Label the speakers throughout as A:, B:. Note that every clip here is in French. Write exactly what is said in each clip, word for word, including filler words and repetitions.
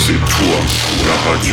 A: C'est toi, la radio.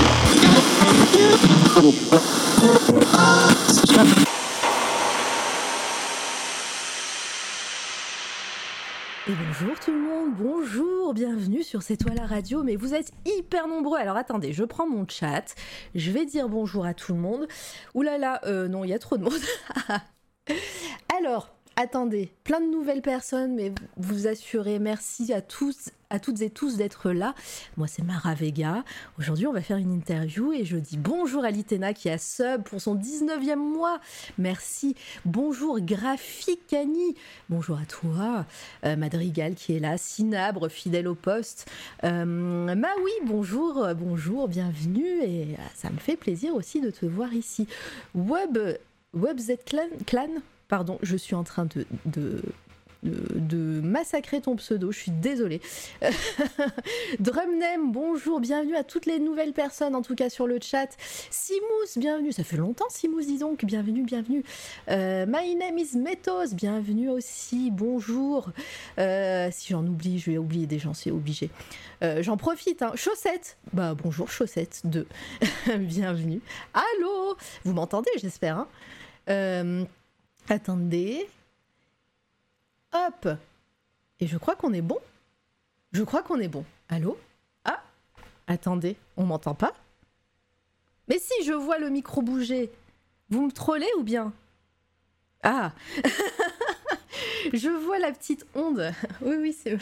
B: Et bonjour tout le monde, bonjour, bienvenue sur C'est toi la radio, mais vous êtes hyper nombreux, alors attendez, je prends mon chat, je vais dire bonjour à tout le monde. Ouh là là, euh, non, il y a trop de monde. Alors, attendez, plein de nouvelles personnes, mais vous, vous assurez, merci à tous, à toutes et tous d'être là. Moi, c'est Mara Vega. Aujourd'hui, on va faire une interview et je dis bonjour à Litena qui a sub pour son dix-neuvième mois. Merci. Bonjour Graphicani. Bonjour à toi. Euh, Madrigal qui est là. Sinabre, fidèle au poste. Euh, Maui, bonjour. Bonjour, bienvenue. Et ça me fait plaisir aussi de te voir ici. Web, WebZ Clan, Clan Pardon, je suis en train de, de, de, de massacrer ton pseudo, je suis désolée. Drumnem, bonjour, bienvenue à toutes les nouvelles personnes, en tout cas sur le chat. Simous, bienvenue, ça fait longtemps Simous, dis donc, bienvenue, bienvenue. Euh, My name is Metos, bienvenue aussi, bonjour. Euh, si j'en oublie, je vais oublier des gens, c'est obligé. Euh, j'en profite, hein. Chaussette, bah bonjour Chaussette deux, bienvenue. Allô, vous m'entendez j'espère, hein. euh, Attendez. Hop. Et je crois qu'on est bon. Je crois qu'on est bon. Allô ? Ah. Attendez. On m'entend pas ? Mais si, je vois le micro bouger. Vous me trollez ou bien ? Ah. Je vois la petite onde. Oui, oui, c'est...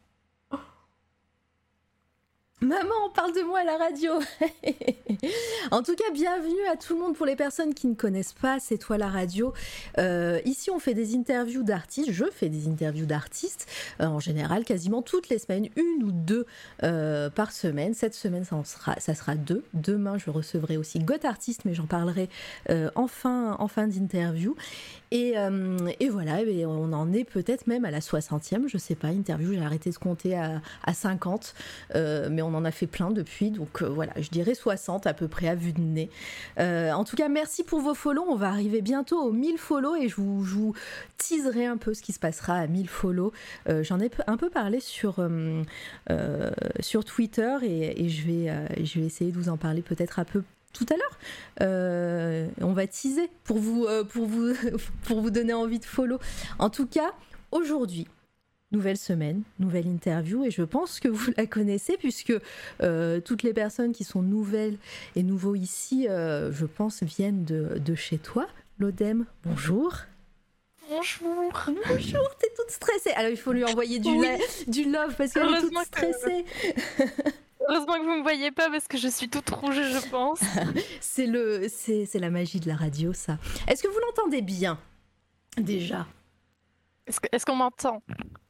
B: Maman, on parle de moi à la radio. En tout cas, bienvenue à tout le monde. Pour les personnes qui ne connaissent pas C'est toi la radio, euh, ici on fait des interviews d'artistes, je fais des interviews d'artistes, euh, en général quasiment toutes les semaines, une ou deux euh, par semaine. Cette semaine ça, en sera, ça sera deux. Demain je recevrai aussi Got Artist, mais j'en parlerai euh, en, fin, en fin d'interview. Et, euh, et voilà, et on en est peut-être même à la soixantième, je sais pas, interview, j'ai arrêté de compter à, à cinquante, euh, mais on en a fait plein depuis, donc euh, voilà, je dirais soixante à peu près à vue de nez. Euh, en tout cas, merci pour vos follow, on va arriver bientôt aux mille follow et je vous, je vous teaserai un peu ce qui se passera à mille follow. Euh, j'en ai un peu parlé sur, euh, euh, sur Twitter et, et je, vais, euh, je vais essayer de vous en parler peut-être un peu tout à l'heure. Euh, on va teaser pour vous, euh, pour, vous, pour vous donner envie de follow. En tout cas, aujourd'hui, nouvelle semaine, nouvelle interview, et je pense que vous la connaissez puisque euh, toutes les personnes qui sont nouvelles et nouveaux ici, euh, je pense, viennent de, de chez toi. Lodem, bonjour.
C: Bonjour.
B: Bonjour, t'es toute stressée. Alors il faut lui envoyer du, oui. la, du love parce qu'elle est toute stressée.
C: Que... Heureusement que vous me voyez pas parce que je suis toute rouge, je pense.
B: c'est, le, c'est, c'est la magie de la radio, ça. Est-ce que vous l'entendez bien, déjà ?
C: Est-ce, que, est-ce qu'on m'entend ?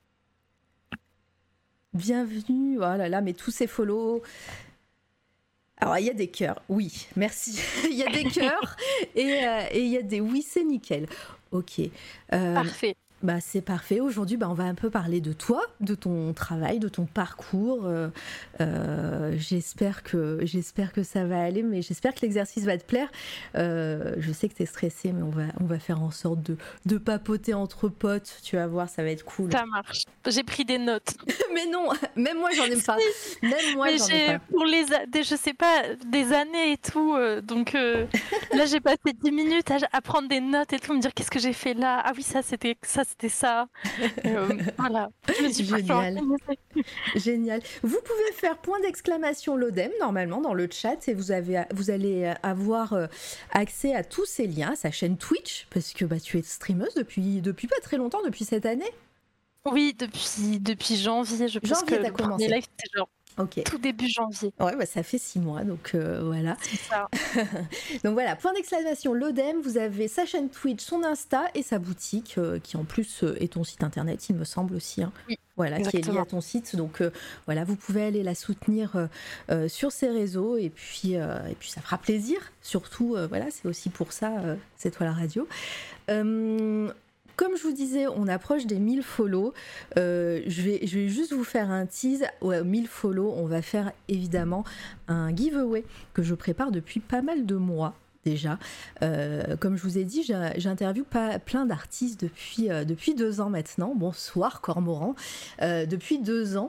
B: Bienvenue, oh là là, mais tous ces follow. Alors, il y a des cœurs, oui, merci. Il y a des cœurs et euh, et il y a des oui, c'est nickel. Ok.
C: Euh, Parfait.
B: Bah, c'est parfait. Aujourd'hui, bah, on va un peu parler de toi, de ton travail, de ton parcours. Euh, euh, j'espère que, j'espère que ça va aller, mais j'espère que l'exercice va te plaire. Euh, je sais que tu es stressée, mais on va, on va faire en sorte de, de papoter entre potes. Tu vas voir, ça va être cool.
C: Ça marche. J'ai pris des notes.
B: Mais non, même moi, j'en ai pas. Même moi,
C: mais
B: j'en
C: j'ai,
B: ai pas.
C: Pour les, des, je sais pas, des années et tout. Euh, donc euh, là, j'ai passé dix minutes à, à prendre des notes et tout, me dire qu'est-ce que j'ai fait là. Ah oui, ça, c'était ça. C'était ça. Euh, voilà. Je me suis
B: Génial. Génial. Vous pouvez faire point d'exclamation Lodem normalement dans le chat et vous, avez, vous allez avoir accès à tous ces liens, à sa chaîne Twitch, parce que bah, tu es streameuse depuis, depuis pas très longtemps, depuis cette année.
C: Oui, depuis, depuis janvier. Je pense
B: janvier,
C: que
B: t'as
C: le
B: commencé.
C: premier live, c'était genre
B: okay.
C: tout début janvier.
B: Ouais, bah, ça fait six mois, donc euh, voilà.
C: C'est ça.
B: Donc voilà, point d'exclamation Lodem, vous avez sa chaîne Twitch, son Insta et sa boutique, euh, qui en plus euh, est ton site internet, il me semble aussi. Hein.
C: Oui.
B: Voilà, exactement. Qui est lié à ton site, donc euh, voilà, vous pouvez aller la soutenir euh, euh, sur ses réseaux et puis, euh, et puis ça fera plaisir, surtout, euh, voilà, c'est aussi pour ça, euh, c'est toi la radio. Euh, Comme je vous disais, on approche des mille follow. Euh, je, vais, je vais juste vous faire un tease. Ouais, mille follow, on va faire évidemment un giveaway que je prépare depuis pas mal de mois. Déjà, euh, comme je vous ai dit, j'interviewe pas, plein d'artistes depuis, euh, depuis deux ans maintenant. Bonsoir Cormoran, euh, depuis deux ans.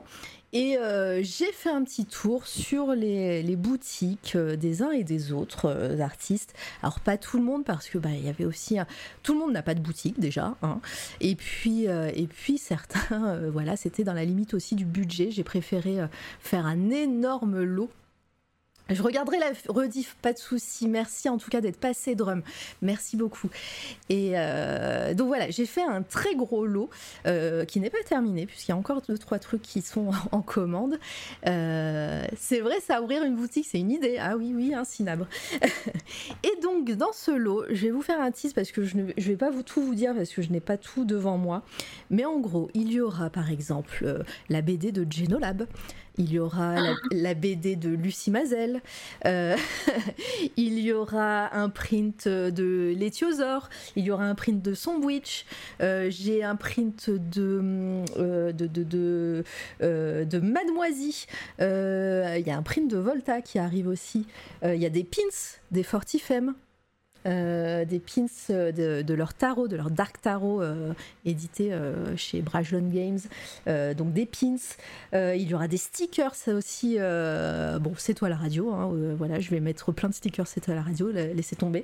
B: Et euh, j'ai fait un petit tour sur les, les boutiques euh, des uns et des autres euh, artistes. Alors pas tout le monde parce que bah, il y avait aussi un... tout le monde n'a pas de boutique déjà, hein. Et puis euh, et puis certains, euh, voilà, c'était dans la limite aussi du budget. J'ai préféré euh, faire un énorme lot. Je regarderai la rediff, pas de souci. Merci en tout cas d'être passé, Drum. Merci beaucoup. Et euh, donc voilà, j'ai fait un très gros lot euh, qui n'est pas terminé puisqu'il y a encore deux trois trucs qui sont en, en commande. Euh, c'est vrai, ça, ouvrir une boutique, c'est une idée. Ah oui, oui, un cinabre. Et donc dans ce lot, je vais vous faire un tease parce que je ne je vais pas vous tout vous dire parce que je n'ai pas tout devant moi. Mais en gros, il y aura par exemple euh, la B D de Genolab. Il y aura la, la B D de Lucie Mazel, euh, il y aura un print de Létiosaure, il y aura un print de Sombwitch, euh, j'ai un print de, euh, de, de, de, euh, de Mademoisie, euh, il y a un print de Volta qui arrive aussi, euh, il y a des pins, des Fortifem. Euh, des pins de, de leur tarot, de leur Dark Tarot euh, édité euh, chez Brajlon Games, euh, donc des pins, euh, il y aura des stickers, ça aussi, euh, bon c'est toi la radio, hein, euh, voilà, je vais mettre plein de stickers, c'est toi la radio, laissez tomber.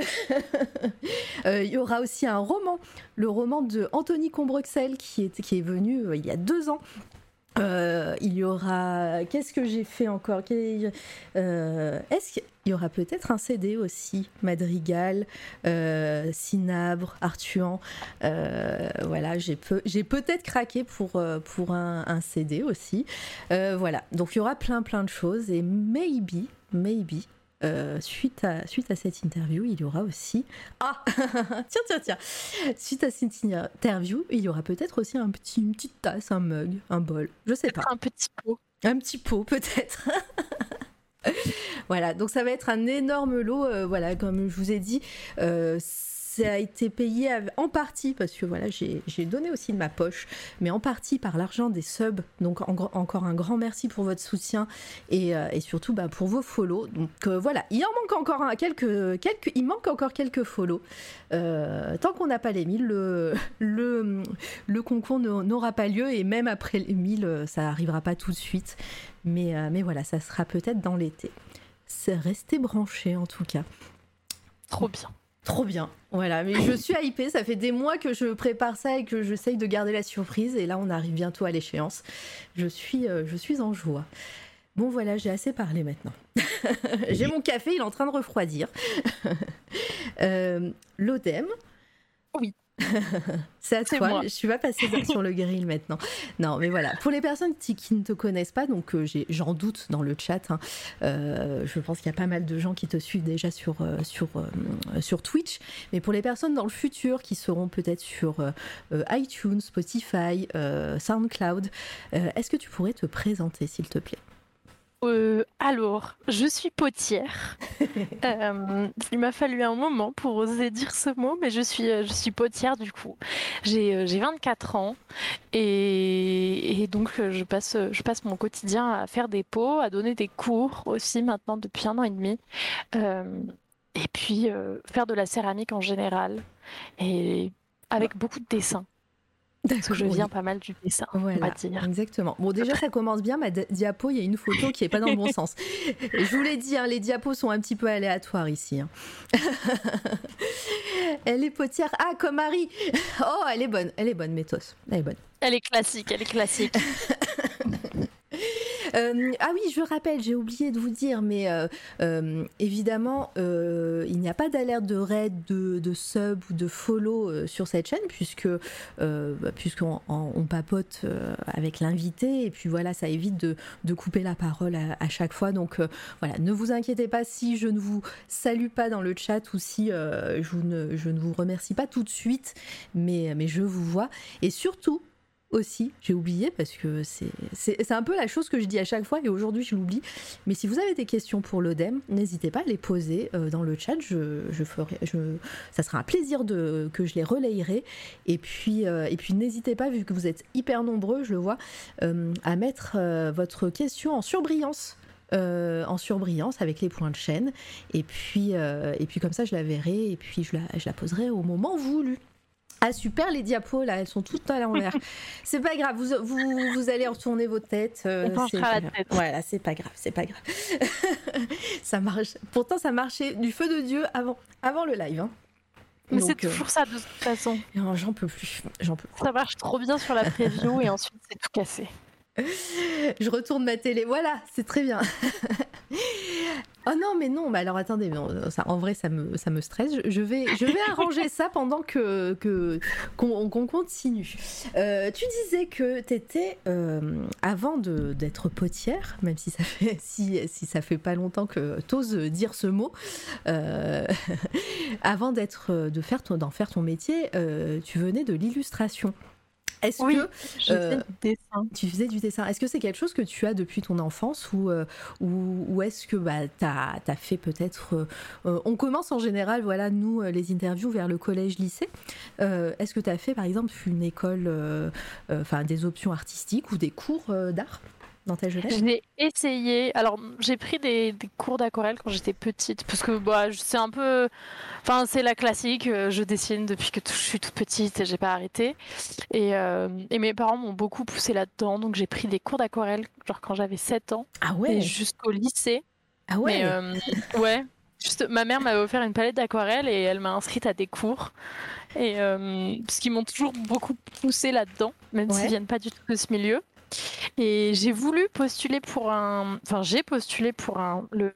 B: euh, il y aura aussi un roman, le roman de Anthony Combrexel qui est, qui est venu euh, il y a deux ans. Euh, il y aura... Qu'est-ce que j'ai fait encore euh, Est-ce qu'il y aura peut-être un C D aussi Madrigal, euh, Cinabre, Artuan. Euh, voilà, j'ai, peu... j'ai peut-être craqué pour, pour un, un C D aussi. Euh, voilà, donc il y aura plein plein de choses. Et maybe, maybe... Euh, suite, à, suite à cette interview, il y aura aussi... Ah Tiens, tiens, tiens Suite à cette interview, il y aura peut-être aussi un petit, une petite tasse, un mug, un bol, je sais pas.
C: Un petit pot.
B: Un petit pot, peut-être. Voilà, donc ça va être un énorme lot, euh, voilà, comme je vous ai dit, euh, ça a été payé en partie, parce que voilà, j'ai, j'ai donné aussi de ma poche, mais en partie par l'argent des subs, donc en, encore un grand merci pour votre soutien, et, euh, et surtout bah, pour vos follow, donc euh, voilà, il en manque encore un, quelques, quelques, il manque encore quelques follow, euh, tant qu'on n'a pas les mille, le, le, le concours n'aura pas lieu, et même après les mille, ça n'arrivera pas tout de suite, mais, euh, mais voilà, ça sera peut-être dans l'été. C'est resté branché en tout cas.
C: Trop bien.
B: Trop bien, voilà, mais je suis hypée, ça fait des mois que je prépare ça et que j'essaye de garder la surprise, et là on arrive bientôt à l'échéance. Je suis, euh, je suis en joie. Bon voilà, j'ai assez parlé maintenant. J'ai mon café, il est en train de refroidir. euh, L'Odem.
C: Oui.
B: C'est à
C: C'est
B: toi,
C: moi.
B: je suis pas passée sur le grill maintenant. Non, mais voilà, pour les personnes qui, qui ne te connaissent pas, donc euh, j'ai, j'en doute dans le chat, hein, euh, je pense qu'il y a pas mal de gens qui te suivent déjà sur, euh, sur, euh, sur Twitch, mais pour les personnes dans le futur qui seront peut-être sur euh, iTunes, Spotify, euh, SoundCloud, euh, est-ce que tu pourrais te présenter s'il te plaît ?
C: Euh, alors, je suis potière. euh, il m'a fallu un moment pour oser dire ce mot, mais je suis, je suis potière du coup. J'ai, j'ai vingt-quatre ans et, et donc je passe, je passe mon quotidien à faire des pots, à donner des cours aussi maintenant depuis un an et demi. Euh, et puis euh, faire de la céramique en général et avec beaucoup de dessins. Parce que je viens pas mal du dessin,
B: voilà,
C: on va dire.
B: Exactement. Bon, déjà, ça commence bien. Ma di- diapo, il y a une photo qui est pas dans le bon sens. Je vous l'ai dit, hein, les diapos sont un petit peu aléatoires ici. Hein. Elle est potière. Ah, comme Marie. Oh, elle est bonne. Elle est bonne, Métos. Elle est bonne.
C: Elle est classique, elle est classique.
B: Euh, ah oui, je rappelle, j'ai oublié de vous dire, mais euh, euh, évidemment, euh, il n'y a pas d'alerte de raid, de, de sub ou de follow euh, sur cette chaîne, puisque euh, bah, puisqu'on on, on papote euh, avec l'invité, et puis voilà, ça évite de, de couper la parole à, à chaque fois. Donc euh, voilà, ne vous inquiétez pas si je ne vous salue pas dans le chat ou si euh, je, ne, je ne vous remercie pas tout de suite, mais, mais je vous vois. Et surtout, aussi, j'ai oublié parce que c'est, c'est, c'est un peu la chose que je dis à chaque fois et aujourd'hui je l'oublie, mais si vous avez des questions pour l'Odem, n'hésitez pas à les poser euh, dans le chat, je, je ferai, je, ça sera un plaisir de, que je les relayerai, et puis, euh, et puis n'hésitez pas, vu que vous êtes hyper nombreux, je le vois, euh, à mettre euh, votre question en surbrillance. Euh, en surbrillance avec les points de chaîne, et puis, euh, et puis comme ça je la verrai et puis je la, je la poserai au moment voulu. Ah super, les diapos là, elles sont toutes à l'envers. C'est pas grave, vous, vous, vous allez retourner vos têtes.
C: Euh, On penchera la tête.
B: Voilà, c'est pas grave, c'est pas grave. Ça marche. Pourtant, ça marchait du feu de Dieu avant, avant le live. Hein.
C: Mais donc, c'est toujours euh... ça de toute façon.
B: Non, j'en peux plus, j'en peux plus.
C: Ça marche trop bien sur la preview et ensuite c'est tout cassé.
B: Je retourne ma télé, voilà, c'est très bien. Oh non, mais non, mais alors attendez, non, ça, en vrai, ça me, ça me stresse. Je, je, vais, je vais arranger ça pendant que, que, qu'on, qu'on continue. Euh, tu disais que tu étais, euh, avant de, d'être potière, même si ça fait, si, si ça fait pas longtemps que tu oses dire ce mot, euh, avant d'être, de faire ton, d'en faire ton métier, euh, tu venais de l'illustration. Est-ce
C: oui,
B: que
C: je
B: euh,
C: faisais du dessin.
B: Tu faisais du dessin. Est-ce que c'est quelque chose que tu as depuis ton enfance ou, euh, ou, ou est-ce que bah, tu as fait peut-être... Euh, on commence en général, voilà, nous, les interviews vers le collège-lycée. Euh, est-ce que tu as fait, par exemple, une école, enfin, euh, des options artistiques ou des cours euh, d'art dans ta jeunesse?
C: J'ai essayé. Alors, j'ai pris des, des cours d'aquarelle quand j'étais petite, parce que bah, c'est un peu... Enfin, c'est la classique. Je dessine depuis que je suis toute petite et j'ai pas arrêté. Et, euh, et mes parents m'ont beaucoup poussée là-dedans, donc j'ai pris des cours d'aquarelle, genre quand j'avais sept ans.
B: Ah ouais.
C: Et jusqu'au lycée.
B: Ah ouais.
C: Mais, euh, ouais. Juste, ma mère m'avait offert une palette d'aquarelle et elle m'a inscrite à des cours. Et euh, parce qu'ils m'ont toujours beaucoup poussée là-dedans, même ouais. s'ils viennent pas du tout de ce milieu. Et j'ai voulu postuler pour un... Enfin, j'ai postulé pour un... le,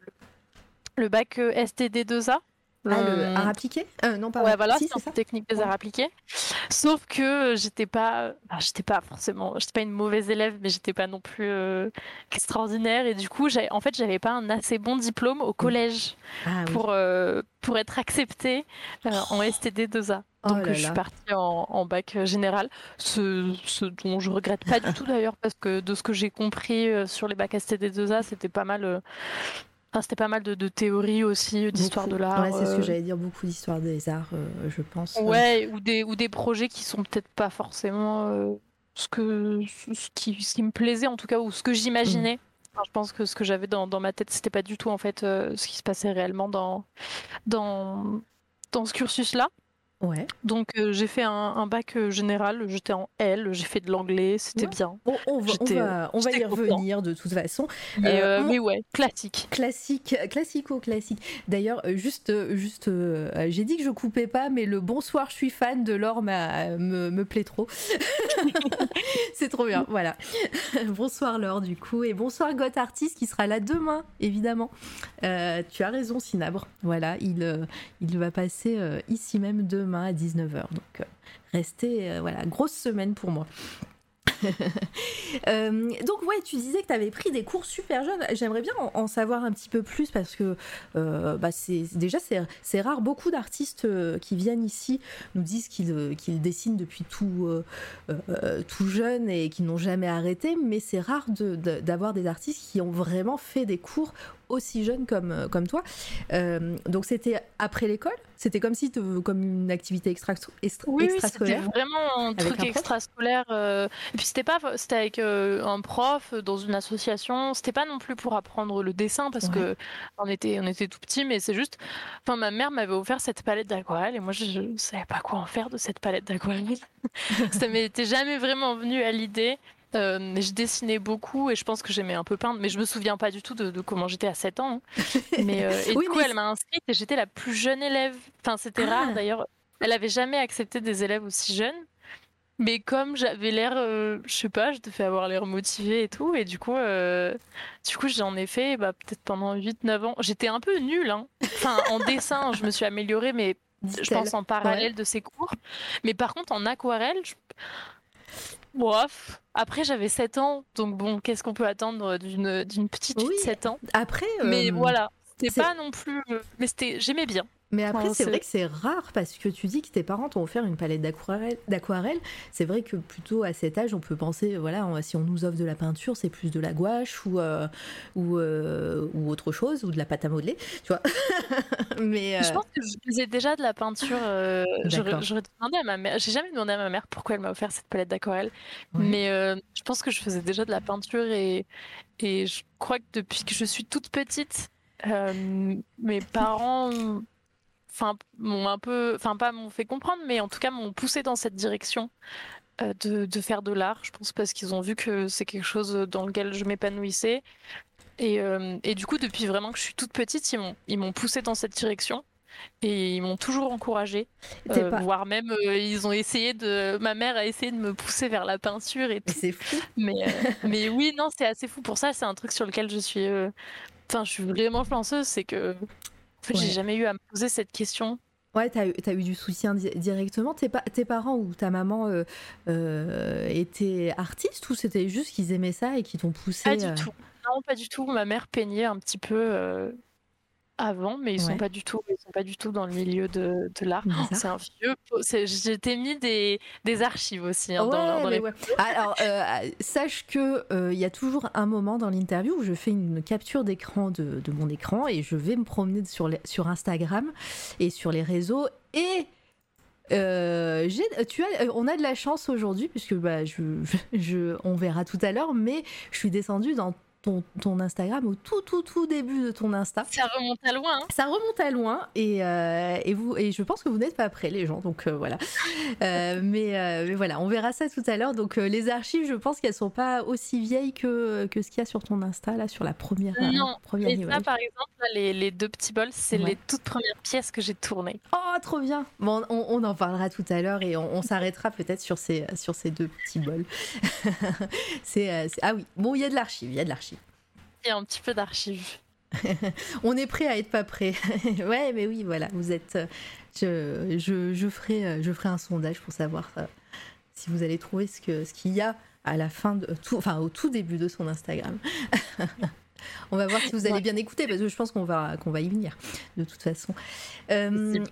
C: le bac S T D deux A.
B: Ah, le, le art appliqué euh, Non, pas
C: ouais, voilà,
B: si,
C: c'est ça. Technique des ouais. arts appliqués. Sauf que j'étais pas... Enfin, j'étais pas forcément... J'étais pas une mauvaise élève, mais j'étais pas non plus euh, extraordinaire. Et du coup, en fait, j'avais pas un assez bon diplôme au collège ah, pour, oui. euh, pour être acceptée euh, en S T D deux A. Donc oh je suis partie en, en bac général, ce, ce dont je regrette pas du tout d'ailleurs, parce que de ce que j'ai compris euh, sur les bacs S T D deux A, c'était pas mal, euh, enfin, c'était pas mal de, de théories aussi, d'histoire de l'art.
B: Ouais, c'est ce que j'allais dire, beaucoup d'histoire des arts, euh, je pense.
C: Ouais, ou des, ou des projets qui sont peut-être pas forcément euh, ce, que, ce, qui, ce qui me plaisait en tout cas, ou ce que j'imaginais. Mmh. Enfin, je pense que ce que j'avais dans, dans ma tête, c'était pas du tout en fait euh, ce qui se passait réellement dans, dans, dans ce cursus-là.
B: Ouais.
C: Donc euh, j'ai fait un, un bac euh, général, j'étais en L, j'ai fait de l'anglais, c'était ouais. bien.
B: On, on va, on va, on va y revenir de toute façon.
C: Mais, euh, euh, mais ouais, classique.
B: Classique, classico-classique. D'ailleurs, juste, juste euh, j'ai dit que je coupais pas, mais le bonsoir, je suis fan de Laure me, me plaît trop. C'est trop bien, voilà. Bonsoir Laure du coup, et bonsoir Goth Artist qui sera là demain, évidemment. Euh, tu as raison Cinabre, voilà, il, euh, il va passer euh, ici même demain à dix-neuf heures, donc euh, restez, euh, voilà, grosse semaine pour moi. euh, donc ouais, tu disais que tu avais pris des cours super jeunes. J'aimerais bien en, en savoir un petit peu plus parce que euh, bah c'est, déjà c'est, c'est rare. Beaucoup d'artistes euh, qui viennent ici nous disent qu'ils, euh, qu'ils dessinent depuis tout, euh, euh, tout jeune et qu'ils n'ont jamais arrêté, mais c'est rare de, de, d'avoir des artistes qui ont vraiment fait des cours aussi jeunes comme, comme toi. Euh, donc c'était après l'école? C'était comme si te, comme une activité extra, extra,
C: oui,
B: extrascolaire?
C: Oui, c'était vraiment un truc un extrascolaire. Euh, et puis c'était pas, c'était avec euh, un prof dans une association. C'était pas non plus pour apprendre le dessin parce ouais. que on était, on était tout petits, mais c'est juste. Enfin, ma mère m'avait offert cette palette d'aquarelle et moi je, je savais pas quoi en faire de cette palette d'aquarelle. Ça m'était jamais vraiment venu à l'idée. Euh, je dessinais beaucoup et je pense que j'aimais un peu peindre, mais je me souviens pas du tout de, de comment j'étais à sept ans. Hein. Mais, euh, et oui, du coup, mais... elle m'a inscrite et j'étais la plus jeune élève. Enfin, c'était ah. rare d'ailleurs. Elle avait jamais accepté des élèves aussi jeunes. Mais comme j'avais l'air, euh, je sais pas, je devais avoir l'air motivée et tout. Et du coup, euh, du coup j'en ai fait bah, peut-être pendant huit neuf ans. J'étais un peu nulle. Hein. Enfin, en dessin, je me suis améliorée, mais Dit-elle. je pense en parallèle ouais. de ces cours. Mais par contre, en aquarelle, je... Bof. Après, j'avais sept ans, donc bon, qu'est-ce qu'on peut attendre d'une, d'une petite fille oui. de sept ans?
B: Après, euh,
C: mais voilà, c'était c'est... pas non plus. Mais c'était, j'aimais bien.
B: Mais après, enfin, c'est, c'est vrai que c'est rare parce que tu dis que tes parents t'ont offert une palette d'aquarelle. d'aquarelle. C'est vrai que plutôt à cet âge, on peut penser, voilà, on, si on nous offre de la peinture, c'est plus de la gouache ou, euh, ou, euh, ou autre chose, ou de la pâte à modeler, tu vois. Mais euh...
C: je pense que je faisais déjà de la peinture. Euh, j'aurais, j'aurais demandé à ma mère. J'ai jamais demandé à ma mère pourquoi elle m'a offert cette palette d'aquarelle. Ouais. Mais euh, je pense que je faisais déjà de la peinture et, et je crois que depuis que je suis toute petite, euh, mes parents. enfin, m'ont un peu, enfin pas m'ont fait comprendre, mais en tout cas m'ont poussé dans cette direction euh, de, de faire de l'art. Je pense parce qu'ils ont vu que c'est quelque chose dans lequel je m'épanouissais. Et, euh, et du coup, depuis vraiment que je suis toute petite, ils m'ont, ils m'ont poussé dans cette direction. Et ils m'ont toujours encouragée, euh,
B: pas...
C: voire même euh, ils ont essayé de. Ma mère a essayé de me pousser vers la peinture et tout.
B: Mais c'est fou.
C: Mais, euh, mais oui, non, c'est assez fou. Pour ça, c'est un truc sur lequel je suis. euh, Enfin, je suis vraiment chanceuse, c'est que en fait,
B: Ouais.
C: j'ai jamais eu à me poser cette question.
B: Ouais, t'as eu, t'as eu du soutien di- directement. Tes, pa- tes parents ou ta maman euh, euh, étaient artistes ou c'était juste qu'ils aimaient ça et qu'ils t'ont poussé
C: Pas du
B: euh,
C: tout. Non, pas du tout. Ma mère peignait un petit peu euh, avant, mais ils
B: Ouais.
C: sont pas du tout, ils sont pas du tout dans le milieu de, de l'art.
B: Des
C: Oh,
B: arts.
C: c'est un vieux. po- c'est- J'ai t'ai mis des, des archives aussi hein, dans,
B: Ouais,
C: dans
B: mais
C: les.
B: ouais. Alors, euh, sache que il y a toujours un moment dans l'interview où je fais une capture d'écran de, de mon écran et je vais me promener sur, les- sur Instagram et sur les réseaux et euh, j'ai, tu as, on a de la chance aujourd'hui puisque bah, je, je, je- on verra tout à l'heure, mais je suis descendue dans ton, ton Instagram au tout tout tout début de ton Insta.
C: Ça remonte à loin. Hein.
B: Ça remonte à loin et, euh, et, vous, et je pense que vous n'êtes pas prêts les gens, donc euh, voilà. Euh, mais, euh, mais voilà, on verra ça tout à l'heure. Donc euh, les archives, je pense qu'elles sont pas aussi vieilles que, que ce qu'il y a sur ton Insta, là, sur la première,
C: Non,
B: euh, première
C: et
B: image.
C: ça par exemple, là, les, les deux petits bols, c'est
B: Ouais.
C: les toutes premières pièces que j'ai tournées.
B: Oh, trop bien. Bon, on, on en parlera tout à l'heure et on, on s'arrêtera peut-être sur ces, sur ces deux petits bols. c'est, euh, c'est- Ah oui, bon, il y a de l'archive, il y a de l'archive.
C: Il y a un petit peu d'archives.
B: On est prêt à être pas prêt. Ouais, mais oui, voilà, vous êtes. euh, Je, je, je, ferai, euh, je ferai un sondage pour savoir euh, si vous allez trouver ce, que, ce qu'il y a à la fin de tout, enfin au tout début de son Instagram. On va voir si vous allez bien écouter parce que je pense qu'on va, qu'on va y venir de toute façon. Euh,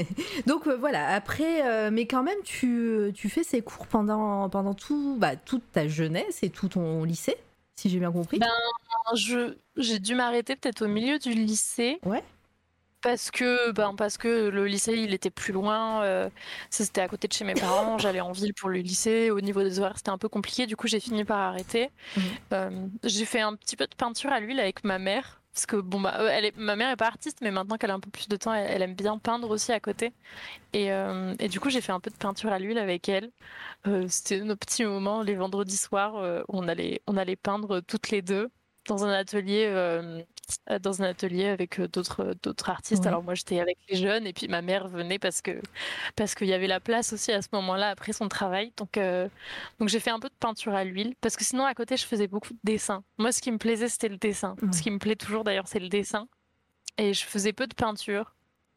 B: donc euh, voilà, après, euh, mais quand même, tu, tu fais ces cours pendant, pendant tout, bah, toute ta jeunesse et tout ton lycée, si j'ai bien compris.
C: Ben, je, j'ai dû m'arrêter peut-être au milieu du lycée.
B: Ouais.
C: Parce que, ben, parce que le lycée, il était plus loin. Euh, ça, c'était à côté de chez mes parents. J'allais en ville pour le lycée. Au niveau des horaires, c'était un peu compliqué. Du coup, j'ai fini par arrêter.
B: Mhm.
C: Euh, j'ai fait un petit peu de peinture à l'huile avec ma mère. Parce que, bon, bah, elle est, ma mère est pas artiste, mais maintenant qu'elle a un peu plus de temps, elle, elle aime bien peindre aussi à côté. Et, euh, et du coup, j'ai fait un peu de peinture à l'huile avec elle. Euh, c'était nos petits moments, les vendredis soirs, euh, où on allait, on allait peindre toutes les deux dans un atelier, euh, dans un atelier avec euh, d'autres, d'autres artistes.
B: Ouais.
C: Alors moi, j'étais avec les jeunes, et puis ma mère venait parce que parce qu'il y avait la place aussi à ce moment-là après son travail. Donc euh, donc j'ai fait un peu de peinture à l'huile parce que sinon à côté, je faisais beaucoup de dessin. Moi, ce qui me plaisait, c'était le dessin.
B: Ouais.
C: Ce qui me plaît toujours d'ailleurs, c'est le dessin. Et je faisais peu de peinture.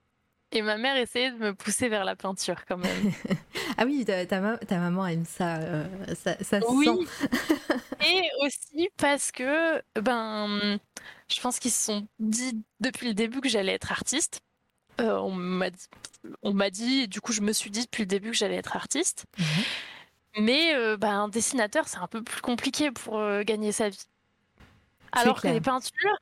C: Et ma mère essayait de me pousser vers la peinture quand même.
B: Ah oui, ta, ta, ma- ta maman aime ça, euh, ça, ça se
C: Oui.
B: sent.
C: Et aussi parce que, ben, je pense qu'ils se sont dit depuis le début que j'allais être artiste. Euh, on m'a dit, on m'a dit, et du coup, je me suis dit depuis le début que j'allais être artiste.
B: Mhm.
C: Mais euh, ben, un dessinateur, c'est un peu plus compliqué pour euh, gagner sa vie. Alors que
B: clair.
C: les peintures,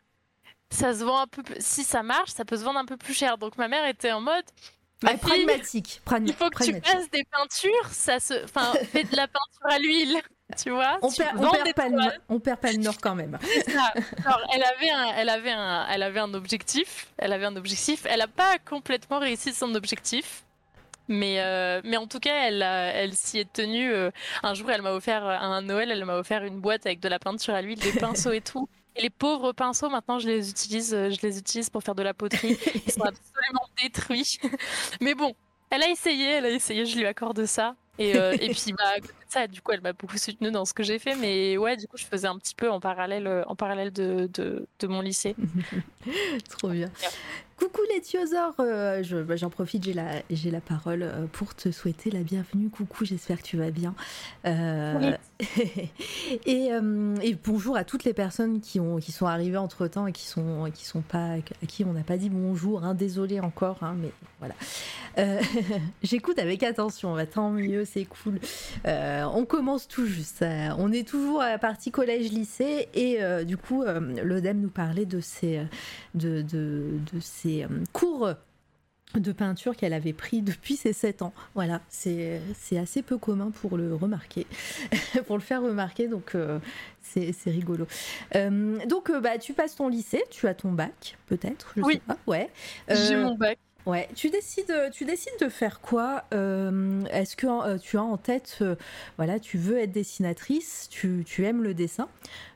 C: ça se vend un peu. Si ça marche, ça peut se vendre un peu plus cher. Donc ma mère était en mode. Ma
B: Ah,
C: fille,
B: pragmatique, pragma-
C: il faut que tu
B: pragmatique.
C: fasses des peintures, ça se, enfin, fais de la peinture à l'huile, tu vois.
B: On
C: tu
B: perd, on,
C: vends
B: perd
C: des
B: pas le,
C: toiles.
B: on perd pas le nord quand même.
C: C'est ça. Alors, elle avait un, elle avait un, elle avait un objectif. Elle avait un objectif. Elle n'a pas complètement réussi son objectif. Mais, euh, mais en tout cas, elle, a- elle s'y est tenue. euh, un jour, elle m'a offert, à un Noël, elle m'a offert une boîte avec de la peinture à l'huile, des pinceaux et tout. Et les pauvres pinceaux, maintenant, je les utilise, euh, je les utilise pour faire de la poterie. Ils sont absolument détruits. Mais bon, elle a essayé, elle a essayé, je lui accorde ça. Et, euh, et puis, bah, à côté de ça, du coup, elle m'a beaucoup soutenue dans ce que j'ai fait. Mais ouais, du coup, je faisais un petit peu en parallèle, euh, en parallèle de, de, de mon lycée.
B: Trop bien. Coucou les Thiosaures, euh, je- bah, j'en profite, j'ai la, j'ai la parole euh, pour te souhaiter la bienvenue. Coucou, j'espère que tu vas bien. Euh, et, euh, et bonjour à toutes les personnes qui, ont, qui sont arrivées entre temps et qui sont, qui sont pas, à qui on n'a pas dit bonjour. Hein, désolé encore, hein, mais voilà. Euh, j'écoute avec attention, bah, tant mieux, c'est cool. Euh, on commence tout juste. Euh, on est toujours à la partie collège-lycée et euh, du coup, euh, l'Odem nous parlait de ces, de, de, de ces euh, cours de peinture qu'elle avait pris depuis ses sept ans. Voilà, c'est, c'est assez peu commun pour le remarquer, pour le faire remarquer, donc euh, c'est, c'est rigolo. Euh, donc, euh, bah, tu passes ton lycée, tu as ton bac, peut-être, je
C: Oui.
B: sais pas, ouais.
C: J'ai
B: Euh,
C: mon bac.
B: Ouais, tu décides, tu décides de faire quoi? Euh, Est-ce que euh, tu as en tête, euh, voilà, tu veux être dessinatrice, tu, tu aimes le dessin.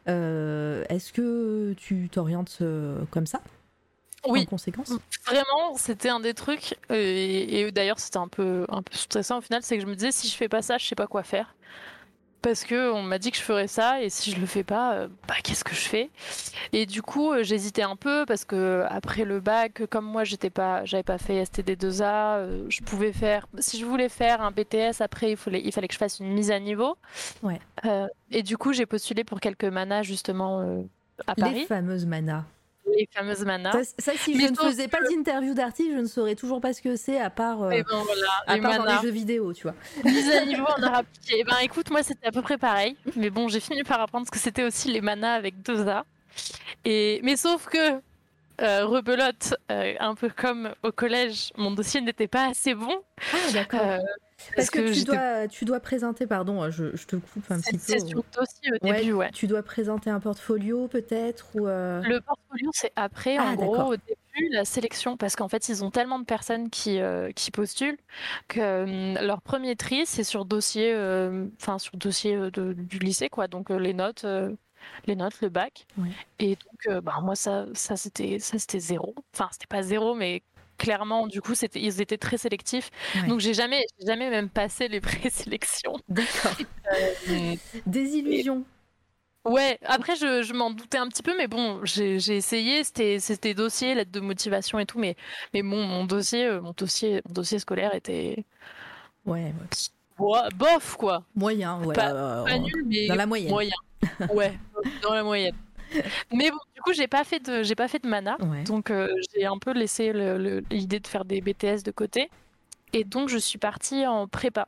B: Euh, Est-ce que tu t'orientes euh, comme ça, en
C: Oui,
B: conséquence?
C: vraiment, c'était un des trucs. euh, Et, et d'ailleurs, c'était un peu, un peu stressant au final, c'est que je me disais, si je fais pas ça, je sais pas quoi faire. Parce que on m'a dit que je ferais ça, et si je le fais pas, euh, bah qu'est-ce que je fais? Et du coup, euh, j'hésitais un peu parce que après le bac, comme moi, j'étais pas, j'avais pas fait S T D deux A, euh, je pouvais faire, si je voulais faire un B T S, après il fallait, il fallait que je fasse une mise à niveau.
B: Ouais.
C: Euh, et du coup, j'ai postulé pour quelques manas justement euh, à
B: Les
C: Paris,
B: fameuses manas.
C: les fameuses manas.
B: Ça, ça, si je
C: Mais
B: ne
C: sauf
B: faisais pas d'interview d'artiste, je ne saurais toujours pas ce que c'est, à part, euh,
C: Et ben voilà,
B: à
C: les
B: part dans les
C: manas.
B: jeux vidéo, tu vois.
C: Mise à niveau en art appliqué. Eh ben écoute, moi c'était à peu près pareil. Mais bon, j'ai fini par apprendre ce que c'était aussi les manas avec deux A. Et... Mais sauf que, euh, rebelote, euh, un peu comme au collège, mon dossier n'était pas assez bon.
B: Ah, d'accord.
C: euh,
B: Parce que, tu,
C: j'étais-
B: dois, tu dois présenter, pardon, je, je te coupe un petit
C: C'est
B: peu.
C: sur le dossier au
B: Ouais,
C: début, ouais.
B: tu dois présenter un portfolio peut-être ou euh,
C: Le portfolio, c'est après,
B: Ah,
C: en
B: d'accord.
C: gros, au début, la sélection, parce qu'en fait, ils ont tellement de personnes qui, euh, qui postulent que euh, leur premier tri, c'est sur dossier, euh, enfin sur dossier euh, de- du lycée, quoi. Donc euh, les notes, euh, les notes, le bac.
B: Ouais.
C: Et donc, euh, bah, moi, ça, ça c'était, ça c'était zéro. Enfin, c'était pas zéro, mais clairement, du coup, c'était, ils étaient très sélectifs.
B: Ouais.
C: Donc j'ai jamais, j'ai jamais même passé les présélections.
B: D'accord.
C: Euh,
B: Des illusions.
C: Ouais, après je, je m'en doutais un petit peu, mais bon, j'ai j'ai essayé, c'était c'était dossier, lettre de motivation et tout, mais mais bon, mon dossier, euh, mon dossier, mon dossier scolaire était
B: Ouais, ouais.
C: ouais, bof quoi,
B: Moyen,
C: pas,
B: voilà. euh,
C: pas nul, mais
B: Dans la moyenne.
C: moyen, ouais, dans la moyenne. Mais bon, du coup, j'ai pas fait de j'ai pas fait de mana,
B: Ouais.
C: donc euh, j'ai un peu laissé le- le- l'idée de faire des B T S de côté, et donc je suis partie en prépa,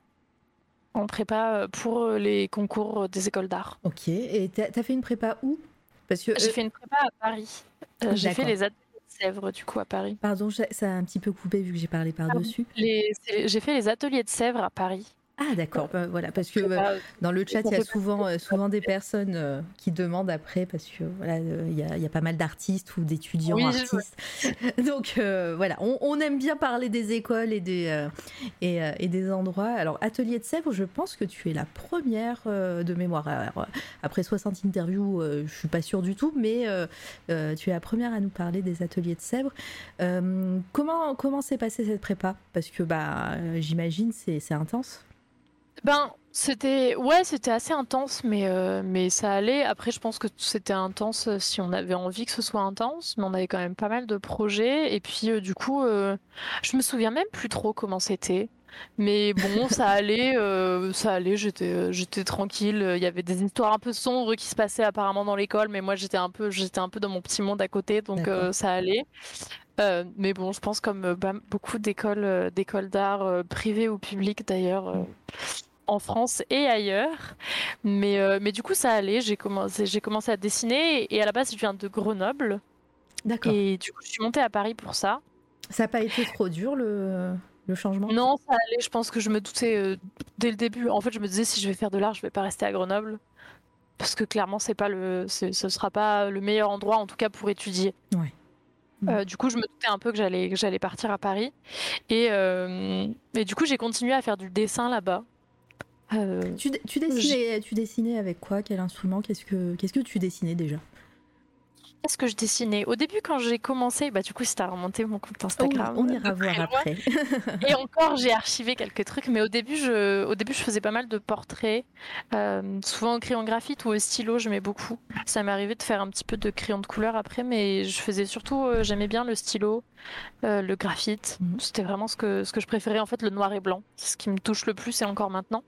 C: en prépa euh, pour les concours des écoles d'art.
B: Ok. Et t'as t'as fait une prépa où? Parce que.
C: J'ai
B: euh,
C: fait une prépa à Paris. Euh, j'ai fait
B: D'accord.
C: les ateliers de Sèvres du coup à Paris.
B: Pardon, j'ai- ça a un petit peu coupé vu que j'ai parlé par-dessus.
C: Les- c'est- J'ai fait les ateliers de Sèvres à Paris.
B: Ah, d'accord. bah, voilà, parce que euh,
C: Prépa,
B: dans le chat,
C: ça
B: il y a
C: fait
B: souvent, euh, souvent des personnes euh, qui demandent après, parce que voilà, euh, il y, a, il y a pas mal d'artistes ou d'étudiants
C: Oui, je-
B: artistes. Donc euh, voilà, on, on aime bien parler des écoles et des, euh, et, euh, et des endroits. Alors, Atelier de Sèvres, je pense que tu es la première euh, de mémoire. Alors, après soixante interviews, euh, je suis pas sûre du tout, mais euh, euh, tu es la première à nous parler des Ateliers de Sèvres. Euh, comment comment s'est passée cette prépa? Parce que bah, euh, j'imagine c'est c'est intense.
C: Ben, c'était ouais, c'était assez intense, mais euh, mais ça allait. Après, je pense que c'était intense euh, si on avait envie que ce soit intense, mais on avait quand même pas mal de projets. Et puis euh, du coup, euh, je me souviens même plus trop comment c'était. Mais bon, ça allait, euh, ça allait. J'étais euh, j'étais tranquille. Il y avait des histoires un peu sombres qui se passaient apparemment dans l'école, mais moi j'étais un peu j'étais un peu dans mon petit monde à côté, donc
B: D'accord.
C: euh, ça allait. Euh, mais bon, je pense comme euh, bah, beaucoup d'écoles euh, d'écoles d'art euh, privées ou publiques d'ailleurs. euh, en France et ailleurs. Mais, euh, mais du coup, ça allait. J'ai commencé, j'ai commencé à dessiner. Et à la base, je viens de Grenoble.
B: D'accord.
C: Et du coup, je suis montée à Paris pour ça.
B: Ça n'a pas été trop dur le, le changement?
C: Non, ça allait. Je pense que je me doutais euh, dès le début. En fait, je me disais, si je vais faire de l'art, je vais pas rester à Grenoble. Parce que clairement, c'est pas le, c'est- ce sera pas le meilleur endroit, en tout cas, pour étudier.
B: Ouais.
C: Euh, du coup, je me doutais un peu que j'allais, que j'allais partir à Paris. Et, euh, et du coup, j'ai continué à faire du dessin là-bas. Euh,
B: Tu, tu, dessinais, tu dessinais avec quoi? Quel instrument? Qu'est-ce que, qu'est-ce que tu dessinais déjà?
C: Qu'est-ce que je dessinais? Au début, quand j'ai commencé, bah du coup, c'était à remonter mon compte
B: Oh,
C: Instagram.
B: on ira
C: de très
B: voir
C: loin.
B: après.
C: Et encore, j'ai archivé quelques trucs, mais au début, je, au début, je faisais pas mal de portraits, euh, souvent au crayon graphite ou au stylo, j'aimais beaucoup. Ça m'est arrivé de faire un petit peu de crayon de couleur après, mais je faisais surtout, euh, j'aimais bien le stylo, euh, le graphite.
B: Mhm.
C: C'était vraiment ce que, ce que je préférais, en fait, le noir et blanc. C'est ce qui me touche le plus et encore maintenant.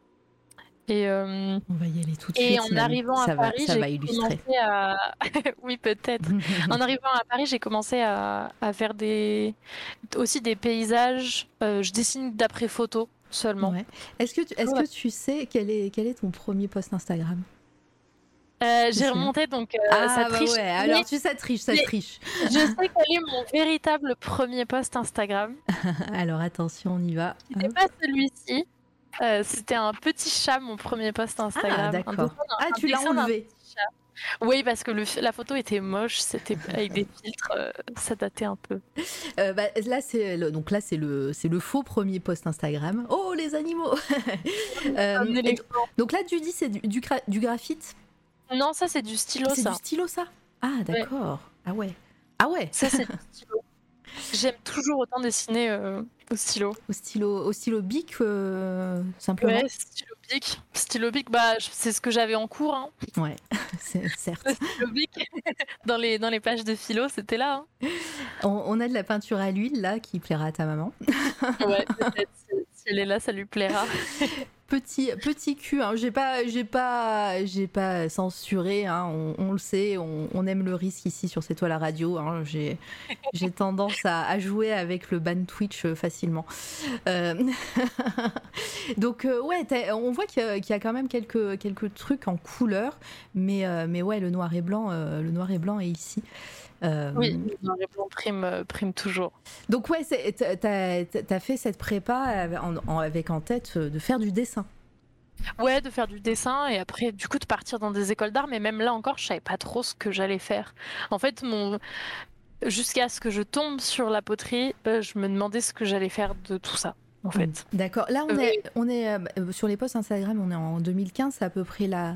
C: Et, euh,
B: On va y aller tout de
C: et
B: suite.
C: en
B: Manu.
C: arrivant
B: ça
C: à
B: va,
C: Paris,
B: ça va
C: j'ai
B: illustrer.
C: commencé à... Oui, peut-être. En arrivant à Paris, j'ai commencé à, à faire des... aussi des paysages. Euh, je dessine d'après photo seulement.
B: Ouais. Est-ce que, tu, est-ce
C: Ouais.
B: que tu sais quel est, quel est ton premier post Instagram?
C: Euh,
B: Tu
C: j'ai
B: sais
C: remonté, donc euh,
B: Ah
C: ça
B: bah
C: triche.
B: ouais,
C: Mais
B: alors tu ça triche, ça
C: mais-
B: triche.
C: je sais quel est mon véritable premier post Instagram.
B: Alors attention, on y va.
C: C'était
B: Hop.
C: pas celui-ci. Euh, c'était un petit chat, mon premier post Instagram.
B: Ah
C: Un
B: d'accord.
C: dessin d'un-
B: Ah
C: un
B: tu l'as
C: dessin d'un
B: enlevé.
C: petit chat. Oui, parce que le, la photo était moche, c'était avec des filtres, euh, ça datait un peu.
B: Euh, bah, là, c'est le, donc là, c'est le, c'est le faux premier post Instagram. Oh, les animaux. euh, et do- donc là, tu dis c'est du, du, gra- du graphite.
C: Non, ça c'est du stylo,
B: C'est
C: ça.
B: du stylo, ça. Ah, d'accord.
C: Ouais.
B: Ah ouais. Ah ouais.
C: Ça c'est du stylo. J'aime toujours autant dessiner euh, au stylo.
B: Au stylo, au stylo bic, euh, simplement.
C: Ouais, stylo bic. Stylo bic, bah, je- c'est ce que j'avais en cours. Hein.
B: Ouais, c'est, certes.
C: Le stylo bic, dans les, dans les pages de philo, c'était là. Hein.
B: On, on a de la peinture à l'huile, là, qui plaira à ta maman.
C: Ouais, peut-être. Si, si elle est là, ça lui plaira.
B: Petit, petit cul, hein. j'ai pas, j'ai pas, j'ai pas censuré, hein. on, on le sait, on, on aime le risque ici sur C'est toi la radio. Hein. J'ai, j'ai tendance à, à jouer avec le ban Twitch euh, facilement. Euh... Donc euh, ouais, on voit qu'il y, a, qu'il y a quand même quelques, quelques trucs en couleur, mais, euh, mais ouais, le noir et blanc, euh, le noir et blanc est ici.
C: Euh... Oui, le noir et blanc prime, prime toujours.
B: Donc ouais, t'as, t'as fait cette prépa en, en, avec en tête de faire du dessin.
C: Ouais, de faire du dessin et après du coup de partir dans des écoles d'art, mais même là encore, je savais pas trop ce que j'allais faire. En fait, mon jusqu'à ce que je tombe sur la poterie, euh, je me demandais ce que j'allais faire de tout ça. En fait.
B: Mmh. D'accord. Là, on
C: euh,
B: est, on est euh, sur les posts Instagram, on est en deux mille quinze, c'est à peu près la.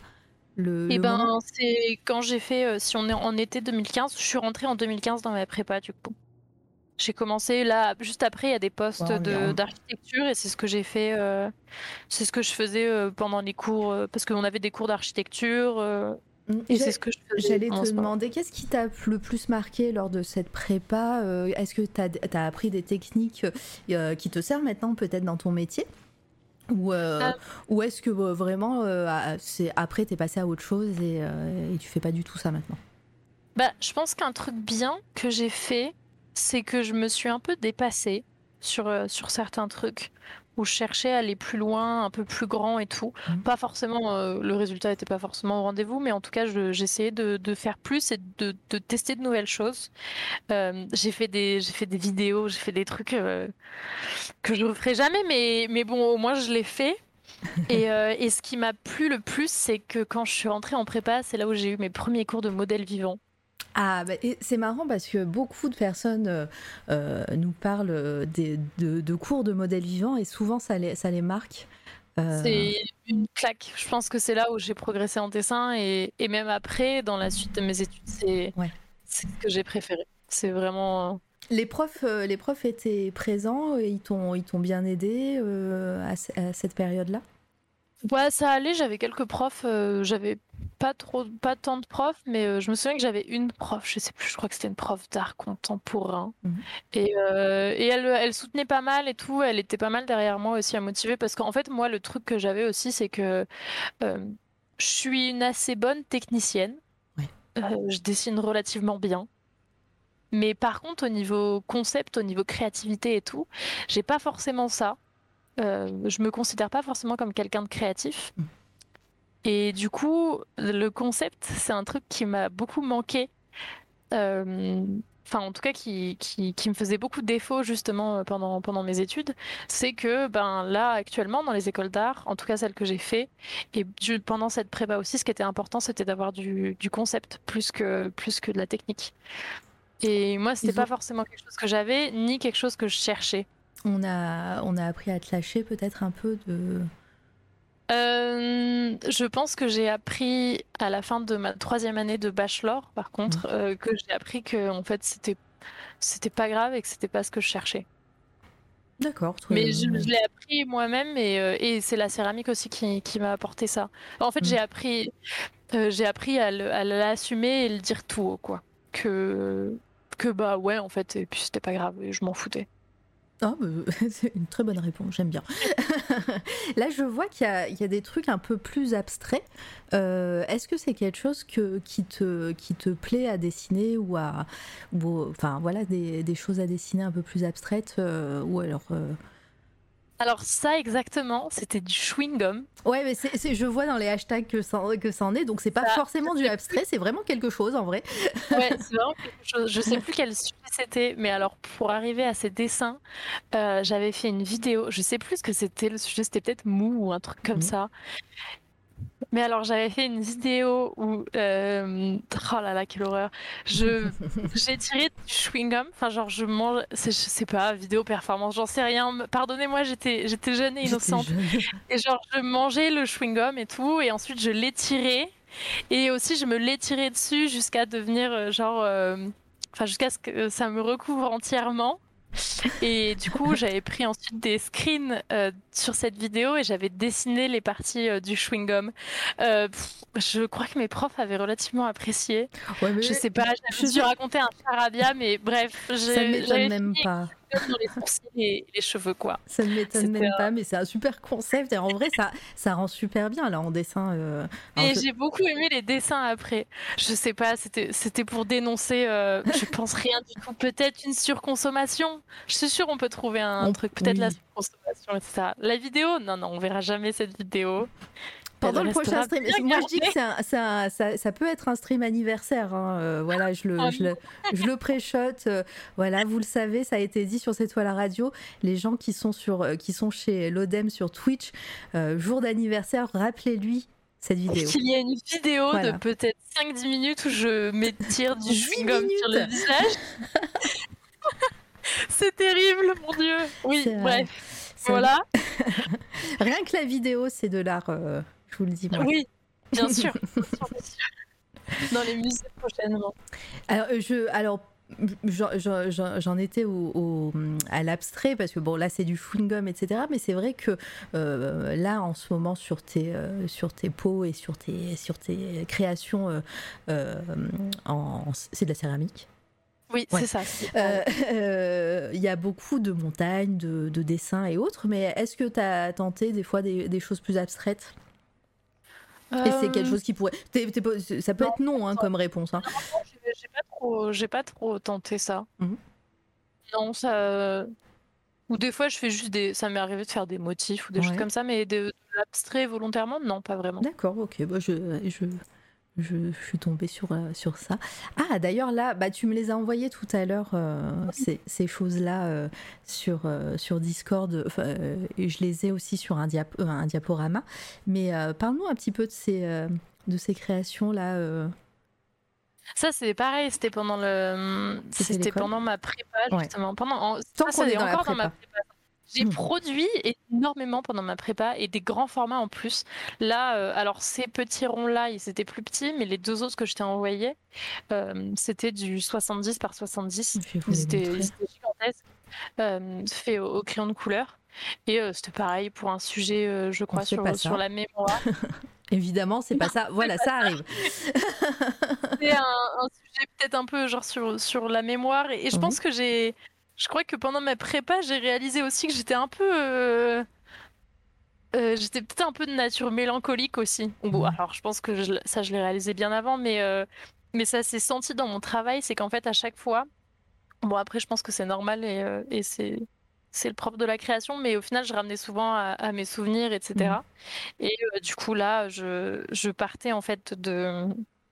B: Le,
C: et
B: le
C: ben,
B: moment.
C: c'est quand j'ai fait, euh, si on est en été deux mille quinze, je suis rentrée en deux mille quinze dans ma prépa du coup. J'ai commencé là, juste après, il y a des postes
B: Wow,
C: de, d'architecture et c'est ce que j'ai fait, euh, c'est ce que je faisais euh, pendant les cours, euh, parce qu'on avait des cours d'architecture euh, et c'est ce que je faisais.
B: J'allais te demander, qu'est-ce qui t'a le plus marqué lors de cette prépa euh, Est-ce que t'as as appris des techniques euh, qui te servent maintenant peut-être dans ton métier ou, euh, euh... ou est-ce que euh, vraiment, euh, c'est, après, t'es passé à autre chose et, euh, et tu fais pas du tout ça maintenant?
C: Bah, je pense qu'un truc bien que j'ai fait, c'est que je me suis un peu dépassée sur, euh, sur certains trucs où je cherchais à aller plus loin, un peu plus grand et tout. Mmh. Pas forcément, euh, le résultat n'était pas forcément au rendez-vous, mais en tout cas, je, j'essayais de, de faire plus et de, de tester de nouvelles choses. Euh, j'ai fait des, j'ai fait des vidéos, j'ai fait des trucs euh, que je ne referai jamais, mais, mais bon, au moins je l'ai fait. et, euh, et ce qui m'a plu le plus, c'est que quand je suis rentrée en prépa, c'est là où j'ai eu mes premiers cours de modèle vivant.
B: Ah, bah, et c'est marrant parce que beaucoup de personnes euh, euh, nous parlent des, de, de cours de modèle vivant et souvent ça les, ça les marque.
C: Euh... C'est une claque. Je pense que c'est là où j'ai progressé en dessin et, et même après, dans la suite de mes études, c'est,
B: ouais.
C: c'est ce que j'ai préféré. C'est vraiment...
B: Les profs, euh, les profs étaient présents, ils t'ont, ils t'ont bien aidé euh, à, à cette période-là?
C: Ouais, ça allait, j'avais quelques profs, euh, j'avais pas trop, pas tant de profs, mais euh, je me souviens que j'avais une prof, je sais plus, je crois que c'était une prof d'art contemporain, mmh. et, euh, et elle, elle soutenait pas mal et tout, elle était pas mal derrière moi aussi à motiver, parce qu'en fait, moi, le truc que j'avais aussi, c'est que euh, je suis une assez bonne technicienne,
B: ouais.
C: euh, je dessine relativement bien, mais par contre, au niveau concept, au niveau créativité et tout, j'ai pas forcément ça. Euh, je me considère pas forcément comme quelqu'un de créatif. Mmh. Et du coup, le concept, c'est un truc qui m'a beaucoup manqué. Euh, enfin, en tout cas, qui, qui, qui me faisait beaucoup défaut justement pendant, pendant mes études. C'est que ben, là, actuellement, dans les écoles d'art, en tout cas celles que j'ai fait, et du, pendant cette prépa aussi, ce qui était important, c'était d'avoir du, du concept plus que, plus que de la technique. Et moi, c'était Ils pas ont... forcément quelque chose que j'avais, ni quelque chose que je cherchais.
B: On a, on a appris à te lâcher peut-être un peu de...
C: Euh, je pense que j'ai appris à la fin de ma troisième année de bachelor, par contre, mmh. euh, que j'ai appris que en fait c'était c'était pas grave et que c'était pas ce que je cherchais.
B: D'accord.
C: Mais je, je l'ai appris moi-même et, euh, et c'est la céramique aussi qui, qui m'a apporté ça. En fait, mmh. j'ai appris euh, j'ai appris à, le, à l'assumer et le dire tout haut, quoi. Que que bah ouais en fait et puis c'était pas grave et je m'en foutais.
B: Oh, bah, c'est une très bonne réponse, j'aime bien. Là, je vois qu'il y a, il y a des trucs un peu plus abstraits. Euh, est-ce que c'est quelque chose que, qui, te, qui te plaît à dessiner ou à, ou, enfin voilà, des, des choses à dessiner un peu plus abstraites euh, ou alors. Euh...
C: Alors ça exactement, c'était du chewing-gum.
B: Ouais, mais c'est, c'est, je vois dans les hashtags que ça, que ça en est, donc c'est pas ça, forcément du abstrait, c'est vraiment quelque chose en vrai.
C: Ouais, c'est vraiment quelque chose. Je sais plus quel sujet c'était, mais alors pour arriver à ces dessins, euh, j'avais fait une vidéo. Je sais plus ce que c'était le sujet, c'était peut-être mou ou un truc comme mmh. ça. Mais alors, j'avais fait une vidéo où. euh, Oh là là, quelle horreur! Je j'ai tiré du chewing-gum. Enfin, genre, je mange. c'est- Je sais pas, vidéo performance, j'en sais rien. Pardonnez-moi, j'étais j'étais jeune et
B: J'étais
C: innocente.
B: jeune.
C: Et genre, je mangeais le chewing-gum et tout, et ensuite je l'étirais. Et aussi, je me l'étirais dessus jusqu'à devenir euh, genre. euh, Enfin, jusqu'à ce que ça me recouvre entièrement. Et du coup, j'avais pris ensuite des screens euh, sur cette vidéo et j'avais dessiné les parties euh, du chewing-gum. Euh, pff, je crois que mes profs avaient relativement apprécié.
B: Ouais,
C: Je
B: mais
C: sais pas,
B: je
C: j'avais dû
B: sais,
C: raconter un charabia, mais bref,
B: ça ne
C: j'ai-
B: m'étonne
C: j'avais
B: même
C: fini avec
B: pas.
C: du chewing-gum dans les sourcils et les cheveux, quoi.
B: Ça ne m'étonne
C: C'était
B: même pas, mais c'est un super concept. Et en vrai, ça, ça rend super bien là en dessin. euh. Alors,
C: Et
B: je-
C: j'ai beaucoup aimé les dessins après. Je sais pas, c'était c'était pour dénoncer, euh, je pense rien du tout. Peut-être une surconsommation. Je suis sûre on peut trouver un
B: on-
C: truc. Peut-être la
B: oui.
C: surconsommation, et cetera. La vidéo, non, non, on verra jamais cette vidéo.
B: Pendant
C: Elle
B: le prochain
C: restera
B: stream,
C: bien
B: moi je dis que
C: gardée.
B: c'est un- c'est un- ça, ça peut être un stream anniversaire. Hein, euh, voilà, je le,
C: Oh
B: je le, je le pré-shot. euh, voilà, vous le savez, ça a été dit sur C'est toi la radio. Les gens qui sont, sur, euh, qui sont chez l'Odem sur Twitch, euh, jour d'anniversaire, rappelez-lui cette vidéo.
C: Qu'il y a une vidéo de
B: Voilà.
C: peut-être cinq dix minutes où je m'étire du
B: huit
C: chewing-gum sur le
B: minutes.
C: visage. C'est terrible, mon Dieu. Oui,
B: C'est, euh,
C: bref,
B: c'est-
C: voilà.
B: Rien que la vidéo, c'est de l'art, euh, je vous le dis moi.
C: Oui, bien sûr. Bien sûr, bien sûr. Dans les musées prochainement.
B: Alors, euh, je, alors j'en, j'en- j'en- j'en étais au, au- à l'abstrait parce que bon, là c'est du chewing-gum, et cetera. Mais c'est vrai que euh, là en ce moment sur tes, euh, sur tes pots et sur tes, sur tes créations, euh, euh, en, c'est de la céramique.
C: Oui,
B: Ouais.
C: c'est ça. c'est-
B: Euh, euh, Il y a beaucoup de montagnes, de, de dessins et autres. Mais est-ce que tu as tenté des fois des, des choses plus abstraites? Et c'est quelque
C: Euh,
B: chose qui pourrait. t'es- t'es pas- ça peut
C: non,
B: être non hein, comme réponse. Hein.
C: j'ai j'ai pas trop, j'ai pas trop tenté ça.
B: Mhm.
C: Non, ça. Ou des fois, je fais juste des. Ça m'est arrivé de faire des motifs ou des choses
B: Ouais.
C: comme ça, mais de, de l'abstrait volontairement, non, pas vraiment.
B: D'accord, ok. Bah, je, je, je, je suis tombée sur, euh, sur ça. Ah, d'ailleurs, là, bah, tu me les as envoyées tout à l'heure, euh, ces, ces choses-là, euh, sur, euh, sur Discord. Enfin, euh, et je les ai aussi sur un, diap- euh, un diaporama. Mais euh, parle-nous un petit peu de ces, euh, de ces créations-là. euh.
C: Ça, c'est pareil, c'était pendant le.
B: C'était
C: C'était
B: l'école
C: pendant ma prépa,
B: Ouais.
C: justement. Pendant... en-
B: Tant
C: Ça,
B: qu'on est
C: c'est
B: dans la
C: encore dans ma
B: prépa.
C: prépa. J'ai
B: Hmm.
C: produit énormément pendant ma prépa et des grands formats en plus. Là, euh, alors ces petits ronds-là, ils étaient plus petits, mais les deux autres que je t'ai envoyés, euh, c'était du soixante-dix par soixante-dix.
B: Je vais vous
C: Ils
B: les
C: étaient,
B: montrer.
C: ils étaient gigantesques, euh, faits au, au crayon de couleur. Et euh, c'était pareil pour un sujet, euh, je crois,
B: sait pas
C: sur,
B: ça.
C: sur la mémoire.
B: Évidemment, c'est pas ça. Voilà, ça arrive.
C: C'était un, un sujet peut-être un peu genre sur, sur la mémoire. Et, et je
B: Mhm.
C: pense que j'ai. Je crois que pendant ma prépa, j'ai réalisé aussi que j'étais un peu. euh, euh, j'étais peut-être un peu de nature mélancolique aussi. Bon,
B: Mhm.
C: alors je pense que je l- ça, je l'ai réalisé bien avant, mais, euh, mais ça s'est senti dans mon travail. C'est qu'en fait, à chaque fois. Bon, après, je pense que c'est normal et, euh, et c'est. C'est le propre de la création, mais au final, je ramenais souvent à, à mes souvenirs, et cetera. Et euh, du coup, là, je, je partais en fait de,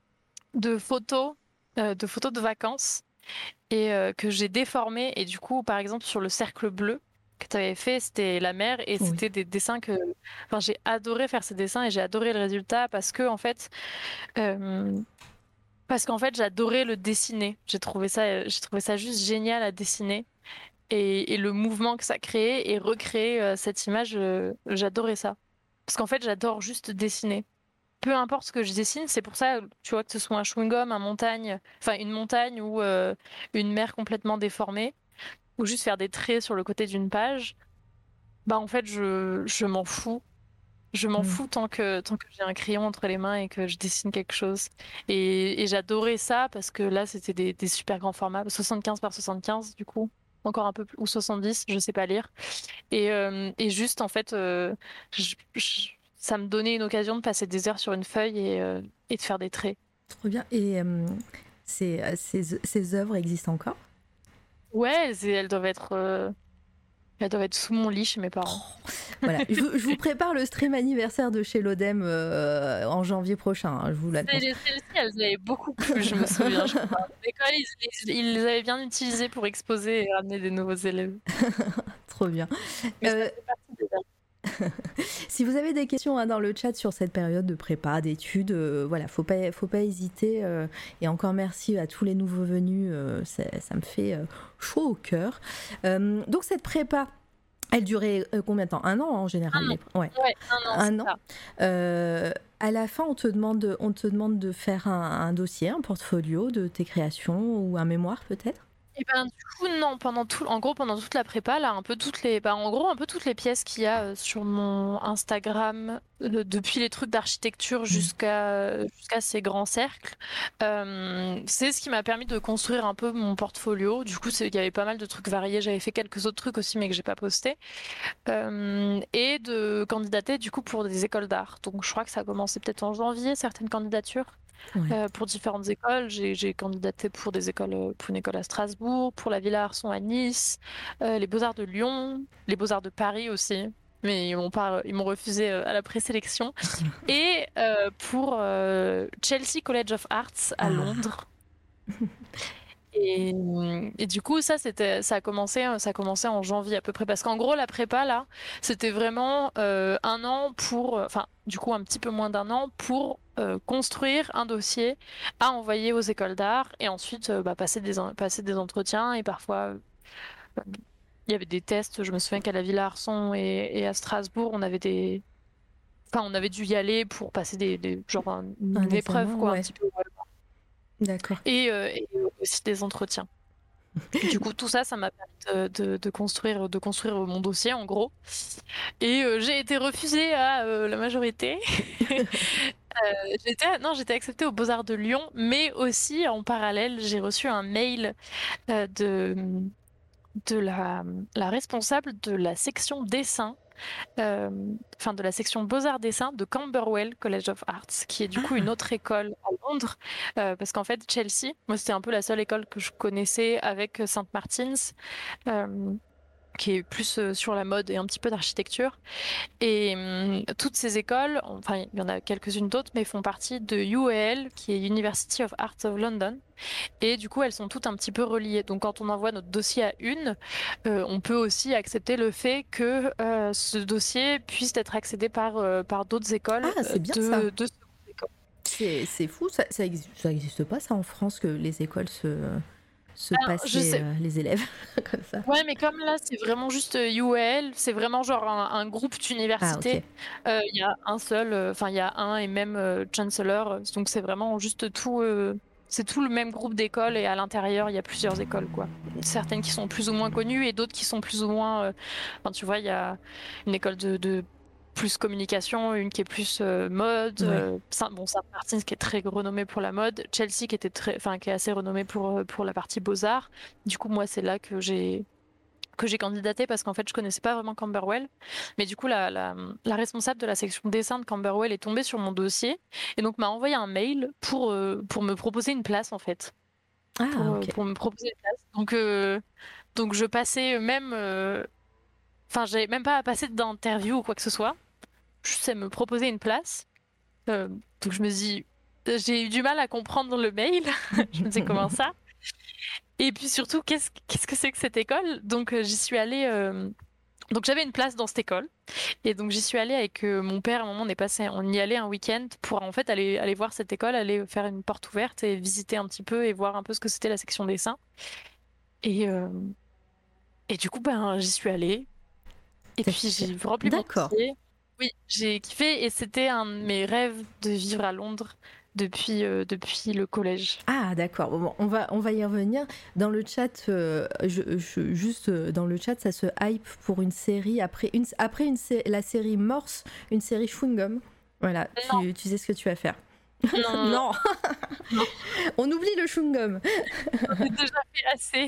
C: de photos, euh, de photos de vacances et euh, que j'ai déformées. Et du coup, par exemple, sur le cercle bleu que tu avais fait, c'était la mer et
B: Oui.
C: c'était des dessins que. Enfin, j'ai adoré faire ces dessins et j'ai adoré le résultat parce que, en fait. euh, Parce qu'en fait, j'adorais le dessiner. J'ai trouvé ça, euh, j'ai trouvé ça juste génial à dessiner. Et, et le mouvement que ça créait et recréer euh, cette image, euh, j'adorais ça. Parce qu'en fait, j'adore juste dessiner. Peu importe ce que je dessine, c'est pour ça, tu vois, que ce soit un chewing-gum, un montagne, enfin une montagne ou euh, une mer complètement déformée, ou juste faire des traits sur le côté d'une page, bah en fait, je, je m'en fous. Je m'en
B: Mm.
C: fous tant que, tant que j'ai un crayon entre les mains et que je dessine quelque chose. Et, et j'adorais ça parce que là, c'était des, des super grands formats, soixante-quinze par soixante-quinze du coup, encore un peu plus, ou soixante-dix, je sais pas lire. Et, euh, et juste, en fait, euh, je- je- ça me donnait une occasion de passer des heures sur une feuille et, euh, et de faire des traits.
B: Trop bien. Et euh, ces, ces, ces œuvres existent encore?
C: Ouais, elles, elles doivent être, euh, elles doivent être sous mon lit chez mes parents.
B: Voilà, je, vous- je vous prépare le stream anniversaire de chez l'Odem euh, en janvier prochain, hein, je vous l'annonce.
C: C'est- Celles-ci, elles avaient beaucoup plu, je me souviens. Je crois. L'école, ils, ils- ils les avaient bien utilisées pour exposer et ramener des nouveaux élèves.
B: Trop bien.
C: Mais ça
B: Euh,
C: fait partie des œuvres.
B: Si vous avez des questions hein, dans le chat sur cette période de prépa, d'études, euh, voilà, faut pas, faut pas hésiter. Euh, et encore merci à tous les nouveaux venus, euh, ça, ça me fait euh, chaud au cœur. Euh, donc cette prépa, elle durait euh, combien de temps? Un an en général.
C: Un an.
B: Les... Ouais.
C: Ouais, un an.
B: Un an. Euh, à la fin, on te demande, on te demande de faire un, un dossier, un portfolio de tes créations ou un mémoire peut-être.
C: Et ben du coup non, pendant tout, en gros pendant toute la prépa là, un peu toutes les, bah, en gros un peu toutes les pièces qu'il y a euh, sur mon Instagram, euh, depuis les trucs d'architecture jusqu'à jusqu'à ces grands cercles, euh, c'est ce qui m'a permis de construire un peu mon portfolio. Du coup c'est- il y avait pas mal de trucs variés, j'avais fait quelques autres trucs aussi mais que j'ai pas posté, Euh, et de candidater du coup pour des écoles d'art. Donc je crois que ça a commencé peut-être en janvier certaines candidatures.
B: Ouais.
C: Euh, pour différentes écoles. J'ai, j'ai candidaté pour des écoles, euh, pour une école à Strasbourg, pour la Villa Arson à Nice, euh, les Beaux-Arts de Lyon, les Beaux-Arts de Paris aussi. Mais ils m'ont pas, ils m'ont refusé euh, à la présélection. Et euh, pour euh, Chelsea College of Arts à
B: Ah.
C: Londres. Et, et du coup, ça, c'était, ça a commencé, ça a commencé en janvier à peu près. Parce qu'en gros, la prépa, là, c'était vraiment euh, un an pour, enfin, du coup, un petit peu moins d'un an pour euh, construire un dossier à envoyer aux écoles d'art et ensuite euh, bah, passer des, en- passer des entretiens. Et parfois, euh, il y avait des tests. Je me souviens qu'à la Villa Arson et, et à Strasbourg, on avait des. Enfin, on avait dû y aller pour passer des, des genre un- une
B: Un
C: épreuve,
B: examen,
C: quoi,
B: ouais.
C: un petit peu. Ouais.
B: D'accord.
C: Et, euh, et aussi des entretiens. Du coup, tout ça, ça m'a permis de, de- de construire, de construire mon dossier, en gros. Et euh, j'ai été refusée à euh, la majorité. Euh, j'étais, non, j'étais acceptée aux Beaux-Arts de Lyon, mais aussi, en parallèle, j'ai reçu un mail euh, de, de la, la responsable de la section dessin, euh, enfin de la section Beaux-Arts dessin de Camberwell College of Arts, qui est du coup
B: Ah.
C: une autre école à Londres, euh, parce qu'en fait Chelsea, moi c'était un peu la seule école que je connaissais avec Saint Martin's, euh, qui est plus euh, sur la mode et un petit peu d'architecture. Et hum, toutes ces écoles, enfin il y en a quelques-unes d'autres, mais font partie de U A L, qui est University of Arts of London. Et du coup, elles sont toutes un petit peu reliées. Donc, quand on envoie notre dossier à une, euh, on peut aussi accepter le fait que euh, ce dossier puisse être accédé par, euh, par d'autres écoles
B: Ah, c'est bien
C: de,
B: ça.
C: de seconde école.
B: C'est, c'est fou, ça, ça, existe, ça existe pas ça en France que les écoles se, se
C: Alors,
B: passent
C: je
B: les,
C: sais.
B: euh, les élèves comme ça.
C: Ouais, mais comme là, c'est vraiment juste euh, U A L, c'est vraiment genre un, un groupe d'universités.
B: Ah,
C: Euh, Il y a un seul, euh, enfin, il y a un et même euh, chancellor. euh, Donc, c'est vraiment juste tout. euh, c'est tout le même groupe d'écoles et à l'intérieur, il y a plusieurs écoles, quoi. Certaines qui sont plus ou moins connues et d'autres qui sont plus ou moins. euh, Enfin, tu vois, il y a une école de, de plus communication, une qui est plus euh, mode.
B: Ouais.
C: euh, Saint- bon, Saint Martin's qui est très renommée pour la mode, Chelsea qui était très, enfin, qui est assez renommée pour euh, pour la partie beaux-arts. Du coup, moi, c'est là que j'ai que j'ai candidaté parce qu'en fait, je connaissais pas vraiment Camberwell. Mais du coup, la, la, la responsable de la section dessin de Camberwell est tombée sur mon dossier et donc m'a envoyé un mail pour, euh, pour me proposer une place, en fait.
B: Ah,
C: Pour, euh,
B: ok.
C: pour me proposer une place. Donc, euh, donc je passais même. euh, Enfin, j'avais même pas à passer d'interview ou quoi que ce soit. Juste à me proposer une place. Euh, donc je me dis. J'ai eu du mal à comprendre le mail. Je me disais comment ça. Et puis surtout, qu'est-ce qu'est-ce que c'est que cette école? Donc euh, j'y suis allée. euh, Donc j'avais une place dans cette école. Et donc j'y suis allée avec euh, mon père. À un moment, on est passé, on y allait un week-end pour en fait aller, aller voir cette école, aller faire une porte ouverte et visiter un petit peu et voir un peu ce que c'était la section dessin. Et, euh, et du coup, ben, j'y suis allée. Et
B: T'as
C: puis
B: kiffé.
C: j'ai rempli mon
B: D'accord.
C: dossier. Oui, j'ai kiffé et c'était un de mes rêves de vivre à Londres depuis, euh, depuis le collège.
B: Ah, d'accord. Bon, on va, on va y revenir. Dans le chat, euh, je, je- juste euh, dans le chat, ça se hype pour une série après, une, après une, sé- la série Morse, une série Chewing Gum. Voilà,
C: Non.
B: tu, tu sais ce que tu vas faire.
C: Non, non,
B: Non. On oublie le chewing gum.
C: j'ai déjà fait assez.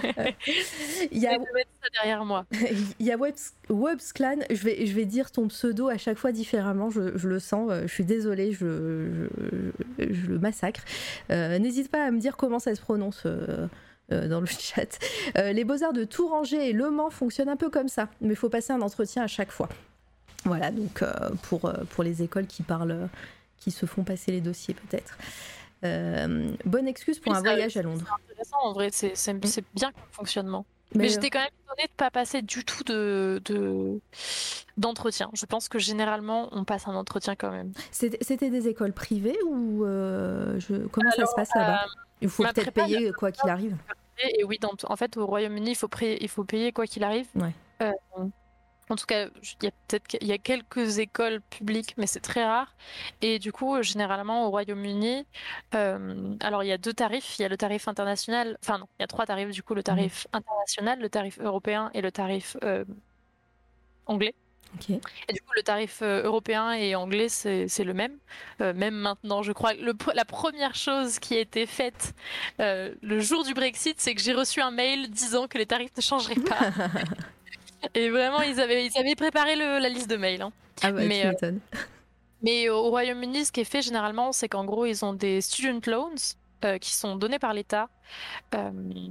B: Il y a,
C: Je vais mettre ça derrière moi.
B: il y a Webs, Webs Clan. Je vais, je vais dire ton pseudo à chaque fois différemment. Je, je le sens. euh, Je suis désolée. Je, je, je le massacre. Euh, N'hésite pas à me dire comment ça se prononce. euh, euh, dans le chat. Euh, les Beaux-Arts de Touranger et Le Mans fonctionnent un peu comme ça, mais il faut passer un entretien à chaque fois. Voilà, donc euh, pour, euh, pour les écoles qui parlent, qui se font passer les dossiers peut-être. Euh, bonne excuse pour
C: Oui,
B: un
C: ça-
B: voyage à Londres.
C: C'est intéressant en vrai, c'est c'est- c'est bien comme fonctionnement. Mais
B: Mais
C: j'étais quand même étonnée de pas passer du tout de, de d'entretien. Je pense que généralement on passe un entretien quand même.
B: c'était, c'était des écoles privées ou euh, je... comment ça se
C: Alors,
B: passe là-bas?
C: euh,
B: Il faut
C: ma
B: peut-être
C: prépa,
B: payer quoi qu'il arrive.
C: et oui, dans, en fait, au Royaume-Uni, il faut, pré- il faut payer quoi qu'il arrive.
B: Ouais.
C: Euh, en tout cas, il y a peut-être qu'il y a quelques écoles publiques, mais c'est très rare. Et du coup, euh, généralement, au Royaume-Uni, euh, alors il y a deux tarifs. Il y a le tarif international, enfin non, il y a trois tarifs. Du coup, le tarif international, le tarif européen et le tarif euh, anglais.
B: Ok.
C: Et du coup, le tarif euh, européen et anglais, c'est c'est le même. Euh, même maintenant, je crois. Le, la première chose qui a été faite euh, le jour du Brexit, c'est que j'ai reçu un mail disant que les tarifs ne changeraient pas. Et vraiment, ils avaient, ils avaient préparé le- la liste de mails. Hein.
B: Ah bah tu
C: Mais, euh,
B: m'étonnes.
C: mais au Royaume-Uni, ce qui est fait généralement, c'est qu'en gros, ils ont des student loans euh, qui sont donnés par l'État. Euh,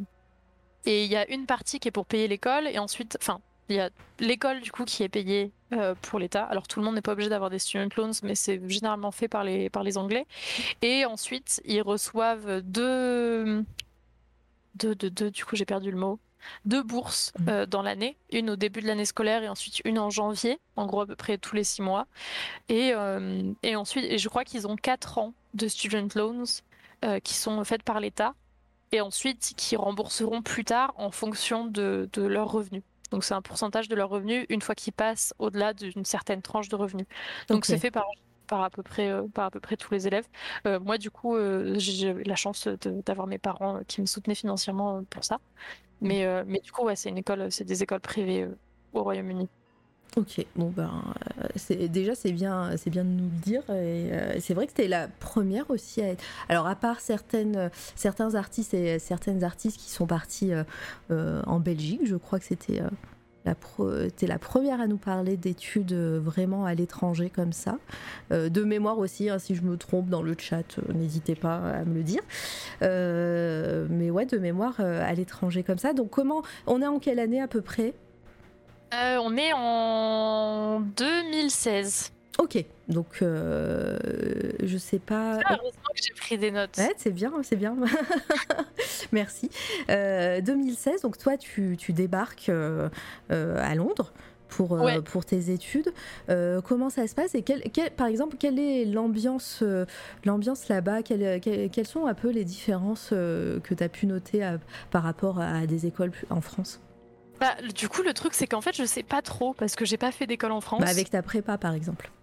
C: et il y a une partie qui est pour payer l'école, et ensuite, enfin, il y a l'école du coup qui est payée euh, pour l'État. Alors tout le monde n'est pas obligé d'avoir des student loans, mais c'est généralement fait par les, par les Anglais. Et ensuite, ils reçoivent deux, deux, deux, deux, du coup j'ai perdu le mot, deux bourses
B: Mhm.
C: euh, dans l'année, une au début de l'année scolaire et ensuite une en janvier, en gros à peu près tous les six mois. Et, euh, et ensuite, et je crois qu'ils ont quatre ans de student loans euh, qui sont faites par l'État et ensuite qui rembourseront plus tard en fonction de, de leurs revenus. Donc c'est un pourcentage de leurs revenus une fois qu'ils passent au-delà d'une certaine tranche de revenus. Donc c'est
B: Ok.
C: fait par, par, à peu près, euh, par à peu près tous les élèves. Euh, moi du coup, euh, j'ai eu la chance de- d'avoir mes parents euh, qui me soutenaient financièrement euh, pour ça. Mais, euh, mais du coup, ouais, c'est une école, c'est des écoles privées euh, au Royaume-Uni.
B: Ok, bon ben euh, c'est, déjà c'est bien, c'est bien de nous le dire et euh, c'est vrai que c'était la première aussi à être. Alors à part certaines, euh, certains artistes et certaines artistes qui sont partis euh, euh, en Belgique, je crois que c'était euh, la, pro- t'es la première à nous parler d'études euh, vraiment à l'étranger comme ça. Euh, de mémoire aussi, hein, si je me trompe dans le chat, euh, n'hésitez pas à me le dire. Euh, mais ouais, de mémoire euh, à l'étranger comme ça. Donc comment, on est en quelle année à peu près?
C: Euh, on est en deux mille seize.
B: Ok, donc euh, je sais pas.
C: Ah, heureusement que j'ai pris des notes.
B: Ouais, c'est bien, c'est bien. Merci. Euh, deux mille seize, donc toi tu, tu débarques euh, euh, à Londres pour, euh,
C: Ouais.
B: pour tes études. Euh, comment ça se passe et quel, quel- par exemple, quelle est l'ambiance euh, l'ambiance là-bas? Quelles, quelles, quelles sont un peu les différences euh, que tu as pu noter à- par rapport à des écoles en France?
C: Bah, du coup, le truc, c'est qu'en fait, je sais pas trop parce que j'ai pas fait d'école en
B: Bah,
C: France.
B: avec ta prépa par exemple.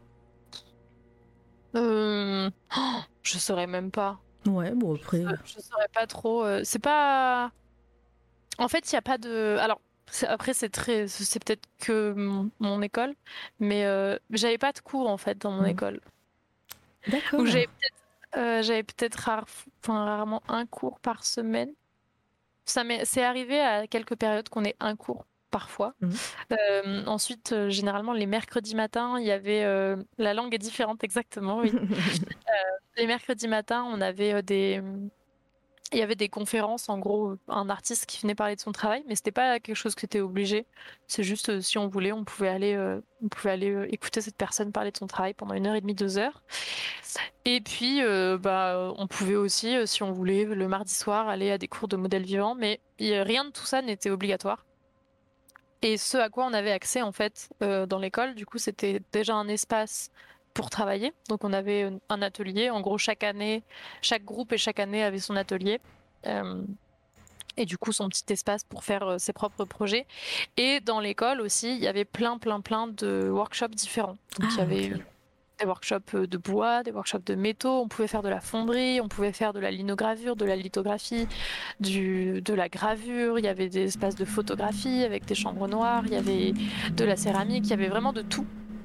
C: Euh... oh, je saurais même pas.
B: Ouais, bon après.
C: Euh, Je saurais pas trop. euh, C'est pas. En fait, il y a pas de. Alors, c'est- après, c'est très. C'est peut-être que mon, mon école, mais euh, j'avais pas de cours en fait dans mon
B: Hmm.
C: école. Ou
B: D'accord.
C: j'avais peut-être, euh, j'avais peut-être rare... enfin, rarement un cours par semaine. Ça m'est, c'est arrivé à quelques périodes qu'on ait un cours parfois.
B: Mhm.
C: Euh, ensuite, euh, généralement, les mercredis matins, il y avait euh, la langue est différente exactement, oui. Les mercredis matins, on avait euh, des, il y avait des conférences, en gros, un artiste qui venait parler de son travail, mais c'était pas quelque chose qui était obligé. C'est juste euh, si on voulait, on pouvait aller, euh, on pouvait aller euh, écouter cette personne parler de son travail pendant une heure et demie, deux heures. Et puis, euh, bah, on pouvait aussi, euh, si on voulait, le mardi soir, aller à des cours de modèle vivant, mais il y a- rien de tout ça n'était obligatoire. Et ce à quoi on avait accès en fait euh, dans l'école, du coup, c'était déjà un espace pour travailler. Donc, on avait un atelier. En gros, chaque année, chaque groupe et chaque année avait son atelier. Euh, et du coup, son petit espace pour faire euh, ses propres projets. Et dans l'école aussi, il y avait plein, plein, plein de workshops différents. Donc, il y
B: Ah,
C: avait
B: ok.
C: des workshops de bois, des workshops de métaux, on pouvait faire de la fonderie, on pouvait faire de la linogravure, de la lithographie, du, de la gravure, il y avait des espaces de photographie avec des chambres noires, il y avait de la céramique, il y avait vraiment de tout.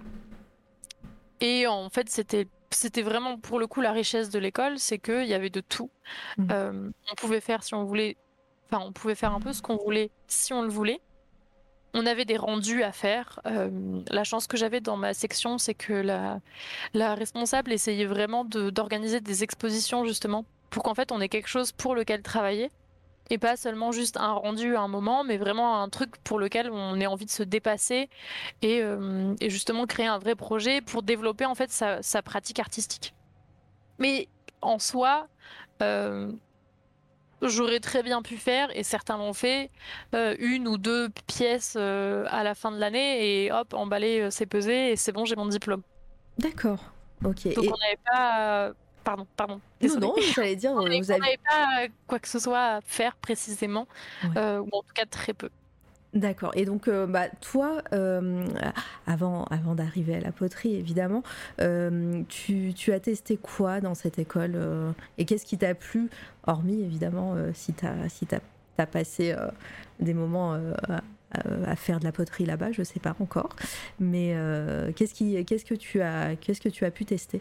C: Et en fait, c'était c'était vraiment pour le coup la richesse de l'école, c'est qu'il y avait de tout.
B: Mm.
C: Euh, on pouvait faire si on voulait, enfin on pouvait faire un peu ce qu'on voulait si on le voulait. On avait des rendus à faire. Euh, la chance que j'avais dans ma section, c'est que la, la responsable essayait vraiment de, d'organiser des expositions justement pour qu'en fait on ait quelque chose pour lequel travailler et pas seulement juste un rendu à un moment, mais vraiment un truc pour lequel on ait envie de se dépasser et, euh, et justement créer un vrai projet pour développer en fait sa, sa pratique artistique. Mais en soi, euh, j'aurais très bien pu faire, et certains l'ont fait, euh, une ou deux pièces euh, à la fin de l'année, et hop, emballé, euh, c'est pesé, et c'est bon, j'ai mon diplôme.
B: D'accord. Ok.
C: Donc on
B: Et
C: n'avait pas... euh, Pardon, pardon,
B: non,
C: désolée.
B: non, j'allais dire,
C: On
B: euh,
C: n'avait
B: vous
C: on
B: avez.
C: n'avait pas euh, quoi que ce soit à faire précisément,
B: Ouais.
C: euh, ou en tout cas très peu.
B: D'accord. Et donc, euh, bah, toi, euh, avant, avant d'arriver à la poterie, évidemment, euh, tu, tu as testé quoi dans cette école euh, et qu'est-ce qui t'a plu, hormis, évidemment, euh, si tu as si t'as, t'as passé euh, des moments euh, à, à faire de la poterie là-bas, je sais pas encore. Mais euh, qu'est-ce, qui, qu'est-ce, que tu as, qu'est-ce que tu as pu tester?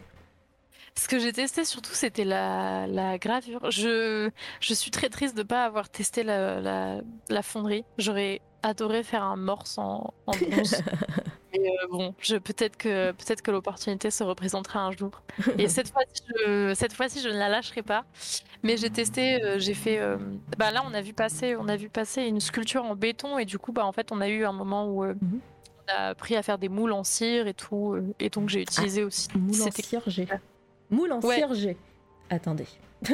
C: Ce que j'ai testé surtout, c'était la, la gravure. Je, je suis très triste de ne pas avoir testé la, la, la fonderie. J'aurais adoré faire un morse en, en bronze. Mais euh, bon, je, peut-être que, peut-être que l'opportunité se représentera un jour. Et cette fois-ci, je, cette fois-ci, je ne la lâcherai pas. Mais j'ai testé, euh, j'ai fait. euh, bah là, on a vu passer, on a vu passer une sculpture en béton, et du coup, bah en fait, on a eu un moment où euh,
B: Mhm.
C: on a appris à faire des moules en cire et tout, euh, et donc j'ai utilisé aussi.
B: Moule en
C: C'était
B: cire, j'ai. Moule en
C: Ouais.
B: cire, j'ai. Attendez.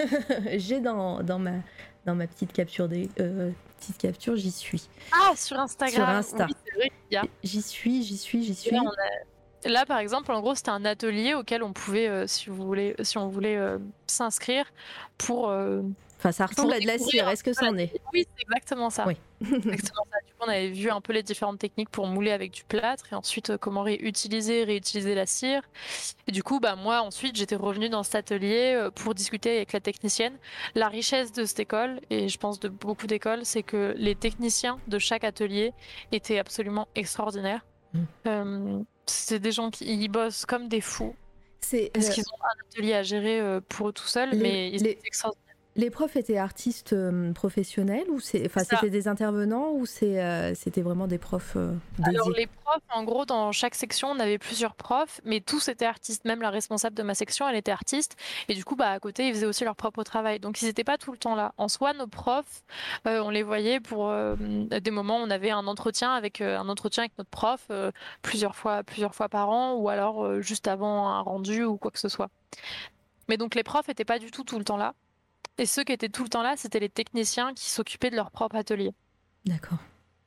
B: j'ai dans, dans, ma, dans ma petite capture, des, euh, petite capture, j'y suis.
C: Ah, sur Instagram.
B: Sur Insta.
C: Oui, c'est vrai qu'il y a.
B: J'y suis, j'y suis, j'y
C: Et
B: suis.
C: là, on a- là, par exemple, en gros, c'était un atelier auquel on pouvait, euh, si vous voulez, si on voulait euh, s'inscrire pour. euh,
B: Enfin, ça ressemble
C: pour
B: à de la
C: découvrir
B: cire, est-ce que
C: Voilà.
B: c'en est?
C: Oui, c'est exactement ça.
B: Oui.
C: Exactement ça. Du coup, on avait vu un peu les différentes techniques pour mouler avec du plâtre, et ensuite euh, comment réutiliser, réutiliser la cire. Et du coup, bah moi, ensuite, j'étais revenue dans cet atelier euh, pour discuter avec la technicienne. La richesse de cette école, et je pense de beaucoup d'écoles, c'est que les techniciens de chaque atelier étaient absolument extraordinaires.
B: Mm.
C: Euh, c'est des gens qui y bossent comme des fous,
B: C'est,
C: parce
B: euh,
C: qu'ils ont un atelier à gérer euh, pour eux tout seuls,
B: Les-
C: mais ils
B: les-
C: étaient extraordinaires.
B: les profs étaient artistes euh, professionnels ou c'est, enfin,
C: C'est ça.
B: c'était des intervenants ou c'est, euh, c'était vraiment des profs euh,
C: Alors
B: dédiés?
C: les profs, en gros, dans chaque section, on avait plusieurs profs, mais tous étaient artistes. Même la responsable de ma section, elle était artiste. Et du coup, bah, à côté, ils faisaient aussi leur propre travail. Donc ils n'étaient pas tout le temps là. En soi, nos profs, euh, on les voyait pour euh, des moments où on avait un entretien avec, euh, un entretien avec notre prof euh, plusieurs fois, plusieurs fois par an, ou alors euh, juste avant un rendu ou quoi que ce soit. Mais donc les profs n'étaient pas du tout tout le temps là. Et ceux qui étaient tout le temps là, c'était les techniciens qui s'occupaient de leur propre atelier.
B: D'accord.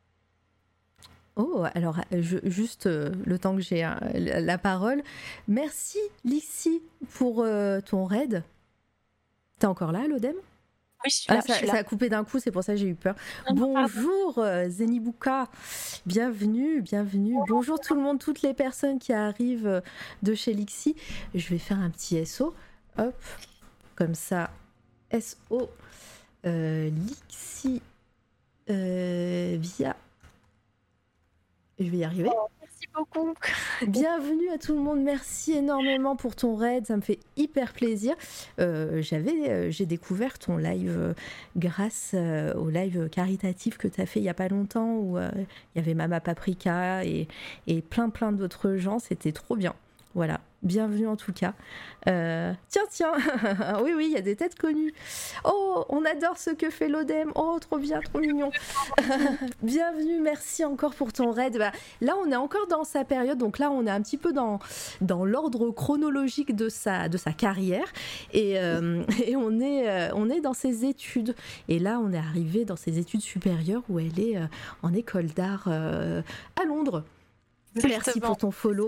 B: Oh, alors je, juste euh, le temps que j'ai euh, la, la parole. Merci Lixi pour euh, ton raid. T'es encore là, l'Odem?
C: Oui, je suis
B: Ah,
C: là, je
B: ça,
C: suis là.
B: ça a coupé d'un coup, c'est pour ça que j'ai eu peur.
C: Non, non, pardon.
B: Bonjour euh, Zenibuka, bienvenue, bienvenue. Bonjour tout le monde, toutes les personnes qui arrivent euh, de chez Lixi. Je vais faire un petit S O, hop, comme ça, S O, euh, Lixi, euh, via... Je vais y arriver.
C: Merci beaucoup.
B: Bienvenue à tout le monde, merci énormément pour ton raid, ça me fait hyper plaisir. Euh, j'avais, euh, j'ai découvert ton live euh, grâce euh, au live caritatif que tu as fait il n'y a pas longtemps où euh, il y avait Mama Paprika et, et plein plein d'autres gens, c'était trop bien. Voilà, bienvenue en tout cas. Euh, tiens, tiens, oui, oui, il y a des têtes connues. Oh, on adore ce que fait l'Odem. Oh, trop bien, trop mignon. Bienvenue, merci encore pour ton raid. Bah, là, on est encore dans sa période, donc là, on est un petit peu dans, dans l'ordre chronologique de sa, de sa carrière. Et, euh, et on, est, euh, on est dans ses études. Et là, on est arrivé dans ses études supérieures où elle est euh, en école d'art euh, à Londres. Merci
C: Exactement.
B: pour ton follow.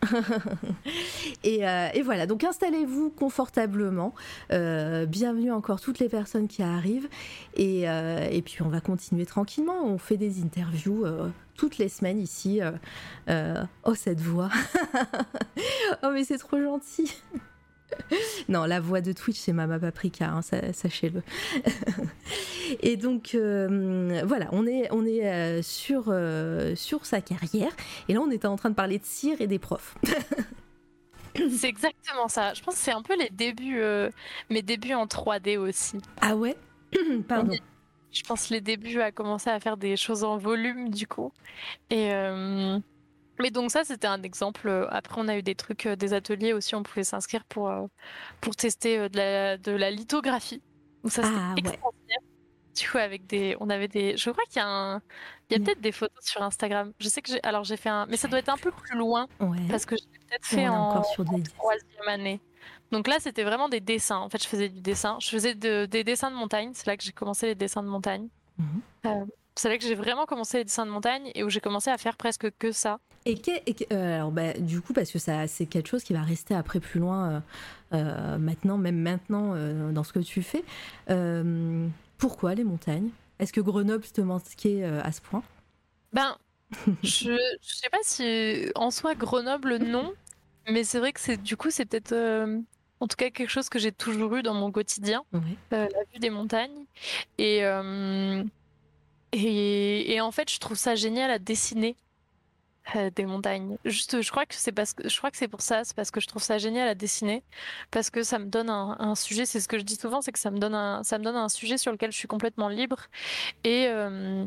B: et, euh, et voilà, donc installez-vous confortablement. Euh, bienvenue encore toutes les personnes qui arrivent. Et, euh, et puis on va continuer tranquillement. On fait des interviews euh, toutes les semaines ici. Euh, euh, oh, cette voix. Oh, mais c'est trop gentil. Non, la voix de Twitch, c'est Mama Paprika, hein, ça, sachez-le. Et donc, euh, voilà, on est, on est euh, sur, euh, sur sa carrière. Et là, on était en train de parler de cire et des profs.
C: C'est exactement ça. Je pense que c'est un peu les débuts, euh, mes débuts en trois D aussi.
B: Ah ouais? Pardon.
C: Je pense les débuts à commencer à faire des choses en volume du coup. Et euh, mais donc ça c'était un exemple. Après on a eu des trucs, euh, des ateliers aussi, on pouvait s'inscrire pour euh, pour tester euh, de la de la lithographie. Donc ça c'était
B: Ah ouais.
C: extraordinaire. Du coup avec des, on avait des, je crois qu'il y a un, il y a
B: Mm.
C: peut-être des photos sur Instagram. Je sais que j'ai, alors j'ai fait un, mais ça doit être un peu plus loin
B: Ouais.
C: parce que j'ai peut-être
B: On
C: fait
B: est
C: en
B: encore sur des...
C: troisième année. Donc là, c'était vraiment des dessins. En fait, je faisais du dessin. Je faisais de, des dessins de montagne. C'est là que j'ai commencé les dessins de montagne.
B: Mhm.
C: Euh, c'est là que j'ai vraiment commencé les dessins de montagne et où j'ai commencé à faire presque que ça.
B: Et, que, et que, euh, alors bah, du coup, parce que ça, c'est quelque chose qui va rester après plus loin, euh, euh, maintenant, même maintenant, euh, dans ce que tu fais. Euh, pourquoi les montagnes ? Est-ce que Grenoble te manquait euh, à ce point ?
C: Ben, je, je sais pas si en soi Grenoble, non. Mais c'est vrai que c'est du coup, c'est peut-être euh, en tout cas quelque chose que j'ai toujours eu dans mon quotidien,
B: Ouais.
C: euh, la vue des montagnes. Et, euh, et, et en fait, je trouve ça génial à dessiner. Euh, des montagnes. Juste, je crois que c'est parce que je crois que c'est pour ça, c'est parce que je trouve ça génial à dessiner, parce que ça me donne un, un sujet. C'est ce que je dis souvent, c'est que ça me donne un, ça me donne un sujet sur lequel je suis complètement libre et euh,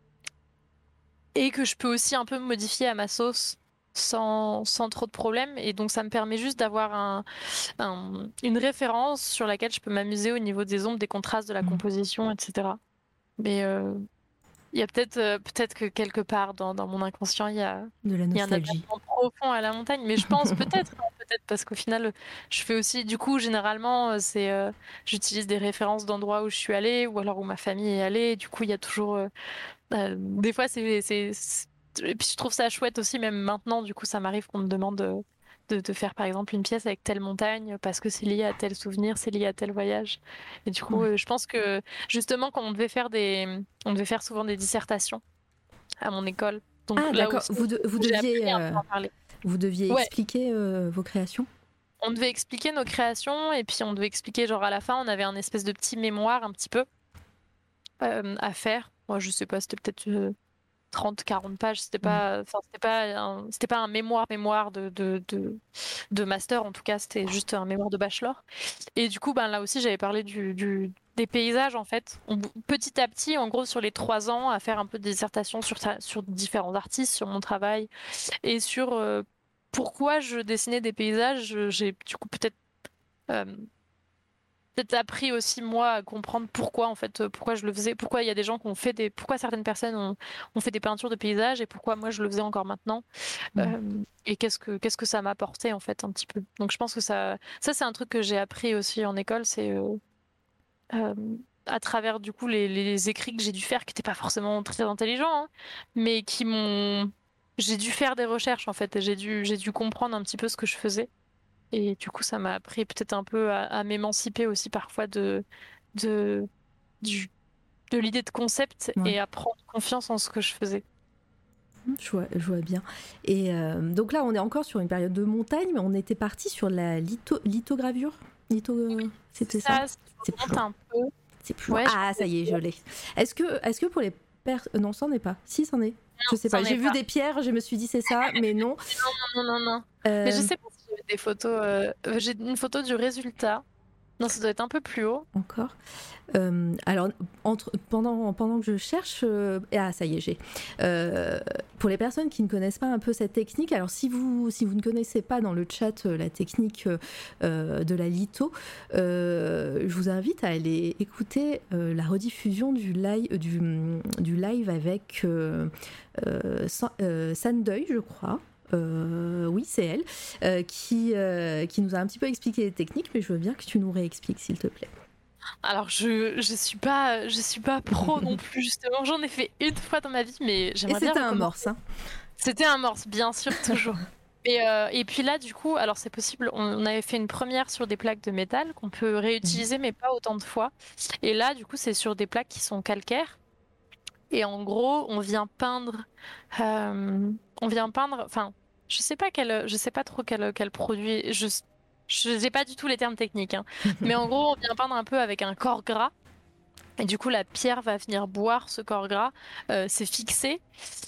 C: et que je peux aussi un peu me modifier à ma sauce sans sans trop de problèmes. Et donc ça me permet juste d'avoir un, un- une référence sur laquelle je peux m'amuser au niveau des ombres, des contrastes, de la
B: Mhm.
C: composition, et cetera. Mais euh, il y a peut-être euh, peut-être que quelque part dans, dans mon inconscient, il y a
B: De la
C: Il y a un
B: nostalgie.
C: attachement profond à la montagne, mais je pense peut-être, hein, peut-être parce qu'au final, je fais aussi, du coup, généralement, euh, c'est, euh, j'utilise des références d'endroits où je suis allée ou alors où ma famille est allée. Du coup, il y a toujours, euh, euh, des fois, c'est, c'est, c'est- et puis je trouve ça chouette aussi, même maintenant. Du coup, ça m'arrive qu'on me demande de, de, de faire, par exemple, une pièce avec telle montagne parce que c'est lié à tel souvenir, c'est lié à tel voyage. Et du coup,
B: Ouais.
C: euh, je pense que justement, quand on devait faire des, on devait faire souvent des dissertations à mon école. Donc
B: Ah
C: là
B: d'accord,
C: aussi,
B: vous, de- vous
C: j'ai
B: deviez,
C: appris un
B: euh,
C: peu à en parler.
B: vous deviez
C: Ouais,
B: expliquer euh, vos créations ?
C: on devait expliquer nos créations et puis on devait expliquer, genre à la fin, on avait un espèce de petit mémoire un petit peu euh, à faire. Moi, je sais pas, c'était peut-être euh, trente, quarante pages. C'était
B: Ouais.
C: pas, enfin, c'était pas un, c'était pas un mémoire, mémoire de, de, de, de master, en tout cas, c'était juste un mémoire de bachelor. Et du coup, ben, là aussi, j'avais parlé du, du, des paysages, en fait. On- petit à petit, en gros, sur les trois ans, à faire un peu de dissertation sur, ta- sur différents artistes, sur mon travail et sur euh, pourquoi je dessinais des paysages. J'ai du coup peut-être euh, peut-être appris aussi moi à comprendre pourquoi en fait euh, pourquoi je le faisais, pourquoi il y a des gens qui ont fait des pourquoi certaines personnes ont, ont fait des peintures de paysages et pourquoi moi je le faisais encore maintenant.
B: Mm.
C: Euh, et qu'est-ce que qu'est-ce que ça m'a apporté en fait un petit peu. Donc je pense que ça ça c'est un truc que j'ai appris aussi en école, c'est euh, euh, à travers du coup les, les écrits que j'ai dû faire qui n'étaient pas forcément très intelligents, hein, mais qui m'ont j'ai dû faire des recherches en fait et j'ai dû j'ai dû comprendre un petit peu ce que je faisais. Et du coup, ça m'a appris peut-être un peu à, à m'émanciper aussi parfois de, de, du- de l'idée de concept
B: Ouais.
C: et à prendre confiance en ce que je faisais.
B: Je vois, je vois bien. Et euh, donc là, on est encore sur une période de montagne, mais on était parti sur la litho- lithogravure. Litho... C'était ça,
C: Ça,
B: C'est
C: ça
B: plus
C: remonte
B: loin.
C: un peu.
B: C'est plus
C: Ouais,
B: loin.
C: je
B: Ah, ça y est, je l'ai. Est-ce que, est-ce que pour les personnes... Non, c'en est pas. Si, c'en est. Je sais pas.
C: c'en est
B: J'ai vu
C: pas.
B: des pierres, je me suis dit c'est ça, mais non.
C: Non, non, non. Mais je
B: Euh,
C: sais pas si j'ai des photos. euh, euh, J'ai une photo du résultat. Non, ça doit être un peu plus haut.
B: Encore. Euh, alors, entre, pendant, pendant que je cherche, euh, ah ça y est, j'ai. Euh, pour les personnes qui ne connaissent pas un peu cette technique, alors si vous, si vous ne connaissez pas dans le chat euh, la technique euh, de la litho, euh, je vous invite à aller écouter euh, la rediffusion du live, du, du live avec euh, euh, San- euh, Sandeuil, je crois. Euh, oui, c'est elle, euh, qui, euh, qui nous a un petit peu expliqué les techniques, mais je veux bien que tu nous réexpliques, s'il te plaît.
C: Alors, je je suis pas je suis pas pro non plus justement. J'en ai fait une fois dans ma vie, mais
B: Et
C: j'aimerais bien
B: c'était un
C: recommencer.
B: morse, hein.
C: C'était un morse, bien sûr, toujours. Et, euh, et puis là, du coup, alors c'est possible, on, on avait fait une première sur des plaques de métal qu'on peut réutiliser, mais pas autant de fois. Et là, du coup, c'est sur des plaques qui sont calcaires. Et en gros, on vient peindre, euh, on vient peindre, enfin, je sais pas quel, je sais pas trop quel, quel produit, je, je sais pas du tout les termes techniques, hein. Mais en gros, on vient peindre un peu avec un corps gras. Et du coup, la pierre va venir boire ce corps gras, euh, c'est fixé.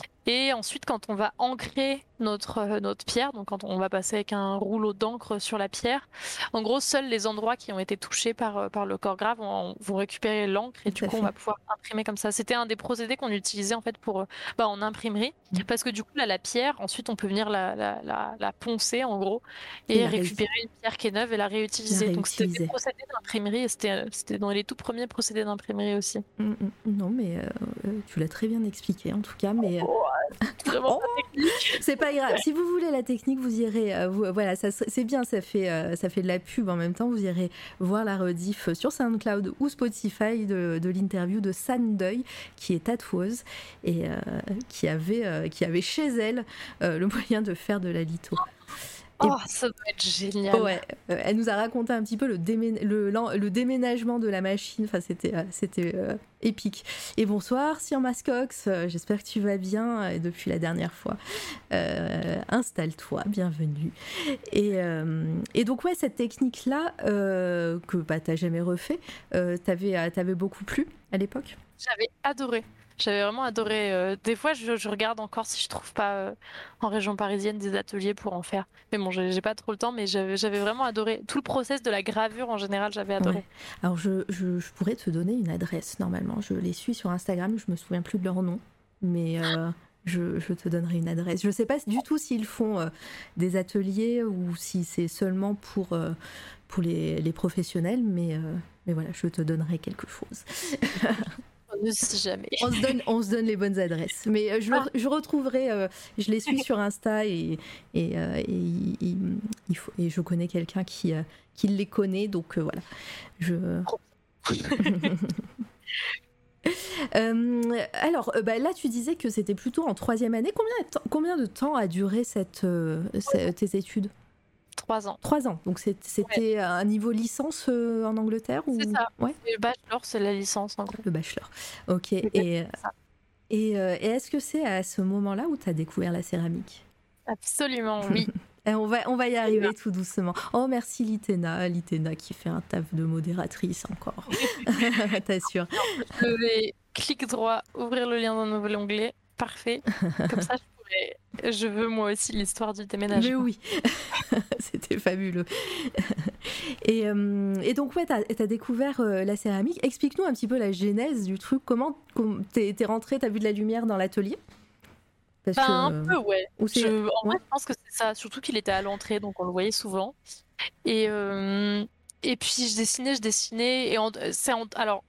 C: Et ensuite, quand on va ancrer notre, euh, notre pierre, donc quand on va passer avec un rouleau d'encre sur la pierre, en gros, seuls les endroits qui ont été touchés par, euh, par le corps gras vont, vont récupérer l'encre et
B: Tout
C: du
B: à
C: coup, on
B: fait.
C: va pouvoir imprimer comme ça. C'était un des procédés qu'on utilisait en fait pour, euh, bah, en imprimerie,
B: Mm.
C: parce que du coup, là, la pierre, ensuite, on peut venir la, la, la, la poncer en gros
B: Et
C: et
B: la, ré-
C: récupérer une pierre qui est neuve et la
B: la
C: réutiliser. Donc, c'était des
B: réutiliser.
C: procédés d'imprimerie et c'était, euh, c'était dans les tout premiers procédés d'imprimerie aussi.
B: Mm, mm. Non, mais euh, euh, tu l'as très bien expliqué en tout cas. Mais euh,
C: Oh, vraiment
B: Oh,
C: pas technique.
B: c'est pas grave. Si vous voulez la technique, vous irez. euh, vous- voilà, ça, se- c'est bien. Ça fait, euh, ça fait de la pub en même temps. Vous irez voir la rediff sur SoundCloud ou Spotify de, de l'interview de Sandeuil, qui est tatoueuse et euh, qui avait, euh, qui avait chez elle euh, le moyen de faire de la litho. Et-
C: Oh, ça doit être génial.
B: Ouais, euh, elle nous a raconté un petit peu le, démé- le, l'en- le déménagement de la machine. Enfin, c'était, euh, c'était euh, épique. Et bonsoir, Sir Mascox. Euh, j'espère que tu vas bien euh, depuis la dernière fois. Euh, installe-toi, bienvenue. Et, euh, et donc, ouais, cette technique-là, euh, que bah, t'as jamais refait, euh, t'avais, euh, t'avais beaucoup plu à l'époque.
C: J'avais adoré. J'avais vraiment adoré. euh, Des fois, je, je regarde encore si je trouve pas euh, en région parisienne des ateliers pour en faire. Mais bon, j'ai j'ai pas trop le temps, mais j'avais j'avais vraiment adoré. Tout le process de la gravure en général, j'avais adoré.
B: Ouais. Alors, je, je, je pourrais te donner une adresse, normalement. Je les suis sur Instagram, je me souviens plus de leur nom, mais euh, je, je te donnerai une adresse. Je sais pas du tout s'ils font euh, des ateliers ou si c'est seulement pour, euh, pour les, les professionnels, mais, euh, mais voilà, je te donnerai quelque chose.
C: On ne sait jamais.
B: On se donne, on se donne les bonnes adresses. Mais euh, je, le- je retrouverai, euh, je les suis sur Insta et, et, euh, et, il- il faut- et je connais quelqu'un qui, euh, qui les connaît, donc euh, voilà. Je... Euh, alors, euh, bah, là, tu disais que c'était plutôt en troisième année. Combien de temps, combien de temps a duré cette, euh, ce- tes études?
C: Trois ans.
B: Trois ans. Donc, c'est- c'était un niveau licence euh, en Angleterre ou...
C: C'est ça.
B: Ouais,
C: Et le bachelor, c'est la licence en gros.
B: le bachelor. Ok.
C: C'est
B: Et,
C: ça.
B: et, euh, et est-ce que c'est à ce moment-là où tu as découvert la céramie?
C: Absolument, oui.
B: Eh, on, va, on va y arriver tout doucement. Oh, merci Litena. Litena qui fait un taf de modératrice encore. T'assures.
C: Je vais clic droit, ouvrir le lien dans un nouvel onglet. Parfait. Comme ça, je pourrais. Je veux moi aussi l'histoire du
B: Mais
C: déménagement.
B: oui, c'était fabuleux. Et, euh, et donc, ouais, t'as as découvert euh, la céramique. Explique-nous un petit peu la genèse du truc. Comment com- t'es t'es rentré, t'as vu de la lumière dans l'atelier? Parce
C: Enfin,
B: que,
C: un
B: euh,
C: peu, ouais.
B: ou c'est-
C: Je- En
B: ouais.
C: vrai, je pense que c'est ça. Surtout qu'il était à l'entrée, donc on le voyait souvent. Et, euh, et puis, je dessinais, je dessinais. Et en- c'est en- Alors,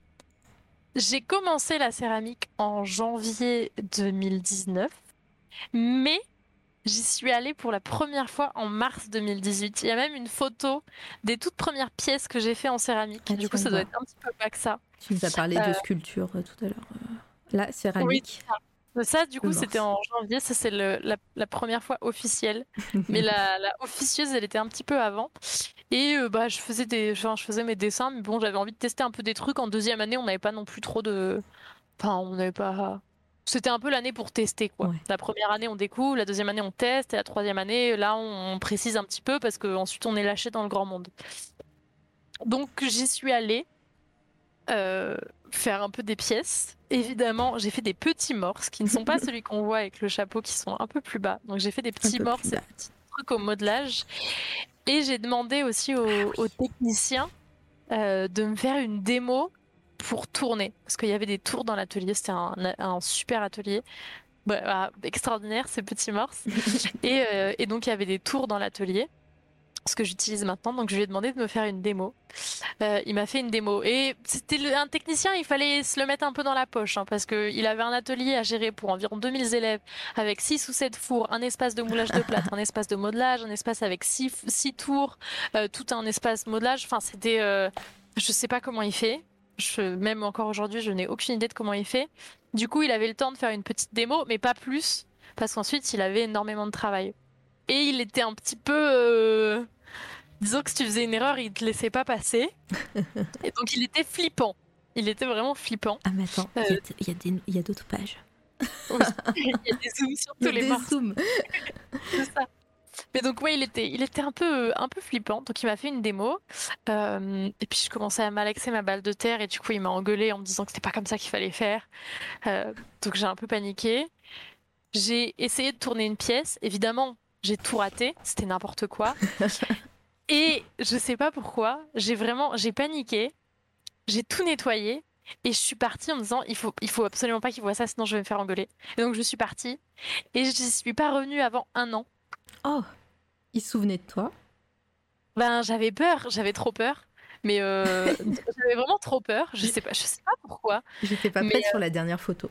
C: j'ai commencé la céramique en janvier deux mille dix-neuf, mais j'y suis allée pour la première fois en mars deux mille dix-huit. Il y a même une photo des toutes premières pièces que j'ai fait en céramique.
B: Ah,
C: Du coup,
B: tiens,
C: ça doit
B: voir.
C: être un petit peu pas que ça.
B: Tu nous as parlé de
C: Euh,
B: sculpture euh, tout à l'heure. Euh, La
C: Oui,
B: céramique.
C: ça, du coup,
B: Le
C: c'était
B: mars.
C: en janvier. Ça, c'est le- la, la première fois officielle. Mais la, la officieuse, elle était un petit peu avant. Et euh, bah, je faisais des, enfin, je faisais mes dessins. Mais bon, j'avais envie de tester un peu des trucs. En deuxième année, on n'avait pas non plus trop de. Enfin, on n'avait pas. C'était un peu l'année pour tester, quoi.
B: Ouais.
C: La première année, on découvre. La deuxième année, on teste. Et la troisième année, là, on, on précise un petit peu parce qu'ensuite, on est lâché dans le grand monde. Donc, j'y suis allée. euh, faire un peu des pièces. Évidemment, j'ai fait des petits morses qui ne sont pas celui qu'on voit avec le chapeau, qui sont un peu plus bas. Donc j'ai fait des petits
B: peu
C: morses,
B: plus
C: des
B: bas.
C: petits trucs au modelage. Et j'ai demandé aussi aux, aux techniciens euh, de me faire une démo pour tourner. Parce qu'il y avait des tours dans l'atelier, c'était un, un super atelier. Bah, ah, extraordinaire ces petits morses. et, euh, et donc il y avait des tours dans l'atelier, ce que j'utilise maintenant. Donc je lui ai demandé de me faire une démo. Euh, il m'a fait une démo et c'était le- un technicien, il fallait se le mettre un peu dans la poche hein, parce qu'il avait un atelier à gérer pour environ deux mille élèves avec six ou sept fours, un espace de moulage de plâtre, un espace de modelage, un espace avec six tours, euh, tout un espace modelage. Enfin, c'était. Euh, je sais pas comment il fait. Je, même encore aujourd'hui, je n'ai aucune idée de comment il fait. Du coup, il avait le temps de faire une petite démo, mais pas plus parce qu'ensuite, il avait énormément de travail. Et il était un petit peu. Euh, Disons que si tu faisais une erreur, il te laissait pas passer. Et donc il était flippant. Il était vraiment flippant.
B: Ah, mais attends, il
C: Euh,
B: y a- il y a des- il y a d'autres pages.
C: Oui. Il y a des zooms sur
B: Il y
C: tous
B: a
C: les
B: des
C: morceaux,
B: zooms.
C: c'est ça. Mais donc ouais, il était, il était un peu, un peu flippant. Donc il m'a fait une démo. Euh, et puis je commençais à malaxer ma balle de terre et du coup il m'a engueulé en me disant que c'était pas comme ça qu'il fallait faire. Euh, donc j'ai un peu paniqué. J'ai essayé de tourner une pièce. Évidemment, j'ai tout raté. C'était n'importe quoi. Et je sais pas pourquoi, j'ai vraiment, j'ai paniqué, j'ai tout nettoyé et je suis partie en me disant il faut, il faut absolument pas qu'il voit ça sinon je vais me faire engueuler. Et donc je suis partie et je suis pas revenue avant un an.
B: Oh, il se souvenait de toi.
C: Ben j'avais peur, j'avais trop peur. Mais euh, j'avais vraiment trop peur. Je sais pas, je sais pas pourquoi.
B: J'étais pas
C: Mais
B: prête
C: euh,
B: sur la dernière photo.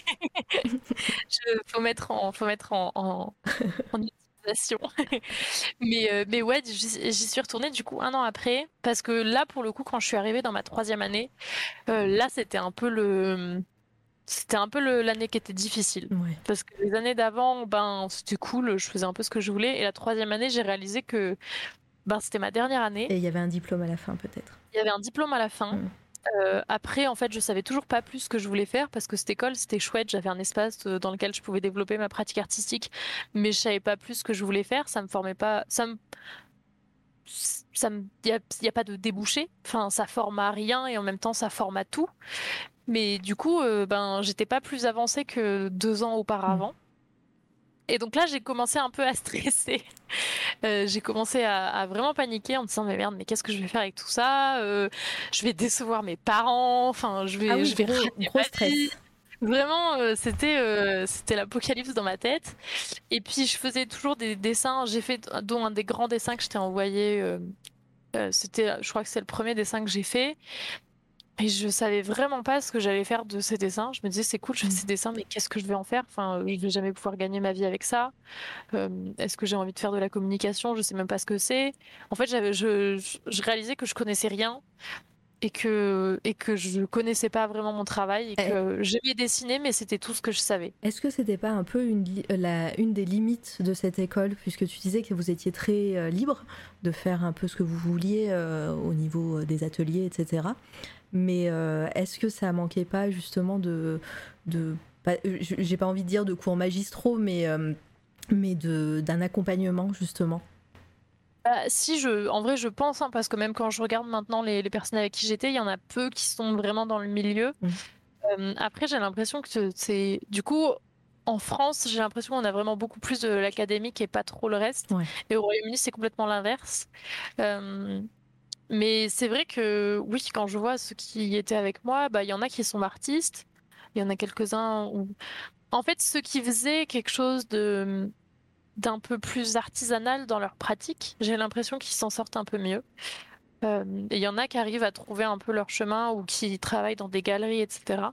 C: je, faut mettre en, faut mettre en, en, en utilisation. mais, euh, mais ouais, j'y j'y suis retournée du coup un an après, parce que là, pour le coup, quand je suis arrivée dans ma troisième année, euh, là, c'était un peu le, c'était un peu le- l'année qui était difficile.
B: Ouais.
C: Parce que les années d'avant, ben, c'était cool, je faisais un peu ce que je voulais. Et la troisième année, j'ai réalisé que ben, c'était ma dernière année.
B: Et il y avait un diplôme à la fin, peut-être.
C: Il y avait un diplôme à la fin.
B: Mm.
C: Euh, après, en fait, je savais toujours pas plus ce que je voulais faire parce que cette école, c'était chouette. J'avais un espace euh, dans lequel je pouvais développer ma pratique artistique, mais je savais pas plus ce que je voulais faire. Ça me formait pas. Ça me. Ça me. Il y a, y a pas de débouché. Enfin, ça forme à rien et en même temps, ça forme à tout. Mais du coup, euh, ben, j'étais pas plus avancée que deux ans auparavant. Et donc là, j'ai commencé un peu à stresser. Euh, j'ai commencé à, à vraiment paniquer en me disant mais merde, mais qu'est-ce que je vais faire avec tout ça? Euh, je vais décevoir mes parents. Enfin, je vais,
B: Ah oui,
C: je vais
B: gros,
C: rater
B: gros
C: ma
B: stress.
C: vie. Vraiment, euh, c'était euh, c'était l'apocalypse dans ma tête. Et puis je faisais toujours des dessins. J'ai fait dont un des grands dessins que je t'ai envoyé. euh, euh, c'était, je crois que c'est le premier dessin que j'ai fait. Et je savais vraiment pas ce que j'allais faire de ces dessins. Je me disais c'est cool, je fais
B: Mm.
C: ces dessins, mais qu'est-ce que je vais en faire? Enfin, je vais jamais pouvoir gagner ma vie avec ça. Euh, est-ce que j'ai envie de faire de la communication? Je sais même pas ce que c'est. En fait, j'avais, je, je, je réalisais que je connaissais rien et que, et que je connaissais pas vraiment mon travail et
B: Eh,
C: que j'aimais dessiner, mais c'était tout ce que je savais.
B: Est-ce que c'était pas un peu une, li- euh, la, une des limites de cette école, puisque tu disais que vous étiez très euh, libre de faire un peu ce que vous vouliez euh, au niveau euh, des ateliers, et cetera. Mais euh, est-ce que ça manquait pas justement de, de pas- euh, j- j'ai pas envie de dire de cours magistraux, mais euh, mais de d'un accompagnement justement.
C: Bah, si je, en vrai, je pense, hein, parce que même quand je regarde maintenant les, les personnes avec qui j'étais, il y en a peu qui sont vraiment dans le milieu.
B: Mm.
C: Euh, après, j'ai l'impression que c'est, du coup, en France, j'ai l'impression qu'on a vraiment beaucoup plus de l'académique et pas trop le reste.
B: Ouais.
C: Et au Royaume-Uni, c'est complètement l'inverse. Euh, mais c'est vrai que oui, quand je vois ceux qui étaient avec moi, bah, il y en a qui sont artistes, il y en a quelques-uns où... En fait, ceux qui faisaient quelque chose de d'un peu plus artisanal dans leur pratique, j'ai l'impression qu'ils s'en sortent un peu mieux. Euh, et il y en a qui arrivent à trouver un peu leur chemin ou qui travaillent dans des galeries, et cetera.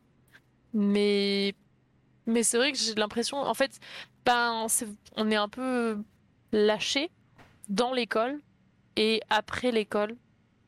C: Mais, mais c'est vrai que j'ai l'impression, en fait, ben, c'est- on est un peu lâché dans l'école et après l'école.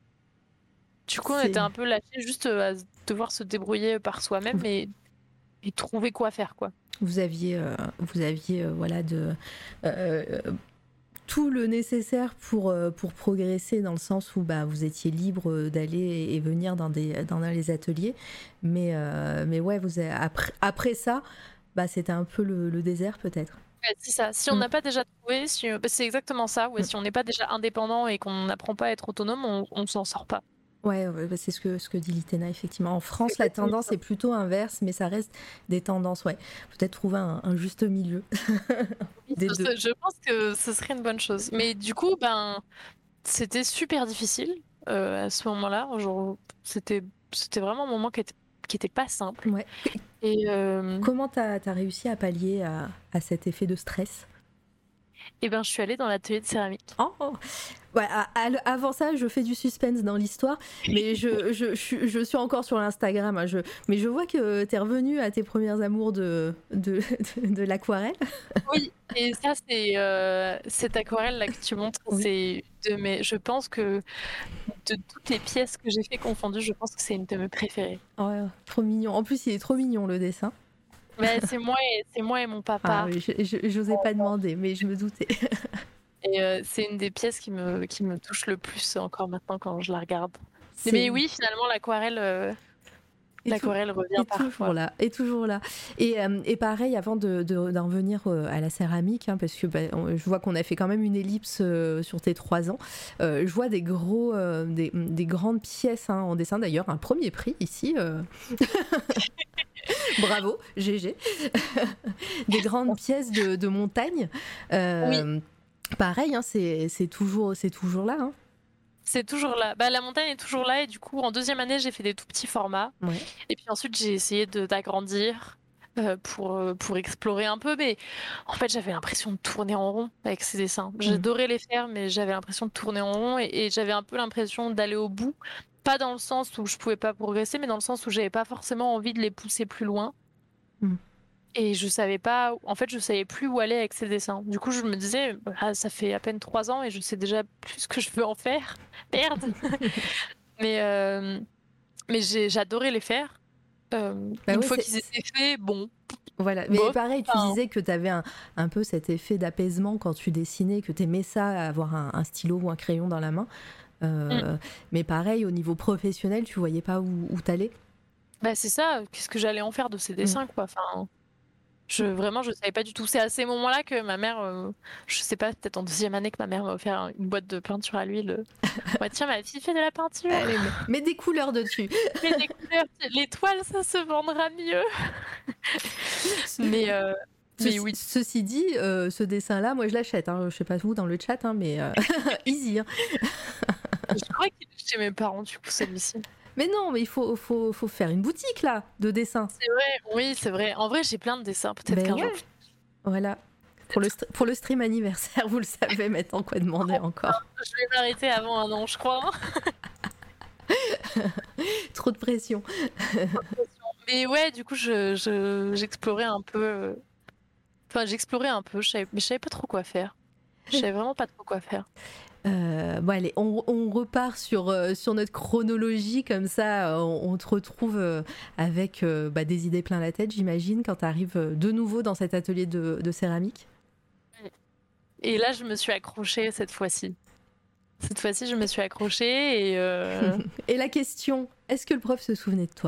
C: Du coup, on
B: C'est
C: était un peu lâché juste à devoir se débrouiller par soi-même et, et trouver quoi faire, quoi.
B: vous aviez euh, vous aviez euh, voilà de euh, euh, tout le nécessaire pour, euh, pour progresser dans le sens où bah, vous étiez libre d'aller et venir dans, des, dans les ateliers. Mais, euh, mais ouais, vous avez, après, après ça, bah, c'était un peu le, le désert peut-être.
C: Ouais, c'est ça. Si on
B: Mm.
C: n'a pas déjà trouvé, si, bah, c'est exactement ça. Ouais,
B: Mm.
C: si on n'est pas déjà indépendant et qu'on n'apprend pas à être autonome, on, on s'en sort pas.
B: Ouais, ouais, bah, c'est ce que, ce que dit Litena, effectivement. En France,
C: C'est
B: la
C: exactement
B: tendance
C: ça.
B: est plutôt inverse, mais ça reste des tendances, ouais. Peut-être trouver un, un juste milieu
C: Oui,
B: des
C: ce-
B: deux.
C: ce- je pense que ce serait une bonne chose. Mais du coup, ben, c'était super difficile euh, à ce moment-là. Genre, c'était, c'était vraiment un moment qui était, qui était pas simple.
B: Ouais.
C: Et, euh,
B: Comment t'as, t'as réussi à pallier à, à cet effet de stress?
C: et ben, je suis allée dans l'atelier de céramique.
B: Oh, oh. Ouais, à- à- avant ça, je fais du suspense dans l'histoire, mais je, je, je, suis- je suis encore sur l'Instagram. Hein, je, mais je vois que t'es revenu à tes premières amours de, de, de, de l'aquarelle.
C: Oui, et ça, c'est euh, cette aquarelle-là que tu montres,
B: Oui.
C: c'est de mes. Je pense que de toutes les pièces que j'ai fait confondues, je pense que c'est une de mes préférées.
B: Oh, ouais, trop mignon. En plus, il est trop mignon le dessin.
C: Mais c'est moi et c'est moi et mon
B: Ah
C: papa.
B: oui, je- je- j'osais pas demander, mais je me doutais.
C: Et euh, c'est une des pièces qui me qui me touche le plus encore maintenant quand je la regarde.
B: C'est-
C: Mais oui, finalement, l'aquarelle, euh,
B: Et
C: l'aquarelle revient
B: Et toujours
C: parfois.
B: là, et toujours là. Et, euh, et pareil, avant de, de- d'en venir euh, à la céramique, hein, parce que bah, on- je vois qu'on a fait quand même une ellipse euh, sur tes trois ans, euh, je vois des, gros, euh, des, des grandes pièces hein, en dessin, d'ailleurs, un premier prix ici. euh. Bravo, G G. Des grandes pièces de, de montagne. Euh, Pareil, hein, c'est, c'est, toujours, c'est toujours là. Hein.
C: C'est toujours là. Bah, la montagne est toujours là et du coup, en deuxième année, j'ai fait des tout petits formats.
B: Ouais.
C: Et puis ensuite, j'ai essayé de- d'agrandir. euh, pour, euh, pour explorer un peu. Mais en fait, j'avais l'impression de tourner en rond avec ces dessins. J'adorais les faire, mais j'avais l'impression de tourner en rond et, et j'avais un peu l'impression d'aller au bout. Pas dans le sens où je pouvais pas progresser, mais dans le sens où j'avais pas forcément envie de les pousser plus loin.
B: Mm.
C: Et je savais pas, en fait, je savais plus où aller avec ces dessins. Du coup, je me disais, ah, ça fait à peine trois ans et je sais déjà plus ce que je veux en faire. Merde. mais euh, mais j'ai, j'adorais les faire. Euh,
B: bah
C: une
B: ouais,
C: fois
B: c'est...
C: qu'ils étaient faits, bon.
B: Voilà, mais
C: Bof,
B: pareil, tu
C: enfin...
B: disais que tu avais un, un peu cet effet d'apaisement quand tu dessinais, que tu aimais ça, avoir un, un stylo ou un crayon dans la main. Euh, mm. Mais pareil, au niveau professionnel, tu voyais pas où, où t'allais.
C: Bah c'est ça, qu'est-ce que j'allais en faire de ces dessins, mm. quoi. Enfin, je, vraiment, je savais pas du tout. C'est à ces moments-là que ma mère, euh, je sais pas, peut-être en deuxième année que ma mère m'a offert une boîte de peinture à l'huile. Ouais, tiens, ma fille fait de la peinture.
B: Allez, mets, mets des couleurs dessus.
C: Mets des couleurs, l'étoile, ça se vendra mieux. mais, euh,
B: Ceci,
C: mais oui.
B: Ceci dit, euh, ce dessin-là, moi je l'achète. Hein. Je sais pas vous dans le chat, hein, mais euh, easy. Hein.
C: Je crois qu'il est chez mes parents, du coup, celui-ci.
B: Mais non, mais il faut, faut, faut faire une boutique là de dessins.
C: C'est vrai, oui, c'est vrai. En vrai, j'ai plein de dessins, peut-être ben qu'un
B: ouais.
C: jour.
B: Voilà. Pour le, pour le stream anniversaire, vous le savez maintenant quoi demander encore.
C: Je vais m'arrêter avant un an, je crois.
B: Trop de pression.
C: Mais ouais, du coup, je, je, j'explorais un peu. Enfin, j'explorais un peu, je savais, mais je savais pas trop quoi faire. Je savais vraiment pas trop quoi faire.
B: Euh, bon allez, on, on repart sur, euh, sur notre chronologie, comme ça euh, on, on te retrouve euh, avec euh, bah, des idées plein la tête, j'imagine, quand tu arrives euh, de nouveau dans cet atelier de, de céramique.
C: Et là, je me suis accrochée cette fois-ci. Cette fois-ci, je me suis accrochée et... Euh...
B: et la question, est-ce que le prof se souvenait de toi ?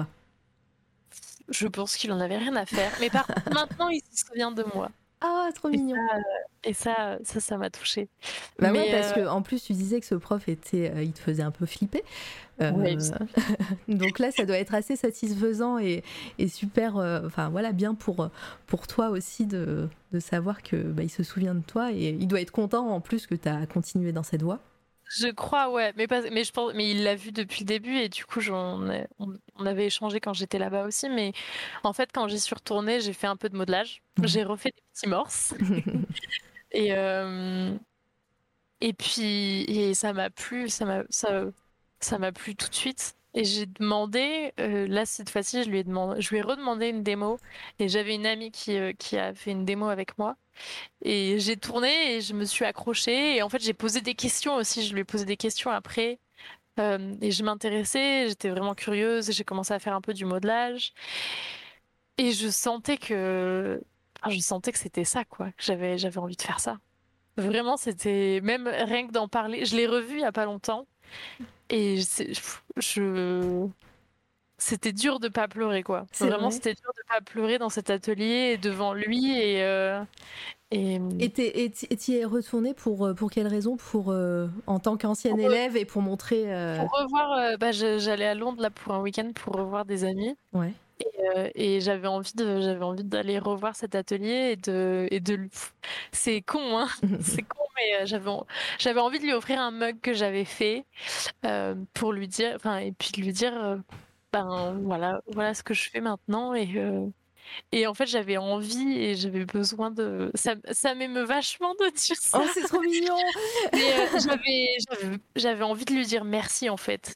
C: Je pense qu'il en avait rien à faire, mais par contre, maintenant, il se souvient de moi.
B: Ah, trop
C: et
B: mignon.
C: Ça, et ça, ça, ça m'a touchée.
B: Bah
C: mais
B: ouais, parce
C: euh...
B: que en plus tu disais que ce prof était, euh, il te faisait un peu flipper. Euh,
C: ouais, ça.
B: Donc là, ça doit être assez satisfaisant et, et super. Enfin euh, voilà, bien pour pour toi aussi de, de savoir que bah, il se souvient de toi et il doit être content en plus que tu as continué dans cette voie.
C: Je crois, ouais, mais pas, mais je pense, mais il l'a vu depuis le début et du coup, j'en, on, on avait échangé quand j'étais là-bas aussi. Mais en fait, quand j'y suis retournée, j'ai fait un peu de modelage, mmh. j'ai refait des petits morses et euh, et puis et ça m'a plu, ça m'a ça ça m'a plu tout de suite. Et j'ai demandé, euh, là cette fois-ci, je lui ai demandé, je lui ai redemandé une démo et j'avais une amie qui euh, qui a fait une démo avec moi. Et j'ai tourné et je me suis accrochée et en fait j'ai posé des questions aussi, je lui ai posé des questions après euh, et je m'intéressais, j'étais vraiment curieuse et j'ai commencé à faire un peu du modelage et je sentais que enfin, je sentais que c'était ça quoi, que j'avais, j'avais envie de faire ça. Vraiment c'était, même rien que d'en parler, je l'ai revu il y a pas longtemps et je... C'était dur de pas pleurer quoi.
B: C'est
C: Vraiment
B: vrai.
C: c'était dur de pas pleurer dans cet atelier devant lui et euh, et
B: et tu y es retournée pour pour quelle raison, pour euh, en tant qu'ancienne pour élève et pour montrer euh...
C: pour revoir euh, bah je, j'allais à Londres là pour un week-end pour revoir des amis.
B: Ouais.
C: Et, euh, et j'avais envie de j'avais envie d'aller revoir cet atelier et de et de c'est con hein c'est con mais j'avais j'avais envie de lui offrir un mug que j'avais fait euh, pour lui dire enfin et puis de lui dire euh, ben voilà voilà ce que je fais maintenant et euh, et en fait j'avais envie et j'avais besoin de ça ça m'émeut vachement de dire ça.
B: Oh c'est trop mignon.
C: Mais euh, j'avais, j'avais j'avais envie de lui dire merci en fait.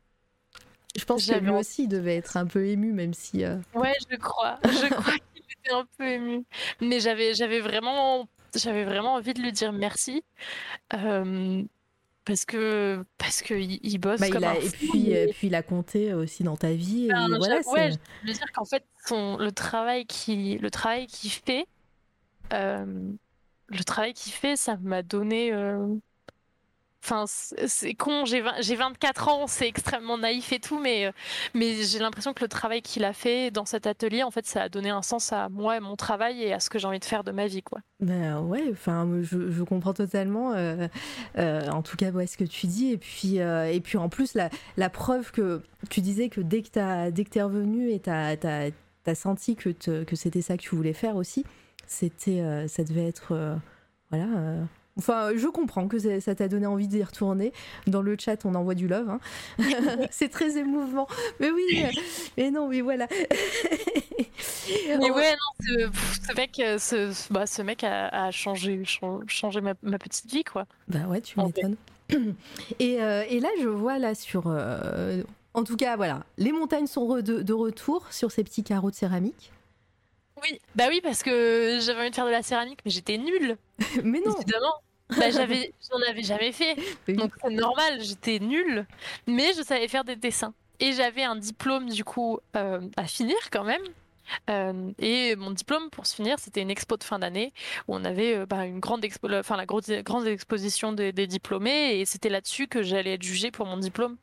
B: Je pense j'avais que lui envie... aussi il devait être un peu ému même si euh...
C: ouais je crois je crois qu'il était un peu ému mais j'avais j'avais vraiment j'avais vraiment envie de lui dire merci. Euh... Parce que parce que il, il bosse
B: bah,
C: comme
B: il a,
C: un
B: et
C: fou,
B: puis
C: et...
B: et puis il a compté aussi dans ta vie
C: ben,
B: et voilà
C: ouais,
B: c'est...
C: je veux dire qu'en fait son le travail qui le travail qu'il fait euh, le travail qu'il fait ça m'a donné euh... enfin c'est, c'est con j'ai vingt, j'ai vingt-quatre ans c'est extrêmement naïf et tout mais mais j'ai l'impression que le travail qu'il a fait dans cet atelier en fait ça a donné un sens à moi et mon travail et à ce que j'ai envie de faire de ma vie quoi.
B: Ben ouais, enfin je, je comprends totalement euh, euh, en tout cas ouais, ce que tu dis et puis euh, et puis en plus la, la preuve que tu disais que dès que t'as dès que t'es revenu et t'as t'as, t'as senti que te, que c'était ça que tu voulais faire aussi, c'était euh, ça devait être euh, voilà euh, enfin, je comprends que ça t'a donné envie d'y retourner. Dans le chat, on envoie du love. Hein. C'est très émouvant. Mais oui, mais non, mais voilà.
C: Mais ouais, non, ce, pff, ce mec, euh, ce, bah, ce mec a, a changé, chan- changé ma, ma petite vie, quoi.
B: Bah ouais, tu
C: En fait.
B: m'étonnes. Et, euh, et là, je vois là sur... euh, en tout cas, voilà, les montagnes sont re- de, de retour sur ces petits carreaux de céramique.
C: Oui, bah oui, parce que j'avais envie de faire de la céramique, mais j'étais nulle,
B: Mais non.
C: évidemment. Bah, j'avais, j'en avais jamais fait,
B: Oui.
C: donc c'est normal, j'étais nulle, mais je savais faire des dessins. Et j'avais un diplôme, du coup, euh, à finir quand même. Euh, et mon diplôme, pour se finir, c'était une expo de fin d'année où on avait euh, bah, une grande expo, enfin la grosse, grande exposition des, des diplômés, et c'était là-dessus que j'allais être jugée pour mon diplôme.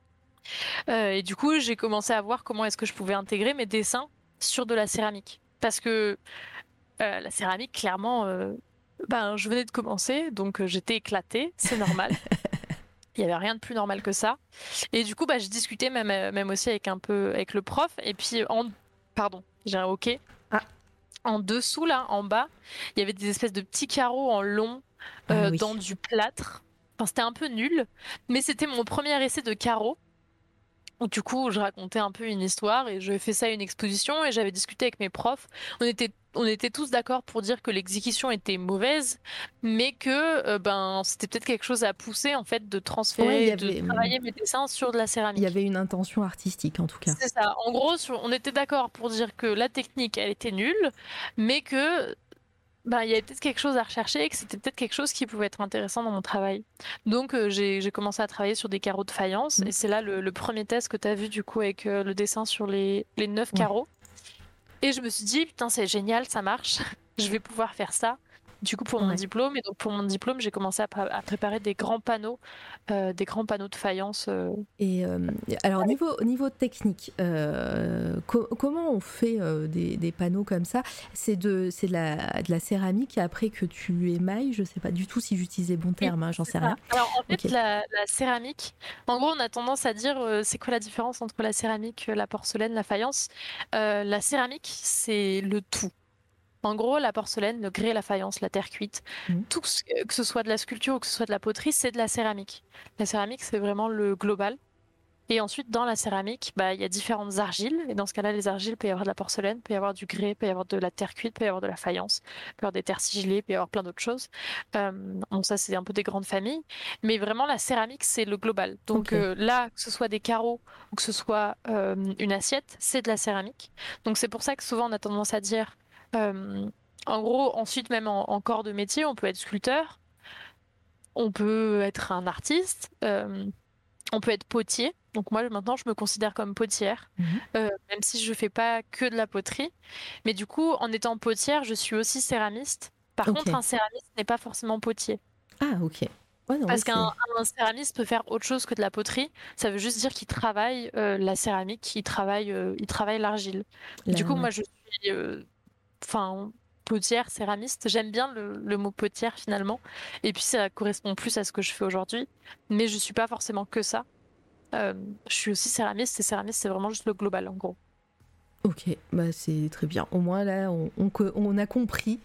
C: Euh, et du coup, j'ai commencé à voir comment est-ce que je pouvais intégrer mes dessins sur de la céramique. Parce que euh, la céramique, clairement, euh, ben, je venais de commencer, donc euh, j'étais éclatée, c'est normal. Il n'y avait rien de plus normal que ça. Et du coup, bah, je discutais même, euh, même aussi avec un peu avec le prof. Et puis, en... pardon, j'ai un OK.
B: Ah.
C: En dessous, là, en bas, il y avait des espèces de petits carreaux en long
B: Ah
C: euh,
B: oui.
C: dans du plâtre. Enfin, c'était un peu nul, mais c'était mon premier essai de carreaux. Donc, du coup, je racontais un peu une histoire et je fais ça à une exposition et j'avais discuté avec mes profs. On était, on était tous d'accord pour dire que l'exécution était mauvaise, mais que euh, ben, c'était peut-être quelque chose à pousser en fait de
B: Ouais, il y
C: transférer, de
B: avait, hum,
C: travailler mes dessins sur de la
B: il y
C: céramique.
B: avait une intention artistique en tout cas.
C: C'est ça. En gros, sur- on était d'accord pour dire que la technique, elle était nulle, mais que ben, il y avait peut-être quelque chose à rechercher et que c'était peut-être quelque chose qui pouvait être intéressant dans mon travail. Donc, euh, j'ai, j'ai commencé à travailler sur des carreaux de faïence.
B: Mm.
C: Et c'est là le, le premier test que tu as vu, du coup, avec euh, le dessin sur les, les neuf
B: Ouais.
C: carreaux. Et je me suis dit, putain, c'est génial, ça marche. Je vais pouvoir faire ça. Du coup, pour mon
B: Ouais.
C: diplôme. Et donc, pour mon diplôme, j'ai commencé à, pré- à préparer des grands panneaux, euh, des grands panneaux de faïence. euh.
B: Et euh, alors niveau niveau technique, euh, co- comment on fait euh, des, des panneaux comme ça? C'est de c'est de la de la céramique et après que tu émailles. Je sais pas du tout si j'utilise les bons termes, hein, j'en sais rien.
C: Alors, en fait,
B: Ok.
C: la, la céramique, en gros, on a tendance à dire euh, c'est quoi la différence entre la céramique, euh, la porcelaine, la faïence? Euh, la céramique, c'est le tout. En gros, la porcelaine, le grès, la faïence, la terre cuite,
B: Mhm.
C: tout ce- que ce soit de la sculpture ou que ce soit de la poterie, c'est de la céramique. La céramique, c'est vraiment le global. Et ensuite, dans la céramique, bah, il y a différentes argiles. Et dans ce cas-là, les argiles, il peut y avoir de la porcelaine, il peut y avoir du grès, il peut y avoir de la terre cuite, il peut y avoir de la faïence, il peut y avoir des terres sigillées, il peut y avoir plein d'autres choses. Euh, bon, ça, c'est un peu des grandes familles. Mais vraiment, la céramique, c'est le global. Donc
B: Ok.
C: euh, là, que ce soit des carreaux ou que ce soit euh, une assiette, c'est de la céramique. Donc c'est pour ça que souvent, on a tendance à dire, euh, en gros, ensuite, même en, en corps de métier, on peut être sculpteur, on peut être un artiste. euh, on peut être potier. Donc moi maintenant je me considère comme potière,
B: Mhm.
C: euh, même si je fais pas que de la poterie. Mais du coup en étant potière je suis aussi céramiste. Par
B: Ok.
C: contre un céramiste n'est pas forcément potier.
B: Ah ok. Ouais, non,
C: Parce
B: mais
C: qu'un
B: c'est
C: un céramiste peut faire autre chose que de la poterie. Ça veut juste dire qu'il travaille euh, la céramique, il travaille, euh, il travaille l'argile.
B: là,
C: Du coup
B: ouais.
C: moi je suis, euh, enfin potière, céramiste. J'aime bien le, le mot potière finalement. Et puis ça correspond plus à ce que je fais aujourd'hui. Mais je suis pas forcément que ça. Euh, je suis aussi céramiste et céramiste, c'est vraiment juste le global en gros.
B: Ok, bah c'est très bien. Au moins là, on, on, co- on a compris.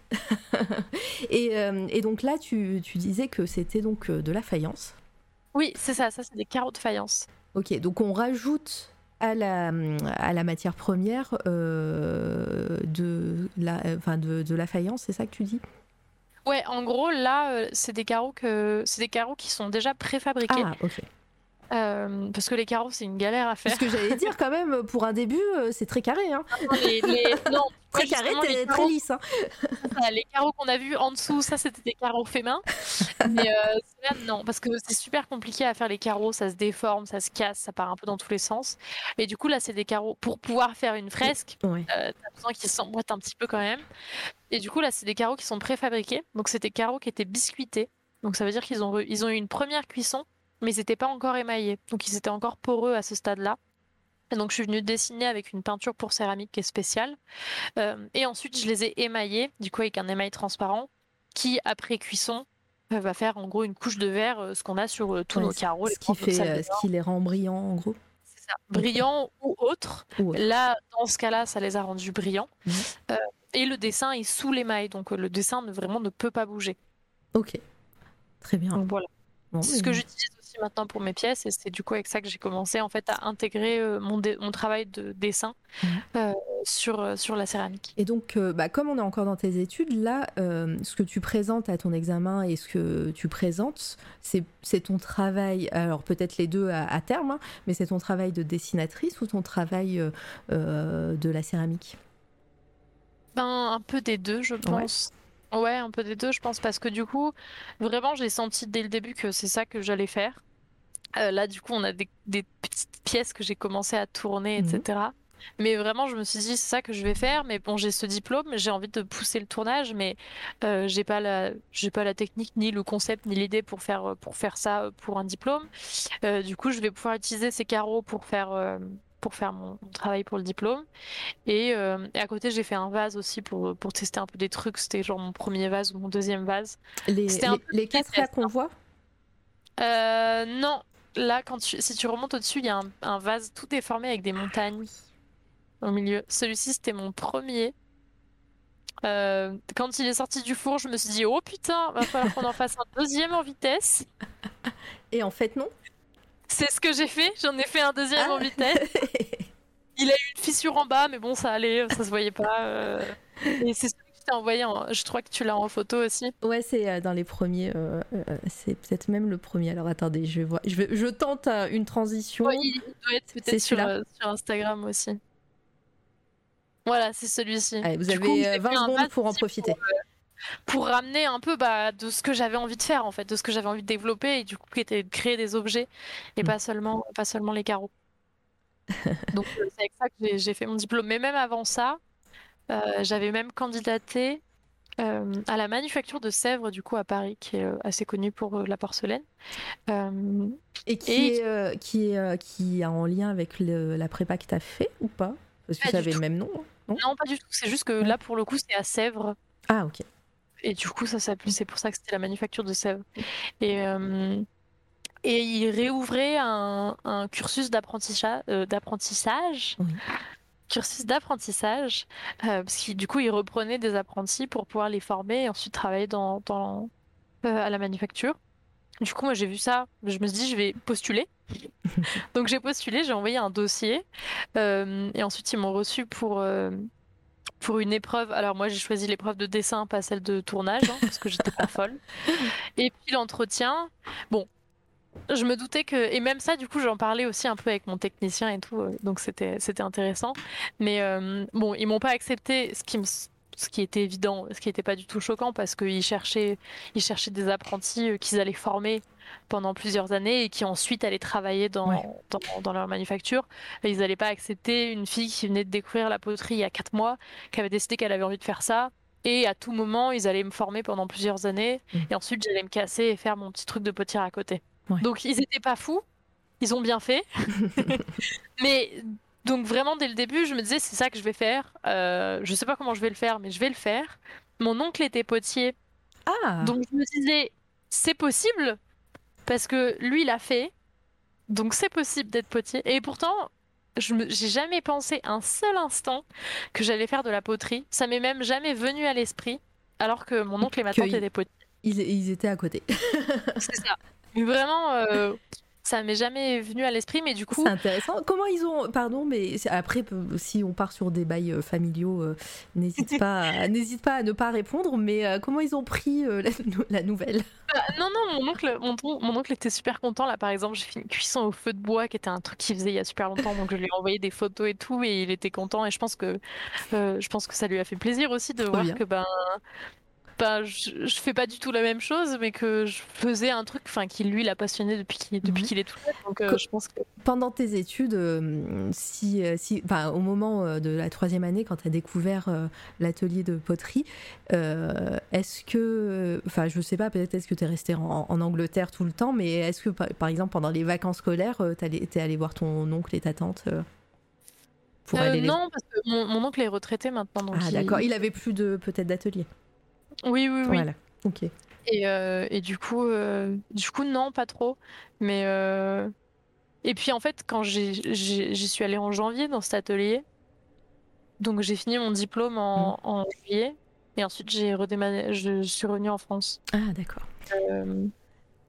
B: et, euh, et donc là, tu, tu disais que c'était donc euh, de la faïence.
C: Oui, c'est ça, ça c'est des carreaux de faïence.
B: Ok, donc on rajoute à la, à la matière première euh, de, la, enfin de, de la faïence, c'est ça que tu dis?
C: Ouais, en gros là, euh, c'est des carreaux que c'est des carreaux qui sont déjà préfabriqués.
B: Ah, ok.
C: Euh, parce que les carreaux c'est une galère à faire.
B: Ce que j'allais dire quand même, pour un début, euh, c'est très carré. Hein.
C: Les, les- Non,
B: Très
C: ouais,
B: carré,
C: justement, les
B: très, très
C: carreaux,
B: lisse. Hein.
C: ça, les carreaux qu'on a vus en dessous, ça c'était des carreaux faits main. Mais euh, ceux-là, non, parce que c'est super compliqué à faire les carreaux, ça se déforme, ça se casse, ça part un peu dans tous les sens. Et du coup là c'est des carreaux pour pouvoir faire une fresque.
B: Ouais.
C: Euh, t'as besoin qu'ils s'emboîtent un petit peu quand même. Et du coup, là, c'est des carreaux qui sont préfabriqués. Donc, c'est des carreaux qui étaient biscuités. Donc, ça veut dire qu'ils ont, re- ils ont eu une première cuisson, mais ils n'étaient pas encore émaillés. Donc, ils étaient encore poreux à ce stade-là. Et donc, je suis venue dessiner avec une peinture pour céramique qui est spéciale. Euh, et ensuite, je les ai émaillés, du coup, avec un émail transparent, qui, après cuisson, euh, va faire en gros une couche de verre, euh, ce qu'on a sur euh, tous
B: Ouais,
C: nos
B: ce-
C: carreaux. les
B: ce qui
C: portes de
B: fait,
C: salle de
B: euh, ce
C: bain.
B: qui les rend brillants en gros.
C: C'est ça. Brillant ou autre.
B: Ou autre.
C: Là, dans ce cas-là, ça les a rendus brillants.
B: Mhm.
C: Euh, et le dessin est sous l'émail, donc euh, le dessin ne, vraiment ne peut pas bouger.
B: Ok, très bien.
C: Donc voilà.
B: Bon,
C: C'est ce
B: mais-
C: que j'utilise aussi maintenant pour mes pièces et c'est du coup avec ça que j'ai commencé en fait à intégrer euh, mon, dé- mon travail de dessin
B: Ouais.
C: euh, sur, euh, sur la céramique.
B: Et donc, euh, bah, comme on est encore dans tes études, là, euh, ce que tu présentes à ton examen et ce que tu présentes, c'est, c'est ton travail, alors peut-être les deux à, à terme, hein, mais c'est ton travail de dessinatrice ou ton travail euh, euh, de la céramique?
C: Ben, un peu des deux, je
B: Ouais.
C: pense. Ouais, un peu des deux, je pense, parce que du coup, vraiment, j'ai senti dès le début que c'est ça que j'allais faire. Euh, là, du coup, on a des, des petites pièces que j'ai commencé à tourner,
B: Mhm.
C: et cetera. Mais vraiment, je me suis dit, c'est ça que je vais faire. Mais bon, j'ai ce diplôme, j'ai envie de pousser le tournage, mais euh, j'ai pas la, j'ai pas la technique, ni le concept, ni l'idée pour faire, pour faire ça euh, pour un diplôme. Euh, du coup, je vais pouvoir utiliser ces carreaux pour faire, euh, pour faire mon, mon travail pour le diplôme. Et, euh, et à côté, j'ai fait un vase aussi pour, pour tester un peu des trucs. C'était genre mon premier vase ou mon deuxième vase.
B: Les,
C: C'était un
B: les,
C: peu
B: les
C: des
B: quatre là
C: tests,
B: qu'on
C: hein.
B: voit?
C: Euh, non, là, quand tu, si tu remontes au-dessus, il y a un, un vase tout déformé avec des montagnes au milieu. Celui-ci, c'était mon premier. Euh, quand il est sorti du four, je me suis dit, oh putain, va falloir qu'on en fasse un deuxième en vitesse.
B: Et en fait, non?
C: C'est ce que j'ai fait. J'en ai fait un deuxième
B: Ah.
C: en vitesse. Il a eu une fissure en bas, mais bon, ça allait, ça se voyait pas. euh. Et c'est celui que je t'ai envoyé. en- Je crois que tu l'as en photo aussi.
B: Ouais, c'est euh, dans les premiers. euh, euh, c'est peut-être même le premier. Alors attendez, je vois. Je, vais- je tente euh, une transition.
C: Ouais, il il doit être
B: C'est
C: peut-être sur,
B: celui-là.
C: euh, sur Instagram aussi. Voilà, c'est celui-ci.
B: Allez, vous
C: Du coup,
B: avez euh,
C: j'ai fait
B: vingt
C: un
B: secondes
C: vase
B: pour en
C: aussi pour,
B: profiter.
C: pour ramener un peu bah, de ce que j'avais envie de faire, en fait, de ce que j'avais envie de développer, et du coup, qui était de créer des objets, et
B: Mm.
C: pas seulement, pas seulement les carreaux. Donc, euh, c'est avec ça que j'ai j'ai fait mon diplôme. Mais même avant ça, euh, j'avais même candidaté euh, à la manufacture de Sèvres, du coup, à Paris, qui est euh, assez connue pour euh, la porcelaine. Euh,
B: Et qui
C: et
B: est, euh, qui est, euh, qui a en lien avec le- la prépa que t'as fait ou pas? Parce que
C: pas
B: ça
C: du
B: avait le
C: tout.
B: même nom, non?
C: Non, pas du tout. C'est juste que
B: Ouais.
C: là, pour le coup, c'est à Sèvres.
B: Ah, ok.
C: Et du coup, ça s'appelle, c'est pour ça que c'était la manufacture de Sèvres. Et, euh, et il réouvrait un, un cursus d'apprentissage, euh, d'apprentissage,
B: Oui.
C: cursus d'apprentissage, euh, parce qu'il du coup, il reprenait des apprentis pour pouvoir les former et ensuite travailler dans, dans, euh, à la manufacture. Du coup, moi, j'ai vu ça, je me suis dit, je vais postuler. Donc, j'ai postulé, j'ai envoyé un dossier, euh, et ensuite, ils m'ont reçu pour, euh, pour une épreuve. Alors, moi, j'ai choisi l'épreuve de dessin, pas celle de tournage, hein, parce que j'étais pas folle. Et puis, l'entretien, bon. Je me doutais que, et même ça, du coup, j'en parlais aussi un peu avec mon technicien et tout, euh, donc c'était c'était intéressant. Mais euh, bon, ils m'ont pas accepté, ce qui me, ce qui était évident, ce qui était pas du tout choquant parce qu'ils cherchaient ils cherchaient des apprentis euh, qu'ils allaient former pendant plusieurs années et qui ensuite allaient travailler dans
B: Ouais.
C: dans, dans leur manufacture. Et ils allaient pas accepter une fille qui venait de découvrir la poterie il y a quatre mois, qui avait décidé qu'elle avait envie de faire ça. Et à tout moment, ils allaient me former pendant plusieurs années.
B: Mm.
C: Et ensuite, j'allais me casser et faire mon petit truc de potière à côté.
B: Ouais.
C: Donc ils étaient pas fous, ils ont bien fait. Mais donc vraiment dès le début, je me disais c'est ça que je vais faire. Euh, je sais pas comment je vais le faire, mais je vais le faire. Mon oncle était potier,
B: Ah,
C: donc je me disais c'est possible parce que lui il a fait, donc c'est possible d'être potier. Et pourtant, je me, j'ai jamais pensé un seul instant que j'allais faire de la poterie. Ça m'est même jamais venu à l'esprit, alors que mon oncle et ma
B: Que
C: tante
B: il-
C: étaient potiers.
B: ils, ils étaient à côté.
C: C'est ça. Mais vraiment, euh, ça m'est jamais venu à l'esprit, mais du coup.
B: C'est intéressant. Comment ils ont. Pardon, mais c'est- après, peu- si on part sur des bails euh, familiaux, euh, n'hésite pas, à- n'hésite pas à ne pas répondre, mais euh, comment ils ont pris euh, la, nou- la nouvelle?
C: Bah, non, non, mon oncle, mon, ton- mon oncle était super content. Là, par exemple, j'ai fait une cuisson au feu de bois qui était un truc qu'il faisait il y a super longtemps. Donc, je lui ai envoyé des photos et tout, et il était content. Et je pense que, euh, je pense que ça lui a fait plaisir aussi de
B: Trop
C: voir
B: bien.
C: que ben, ben je, je fais pas du tout la même chose, mais que je faisais un truc, enfin, qui lui l'a passionné depuis qu'il, depuis
B: Mhm.
C: qu'il est tout jeune. Donc, euh,
B: Co-
C: je pense que.
B: Pendant tes études, euh, si, euh, si, enfin, au moment euh, de la troisième année, quand tu as découvert euh, l'atelier de poterie, euh, est-ce que, enfin, je sais pas, peut-être est-ce que tu es resté en, en Angleterre tout le temps, mais est-ce que, par, par exemple, pendant les vacances scolaires, euh, t'allais- t'es allé voir ton oncle et ta tante euh, pour
C: Euh,
B: aller les...
C: non, parce que mon, mon oncle est retraité maintenant, donc
B: Ah,
C: il-
B: d'accord. Il avait plus de, peut-être d'atelier.
C: Oui, oui, oui.
B: Voilà. Ok.
C: Et, euh, et du coup, euh, du coup, non, pas trop. Mais euh, et puis en fait, quand j'ai, j'ai- j'y suis allée en janvier dans cet atelier, donc j'ai fini mon diplôme en, en juillet, et ensuite j'ai redémarré, je suis revenue en France.
B: Ah, d'accord.
C: Euh,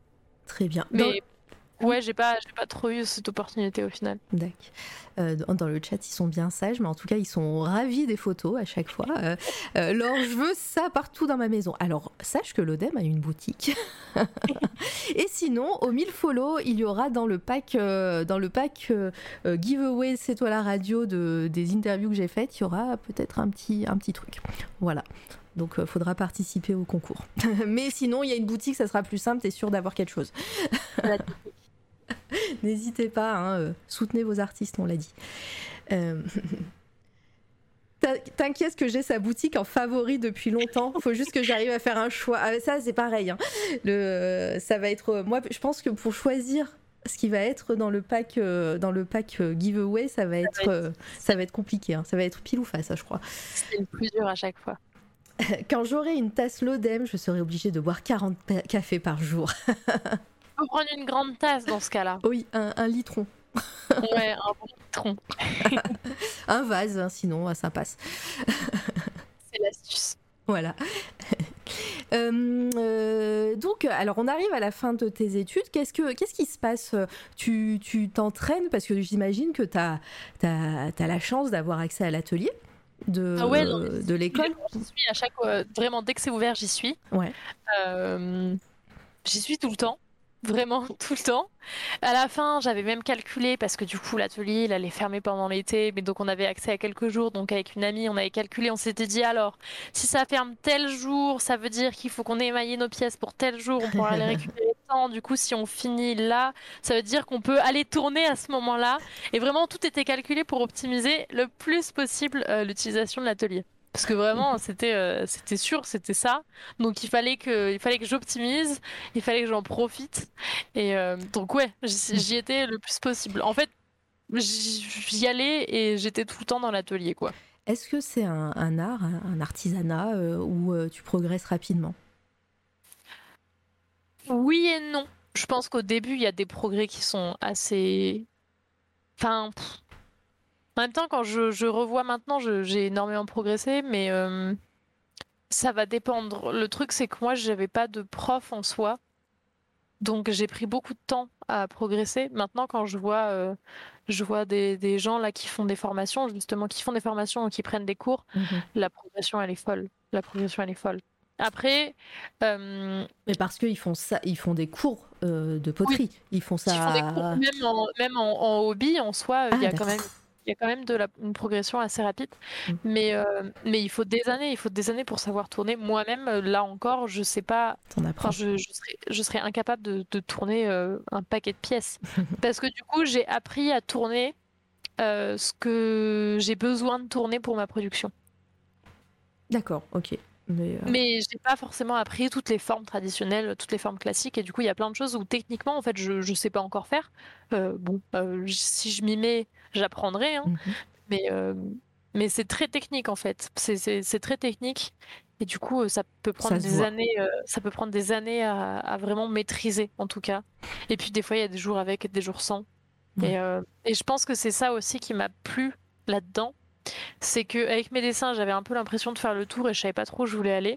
B: Très bien. Dans...
C: Mais ouais, j'ai pas, j'ai pas trop eu cette opportunité au final.
B: D'accord. Euh, dans, dans le chat, ils sont bien sages, mais en tout cas, ils sont ravis des photos à chaque fois. Euh, euh, alors, je veux ça partout dans ma maison. Alors, sache que l'Odem a une boutique. Et sinon, au mille follow, il y aura dans le pack, euh, dans le pack euh, euh, giveaway C'est toi la radio de, des interviews que j'ai faites, il y aura peut-être un petit, un petit truc. Voilà. Donc, il euh, faudra participer au concours. Mais sinon, il y a une boutique, ça sera plus simple, t'es sûr d'avoir quelque chose. N'hésitez pas, hein, euh, soutenez vos artistes, on l'a dit. Euh... T'inquiète que j'ai sa boutique en favori depuis longtemps. Faut juste que j'arrive à faire un choix. Ah, ça, c'est pareil. Hein. Le, ça va être. Moi, je pense que pour choisir ce qui va être dans le pack, euh, dans le pack euh, giveaway, ça va être, ça va être, euh, ça va être compliqué. Hein. Ça va être pile ou face, ça, je crois.
C: C'est le plus dur à chaque fois.
B: Quand j'aurai une tasse L'Odem, je serai obligée de boire quarante pa- cafés par jour.
C: Faut prendre une grande tasse dans ce cas-là.
B: Oui, un, un litron.
C: Ouais, un bon litron.
B: Un vase, hein, sinon ça passe.
C: C'est l'astuce.
B: Voilà. euh, euh, donc, alors on arrive à la fin de tes études. Qu'est-ce, que, qu'est-ce qui se passe ? Tu, tu t'entraînes parce que j'imagine que tu as la chance d'avoir accès à l'atelier de,
C: ah ouais, non,
B: de l'école.
C: J'y suis à chaque euh, vraiment dès que c'est ouvert, j'y suis.
B: Ouais.
C: Euh, j'y suis tout le temps. Vraiment tout le temps. À la fin, j'avais même calculé parce que du coup l'atelier il allait fermer pendant l'été, mais donc on avait accès à quelques jours. Donc avec une amie, on avait calculé, on s'était dit alors si ça ferme tel jour, ça veut dire qu'il faut qu'on ait émaillé nos pièces pour tel jour, on pourra aller récupérer tant. Du coup, si on finit là, ça veut dire qu'on peut aller tourner à ce moment-là. Et vraiment, tout était calculé pour optimiser le plus possible euh, l'utilisation de l'atelier. Parce que vraiment, c'était euh, c'était sûr, c'était ça. Donc il fallait que, il fallait que j'optimise, il fallait que j'en profite. Et euh, donc ouais, j'y j'y étais le plus possible. En fait, j'y j'y allais et j'étais tout le temps dans l'atelier, quoi.
B: Est-ce que c'est un, un art, un, un artisanat euh, où euh, tu progresses rapidement ?
C: Oui et non. Je pense qu'au début, il y a des progrès qui sont assez... Enfin... pff. En même temps, quand je, je revois maintenant, je- j'ai énormément progressé, mais euh, ça va dépendre. Le truc, c'est que moi, j'avais pas de prof en soi, donc j'ai pris beaucoup de temps à progresser. Maintenant, quand je vois, euh, je vois des, des gens là qui font des formations, justement, qui font des formations ou qui prennent des cours,
B: Mhm.
C: la progression, elle est folle. La progression, elle est folle. Après, euh,
B: Mais parce qu'ils font ça, ils font des cours euh, de poterie. Ils font ça.
C: ils font des cours, même en, même en, en hobby, en soi,
B: Ah,
C: il y a quand
B: d'accord.
C: même, il y a quand même de la, une progression assez rapide.
B: Mm.
C: Mais, euh, mais il faut des années, il faut des années pour savoir tourner. Moi-même, euh, là encore, je sais pas.
B: T'en apprends.
C: Enfin, je, je serais, je serais incapable de, de tourner euh, un paquet de pièces. Parce que du coup, j'ai appris à tourner euh, ce que j'ai besoin de tourner pour ma production.
B: D'accord, ok. Mais, euh,
C: Mais j'ai pas forcément appris toutes les formes traditionnelles, toutes les formes classiques, et du coup il y a plein de choses où techniquement en fait je je sais pas encore faire. Euh, bon, euh, j- si je m'y mets, j'apprendrai, hein,
B: mhm.
C: mais euh, mais c'est très technique en fait. C'est c'est c'est très technique et du coup euh, ça peut prendre
B: Ça se
C: des
B: voit.
C: années, euh, ça peut prendre des années à, à vraiment maîtriser en tout cas. Et puis des fois il y a des jours avec et des jours sans.
B: Ouais.
C: Et euh, et je pense que c'est ça aussi qui m'a plu là-dedans. C'est que avec mes dessins, j'avais un peu l'impression de faire le tour et je savais pas trop où je voulais aller.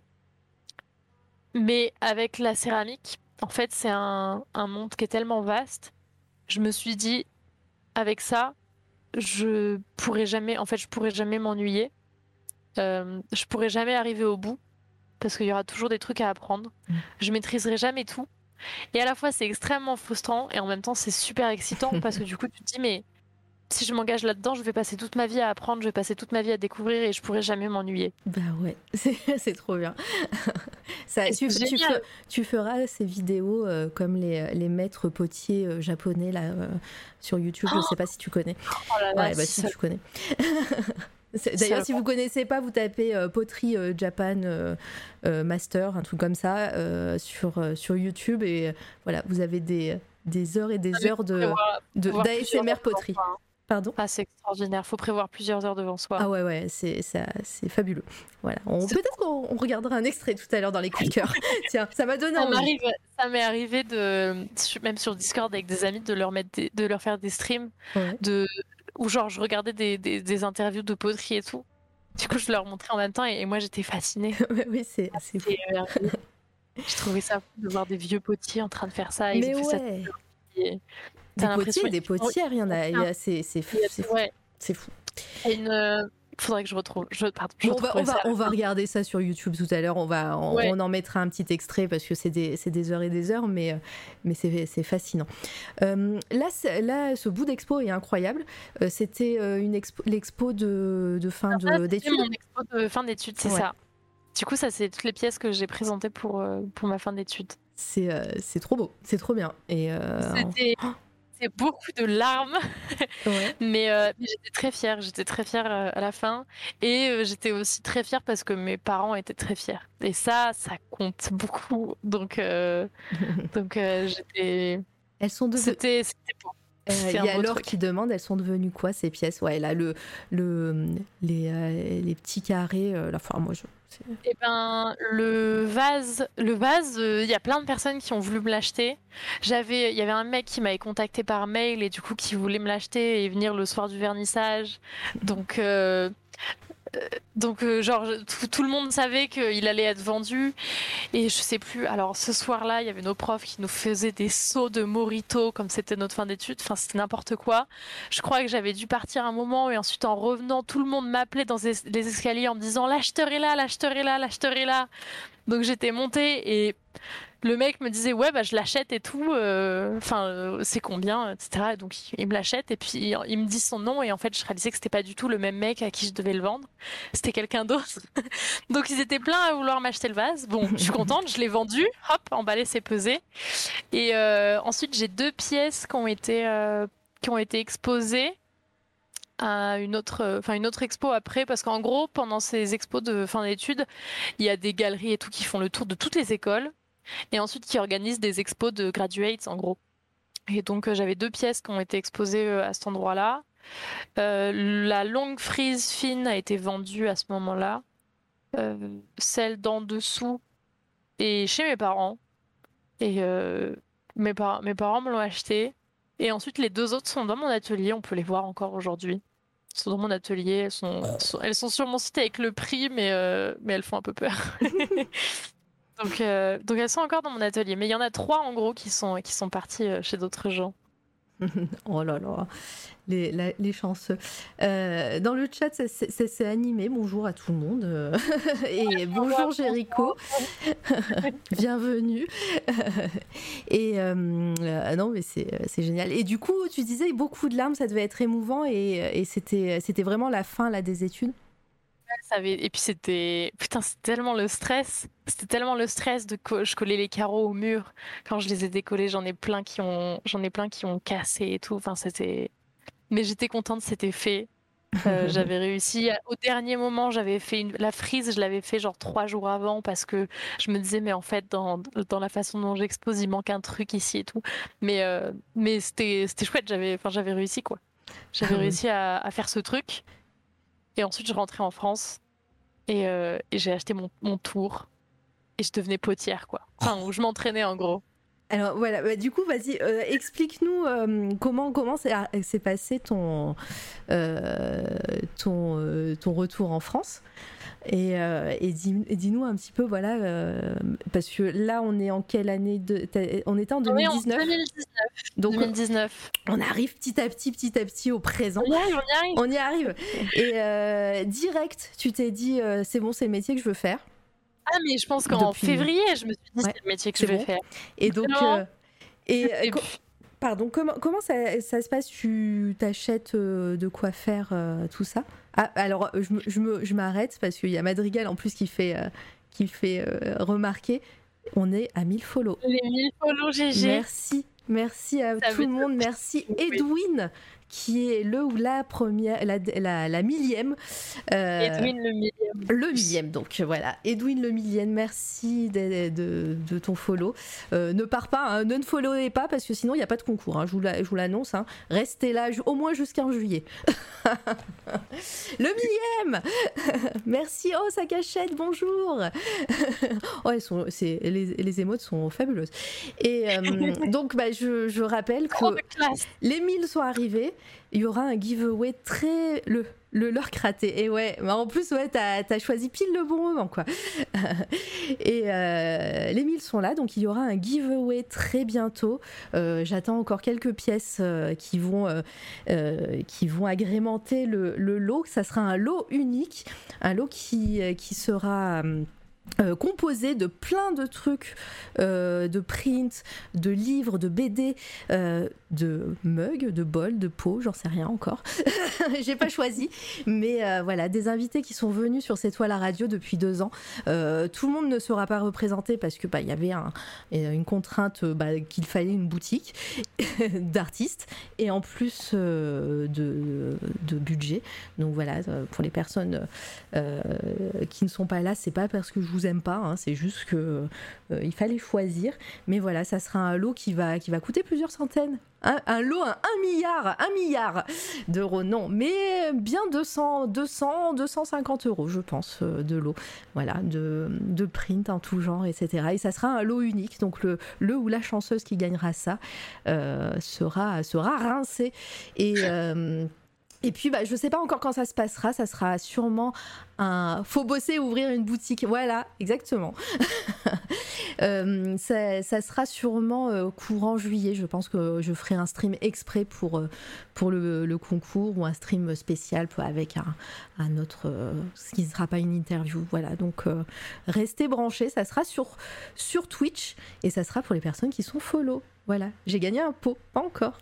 C: Mais avec la céramique, en fait, c'est un, un monde qui est tellement vaste. Je me suis dit, avec ça, je pourrais jamais, en fait, je pourrais jamais m'ennuyer. Euh, je pourrais jamais arriver au bout parce qu'il y aura toujours des trucs à apprendre.
B: Mm.
C: Je maîtriserai jamais tout. Et à la fois, c'est extrêmement frustrant et en même temps, c'est super excitant parce que du coup, tu te dis, mais si je m'engage là-dedans, je vais passer toute ma vie à apprendre, je vais passer toute ma vie à découvrir et je pourrais jamais m'ennuyer.
B: Bah ouais, c'est c'est trop bien. Ça,
C: Et
B: tu,
C: c'est
B: tu,
C: génial.
B: fe- tu feras ces vidéos euh, comme les, les maîtres potiers euh, japonais là, euh, sur YouTube, je sais pas si tu connais.
C: Oh là là,
B: Ouais, bah
C: si
B: si
C: ça-
B: tu connais. C'est-
C: Ça
B: D'ailleurs,
C: va
B: si vous connaissez pas, vous tapez euh, poterie euh, Japan euh, euh, Master, un truc comme ça, euh, sur, euh, sur YouTube et euh, voilà, vous avez des, des heures et des
C: Ah, mais
B: heures
C: faut
B: de,
C: prévoir-
B: de,
C: faut prévoir
B: d'A S
C: plusieurs
B: M R
C: heures devant
B: poterie.
C: soi, hein.
B: Pardon?
C: Ah, c'est extraordinaire. Faut prévoir plusieurs heures devant soi.
B: Ah ouais, ouais, c'est, ça, c'est fabuleux. Voilà. On,
C: C'est-
B: peut-être qu'on on regardera un extrait tout à l'heure dans les coups de cœur. Tiens, ça m'a donné
C: Ça
B: envie.
C: m'arrive, ça m'est arrivé de, sur- même sur Discord avec des amis, de leur mettre des- de leur faire des streams
B: Ouais.
C: de, où genre je regardais des, des, des interviews de poterie et tout. Du coup, je leur montrais en même temps et, et moi j'étais fascinée.
B: Ouais, oui, c'est, c'est fou.
C: C'est merveilleux. Je trouvais ça fou de voir des vieux potiers en train de faire ça.
B: Mais ouais. Ça...
C: Et
B: des potiers, des potières, il y en a. Il y a c'est, c'est fou. C'est fou.
C: Ouais.
B: C'est fou.
C: Et une. Faudrait que je retrouve. Je, pardon, je
B: bon, on, va, on, va, on va regarder ça sur YouTube tout à l'heure. On, va, on, ouais. on en mettra un petit extrait parce que c'est des, c'est des heures et des heures, mais, mais c'est, c'est fascinant. Euh, là, là, ce bout d'expo est incroyable. Euh, c'était une expo, l'expo de, de fin
C: ah,
B: de, d'études.
C: Mon expo de fin d'études, c'est ouais. ça. Du coup, ça, c'est toutes les pièces que j'ai présentées pour, euh, pour ma fin d'études.
B: C'est, euh, c'est trop beau, c'est trop bien. Et euh,
C: c'était...
B: Oh.
C: C'est beaucoup de larmes,
B: ouais.
C: mais, euh, mais j'étais très fière, j'étais très fière euh, à la fin, et euh, j'étais aussi très fière parce que mes parents étaient très fiers, et ça, ça compte beaucoup, donc, euh, donc euh, j'étais...
B: Elles sont devenues...
C: C'était, c'était beau.
B: Il euh, y a Laure qui demande, elles sont devenues quoi ces pièces? Ouais, là, le, le, les, euh, les petits carrés, euh, la enfin, moi je...
C: Eh ben, le vase, le vase, il euh, y a plein de personnes qui ont voulu me l'acheter. J'avais, il y avait un mec qui m'avait contacté par mail et du coup qui voulait me l'acheter et venir le soir du vernissage. Donc, euh, euh, donc euh, genre tout, tout le monde savait qu'il allait être vendu. Et je sais plus. Alors ce soir-là, il y avait nos profs qui nous faisaient des seaux de Morito comme c'était notre fin d'études. Enfin, c'était n'importe quoi. Je crois que j'avais dû partir un moment et ensuite en revenant, tout le monde m'appelait dans les escaliers en me disant l'acheteur est là, l'acheteur est là, l'acheteur est là. Donc j'étais montée et le mec me disait ouais bah je l'achète et tout. Enfin euh, c'est combien et cetera. Et donc il me l'achète et puis il me dit son nom et en fait je réalisais que c'était pas du tout le même mec à qui je devais le vendre. C'était quelqu'un d'autre. Donc ils étaient pleins à vouloir m'acheter le vase. Bon, je suis contente, je l'ai vendu. Hop, emballé, c'est pesé. Et euh, ensuite j'ai deux pièces qui ont été euh, qui ont été exposées à une autre, enfin une autre expo après, parce qu'en gros pendant ces expos de fin d'études, il y a des galeries et tout qui font le tour de toutes les écoles et ensuite qui organisent des expos de graduates en gros. Et donc euh, j'avais deux pièces qui ont été exposées euh, à cet endroit-là. Euh, la longue frise fine a été vendue à ce moment-là. Euh, celle d'en dessous est chez mes parents. Et euh, mes, par- mes parents me l'ont achetée. Et ensuite, les deux autres sont dans mon atelier. On peut les voir encore aujourd'hui. Elles sont dans mon atelier. Elles sont, sont, elles sont sur mon site avec le prix, mais, euh, mais elles font un peu peur. donc, euh, donc, elles sont encore dans mon atelier. Mais il y en a trois, en gros, qui sont, qui sont parties chez d'autres gens.
B: Oh là là, les, la, les chanceux. Euh, dans le chat, c'est, c'est, c'est animé. Bonjour à tout le monde. Et bonjour Jéricho. Bienvenue. Et euh, non, mais c'est, c'est génial. Et du coup, tu disais beaucoup de larmes, ça devait être émouvant et, et c'était, c'était vraiment la fin là, des études.
C: Et puis c'était putain, c'était tellement le stress, c'était tellement le stress de co- je collais les carreaux au mur. Quand je les ai décollés, j'en ai plein qui ont, j'en ai plein qui ont cassé et tout. Enfin, c'était. Mais j'étais contente, c'était fait. Euh, j'avais réussi. Au dernier moment, j'avais fait une... la frise, je l'avais fait genre trois jours avant parce que je me disais mais en fait dans dans la façon dont j'expose, il manque un truc ici et tout. Mais euh... mais c'était c'était chouette. J'avais, enfin j'avais réussi quoi. J'avais réussi à... à faire ce truc. Et ensuite, je rentrais en France et, euh, et j'ai acheté mon, mon tour et je devenais potière, quoi. Enfin, où je m'entraînais en gros.
B: Alors voilà, bah, du coup, vas-y, euh, explique-nous euh, comment, comment s'est, s'est passé ton, euh, ton, euh, ton retour en France. Et, euh, et, dis, et dis-nous un petit peu, voilà, euh, parce que là, on est en quelle année de, on était en deux mille dix-neuf.
C: Oui, en deux mille dix-neuf.
B: Donc,
C: deux mille dix-neuf.
B: On arrive petit à petit, petit à petit au présent.
C: On y arrive, on y arrive.
B: On y arrive. Et euh, direct, tu t'es dit, euh, c'est bon, c'est le métier que je veux faire.
C: Ah, mais je pense qu'en Depuis... février, je me suis dit, ouais, c'est le métier que je vais bon. faire.
B: Et donc, euh, et, et co- pardon, comment, comment ça, ça se passe? Tu t'achètes euh, de quoi faire euh, tout ça? Ah, alors, je, me, je, me, je m'arrête parce qu'il y a Madrigal en plus qui fait, euh, qui fait euh, remarquer. On est à mille follow.
C: Les mille follow, G G.
B: Merci, merci à ça tout le monde. Merci Edwin, qui est le ou la première, la, la, la millième.
C: Euh, Edwin le millième.
B: Le millième, donc voilà. Edwin le millième, merci de, de, de ton follow. Euh, ne pars pas, hein, ne followez pas parce que sinon il n'y a pas de concours. Hein, je, vous la, je vous l'annonce. Hein. Restez là au moins jusqu'en juillet. Le millième. Merci. Oh, sa cachette, bonjour. Oh, elles sont, c'est, les, les émotes sont fabuleuses. Et euh, donc, bah, je, je rappelle que les mille sont arrivés. Il y aura un giveaway très... Le, le lurk raté. Et ouais, bah en plus, ouais, t'as, t'as choisi pile le bon moment, quoi. Et euh, les mille sont là, donc il y aura un giveaway très bientôt. Euh, j'attends encore quelques pièces euh, qui vont, euh, euh, qui vont agrémenter le, le lot. Ça sera un lot unique, un lot qui, qui sera... Euh, composé de plein de trucs, euh, de prints, de livres, de B D, euh, de mugs, de bols, de pots, j'en sais rien encore. J'ai pas choisi, mais euh, voilà, des invités qui sont venus sur C'est toi la radio depuis deux ans. Euh, tout le monde ne sera pas représenté parce que bah il y avait un, une contrainte bah, qu'il fallait une boutique d'artistes et en plus euh, de, de budget. Donc voilà, pour les personnes euh, qui ne sont pas là, c'est pas parce que je vous aime pas, hein, c'est juste que euh, il fallait choisir. Mais voilà, ça sera un lot qui va, qui va coûter plusieurs centaines. Un, un lot à un milliard, un milliard d'euros, non, mais bien deux cents, deux cents, deux cent cinquante euros, je pense, euh, de lot. Voilà, de, de print en tout genre, et cetera. Et ça sera un lot unique, donc le, le ou la chanceuse qui gagnera ça euh, sera, sera rincé. Et. Euh, Et puis, bah, je ne sais pas encore quand ça se passera. Ça sera sûrement un... Faut bosser, ouvrir une boutique. Voilà, exactement. euh, ça, ça sera sûrement euh, courant juillet. Je pense que je ferai un stream exprès pour, euh, pour le, le concours ou un stream spécial pour, avec un, un autre... Euh, ce qui ne sera pas une interview. Voilà, donc euh, restez branchés. Ça sera sur, sur Twitch et ça sera pour les personnes qui sont follow. Voilà, j'ai gagné un pot. Pas encore.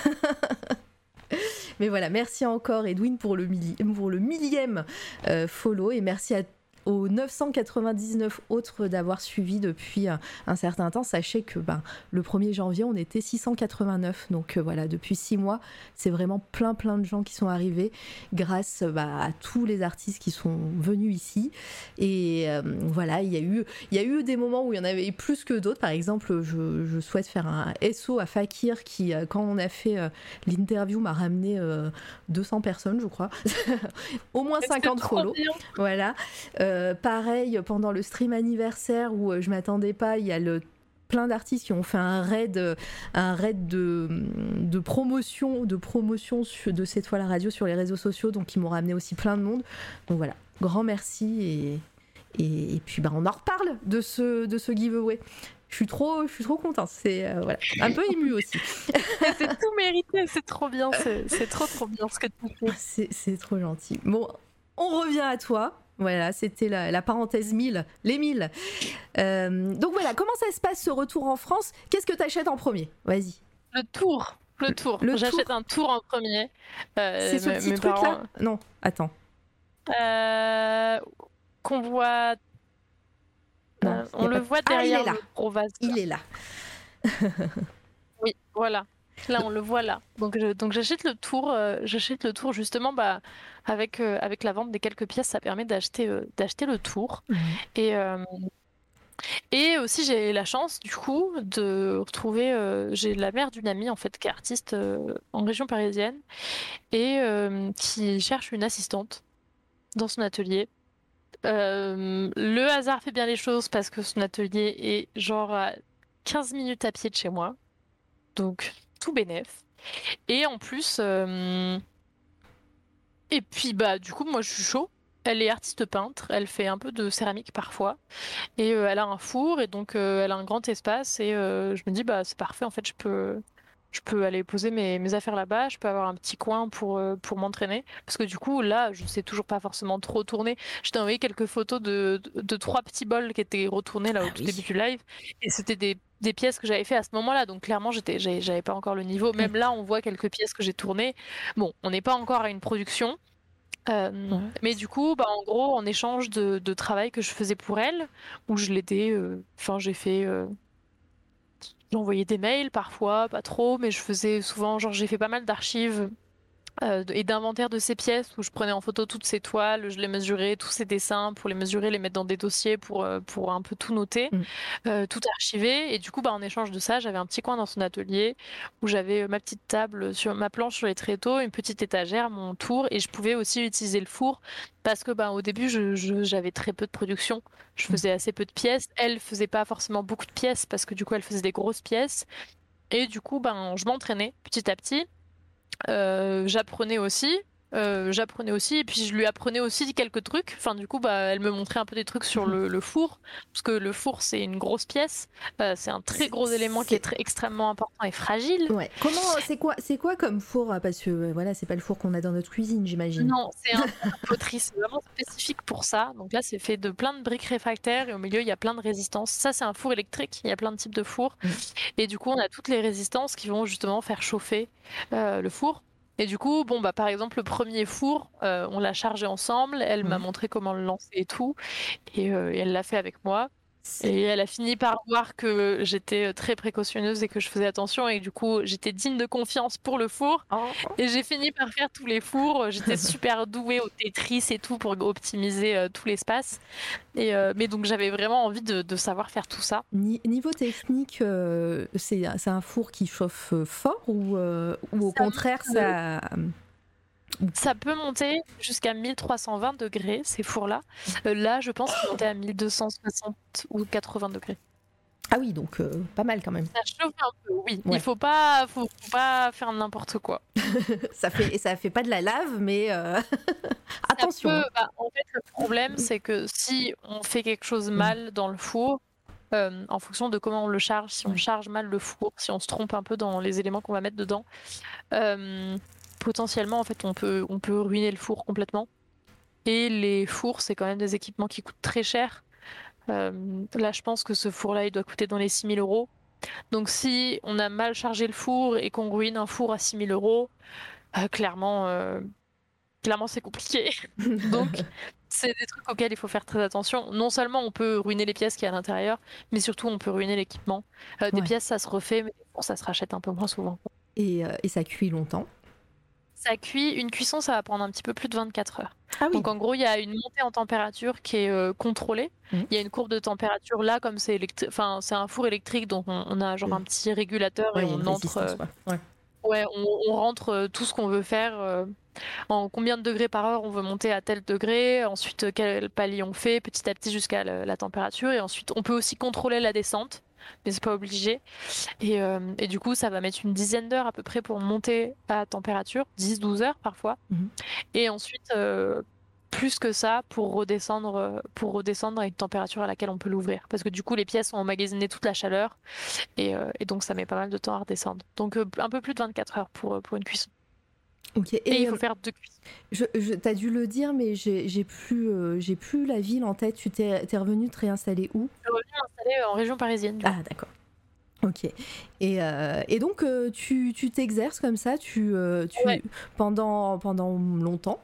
B: Mais voilà, merci encore Edwin pour le, milli- pour le millième euh, follow et merci à aux neuf cent quatre-vingt-dix-neuf autres d'avoir suivi depuis un, un certain temps. Sachez que ben, le premier janvier, on était six cent quatre-vingt-neuf. Donc euh, voilà, depuis six mois, c'est vraiment plein plein de gens qui sont arrivés grâce bah, à tous les artistes qui sont venus ici. Et euh, voilà, il y a eu, il y a eu des moments où il y en avait plus que d'autres. Par exemple, je, je souhaite faire un S O à Fakir qui, quand on a fait euh, l'interview, m'a ramené euh, deux cents personnes, je crois. Au moins cinquante follow. Voilà. Euh, Euh, pareil, pendant le stream anniversaire où euh, je m'attendais pas, il y a le, plein d'artistes qui ont fait un raid, euh, un raid de, de promotion, de promotion sur, de C'est toi la radio sur les réseaux sociaux, donc ils m'ont ramené aussi plein de monde. Donc voilà, grand merci et, et, et puis bah, on en reparle de ce, de ce giveaway. Je suis trop, je suis trop contente. C'est euh, voilà, un peu émue aussi.
C: C'est tout mérité, c'est trop bien, c'est, c'est trop trop bien ce que tu fais.
B: C'est, c'est trop gentil. Bon, on revient à toi. Voilà, c'était la, la parenthèse mille, les mille. Euh, donc voilà, comment ça se passe ce retour en France ? Qu'est-ce que tu achètes en premier ? Vas-y.
C: Le tour, le tour.
B: Le
C: J'achète
B: tour.
C: un tour en premier. Euh,
B: C'est ce
C: mes,
B: petit
C: mes
B: truc-là
C: parents...
B: Non, attends.
C: Euh, qu'on voit...
B: Non,
C: euh, on le
B: pas...
C: voit
B: ah,
C: derrière
B: il est là.
C: le gros vase.
B: Il est là.
C: Oui, voilà. Là, on le voit là. Donc, je, donc j'achète le tour. Euh, j'achète le tour justement, bah, avec euh, avec la vente des quelques pièces, ça permet d'acheter euh, d'acheter le tour.
B: Mmh.
C: Et euh, et aussi j'ai la chance du coup de retrouver. Euh, j'ai la mère d'une amie en fait qui est artiste euh, en région parisienne et euh, qui cherche une assistante dans son atelier. Euh, le hasard fait bien les choses parce que son atelier est genre à quinze minutes à pied de chez moi. Donc tout bénef. Et en plus, euh... et puis bah du coup moi je suis chaud. Elle est artiste peintre, elle fait un peu de céramique parfois, et euh, elle a un four et donc euh, elle a un grand espace et euh, je me dis bah c'est parfait en fait je peux je peux aller poser mes, mes affaires là-bas, je peux avoir un petit coin pour euh, pour m'entraîner parce que du coup là je sais toujours pas forcément trop tourner. Je t'ai envoyé quelques photos de, de, de trois petits bols qui étaient retournés là au
B: Ah
C: tout
B: oui.
C: début du live et c'était des des pièces que j'avais fait à ce moment-là, donc clairement j'étais, j'avais, j'avais pas encore le niveau. Même là, on voit quelques pièces que j'ai tournées. Bon, on n'est pas encore à une production, euh,
B: Ouais.
C: mais du coup, bah, en gros, en échange de, de travail que je faisais pour elle, où je l'aidais, enfin, euh, j'ai fait, euh, j'ai envoyé des mails parfois, pas trop, mais je faisais souvent, genre, j'ai fait pas mal d'archives. Euh, et d'inventaire de ces pièces où je prenais en photo toutes ces toiles, je les mesurais, tous ces dessins pour les mesurer, les mettre dans des dossiers pour, euh, pour un peu tout noter,
B: Mm.
C: euh, tout archiver. Et du coup, bah, en échange de ça, j'avais un petit coin dans son atelier où j'avais euh, ma petite table sur ma planche sur les tréteaux, une petite étagère, mon tour, et je pouvais aussi utiliser le four parce que bah, au début, je, je, j'avais très peu de production. Je faisais assez peu de pièces. Elle faisait pas forcément beaucoup de pièces parce que du coup, elle faisait des grosses pièces. Et du coup, ben, je m'entraînais petit à petit. Euh, j'apprenais aussi. euh, j'apprenais aussi, et puis je lui apprenais aussi quelques trucs. Enfin, du coup, bah, elle me montrait un peu des trucs sur le, le four, parce que le four, c'est une grosse pièce, euh, c'est un très gros élément qui est très, extrêmement important et fragile.
B: Ouais. Comment, c'est quoi, c'est quoi comme four? Parce que euh, voilà, c'est pas le four qu'on a dans notre cuisine, j'imagine.
C: Non, c'est un four de poterie, c'est vraiment spécifique pour ça. Donc là, c'est fait de plein de briques réfractaires, et au milieu, il y a plein de résistances. Ça, c'est un four électrique, il y a plein de types de fours. Mmh. Et du coup, on a toutes les résistances qui vont justement faire chauffer euh, le four. Et du coup, bon, bah, par exemple, le premier four, euh, on l'a chargé ensemble, elle mmh. m'a montré comment le lancer et tout, et, euh, et elle l'a fait avec moi. Et elle a fini par voir que j'étais très précautionneuse et que je faisais attention, et du coup j'étais digne de confiance pour le four. Oh. Et j'ai fini par faire tous les fours. J'étais super douée au Tetris et tout pour optimiser euh, tout l'espace. Et euh, mais donc j'avais vraiment envie de, de savoir faire tout ça.
B: Niveau technique, euh, c'est, c'est un four qui chauffe fort ou, euh, ou au ça contraire ça...
C: Ça peut monter jusqu'à mille trois cent vingt degrés, ces fours-là. Euh, là, je pense qu'il montait à mille deux cent soixante ou quatre-vingts degrés.
B: Ah oui, donc euh, pas mal quand même.
C: Ça chauffe un peu, oui. Ouais. Il faut pas, faut, faut pas faire n'importe quoi.
B: ça fait, ça fait pas de la lave, mais euh... attention.
C: Peut, bah, en fait, le problème, c'est que si on fait quelque chose mal dans le four, euh, en fonction de comment on le charge, si on charge mal le four, si on se trompe un peu dans les éléments qu'on va mettre dedans, euh, potentiellement, en fait, on peut, on peut ruiner le four complètement. Et les fours, c'est quand même des équipements qui coûtent très cher. Euh, là, je pense que ce four-là, il doit coûter dans les six mille euros. Donc, si on a mal chargé le four et qu'on ruine un four à six mille euros, euh, clairement, euh, clairement, c'est compliqué. Donc, c'est des trucs auxquels il faut faire très attention. Non seulement on peut ruiner les pièces qu'il y a à l'intérieur, mais surtout on peut ruiner l'équipement. Euh, des ouais. pièces, ça se refait, mais bon, ça se rachète un peu moins souvent.
B: Et, euh, et ça cuit longtemps?
C: Ça cuit, une cuisson, ça va prendre un petit peu plus de vingt-quatre heures.
B: Ah oui.
C: Donc en gros, il y a une montée en température qui est euh, contrôlée. Mmh. Il y a une courbe de température là, comme c'est électri- enfin, c'est un four électrique, donc on, on a genre mmh. un petit régulateur ouais, et on entre. Euh, ouais. ouais, on, on rentre euh, tout ce qu'on veut faire. Euh, en combien de degrés par heure on veut monter à tel degré, ensuite quel palier on fait, petit à petit jusqu'à la, la température. Et ensuite, on peut aussi contrôler la descente, mais c'est pas obligé. Et, euh, et du coup, ça va mettre une dizaine d'heures à peu près pour monter à température, dix douze heures parfois. Mmh. Et ensuite, euh, plus que ça pour redescendre, pour redescendre à une température à laquelle on peut l'ouvrir. Parce que du coup, les pièces ont emmagasiné toute la chaleur et, euh, et donc ça met pas mal de temps à redescendre. Donc euh, un peu plus de vingt-quatre heures pour, pour une cuisson.
B: Okay.
C: Et, et il faut faire deux cuissons.
B: Je, je, t'as dû le dire, mais j'ai, j'ai, plus, euh, j'ai plus la ville en tête. Tu t'es, t'es revenu te réinstaller où?
C: Je suis revenue m'installer en région parisienne.
B: Ah, d'accord. Ok. Et, euh, et donc, euh, tu, tu t'exerces comme ça tu, euh, tu, ouais. pendant, pendant longtemps?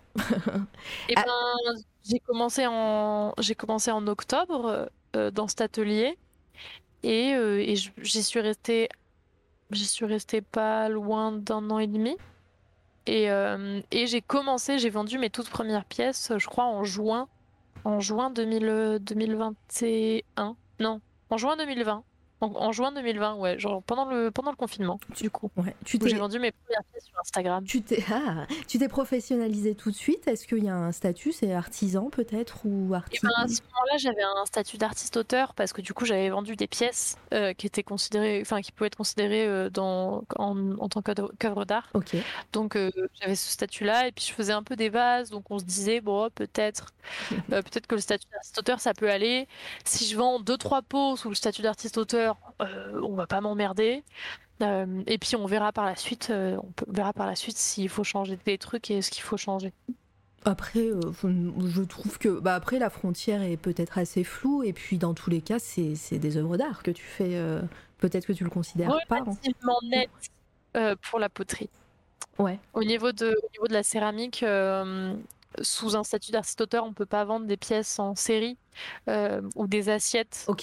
C: Et ben, ah. j'ai, commencé en, j'ai commencé en octobre euh, dans cet atelier. Et, euh, et j'y suis restée, j'y suis restée pas loin d'un an et demi. Et, euh, et j'ai commencé, j'ai vendu mes toutes premières pièces, je crois, en juin, en juin deux mille, deux mille vingt et un. Non, en juin deux mille vingt. En, en juin deux mille vingt, ouais, genre pendant le, pendant le confinement, du coup.
B: Ouais, tu t'es...
C: J'ai vendu mes premières pièces sur Instagram.
B: Tu t'es, ah, tu t'es professionnalisé tout de suite? Est-ce qu'il y a un statut? C'est artisan peut-être ou artiste?
C: Et ben, à ce moment-là, j'avais un statut d'artiste-auteur parce que du coup, j'avais vendu des pièces euh, qui étaient considérées, enfin, qui pouvaient être considérées euh, dans, en, en tant qu'œuvre d'art.
B: Ok.
C: Donc, euh, j'avais ce statut-là et puis je faisais un peu des vases. Donc, on se disait, bon, peut-être, euh, peut-être que le statut d'artiste-auteur, ça peut aller. Si je vends deux, trois pots sous le statut d'artiste-auteur, euh, on va pas m'emmerder. Euh, et puis on verra par la suite, euh, on, peut, on verra par la suite s'il faut changer des trucs et ce qu'il faut changer.
B: Après, euh, je trouve que bah après la frontière est peut-être assez floue et puis dans tous les cas c'est, c'est des œuvres d'art que tu fais. Euh, peut-être que tu le considères pas.
C: Relativement net euh, pour la poterie.
B: Ouais.
C: Au niveau de, au niveau de la céramique, euh, sous un statut d'artiste-auteur, on peut pas vendre des pièces en série euh, ou des assiettes.
B: Ok.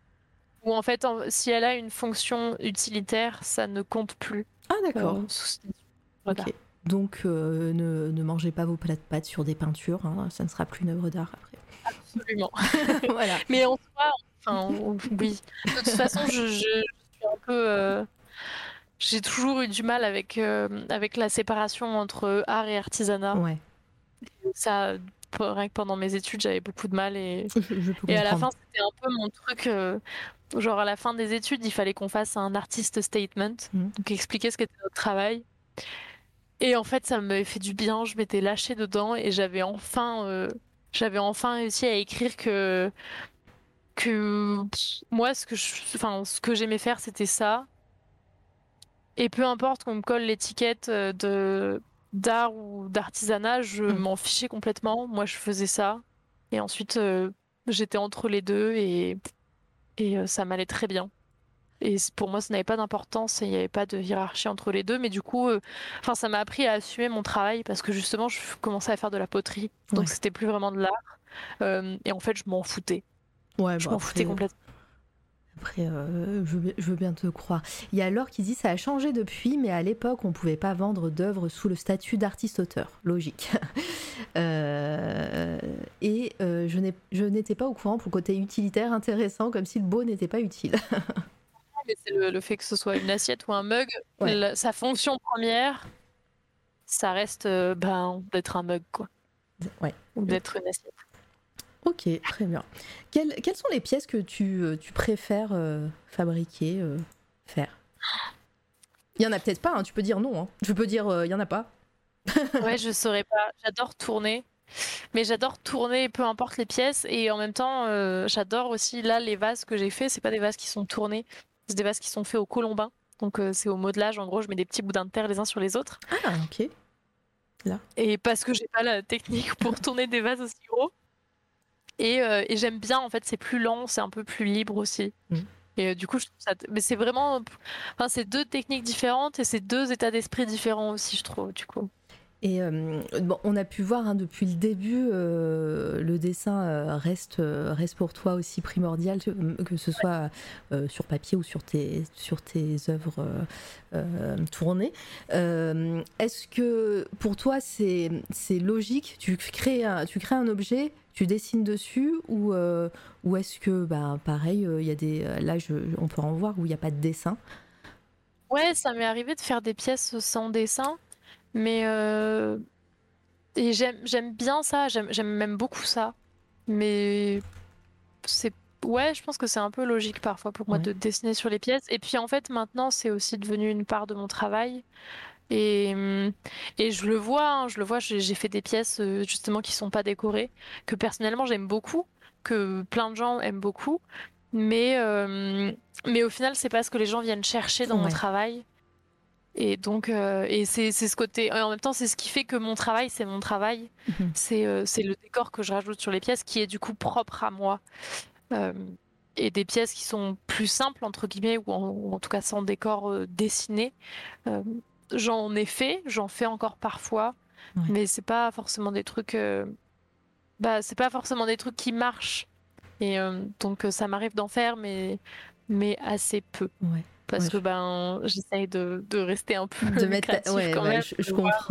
C: Ou en fait, en, si elle a une fonction utilitaire, ça ne compte plus.
B: Ah d'accord. Euh,
C: sous...
B: Ok. Donc euh, ne, ne mangez pas vos plats de pâtes sur des peintures, hein, ça ne sera plus une œuvre d'art après.
C: Absolument.
B: Voilà.
C: Mais en soi, enfin, oui. De toute façon, je, je, je suis un peu. Euh, j'ai toujours eu du mal avec euh, avec la séparation entre art et artisanat.
B: Ouais.
C: Ça. Rien que pendant mes études, j'avais beaucoup de mal et,
B: je, je
C: et à la fin, c'était un peu mon truc. Euh, genre, à la fin des études, il fallait qu'on fasse un artist statement, mmh. donc expliquer ce qu'était notre travail. Et en fait, ça m'avait fait du bien. Je m'étais lâchée dedans et j'avais enfin, euh, j'avais enfin réussi à écrire que, que pff, moi, ce que je, enfin, ce que j'aimais faire, c'était ça. Et peu importe qu'on me colle l'étiquette euh, de d'art ou d'artisanat, je
B: Mm.
C: m'en fichais complètement. Moi, je faisais ça. Et ensuite, euh, j'étais entre les deux et, et euh, ça m'allait très bien. Et c- pour moi, ça n'avait pas d'importance et il n'y avait pas de hiérarchie entre les deux. Mais du coup, euh, enfin, ça m'a appris à assumer mon travail parce que justement, je commençais à faire de la poterie. Donc,
B: Ouais.
C: c'était plus vraiment de l'art. Euh, et en fait, je m'en foutais.
B: Ouais,
C: Je
B: bon
C: m'en foutais
B: après,
C: complètement.
B: après euh, je, veux, bien- je veux bien te croire. Il y a Laure qui dit ça a changé depuis, mais à l'époque on pouvait pas vendre d'œuvres sous le statut d'artiste-auteur. Logique. Euh, et euh, je n'ai- je n'étais pas au courant pour le côté utilitaire intéressant, comme si le beau n'était pas utile.
C: Mais c'est le, le fait que ce soit une assiette ou un mug,
B: Ouais.
C: la- sa fonction première, ça reste euh, ben, d'être un mug, quoi.
B: Ouais.
C: Ou d'être une assiette.
B: Ok, très bien. Quelles, quelles sont les pièces que tu, euh, tu préfères euh, fabriquer, euh, faire? Il y en a peut-être pas, hein, tu peux dire non. Hein. Je peux dire euh, il y en a pas.
C: Ouais, je saurais pas. J'adore tourner. Mais j'adore tourner, peu importe les pièces. Et en même temps, euh, j'adore aussi, là, les vases que j'ai faits. C'est pas des vases qui sont tournés. C'est des vases qui sont faits au colombin. Donc, euh, c'est au modelage. En gros, je mets des petits boudins de terre les uns sur les autres.
B: Ah, ok.
C: Et parce que j'ai pas la technique pour tourner des vases aussi gros. Et, euh, et j'aime bien, en fait, c'est plus lent, c'est un peu plus libre aussi.
B: Mm.
C: Et euh, du coup, je trouve ça. Mais c'est vraiment. Enfin, c'est deux techniques différentes et c'est deux états d'esprit différents aussi, je trouve, du coup.
B: Et euh, bon, on a pu voir hein, depuis le début, euh, le dessin euh, reste, euh, reste pour toi aussi primordial, que ce soit euh, sur papier ou sur tes, sur tes œuvres euh, euh, tournées. Euh, est-ce que pour toi c'est, c'est logique, tu crées, un, tu crées un objet, tu dessines dessus, ou, euh, ou est-ce que bah, pareil, il euh, y a des, là je, on peut en voir où il n'y a pas de dessin?
C: Ouais, ça m'est arrivé de faire des pièces sans dessin. Mais euh, et j'aime j'aime bien ça, j'aime j'aime même beaucoup ça. Mais c'est ouais, je pense que c'est un peu logique parfois pour moi
B: Ouais.
C: de dessiner sur les pièces. Et puis en fait maintenant c'est aussi devenu une part de mon travail. Et, hum, et je le vois, hein, je le vois, j'ai j'ai fait des pièces euh, justement qui sont pas décorées, que personnellement j'aime beaucoup, que plein de gens aiment beaucoup. Mais, euh, mais au final, c'est pas ce que les gens viennent chercher dans mon
B: Ouais.
C: travail. Et donc, euh, et c'est c'est ce côté. En même temps, c'est ce qui fait que mon travail, c'est mon travail.
B: Mhm.
C: C'est euh, c'est le décor que je rajoute sur les pièces qui est du coup propre à moi. Euh, et des pièces qui sont plus simples, entre guillemets, ou en, ou en tout cas sans décor euh, dessiné. Euh, j'en ai fait, j'en fais encore parfois,
B: Ouais.
C: mais c'est pas forcément des trucs. euh, Bah, c'est pas forcément des trucs qui marchent. Et euh, donc, euh, ça m'arrive d'en faire, mais, mais assez peu.
B: Ouais.
C: Parce
B: Ouais,
C: que ben, j'essaye de, de rester un peu
B: de mettre ta-
C: créative
B: ouais
C: quand
B: bah,
C: même.
B: je, je
C: de voir-
B: comprends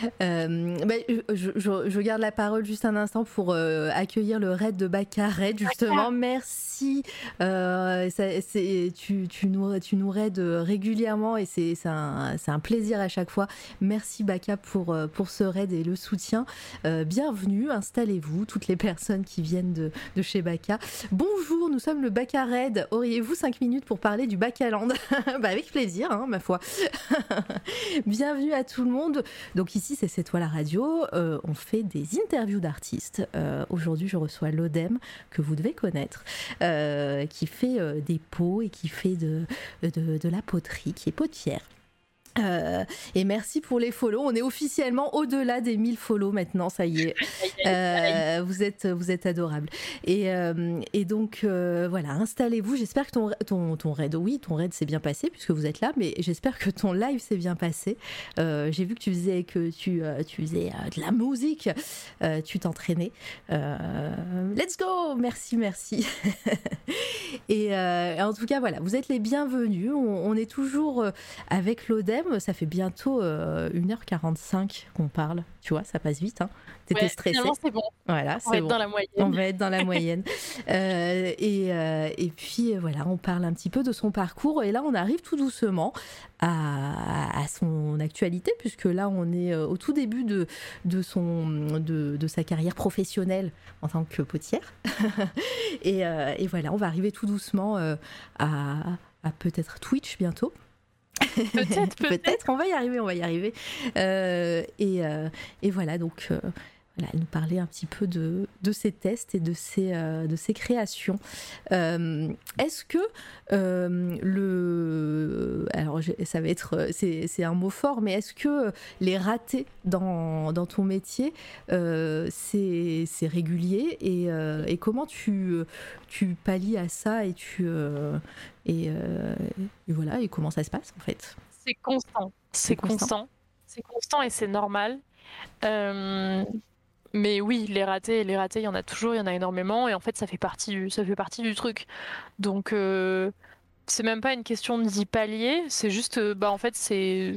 B: euh, bah, je, je, je garde la parole juste un instant pour euh, accueillir le raid de Baka Raid justement. Merci euh, ça, c'est, tu, tu, nous, tu nous raides régulièrement et c'est, c'est, un, c'est un plaisir à chaque fois. Merci Baka pour, pour ce raid et le soutien. Euh, bienvenue, installez-vous toutes les personnes qui viennent de, de chez Baka. Bonjour, nous sommes le Baka Raid, auriez-vous cinq minutes pour parler du Bakaland? Bah avec plaisir, hein, ma foi. Bienvenue à tout le monde. Donc ici, c'est C'est toi la radio. Euh, on fait des interviews d'artistes. Euh, aujourd'hui, je reçois l'Odem, que vous devez connaître, euh, qui fait euh, des pots et qui fait de, de, de la poterie, qui est potière. Euh, et merci pour les follow. On est officiellement au-delà des mille follow maintenant, ça y est. Euh, vous êtes, vous êtes adorables. Et, euh, et donc euh, voilà, installez-vous. J'espère que ton, ton, ton raid, oui, ton raid s'est bien passé puisque vous êtes là, mais j'espère que ton live s'est bien passé. Euh, j'ai vu que tu faisais que tu, euh, tu faisais euh, de la musique, euh, tu t'entraînais. Euh, let's go, merci, merci. et euh, en tout cas, voilà, vous êtes les bienvenus. On, on est toujours euh, avec l'Odem. Ça fait bientôt euh, une heure quarante-cinq qu'on parle. Tu vois, ça passe vite. Hein. T'étais
C: Ouais,
B: stressée.
C: finalement, c'est bon.
B: Voilà,
C: On
B: c'est
C: va être
B: bon.
C: dans la moyenne.
B: On va être dans la moyenne. Euh, et, euh, et puis, euh, voilà, on parle un petit peu de son parcours. Et là, on arrive tout doucement à, à son actualité, puisque là, on est au tout début de, de, son, de, de sa carrière professionnelle en tant que potière. et, euh, et voilà, on va arriver tout doucement euh, à, à peut-être Twitch bientôt.
C: Peut-être, peut-être.
B: Peut-être, on va y arriver, on va y arriver. Euh, et, euh, et voilà, donc euh, voilà, elle nous parlait un petit peu de, de ses tests et de ses, euh, de ses créations. Euh, est-ce que euh, le... Alors, ça va être... C'est, c'est un mot fort, mais est-ce que les ratés dans, dans ton métier, euh, c'est, c'est régulier et, euh, et comment tu, tu pallies à ça et tu... Euh, et, euh, et voilà, et comment ça se passe en fait?
C: C'est constant. C'est,
B: C'est constant.
C: constant. C'est constant et c'est normal. Euh... Mais oui, les ratés, les ratés, il y en a toujours, il y en a énormément, et en fait, ça fait partie du, ça fait partie du truc. Donc, euh, c'est même pas une question d'y pallier, c'est juste, euh, bah, en fait, c'est,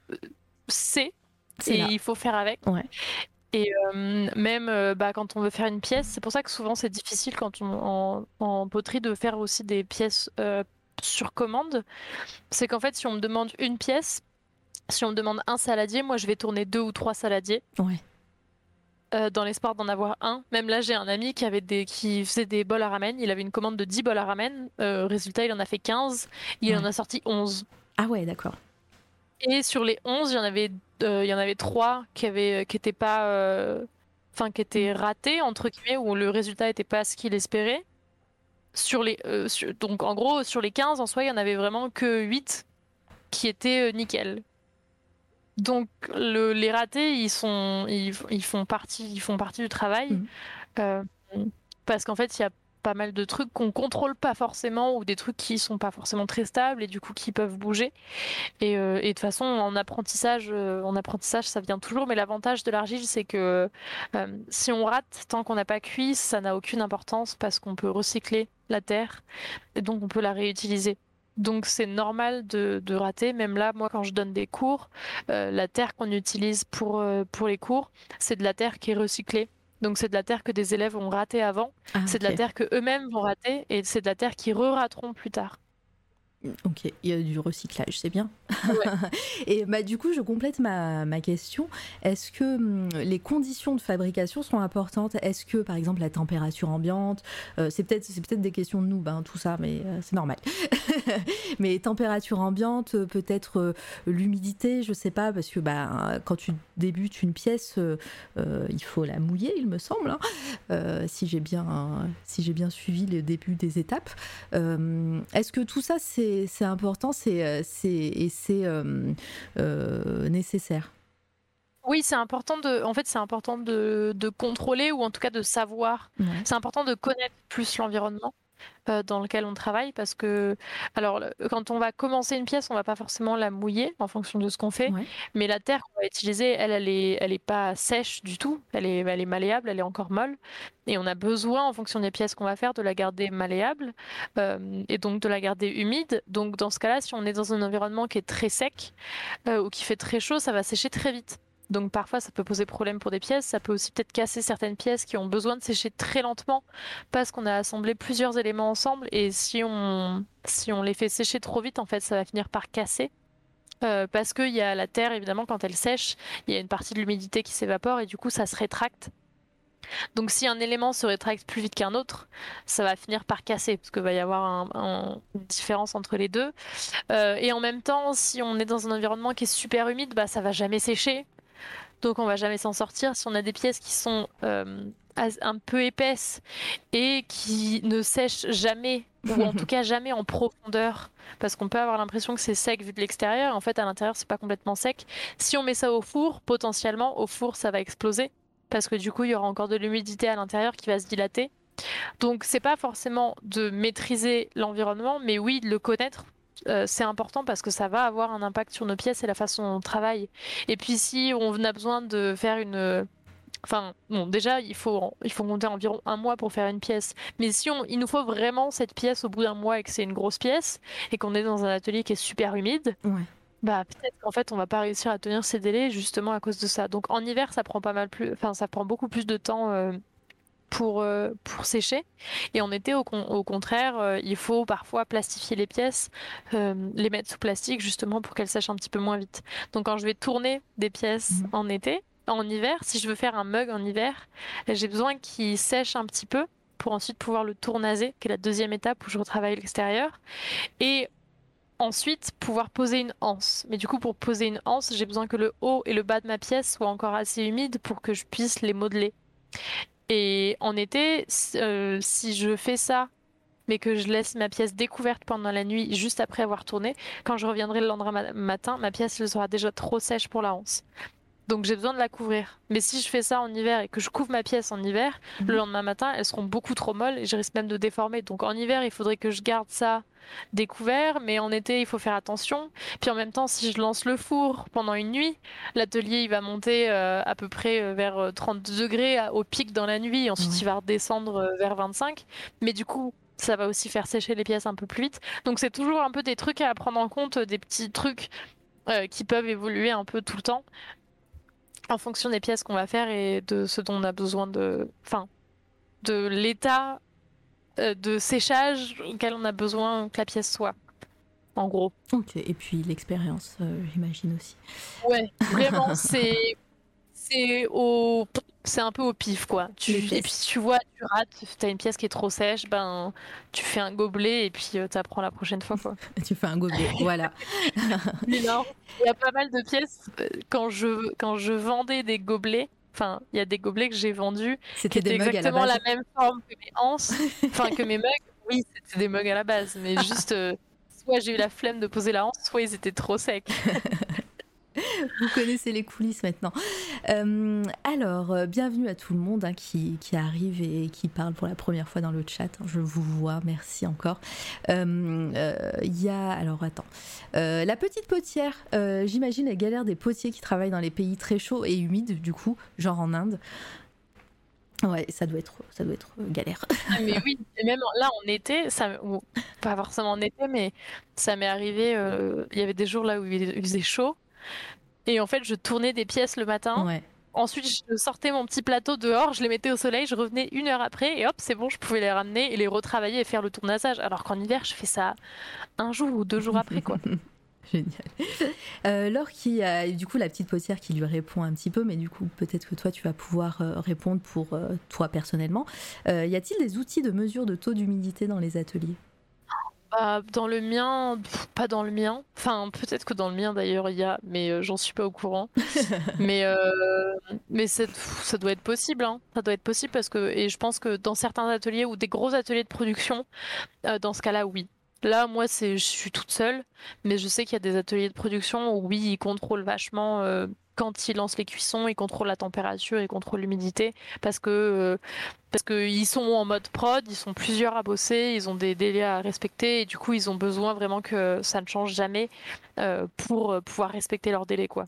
C: c'est,
B: C'est
C: et
B: là.
C: il faut faire avec.
B: Ouais.
C: Et euh, même euh, bah, quand on veut faire une pièce, c'est pour ça que souvent c'est difficile quand on, en, en poterie de faire aussi des pièces euh, sur commande. C'est qu'en fait, si on me demande une pièce, si on me demande un saladier, moi je vais tourner deux ou trois saladiers.
B: Ouais.
C: Euh, dans l'espoir d'en avoir un. Même là, j'ai un ami qui avait des, qui faisait des bols à ramen. Il avait une commande de dix bols à ramen. Euh, résultat, il en a fait quinze. Il
B: Ouais.
C: en a sorti onze.
B: Ah ouais, d'accord.
C: Et sur les onze, il y en avait, euh, il y en avait trois qui avaient, qui étaient pas, euh, enfin, qui étaient ratés entre guillemets, où le résultat n'était pas ce qu'il espérait. Sur les, euh, sur- donc en gros, sur les quinze en soi, il y en avait vraiment que huit qui étaient euh, nickel. Donc le, les ratés, ils sont, ils, ils font partie, ils font partie du travail.
B: Mhm.
C: Euh, parce qu'en fait, il y a pas mal de trucs qu'on contrôle pas forcément ou des trucs qui sont pas forcément très stables et du coup qui peuvent bouger. Et, euh, et de toute façon, en apprentissage, euh, en apprentissage, ça vient toujours. Mais l'avantage de l'argile, c'est que euh, si on rate tant qu'on n'a pas cuit, ça n'a aucune importance parce qu'on peut recycler la terre et donc on peut la réutiliser. Donc c'est normal de, de rater. Même là, moi, quand je donne des cours, euh, la terre qu'on utilise pour, euh, pour les cours, c'est de la terre qui est recyclée. Donc c'est de la terre que des élèves ont raté avant,
B: Ah,
C: c'est de la
B: ok.
C: terre que eux-mêmes vont rater et c'est de la terre qui re-rateront plus tard.
B: Ok, il y a du recyclage, c'est bien.
C: Ouais.
B: Et bah, du coup, je complète ma, ma question. Est-ce que hum, les conditions de fabrication sont importantes? Est-ce que, par exemple, la température ambiante, euh, c'est peut-être c'est peut-être des questions de noob, hein, tout ça, mais euh, c'est normal. Mais température ambiante, euh, peut-être euh, l'humidité, je sais pas, parce que bah, quand tu débutes une pièce, euh, euh, il faut la mouiller, il me semble, hein, euh, si j'ai bien, euh, si j'ai bien suivi le début des étapes. Euh, est-ce que tout ça, c'est c'est important, c'est, c'est, et c'est euh, euh, nécessaire?
C: Oui, c'est important de, en fait, c'est important de, de contrôler ou en tout cas de savoir.
B: Ouais.
C: C'est important de connaître plus l'environnement euh, dans lequel on travaille parce que, alors, le- quand on va commencer une pièce, on va pas forcément la mouiller en fonction de ce qu'on fait,
B: Ouais.
C: mais la terre qu'on va utiliser, elle, elle est, elle est pas sèche du tout. Elle est, elle est malléable, elle est encore molle, et on a besoin, en fonction des pièces qu'on va faire, de la garder malléable euh, et donc de la garder humide. Donc, dans ce cas-là, si on est dans un environnement qui est très sec euh, ou qui fait très chaud, ça va sécher très vite. Donc parfois ça peut poser problème pour des pièces, ça peut aussi peut-être casser certaines pièces qui ont besoin de sécher très lentement parce qu'on a assemblé plusieurs éléments ensemble et si on, si on les fait sécher trop vite, en fait ça va finir par casser. Euh, parce qu'il y a la terre, évidemment, quand elle sèche, il y a une partie de l'humidité qui s'évapore et du coup ça se rétracte. Donc si un élément se rétracte plus vite qu'un autre, ça va finir par casser parce qu'il va y avoir un- un- une différence entre les deux. Euh, et en même temps, si on est dans un environnement qui est super humide, bah ça va jamais sécher. Donc on va jamais s'en sortir. Si on a des pièces qui sont euh, as- un peu épaisses et qui ne sèchent jamais, ou en tout cas jamais en profondeur, parce qu'on peut avoir l'impression que c'est sec vu de l'extérieur, en fait à l'intérieur c'est pas complètement sec. Si on met ça au four, potentiellement au four ça va exploser, parce que du coup il y aura encore de l'humidité à l'intérieur qui va se dilater. Donc c'est pas forcément de maîtriser l'environnement, mais oui de le connaître. Euh, c'est important parce que ça va avoir un impact sur nos pièces et la façon dont on travaille. Et puis si on a besoin de faire une... Enfin, bon, déjà, il faut, il faut compter environ un mois pour faire une pièce. Mais si on, il nous faut vraiment cette pièce au bout d'un mois et que c'est une grosse pièce et qu'on est dans un atelier qui est super humide,
B: Ouais.
C: bah peut-être qu'en fait on va pas réussir à tenir ces délais justement à cause de ça. Donc en hiver, ça prend pas mal plus, enfin ça prend beaucoup plus de temps. euh, pour, euh, pour sécher. Et en été, au, con- au contraire, euh, il faut parfois plastifier les pièces, euh, les mettre sous plastique justement pour qu'elles sèchent un petit peu moins vite. Donc quand je vais tourner des pièces
B: Mhm.
C: en été, en hiver, si je veux faire un mug en hiver, j'ai besoin qu'il sèche un petit peu pour ensuite pouvoir le tournaser, qui est la deuxième étape où je retravaille l'extérieur. Et ensuite pouvoir poser une anse. Mais du coup, pour poser une anse, j'ai besoin que le haut et le bas de ma pièce soient encore assez humides pour que je puisse les modeler. Et en été, euh, si je fais ça, mais que je laisse ma pièce découverte pendant la nuit, juste après avoir tourné, quand je reviendrai le lendemain matin, ma pièce elle sera déjà trop sèche pour la anse. Donc j'ai besoin de la couvrir. Mais si je fais ça en hiver et que je couvre ma pièce en hiver, mmh. le lendemain matin, elles seront beaucoup trop molles et je risque même de déformer. Donc en hiver, il faudrait que je garde ça découvert, mais en été, il faut faire attention. Puis en même temps, si je lance le four pendant une nuit, l'atelier, il va monter euh, à peu près vers trente degrés au pic dans la nuit. Ensuite, mmh. il va redescendre vers vingt-cinq. Mais du coup, ça va aussi faire sécher les pièces un peu plus vite. Donc c'est toujours un peu des trucs à prendre en compte, des petits trucs euh, qui peuvent évoluer un peu tout le temps, en fonction des pièces qu'on va faire et de ce dont on a besoin de, enfin, de l'état euh, de séchage auquel on a besoin que la pièce soit, en gros.
B: Ok, et puis l'expérience, euh, j'imagine aussi.
C: Ouais, vraiment, c'est c'est au c'est un peu au pif, quoi. Tu... Et puis tu vois, tu rates, t'as une pièce qui est trop sèche, ben tu fais un gobelet et puis euh, t'apprends la prochaine fois, quoi.
B: Tu fais un gobelet, voilà.
C: Mais non, il y a pas mal de pièces quand je quand je vendais des gobelets. Enfin, il y a des gobelets que j'ai vendus
B: c'était
C: qui étaient
B: des mugs
C: exactement
B: à la,
C: la même forme que mes anses, enfin que mes mugs. Oui, c'était des mugs à la base, mais juste euh, soit j'ai eu la flemme de poser la anse, soit ils étaient trop secs.
B: Vous connaissez les coulisses maintenant. Euh, alors, euh, bienvenue à tout le monde hein, qui, qui arrive et qui parle pour la première fois dans le chat. Je vous vois, merci encore. Il euh, euh, y a... Alors, attends. Euh, la petite potière, euh, j'imagine, elle galère des potiers qui travaillent dans les pays très chauds et humides, du coup, genre en Inde. Ouais, ça doit être, ça doit être galère.
C: Mais oui, et même là en été, ça, ou, pas forcément en été, mais ça m'est arrivé, il euh, y avait des jours là où il faisait chaud. Et en fait, je tournais des pièces le matin.
B: Ouais.
C: Ensuite, je sortais mon petit plateau dehors, je les mettais au soleil, je revenais une heure après et hop, c'est bon, je pouvais les ramener et les retravailler et faire le tournasage. Alors qu'en hiver, je fais ça un jour ou deux jours après, quoi.
B: Génial. Euh, Laure qui a du coup la petite potière qui lui répond un petit peu, mais du coup peut-être que toi tu vas pouvoir euh, répondre pour euh, toi personnellement. Euh, y a-t-il des outils de mesure de taux d'humidité dans les ateliers ?
C: Bah, dans le mien, pff, pas dans le mien. Enfin, peut-être que dans le mien d'ailleurs il y a, mais euh, j'en suis pas au courant. mais euh, mais c'est, pff, ça doit être possible, hein. Ça doit être possible parce que et je pense que dans certains ateliers ou des gros ateliers de production, euh, dans ce cas-là, oui. Là, moi, c'est, je suis toute seule, mais je sais qu'il y a des ateliers de production où oui, ils contrôlent vachement. Euh, quand ils lancent les cuissons, ils contrôlent la température, ils contrôlent l'humidité, parce que euh, parce qu'ils sont en mode prod, ils sont plusieurs à bosser, ils ont des délais à respecter, et du coup, ils ont besoin vraiment que ça ne change jamais euh, pour pouvoir respecter leurs délais, quoi.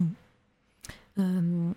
B: Euh...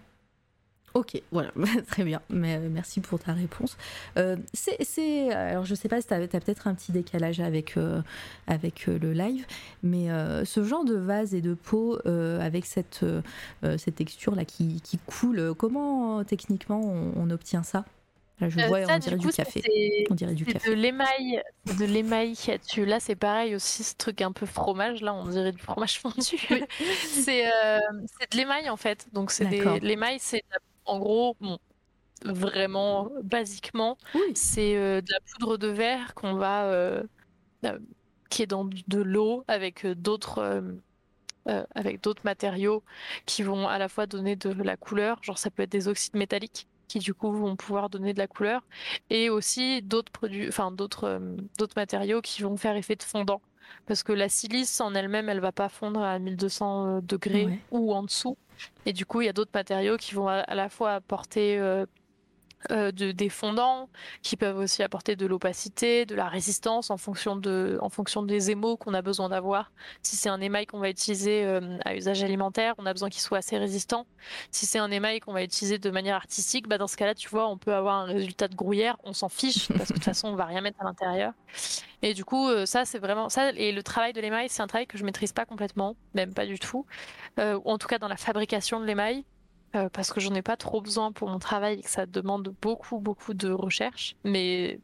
B: Ok, voilà, très bien, mais, euh, merci pour ta réponse. Euh, c'est, c'est, alors je sais pas si tu as peut-être un petit décalage avec, euh, avec euh, le live, mais euh, ce genre de vase et de pot euh, avec cette, euh, cette texture-là qui, qui coule, comment euh, techniquement on, on obtient ça ? Là, je
C: Euh,
B: vois,
C: ça,
B: on dirait
C: du
B: du
C: coup,
B: café.
C: c'est
B: On dirait du
C: c'est
B: café.
C: de l'émail, c'est de l'émail qu'il y a dessus. Là, c'est pareil aussi, ce truc un peu fromage. Là, on dirait du fromage fondu. c'est euh, c'est de l'émail en fait. Donc, c'est
B: D'accord.
C: des... l'émail, c'est en gros, bon, vraiment basiquement,
B: Oui.
C: c'est euh, de la poudre de verre qu'on va, euh, euh, qui est dans de l'eau avec euh, d'autres. Euh, euh, avec d'autres matériaux qui vont à la fois donner de la couleur, genre ça peut être des oxydes métalliques qui du coup vont pouvoir donner de la couleur, et aussi d'autres produits, enfin d'autres euh, d'autres matériaux qui vont faire effet de fondant, parce que la silice en elle-même, elle va pas fondre à mille deux cents degrés
B: Ouais.
C: ou en dessous, et du coup il y a d'autres matériaux qui vont à, à la fois apporter euh, Euh, de, des fondants, qui peuvent aussi apporter de l'opacité, de la résistance en fonction, de, en fonction des émaux qu'on a besoin d'avoir. Si c'est un émail qu'on va utiliser euh, à usage alimentaire, on a besoin qu'il soit assez résistant. Si c'est un émail qu'on va utiliser de manière artistique, bah dans ce cas-là, tu vois, on peut avoir un résultat de gruyère, on s'en fiche, parce que de toute façon, on va rien mettre à l'intérieur. Et du coup, euh, ça, c'est vraiment ça. Et le travail de l'émail, c'est un travail que je maîtrise pas complètement, même pas du tout, euh, ou en tout cas dans la fabrication de l'émail. Euh, parce que j'en ai pas trop besoin pour mon travail et que ça demande beaucoup, beaucoup de recherche. Mais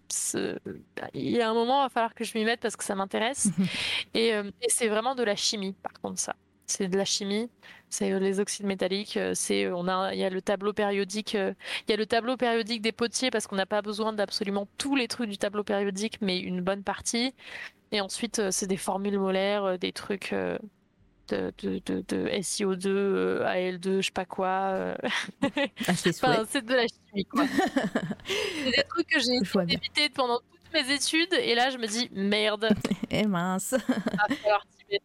C: il y a un moment, il va falloir que je m'y mette parce que ça m'intéresse. et, euh, et c'est vraiment de la chimie, par contre, ça. c'est de la chimie, c'est euh, les oxydes métalliques, euh, c'est euh, on a il y a le tableau périodique, euh, il y a le tableau périodique des potiers parce qu'on n'a pas besoin d'absolument tous les trucs du tableau périodique, mais une bonne partie. Et ensuite, euh, c'est des formules molaires, euh, des trucs euh, de, de, de, de S i O deux, euh, A L deux, je sais pas quoi. euh.
B: À tes souhaits.
C: Enfin, c'est de la chimie, quoi. C'est des trucs que j'ai
B: Je vois
C: essayé
B: bien.
C: d'éviter pendant toutes mes études, et là, je me dis, merde,
B: Eh mince.
C: va falloir t'y mettre.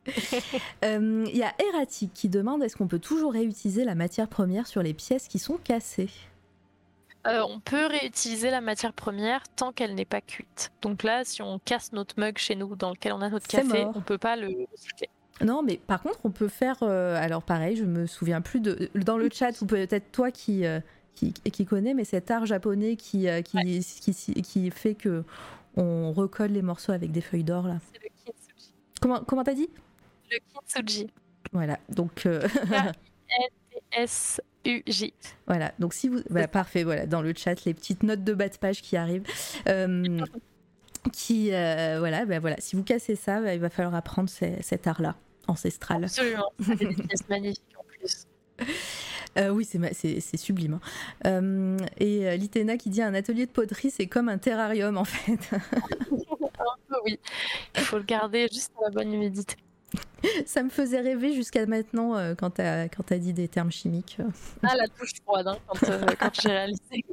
B: Euh, Il y a Erratic qui demande est-ce qu'on peut toujours réutiliser la matière première sur les pièces qui sont cassées?
C: Euh, on peut réutiliser la matière première tant qu'elle n'est pas cuite. Donc là, si on casse notre mug chez nous dans lequel on a notre
B: C'est
C: café,
B: mort.
C: on peut pas le recycler.
B: Non, mais par contre, on peut faire. euh, alors, pareil, je me souviens plus de. Dans le chat, ou peut-être toi qui, euh, qui, qui connais, mais cet art japonais qui, euh, qui,
C: Ouais.
B: qui, qui, qui fait que on recolle les morceaux avec des feuilles d'or, là.
C: C'est le kintsugi.
B: Comment comment t'as dit?
C: Le kintsugi.
B: Voilà, donc. euh,
C: K I N T S U J.
B: Voilà, donc si vous. Voilà, parfait, voilà, dans le chat, les petites notes de bas de page qui arrivent. Euh, qui. euh, voilà, ben voilà, si vous cassez ça, ben, il va falloir apprendre ces- cet art-là, ancestral.
C: Absolument. C'est des pièces magnifiques en plus.
B: Euh, oui, c'est, ma- c'est, c'est sublime. hein. Euh, et euh, Litena qui dit un atelier de poterie, c'est comme un terrarium en fait.
C: Un peu, oui. Il faut le garder juste à la bonne humidité.
B: Ça me faisait rêver jusqu'à maintenant euh, quand t'as, quand t'as dit des termes chimiques.
C: Ah, la douche froide, hein, quand, euh, quand j'ai réalisé.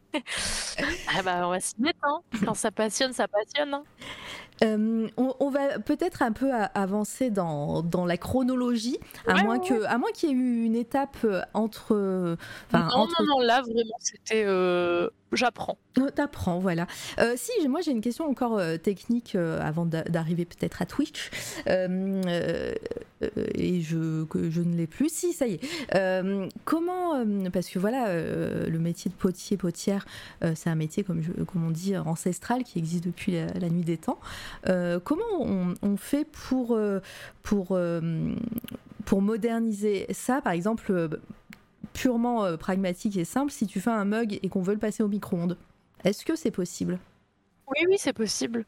C: Ah bah, on va s'y mettre, hein. Quand ça passionne, ça passionne. Hein.
B: Euh, on, on va peut-être un peu a- avancer dans, dans la chronologie, à,
C: Ouais,
B: moins
C: ouais,
B: que, à moins qu'il y ait eu une étape euh, entre... euh, Enfin,
C: non,
B: entre...
C: non, non, là, vraiment, c'était... euh, J'apprends.
B: Euh, T'apprends, voilà. Euh, si, j'ai- moi j'ai une question encore euh, technique euh, avant d'a- d'arriver peut-être à Twitch. Euh, euh, euh, et je, que je ne l'ai plus. Si, ça y est. Euh, comment, euh, parce que voilà, euh, le métier de potier, potière, euh, c'est un métier, comme, je- comme on dit, ancestral qui existe depuis la, la nuit des temps. Euh, comment on, on fait pour, euh, pour, euh, pour moderniser ça, par exemple euh, purement euh, pragmatique et simple, si tu fais un mug et qu'on veut le passer au micro-ondes, est-ce que c'est possible?
C: Oui, oui, c'est possible.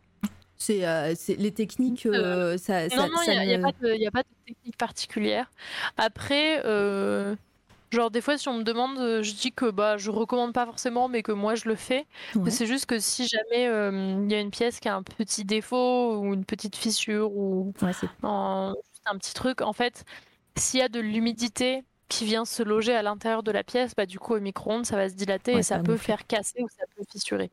B: C'est euh, c'est- les techniques, euh, ça, ça,
C: Non, non,
B: ça
C: il n'y a,
B: ne-
C: y a pas de y a pas de technique particulière. Après, euh, genre des fois, si on me demande, euh, je dis que bah, je recommande pas forcément, mais que moi, je le fais.
B: Ouais.
C: Mais c'est juste que si jamais euh, il y a une pièce qui a un petit défaut ou une petite fissure ou
B: Ouais, c'est-
C: un, juste un petit truc, en fait, s'il y a de l'humidité qui vient se loger à l'intérieur de la pièce, bah, du coup, au micro-ondes, ça va se dilater
B: Ouais,
C: et
B: ça
C: ça
B: va
C: peut
B: gonfler.
C: faire casser ou ça peut fissurer.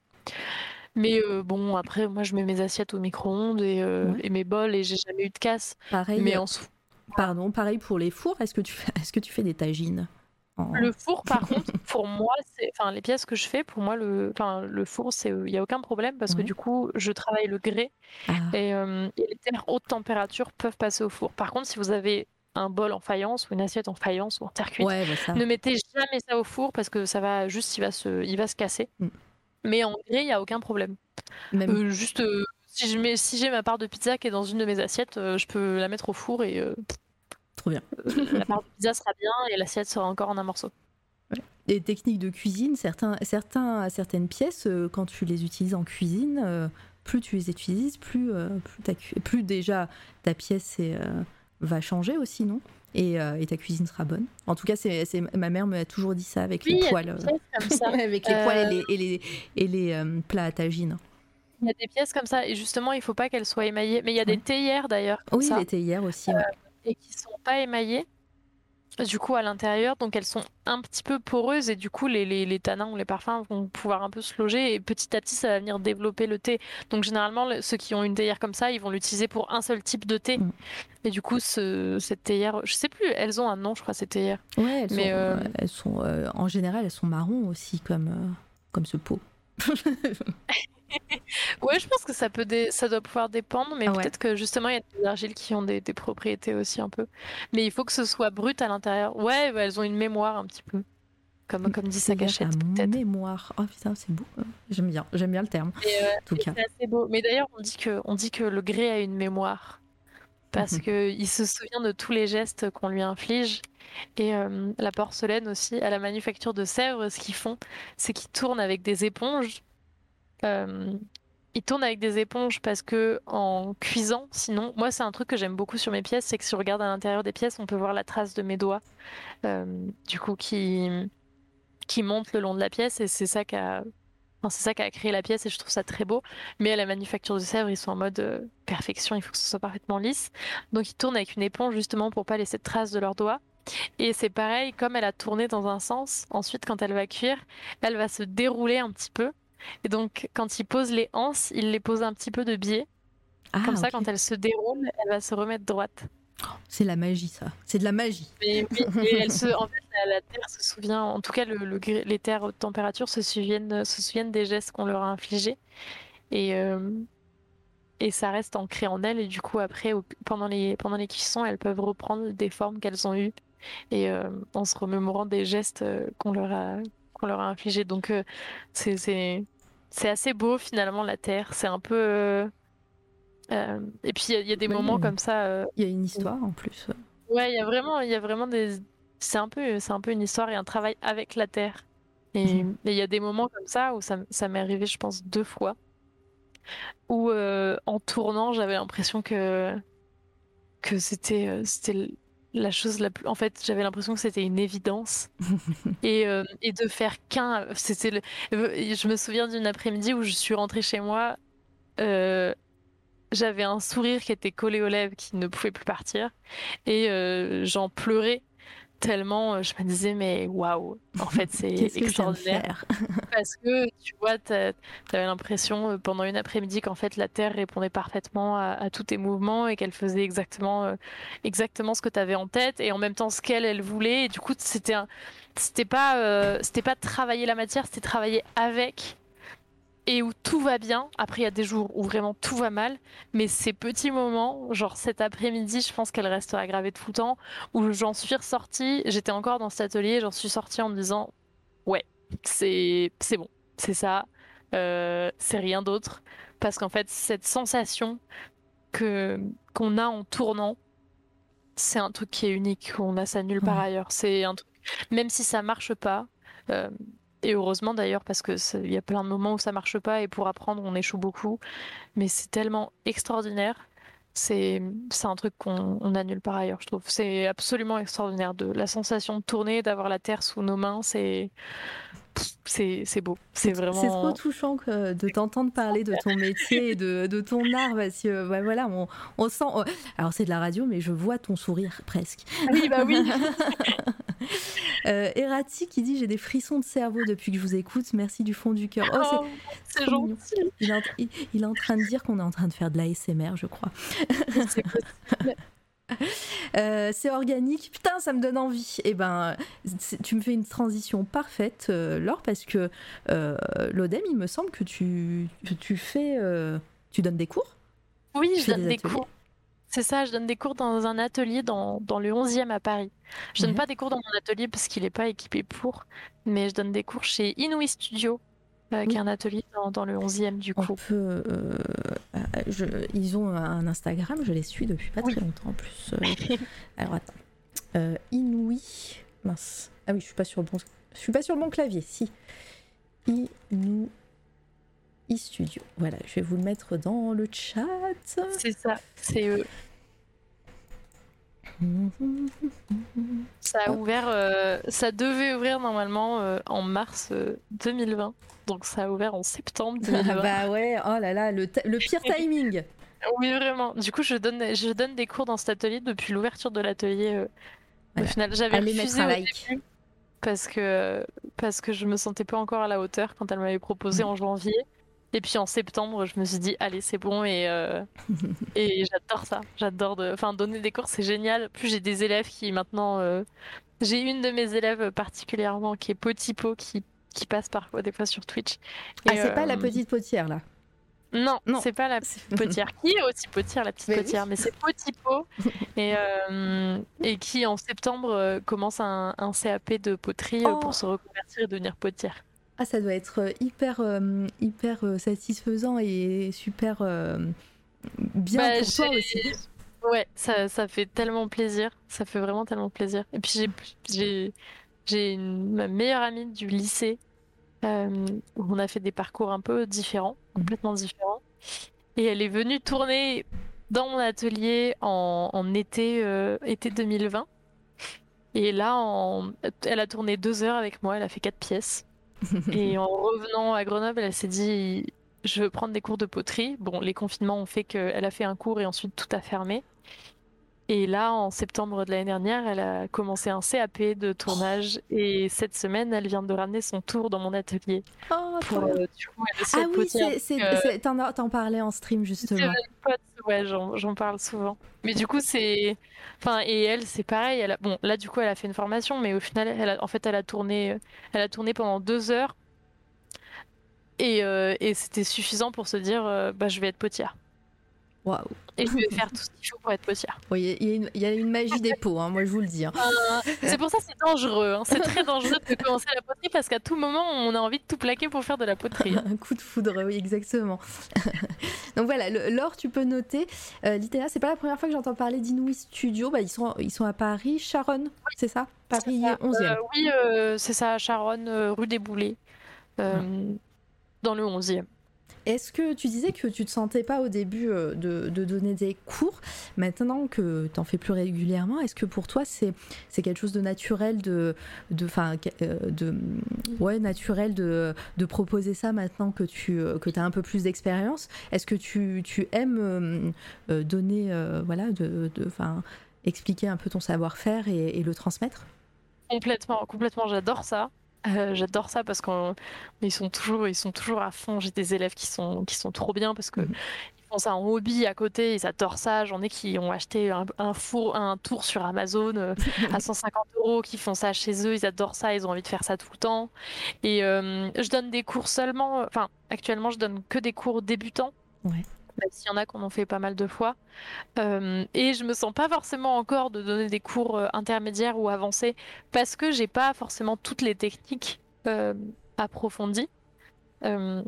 C: Mais euh, bon, après, moi, je mets mes assiettes au micro-ondes et, euh,
B: Ouais.
C: et mes bols et j'ai jamais eu de casse.
B: Pareil,
C: Mais
B: euh,
C: en soi,
B: pardon, pareil pour les fours. Est-ce que tu fais, est-ce que tu fais des tagines en-
C: le four, par contre, pour moi, c'est, enfin, les pièces que je fais, pour moi, le, enfin, le four, c'est, il y a aucun problème parce que
B: Ouais.
C: du coup, je travaille le grès
B: Ah,
C: et, euh, et les terres haute température peuvent passer au four. Par contre, si vous avez un bol en faïence ou une assiette en faïence ou en terre cuite,
B: ouais, bah ça.
C: ne mettez jamais ça au four parce que ça va juste, il va se, il va se casser.
B: Mm.
C: Mais en grès, il y a aucun problème.
B: Même
C: Euh, juste, euh, si je mets, si j'ai ma part de pizza qui est dans une de mes assiettes, euh, je peux la mettre au four et euh,
B: trop bien.
C: la part de pizza sera bien et l'assiette sera encore en un morceau.
B: Les techniques de cuisine, certains, certains, certaines pièces, euh, quand tu les utilises en cuisine, euh, plus tu les utilises, plus, euh, plus, ta cu- plus déjà ta pièce est, euh, va changer aussi, non et, euh, et ta cuisine sera bonne. En tout cas, c'est, c'est, ma mère m'a toujours dit ça avec
C: Oui,
B: les
C: il y a
B: poêles,
C: des
B: euh,
C: pièces comme ça.
B: avec les
C: Euh,
B: poêles et les, et les, et les euh, plats à tagine.
C: Il y a des pièces comme ça et justement, il faut pas qu'elles soient émaillées. Mais il y a
B: Ouais.
C: des théières d'ailleurs comme
B: Oui,
C: ça
B: il était hier aussi. Ouais.
C: et qui sont pas émaillées. Du coup, à l'intérieur, donc elles sont un petit peu poreuses et du coup, les, les, les tanins ou les parfums vont pouvoir un peu se loger et petit à petit, ça va venir développer le thé. Donc généralement, le- ceux qui ont une théière comme ça, ils vont l'utiliser pour un seul type de thé.
B: Mm.
C: Et du coup, ce, cette théière, je sais plus, elles ont un nom, je crois, ces théières.
B: Ouais, elles
C: Mais,
B: sont,
C: euh,
B: elles sont euh, en général, elles sont marron aussi, comme, euh, comme ce pot.
C: Ouais, je pense que ça peut dé- ça doit pouvoir dépendre, mais
B: Ah ouais.
C: peut-être que justement il y a des argiles qui ont des, des propriétés aussi un peu. Mais il faut que ce soit brut à l'intérieur. Ouais, bah, elles ont une mémoire un petit peu, comme comme dit sa
B: Théière
C: cachette
B: à
C: peut-être.
B: mémoire. Oh putain, c'est beau. J'aime bien, j'aime bien le terme.
C: Et, euh,
B: En tout
C: et
B: cas.
C: c'est assez beau. Mais d'ailleurs, on dit que on dit que le grès a une mémoire parce
B: Mhm.
C: que il se souvient de tous les gestes qu'on lui inflige. Et euh, la porcelaine aussi, à la manufacture de Sèvres, ce qu'ils font, c'est qu'ils tournent avec des éponges. euh, il tourne avec des éponges parce que en cuisant, sinon, moi c'est un truc que j'aime beaucoup sur mes pièces, c'est que si on regarde à l'intérieur des pièces, on peut voir la trace de mes doigts, euh, du coup qui qui monte le long de la pièce et c'est ça qui a, enfin, c'est ça qui a créé la pièce et je trouve ça très beau. Mais à la manufacture de Sèvres, ils sont en mode euh, perfection, il faut que ce soit parfaitement lisse. Donc ils tournent avec une éponge justement pour pas laisser de traces de leurs doigts. Et c'est pareil, comme elle a tourné dans un sens, ensuite quand elle va cuire, elle va se dérouler un petit peu. Et donc quand il pose les anses, il les pose un petit peu de biais.
B: Ah,
C: Comme ça,
B: ok.
C: quand elle se déroule, elle va se remettre droite.
B: C'est la magie, ça. C'est de la magie.
C: Mais oui, et elle se, en fait, la, la Terre se souvient, en tout cas, le, le gré- les terres haute température se souviennent, se souviennent des gestes qu'on leur a infligés. Et, euh, et ça reste ancré en elles. Et du coup, après, au- pendant les, pendant les cuissons, elles peuvent reprendre des formes qu'elles ont eues. Et euh, en se remémorant des gestes euh, qu'on leur a, qu'on leur a infligés. Donc, euh, c'est, c'est, c'est assez beau, finalement, la Terre. C'est un peu. euh, euh, Et puis, il y, a- il y a des
B: Ouais,
C: moments
B: euh,
C: comme ça. euh,
B: il y a une histoire en plus.
C: Ouais, il y a vraiment, il y a vraiment des. C'est un peu, c'est un peu une histoire et un travail avec la terre. Et et il y a des moments comme ça où ça, m- ça m'est arrivé, je pense, deux fois, où euh, en tournant, j'avais l'impression que que c'était, euh, c'était l- la chose la plus. En fait, j'avais l'impression que c'était une évidence et euh, et de faire qu'un. C'était le. Je me souviens d'une après-midi où je suis rentrée chez moi. euh, J'avais un sourire qui était collé aux lèvres, qui ne pouvait plus partir, et euh, j'en pleurais tellement euh, je me disais mais waouh, en fait c'est
B: Qu'est-ce que je viens de
C: extraordinaire
B: faire?
C: parce que tu vois t'as- t'avais l'impression euh, pendant une après-midi qu'en fait la Terre répondait parfaitement à, à tous tes mouvements et qu'elle faisait exactement euh, exactement ce que t'avais en tête et en même temps ce qu'elle elle voulait et du coup c'était un c'était pas euh, c'était pas travailler la matière, c'était travailler avec et où tout va bien. Après, il y a des jours où vraiment tout va mal, mais ces petits moments, genre cet après-midi, je pense qu'elle restera gravée tout le temps, où j'en suis ressortie, j'étais encore dans cet atelier, j'en suis sortie en me disant, ouais, c'est c'est bon, c'est ça, euh, c'est rien d'autre, parce qu'en fait, cette sensation que qu'on a en tournant, c'est un truc qui est unique, on a ça nulle part
B: Ouais.
C: ailleurs. C'est un truc, même si ça marche pas. euh, et heureusement d'ailleurs parce que c'est- il y a plein de moments où ça marche pas et pour apprendre on échoue beaucoup. Mais c'est tellement extraordinaire. C'est c'est un truc qu'on on a nulle part ailleurs, je trouve. C'est absolument extraordinaire de la sensation de tourner, d'avoir la terre sous nos mains. C'est c'est c'est beau. C'est
B: C'est c'est trop
C: vraiment.
B: touchant que de t'entendre parler de ton métier et de, de ton art parce que bah, voilà, on, on sent. on- Alors c'est de la radio, mais je vois ton sourire presque.
C: Oui bah oui.
B: Euh, Erati qui dit j'ai des frissons de cerveau depuis que je vous écoute. Merci du fond du cœur. Oh c'est
C: Oh, c'est
B: trop mignon.
C: gentil.
B: Il est, en, il, il est en train de dire qu'on est en train de faire de l'A S M R, je crois.
C: C'est possible.
B: Euh, c'est organique. Putain, ça me donne envie. Et ben, c'est- tu me fais une transition parfaite, euh, Laure, parce que euh, l'Odem, il me semble que tu, que tu fais, euh, tu donnes des cours.
C: Oui,
B: Tu
C: je
B: fais
C: donne
B: des
C: des
B: ateliers.
C: cours. C'est ça, je donne des cours dans un atelier dans, dans le onzième à Paris. Je donne
B: Ouais.
C: pas des cours dans mon atelier parce qu'il n'est pas équipé pour, mais je donne des cours chez Inouï Studio, euh, qui
B: Oui.
C: est un atelier dans, dans le onzième du
B: On
C: coup.
B: peut. euh, euh, je- ils ont un Instagram, je les suis depuis pas
C: Oui.
B: très longtemps en plus. Euh, alors attends. Euh, Inouï. Mince. Ah oui, je suis pas sur le bon. Je suis pas sur le bon clavier. Si. Inouï Studio. Voilà, je vais vous le mettre dans le chat.
C: C'est ça, c'est eux. Ça a
B: Hop.
C: ouvert, euh, ça devait ouvrir normalement euh, en mars euh, deux mille vingt. Donc ça a ouvert en septembre deux mille vingt.
B: Ah bah ouais, oh là là, le, ta- le pire timing.
C: Oui, vraiment. Du coup, je donne, je donne des cours dans cet atelier depuis l'ouverture de l'atelier. euh,
B: Voilà.
C: Au final, j'avais
B: Allez mettre
C: refusé
B: un
C: au
B: like.
C: début parce que, parce que je me sentais pas encore à la hauteur quand elle m'avait proposé
B: Mm.
C: en janvier. Et puis en septembre, je me suis dit, allez, c'est bon. Et, euh, et j'adore ça. J'adore de... enfin, donner des cours, c'est génial. Plus j'ai des élèves qui maintenant. euh, J'ai une de mes élèves particulièrement qui est Potipo qui, qui passe parfois des fois sur Twitch.
B: Ah,
C: Et,
B: c'est pas la
C: euh,
B: petite potière là.
C: Non,
B: Non.
C: c'est pas la petite potière. Qui est aussi potière, la petite
B: Mais oui.
C: potière, mais c'est Potipo. Et, euh, et qui en septembre euh, commence un, un C A P de poterie euh,
B: Oh.
C: pour se reconvertir et devenir potière.
B: Ah, ça doit être euh, hyper, euh, hyper euh, satisfaisant et super euh, bien
C: Bah,
B: pour toi
C: j'ai-
B: aussi.
C: Ouais, ça, ça fait tellement plaisir. Ça fait vraiment tellement plaisir. Et puis j'ai j'ai j'ai une- ma meilleure amie du lycée euh, où on a fait des parcours un peu différents, complètement différents. Et elle est venue tourner dans mon atelier en, en été, euh, été deux mille vingt. Et là, en... elle a tourné deux heures avec moi, elle a fait quatre pièces. Et en revenant à Grenoble, elle s'est dit, je veux prendre des cours de poterie. Bon, les confinements ont fait qu'elle a fait un cours et ensuite tout a fermé. Et là, en septembre de l'année dernière, elle a commencé un C A P de tournage. Et cette semaine, elle vient de ramener son tour dans mon atelier.
B: Oh,
C: Pour,
B: trop bien.
C: euh, du coup, elle aussi
B: Ah
C: être
B: oui,
C: potière.
B: c'est, c'est,
C: Euh,
B: c'est- t'en, as- t'en parlais en stream
C: c'est
B: justement.
C: avec potes, ouais, j'en, j'en parle souvent. Mais du coup, c'est. Enfin, et elle, c'est pareil. Elle a... Bon, là, du coup, elle a fait une formation, mais au final, elle a... en fait, elle a tourné, elle a tourné pendant deux heures. Et, euh, et c'était suffisant pour se dire, euh, bah, je vais être potière.
B: Waouh.
C: Et je vais faire tout ce qu'il faut pour être potière.
B: Oui, il y, a une- il y a une magie des pots, hein, moi je vous le dis. hein.
C: Euh, c'est pour ça que c'est dangereux. Hein. C'est très dangereux de commencer la poterie parce qu'à tout moment, on a envie de tout plaquer pour faire de la poterie.
B: Un coup de foudre, oui, exactement. Donc voilà, le- Laure, tu peux noter. Euh, L'I T N A, c'est pas la première fois que j'entends parler d'Inouï Studio. Bah, ils, sont, ils sont à Paris, Charonne, c'est ça Paris
C: C'est ça.
B: onzième.
C: Euh, oui, euh, c'est ça, à Charonne, euh, rue des Boulets, euh, dans le onzième.
B: Est-ce que tu disais que tu te sentais pas au début euh, de, de donner des cours? Maintenant que tu en fais plus régulièrement, est-ce que pour toi c'est c'est quelque chose de naturel de de enfin euh, de ouais enfin, de de proposer ça maintenant que tu euh, que tu as un peu plus d'expérience? Est-ce que tu, tu aimes euh, euh, donner euh, voilà de de enfin expliquer un peu ton savoir-faire et, et le transmettre?
C: Complètement, complètement, j'adore ça. Euh, j'adore ça parce qu'ils sont toujours, ils sont toujours à fond. J'ai des élèves qui sont, qui sont trop bien parce que
B: Mhm.
C: ils font ça en hobby à côté, ils adorent ça. J'en ai qui ont acheté un, un four, un tour sur Amazon euh, à cent cinquante euros, qui font ça chez eux, ils adorent ça, ils ont envie de faire ça tout le temps. Et euh, je donne des cours seulement, enfin actuellement je donne que des cours débutants.
B: Ouais.
C: Même s'il y en a qu'on en fait pas mal de fois. Euh, et je me sens pas forcément encore de donner des cours euh, intermédiaires ou avancés parce que j'ai pas forcément toutes les techniques euh, approfondies. Euh,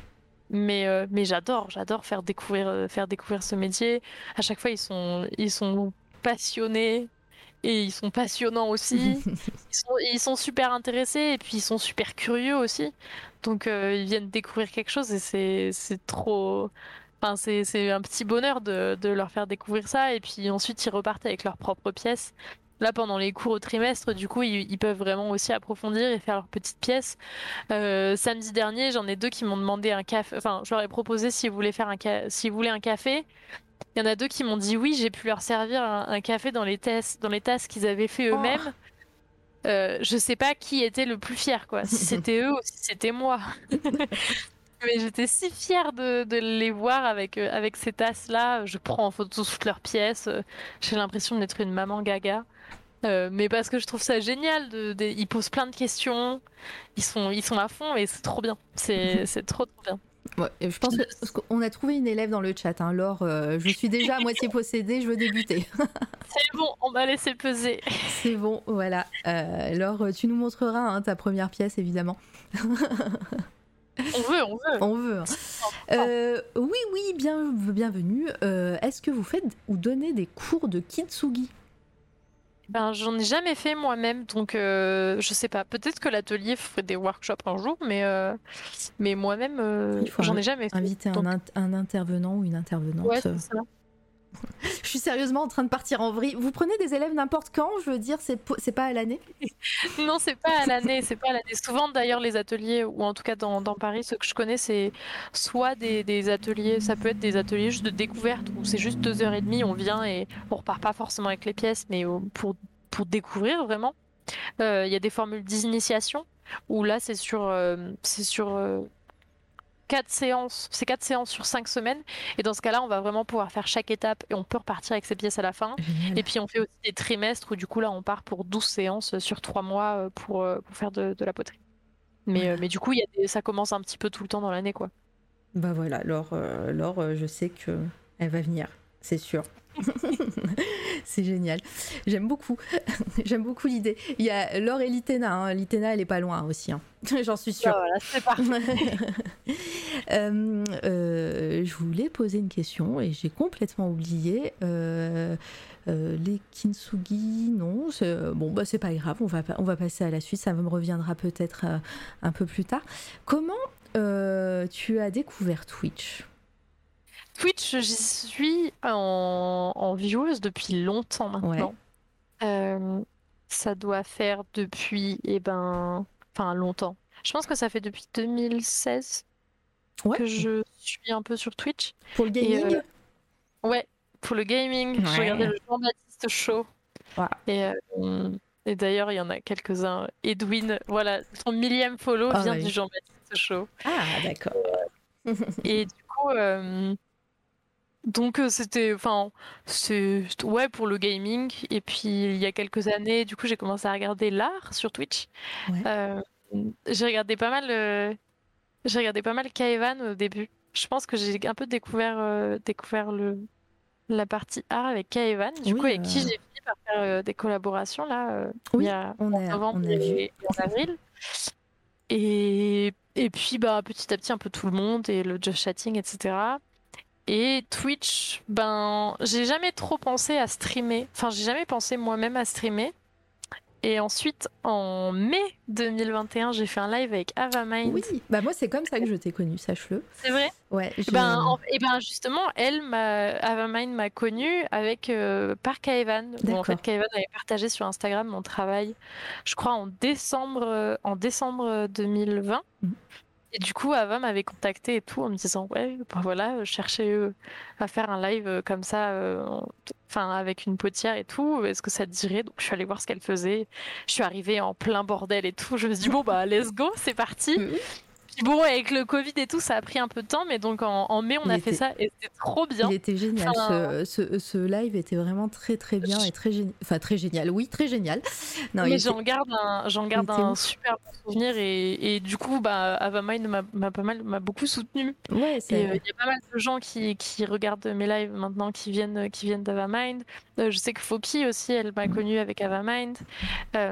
C: mais euh, mais j'adore, j'adore faire découvrir euh, faire découvrir ce métier. À chaque fois, ils sont ils sont passionnés et ils sont passionnants aussi. Ils sont, ils sont super intéressés et puis ils sont super curieux aussi. Donc euh, ils viennent découvrir quelque chose et c'est c'est trop. Enfin, c'est, c'est un petit bonheur de, de leur faire découvrir ça et puis ensuite ils repartent avec leurs propres pièces. Là, pendant les cours au trimestre, du coup, ils, ils peuvent vraiment aussi approfondir et faire leurs petites pièces. Euh, samedi dernier, j'en ai deux qui m'ont demandé un café. Enfin, je leur ai proposé s'ils voulaient faire un ca... s'ils voulaient un café. Il y en a deux qui m'ont dit oui, j'ai pu leur servir un, un café dans les tasses, dans les tasses qu'ils avaient fait eux-mêmes. Euh, je sais pas qui était le plus fier, quoi. Si c'était eux ou si c'était moi. Mais j'étais si fière de, de les voir avec, euh, avec ces tasses-là. Je prends en photo toutes leurs pièces. Euh, J'ai l'impression d'être une maman gaga. Euh, mais parce que je trouve ça génial. De, de- ils posent plein de questions. Ils sont, ils sont à fond et c'est trop bien. C'est, c'est trop, trop bien.
B: Ouais, et je pense que- qu'on a trouvé une élève dans le chat. Hein. Laure, euh, je suis déjà à moitié possédée, je veux débuter.
C: C'est bon, on va laisser peser.
B: C'est bon, voilà. Euh, Laure, tu nous montreras hein, ta première pièce, évidemment.
C: On veut, on veut.
B: On veut. hein. Euh, oui, oui, bien, bienvenue. Euh, Est-ce que vous faites ou donnez des cours de kintsugi?
C: Ben, j'en ai jamais fait moi-même, donc euh, je sais pas. Peut-être que l'atelier ferait des workshops un jour, mais, euh, mais moi-même, euh,
B: Il faut
C: j'en
B: un-
C: ai jamais fait.
B: Inviter
C: donc-
B: un, int- un intervenant ou une intervenante.
C: Ouais, c'est ça.
B: Je suis sérieusement en train de partir en vrille. Vous prenez des élèves n'importe quand? Je veux dire, c'est po- c'est pas à l'année?
C: Non, c'est pas à l'année, c'est pas à l'année. Souvent, d'ailleurs, les ateliers, ou en tout cas dans, dans Paris, ceux que je connais, c'est soit des, des ateliers, ça peut être des ateliers juste de découverte, où c'est juste deux heures et demie, on vient et on repart pas forcément avec les pièces, mais euh, pour, pour découvrir vraiment. Euh, Il y a des formules d'initiation, où là, c'est sur, euh, c'est sur euh, quatre séances, c'est quatre séances sur cinq semaines, et dans ce cas-là, on va vraiment pouvoir faire chaque étape, et on peut repartir avec ses pièces à la fin.
B: Génial.
C: Et puis on fait aussi des trimestres où du coup là on part pour douze séances sur trois mois euh, pour, euh, pour faire de, de la poterie. Mais,
B: Voilà.
C: euh, mais du coup il y a des- ça commence un petit peu tout le temps dans l'année quoi.
B: Bah voilà, Laure, euh, Laure euh, je sais que elle va venir, c'est sûr. C'est génial. J'aime beaucoup. J'aime beaucoup l'idée. Il y a Laure et l'I T N A. Hein. L'I T N A, elle est pas loin aussi. Hein. J'en suis sûre.
C: Ah, voilà, c'est parti.
B: Euh, euh, je voulais poser une question et j'ai complètement oublié. Euh, euh, les kintsugi, non. C'est, bon, bah, c'est pas grave, on va, on va passer à la suite. Ça me reviendra peut-être euh, un peu plus tard. Comment euh, tu as découvert Twitch ?
C: Twitch, j'y suis en, en vieweuse depuis longtemps maintenant. Ouais. Euh, ça doit faire depuis, eh ben, enfin longtemps. Je pense que ça fait depuis deux mille seize ouais. que je suis un peu sur Twitch.
B: Pour le gaming ?
C: Et, euh, ouais, pour le gaming. Ouais. Je regardais le Jean-Baptiste Show. Ouais. Et, euh, et d'ailleurs, il y en a quelques-uns. Edwin, voilà, son millième follow oh, vient ouais. du Jean-Baptiste Show.
B: Ah, d'accord.
C: Et du coup. Euh, Donc euh, c'était, enfin, c'est ouais pour le gaming. Et puis il y a quelques années, du coup j'ai commencé à regarder l'art sur Twitch. Ouais. Euh, j'ai regardé pas mal, euh, j'ai regardé pas mal Kaevan au début. Je pense que j'ai un peu découvert, euh, découvert le la partie art avec Kaevan. Du oui, coup avec euh... qui j'ai fini par faire euh, des collaborations là. Euh,
B: oui,
C: il y a
B: on a,
C: novembre
B: on a
C: et,
B: vu.
C: et en avril. Et et puis bah petit à petit un peu tout le monde et le just chatting et cetera. Et Twitch, ben, j'ai jamais trop pensé à streamer. Enfin, j'ai jamais pensé moi-même à streamer. Et ensuite, en mai deux mille vingt et un, j'ai fait un live avec Avamind.
B: Oui, bah moi c'est comme ça que je t'ai connue, sache-le.
C: C'est vrai ?
B: Ouais.
C: Je... Ben, en... Et ben justement, elle, m'a... Avamind m'a connue avec euh, par Kaevan. Bon, en fait, Kaevan avait partagé sur Instagram mon travail, je crois en décembre, euh, en décembre deux mille vingt. Mm-hmm. Et du coup, Ava m'avait contacté et tout en me disant ouais, ben voilà, je cherchais euh, à faire un live euh, comme ça, enfin euh, avec une potière et tout. Est-ce que ça te dirait ? Donc je suis allée voir ce qu'elle faisait. Je suis arrivée en plein bordel et tout. Je me suis dit bon bah let's go, c'est parti. Mm-hmm. Puis bon, avec le Covid et tout, ça a pris un peu de temps, mais donc en, en mai on il a était... fait ça et c'était trop bien.
B: Il était génial. Enfin, ce, ce, ce live était vraiment très très bien et très génial. Enfin très génial. Oui, très génial.
C: Non, mais j'en était... garde un, j'en garde un super bon souvenir et, et du coup, bah, Avamind m'a, m'a pas mal, m'a beaucoup soutenu.
B: Ouais, c'est.
C: Il euh, y a pas mal de gens qui, qui regardent mes lives maintenant, qui viennent, qui viennent d'Avamind. Euh, je sais que Foki aussi, elle m'a mmh. connue avec Avamind. Euh,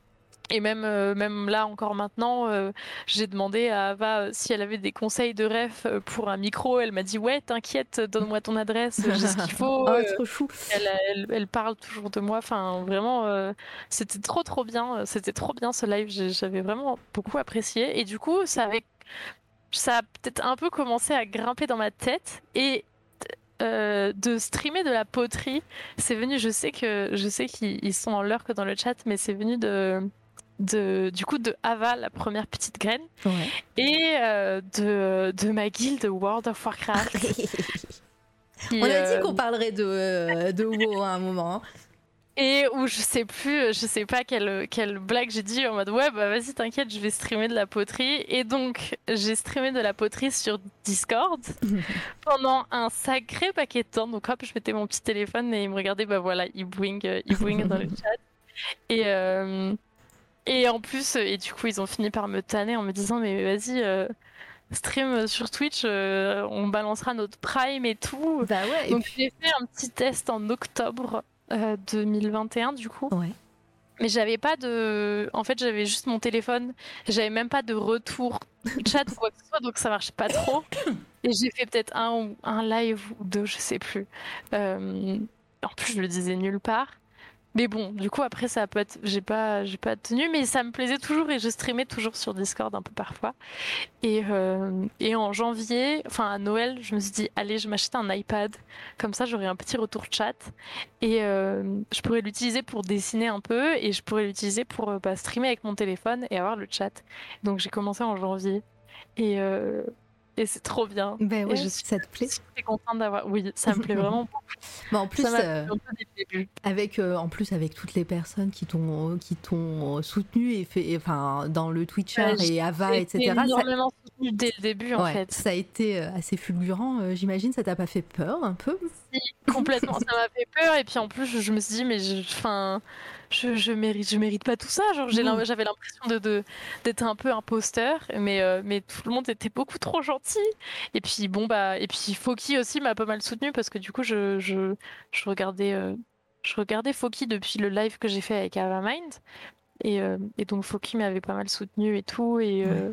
C: Et même, euh, même là, encore maintenant, euh, j'ai demandé à Ava euh, si elle avait des conseils de ref pour un micro. Elle m'a dit ouais, t'inquiète, donne-moi ton adresse, j'ai ce qu'il faut.
B: Oh, trop chou.
C: Elle, elle, elle parle toujours de moi. Enfin, vraiment, euh, c'était trop, trop bien. C'était trop bien ce live. J'avais vraiment beaucoup apprécié. Et du coup, ça avait, ça a peut-être un peu commencé à grimper dans ma tête. Et Euh, de streamer de la poterie, c'est venu. Je sais que je sais qu'ils sont en lurk dans le chat, mais c'est venu de de du coup de Ava, la première petite graine,
B: ouais.
C: et euh, de de ma guilde World of Warcraft.
B: qui, On a euh... dit qu'on parlerait de de WoW à un moment. Hein.
C: Et où je sais plus, je sais pas quelle, quelle blague j'ai dit en mode ouais bah vas-y t'inquiète, je vais streamer de la poterie. Et donc j'ai streamé de la poterie sur Discord pendant un sacré paquet de temps. Donc hop, je mettais mon petit téléphone et il me regardait, bah voilà, il bouing, il bouing dans le chat. Et euh, et en plus, et du coup ils ont fini par me tanner en me disant mais vas-y. Euh, stream sur Twitch, euh, on balancera notre prime et tout.
B: Bah ouais,
C: donc
B: puis...
C: j'ai fait un petit test en octobre euh, deux mille vingt et un du coup.
B: Ouais.
C: Mais j'avais pas de... En fait j'avais juste mon téléphone, j'avais même pas de retour chat ou quoi que ce soit, donc ça marchait pas trop. Et j'ai fait peut-être un, un live ou deux, je sais plus. Euh... En plus je le disais nulle part. Mais bon, du coup après ça peut être, j'ai pas, j'ai pas tenu, mais ça me plaisait toujours et je streamais toujours sur Discord un peu parfois. Et euh, et en janvier, enfin à Noël, je me suis dit allez, je m'achète un iPad, comme ça j'aurai un petit retour chat et euh, je pourrais l'utiliser pour dessiner un peu et je pourrais l'utiliser pour euh, bah, streamer avec mon téléphone et avoir le chat. Donc j'ai commencé en janvier et euh, et c'est trop bien.
B: Ben ouais,
C: et je suis
B: ça te plaît.
C: très contente d'avoir. Oui, ça me plaît vraiment beaucoup.
B: Bah en plus,
C: ça m'a
B: euh,
C: un peu dès le début.
B: avec euh, en plus avec toutes les personnes qui t'ont qui t'ont soutenu et fait, enfin dans le Twitch art ouais, et Ava, et cetera.
C: Énormément ça... soutenu dès le début en
B: ouais,
C: fait.
B: Ça a été assez fulgurant. Euh, j'imagine, ça t'a pas fait peur un peu?
C: Si, complètement. Ça m'a fait peur et puis en plus je, je me suis dit mais enfin. Je, je mérite, je mérite pas tout ça. Genre, j'ai, mmh. j'avais l'impression de, de, d'être un peu imposteur, mais, euh, mais tout le monde était beaucoup trop gentil. Et puis bon bah, et puis Foki aussi m'a pas mal soutenu parce que du coup, je, je, je regardais, euh, je regardais Foki depuis le live que j'ai fait avec Avamind, et, euh, et donc Foki m'avait pas mal soutenu et tout, et, euh,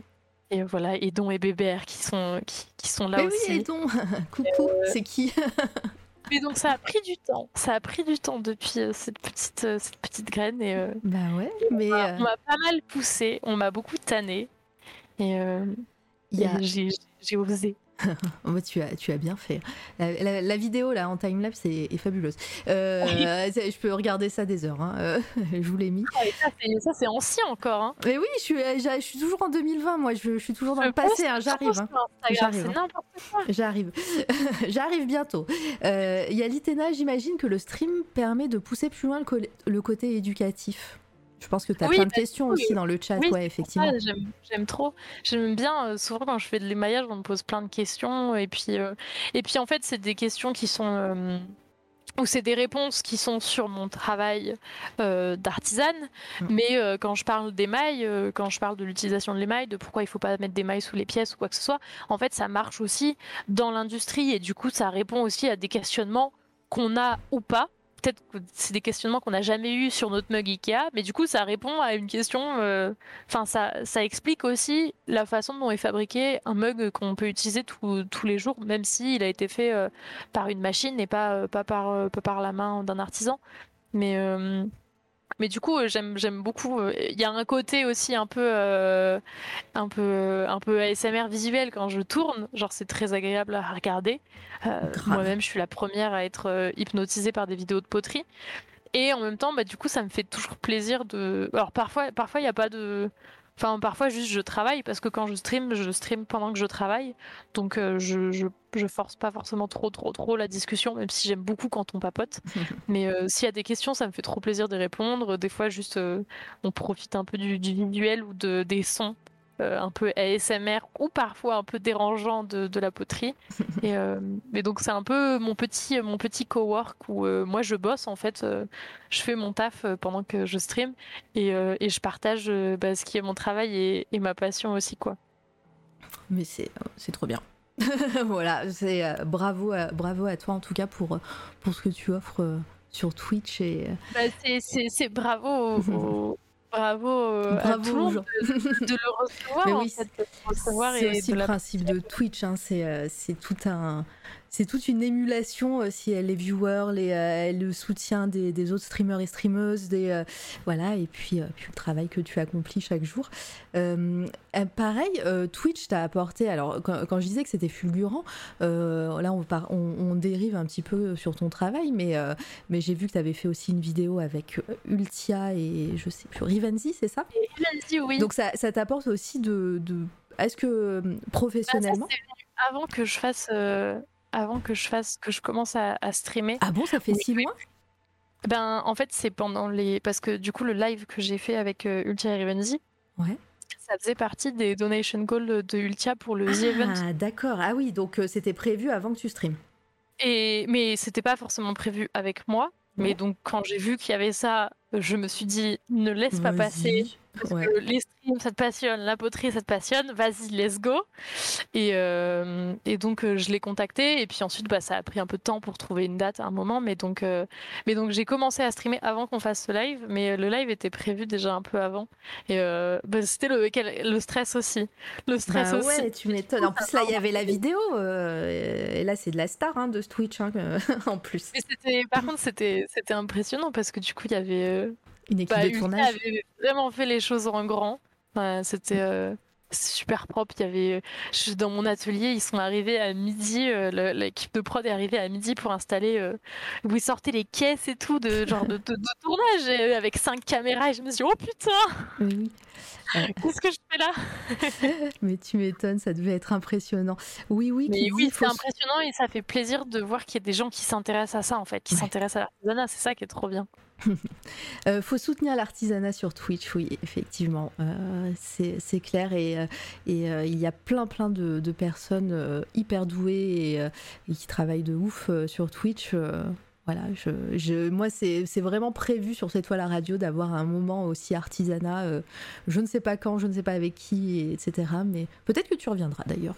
C: Et voilà, Edon et Bébert qui sont, qui, qui sont là
B: Mais
C: aussi.
B: oui, Edon, coucou, euh... c'est qui?
C: Mais donc ça a pris du temps, ça a pris du temps depuis euh, cette, petite, euh, cette petite graine. Et, euh,
B: bah ouais,
C: et
B: mais...
C: On m'a, on m'a pas mal poussé, on m'a beaucoup tanné. Et, euh, y a... et j'ai, j'ai osé.
B: Oh, tu, as, tu as bien fait. La, la, la vidéo là en timelapse est, est fabuleuse. Euh, oui. Je peux regarder ça des heures. Hein. Euh, je vous l'ai mis.
C: Ah, ça, c'est, ça c'est ancien encore. Hein.
B: Mais oui, je suis, je suis toujours en deux mille vingt. Moi, je, je suis toujours dans je le passé. Hein. J'arrive. Hein. J'arrive.
C: C'est n'importe quoi.
B: J'arrive. J'arrive bientôt. Il euh, y a Litena. J'imagine que le stream permet de pousser plus loin le, co- le côté éducatif. Je pense que tu as oui, plein de bah, questions oui, aussi dans le chat,
C: oui,
B: ouais, effectivement.
C: Ça, j'aime, j'aime trop. J'aime bien, euh, souvent quand je fais de l'émaillage, on me pose plein de questions. Et puis, euh, et puis en fait, c'est des questions qui sont... Euh, ou c'est des réponses qui sont sur mon travail euh, d'artisane. Mmh. Mais euh, quand je parle d'émail, euh, quand je parle de l'utilisation de l'émail, de pourquoi il ne faut pas mettre d'émail sous les pièces ou quoi que ce soit, en fait, ça marche aussi dans l'industrie. Et du coup, ça répond aussi à des questionnements qu'on a ou pas. Peut-être que c'est des questionnements qu'on n'a jamais eus sur notre mug Ikea, mais du coup, ça répond à une question... Enfin, euh, ça, ça explique aussi la façon dont est fabriqué un mug qu'on peut utiliser tout, tous les jours, même s'il a été fait euh, par une machine et pas, euh, pas, par, euh, pas par la main d'un artisan. Mais... Euh, Mais du coup, j'aime, j'aime beaucoup. Il y a un côté aussi un peu, euh, un peu, un peu A S M R visuel quand je tourne. Genre, c'est très agréable à regarder. Euh, moi-même, je suis la première à être euh, hypnotisée par des vidéos de poterie. Et en même temps, bah, du coup, ça me fait toujours plaisir de. Alors, parfois, parfois, il n'y a pas de. Enfin, parfois, juste je travaille parce que quand je stream, je stream pendant que je travaille. Donc, euh, je, je, je force pas forcément trop, trop, trop la discussion, même si j'aime beaucoup quand on papote. Mais euh, s'il y a des questions, ça me fait trop plaisir d'y répondre. Des fois, juste, euh, on profite un peu du, du visuel ou de, des sons, euh, un peu A S M R ou parfois un peu dérangeants de, de la poterie. Et, euh, et donc, c'est un peu mon petit, mon petit cowork où euh, moi, je bosse en fait. Euh, je fais mon taf pendant que je stream et, euh, et je partage euh, bah, ce qui est mon travail et, et ma passion aussi, quoi.
B: Mais c'est, c'est trop bien. Voilà, c'est euh, bravo, à, bravo à toi en tout cas pour, pour ce que tu offres euh, sur Twitch. Et...
C: Bah, c'est, c'est, c'est bravo au, au, bravo, euh, bravo à tout le monde de, de le recevoir.
B: Mais
C: en
B: oui,
C: fait, de le recevoir
B: c'est
C: et
B: aussi
C: de
B: le principe de Twitch, hein, c'est, euh, c'est tout un... C'est toute une émulation, euh, si les viewers, les, euh, le soutien des, des autres streamers et streameuses, des, euh, voilà, et puis, euh, puis le travail que tu accomplis chaque jour. Euh, pareil, euh, Twitch t'a apporté, alors quand, quand je disais que c'était fulgurant, euh, là on, par, on, on dérive un petit peu sur ton travail, mais, euh, mais j'ai vu que tu avais fait aussi une vidéo avec Ultia et je sais plus, Rivenzi, c'est ça ?
C: Et Rivenzi, oui.
B: Donc ça, ça t'apporte aussi de, de... Est-ce que professionnellement...
C: Bah, ça, c'est avant que je fasse... Euh... avant que je fasse, que je commence à, à streamer.
B: Ah bon, ça fait oui. si loin ?
C: Ben, en fait, c'est pendant les... Parce que du coup, le live que j'ai fait avec euh, Ultia et Rivenzi,
B: ouais.
C: ça faisait partie des donation goals de Ultia pour le
B: ah,
C: The Event.
B: Ah, d'accord. Ah oui, donc euh, c'était prévu avant que tu streames.
C: Et... Mais c'était pas forcément prévu avec moi. Ouais. Mais donc, quand j'ai vu qu'il y avait ça, je me suis dit, ne laisse pas
B: vas-y.
C: passer. Parce
B: ouais.
C: que les streams, ça te passionne, la poterie, ça te passionne, vas-y, let's go. Et, euh, et donc, euh, je l'ai contacté. Et puis ensuite, bah, ça a pris un peu de temps pour trouver une date à un moment. Mais donc, euh, mais donc j'ai commencé à streamer avant qu'on fasse ce live. Mais le live était prévu déjà un peu avant. Et euh, bah, c'était le, le stress aussi. Le stress
B: bah,
C: aussi.
B: Ouais, tu m'étonnes. En plus, là, il y avait la vidéo. Euh, et là, c'est de la star hein, de Twitch, hein, en plus.
C: Mais c'était, par contre, c'était, c'était impressionnant parce que du coup, il y avait... Euh,
B: une équipe
C: bah,
B: de tournage.
C: Ultia avait vraiment fait les choses en grand. Ouais, c'était euh, super propre. Il y avait, je, dans mon atelier, ils sont arrivés à midi. Euh, le, l'équipe de prod est arrivée à midi pour installer. Euh, où ils sortaient les caisses et tout de genre de, de, de tournage et, avec cinq caméras. Et je me suis dit oh putain.
B: Oui.
C: Euh... Qu'est-ce que je fais là?
B: Mais tu m'étonnes, ça devait être impressionnant. Oui, oui.
C: Mais oui, c'est
B: faut...
C: impressionnant et ça fait plaisir de voir qu'il y a des gens qui s'intéressent à ça en fait, qui ouais. s'intéressent à l'artisanat. C'est ça qui est trop bien.
B: euh, faut soutenir l'artisanat sur Twitch, oui, effectivement, euh, c'est, c'est clair et, euh, et euh, il y a plein plein de, de personnes euh, hyper douées et, euh, et qui travaillent de ouf euh, sur Twitch. Euh, voilà, je, je, moi c'est, c'est vraiment prévu sur cette fois la radio d'avoir un moment aussi artisanat. Euh, je ne sais pas quand, je ne sais pas avec qui, et, etc. Mais peut-être que tu reviendras d'ailleurs,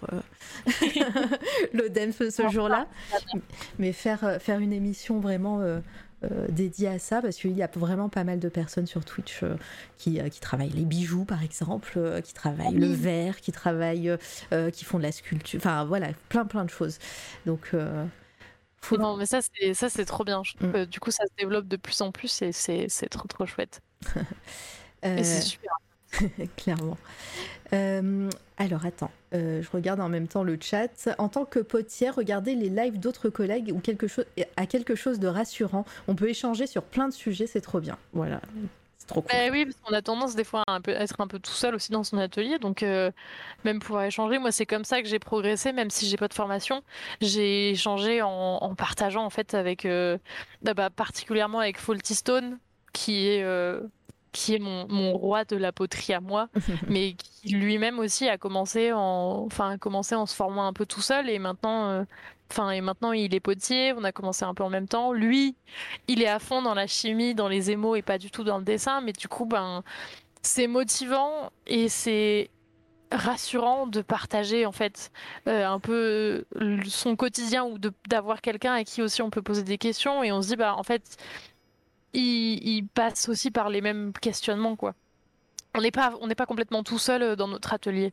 B: euh, l'O D E M ce, ce jour-là. Mais faire faire une émission vraiment. Euh, dédié à ça, parce qu'il y a vraiment pas mal de personnes sur Twitch euh, qui, euh, qui travaillent les bijoux par exemple, euh, qui travaillent oui. le verre, qui travaillent, euh, qui font de la sculpture, enfin voilà, plein plein de choses. Donc euh,
C: faut... non mais ça c'est ça c'est trop bien. Je trouve mm. que, du coup ça se développe de plus en plus et c'est c'est trop trop chouette. euh... Et c'est super.
B: Clairement. Euh, alors attends, euh, je regarde en même temps le chat. En tant que potière, regardez les lives d'autres collègues ou quelque chose à quelque chose de rassurant. On peut échanger sur plein de sujets, c'est trop bien. Voilà, c'est trop cool.
C: Bah oui, parce qu'on a tendance des fois à, un peu, à être un peu tout seul aussi dans son atelier, donc euh, même pouvoir échanger. Moi, c'est comme ça que j'ai progressé, même si j'ai pas de formation. J'ai échangé en, en partageant en fait avec, euh, bah, particulièrement avec Faulty Stone, qui est euh, qui est mon, mon roi de la poterie à moi, mais qui lui-même aussi a commencé en, enfin, a commencé en se formant un peu tout seul et maintenant, euh, enfin, et maintenant il est potier. On a commencé un peu en même temps. Lui, il est à fond dans la chimie, dans les émaux et pas du tout dans le dessin, mais du coup, ben, c'est motivant et c'est rassurant de partager en fait euh, un peu son quotidien ou de, d'avoir quelqu'un à qui aussi on peut poser des questions et on se dit bah en fait il, il passe aussi par les mêmes questionnements quoi. On n'est pas on n'est pas complètement tout seul dans notre atelier.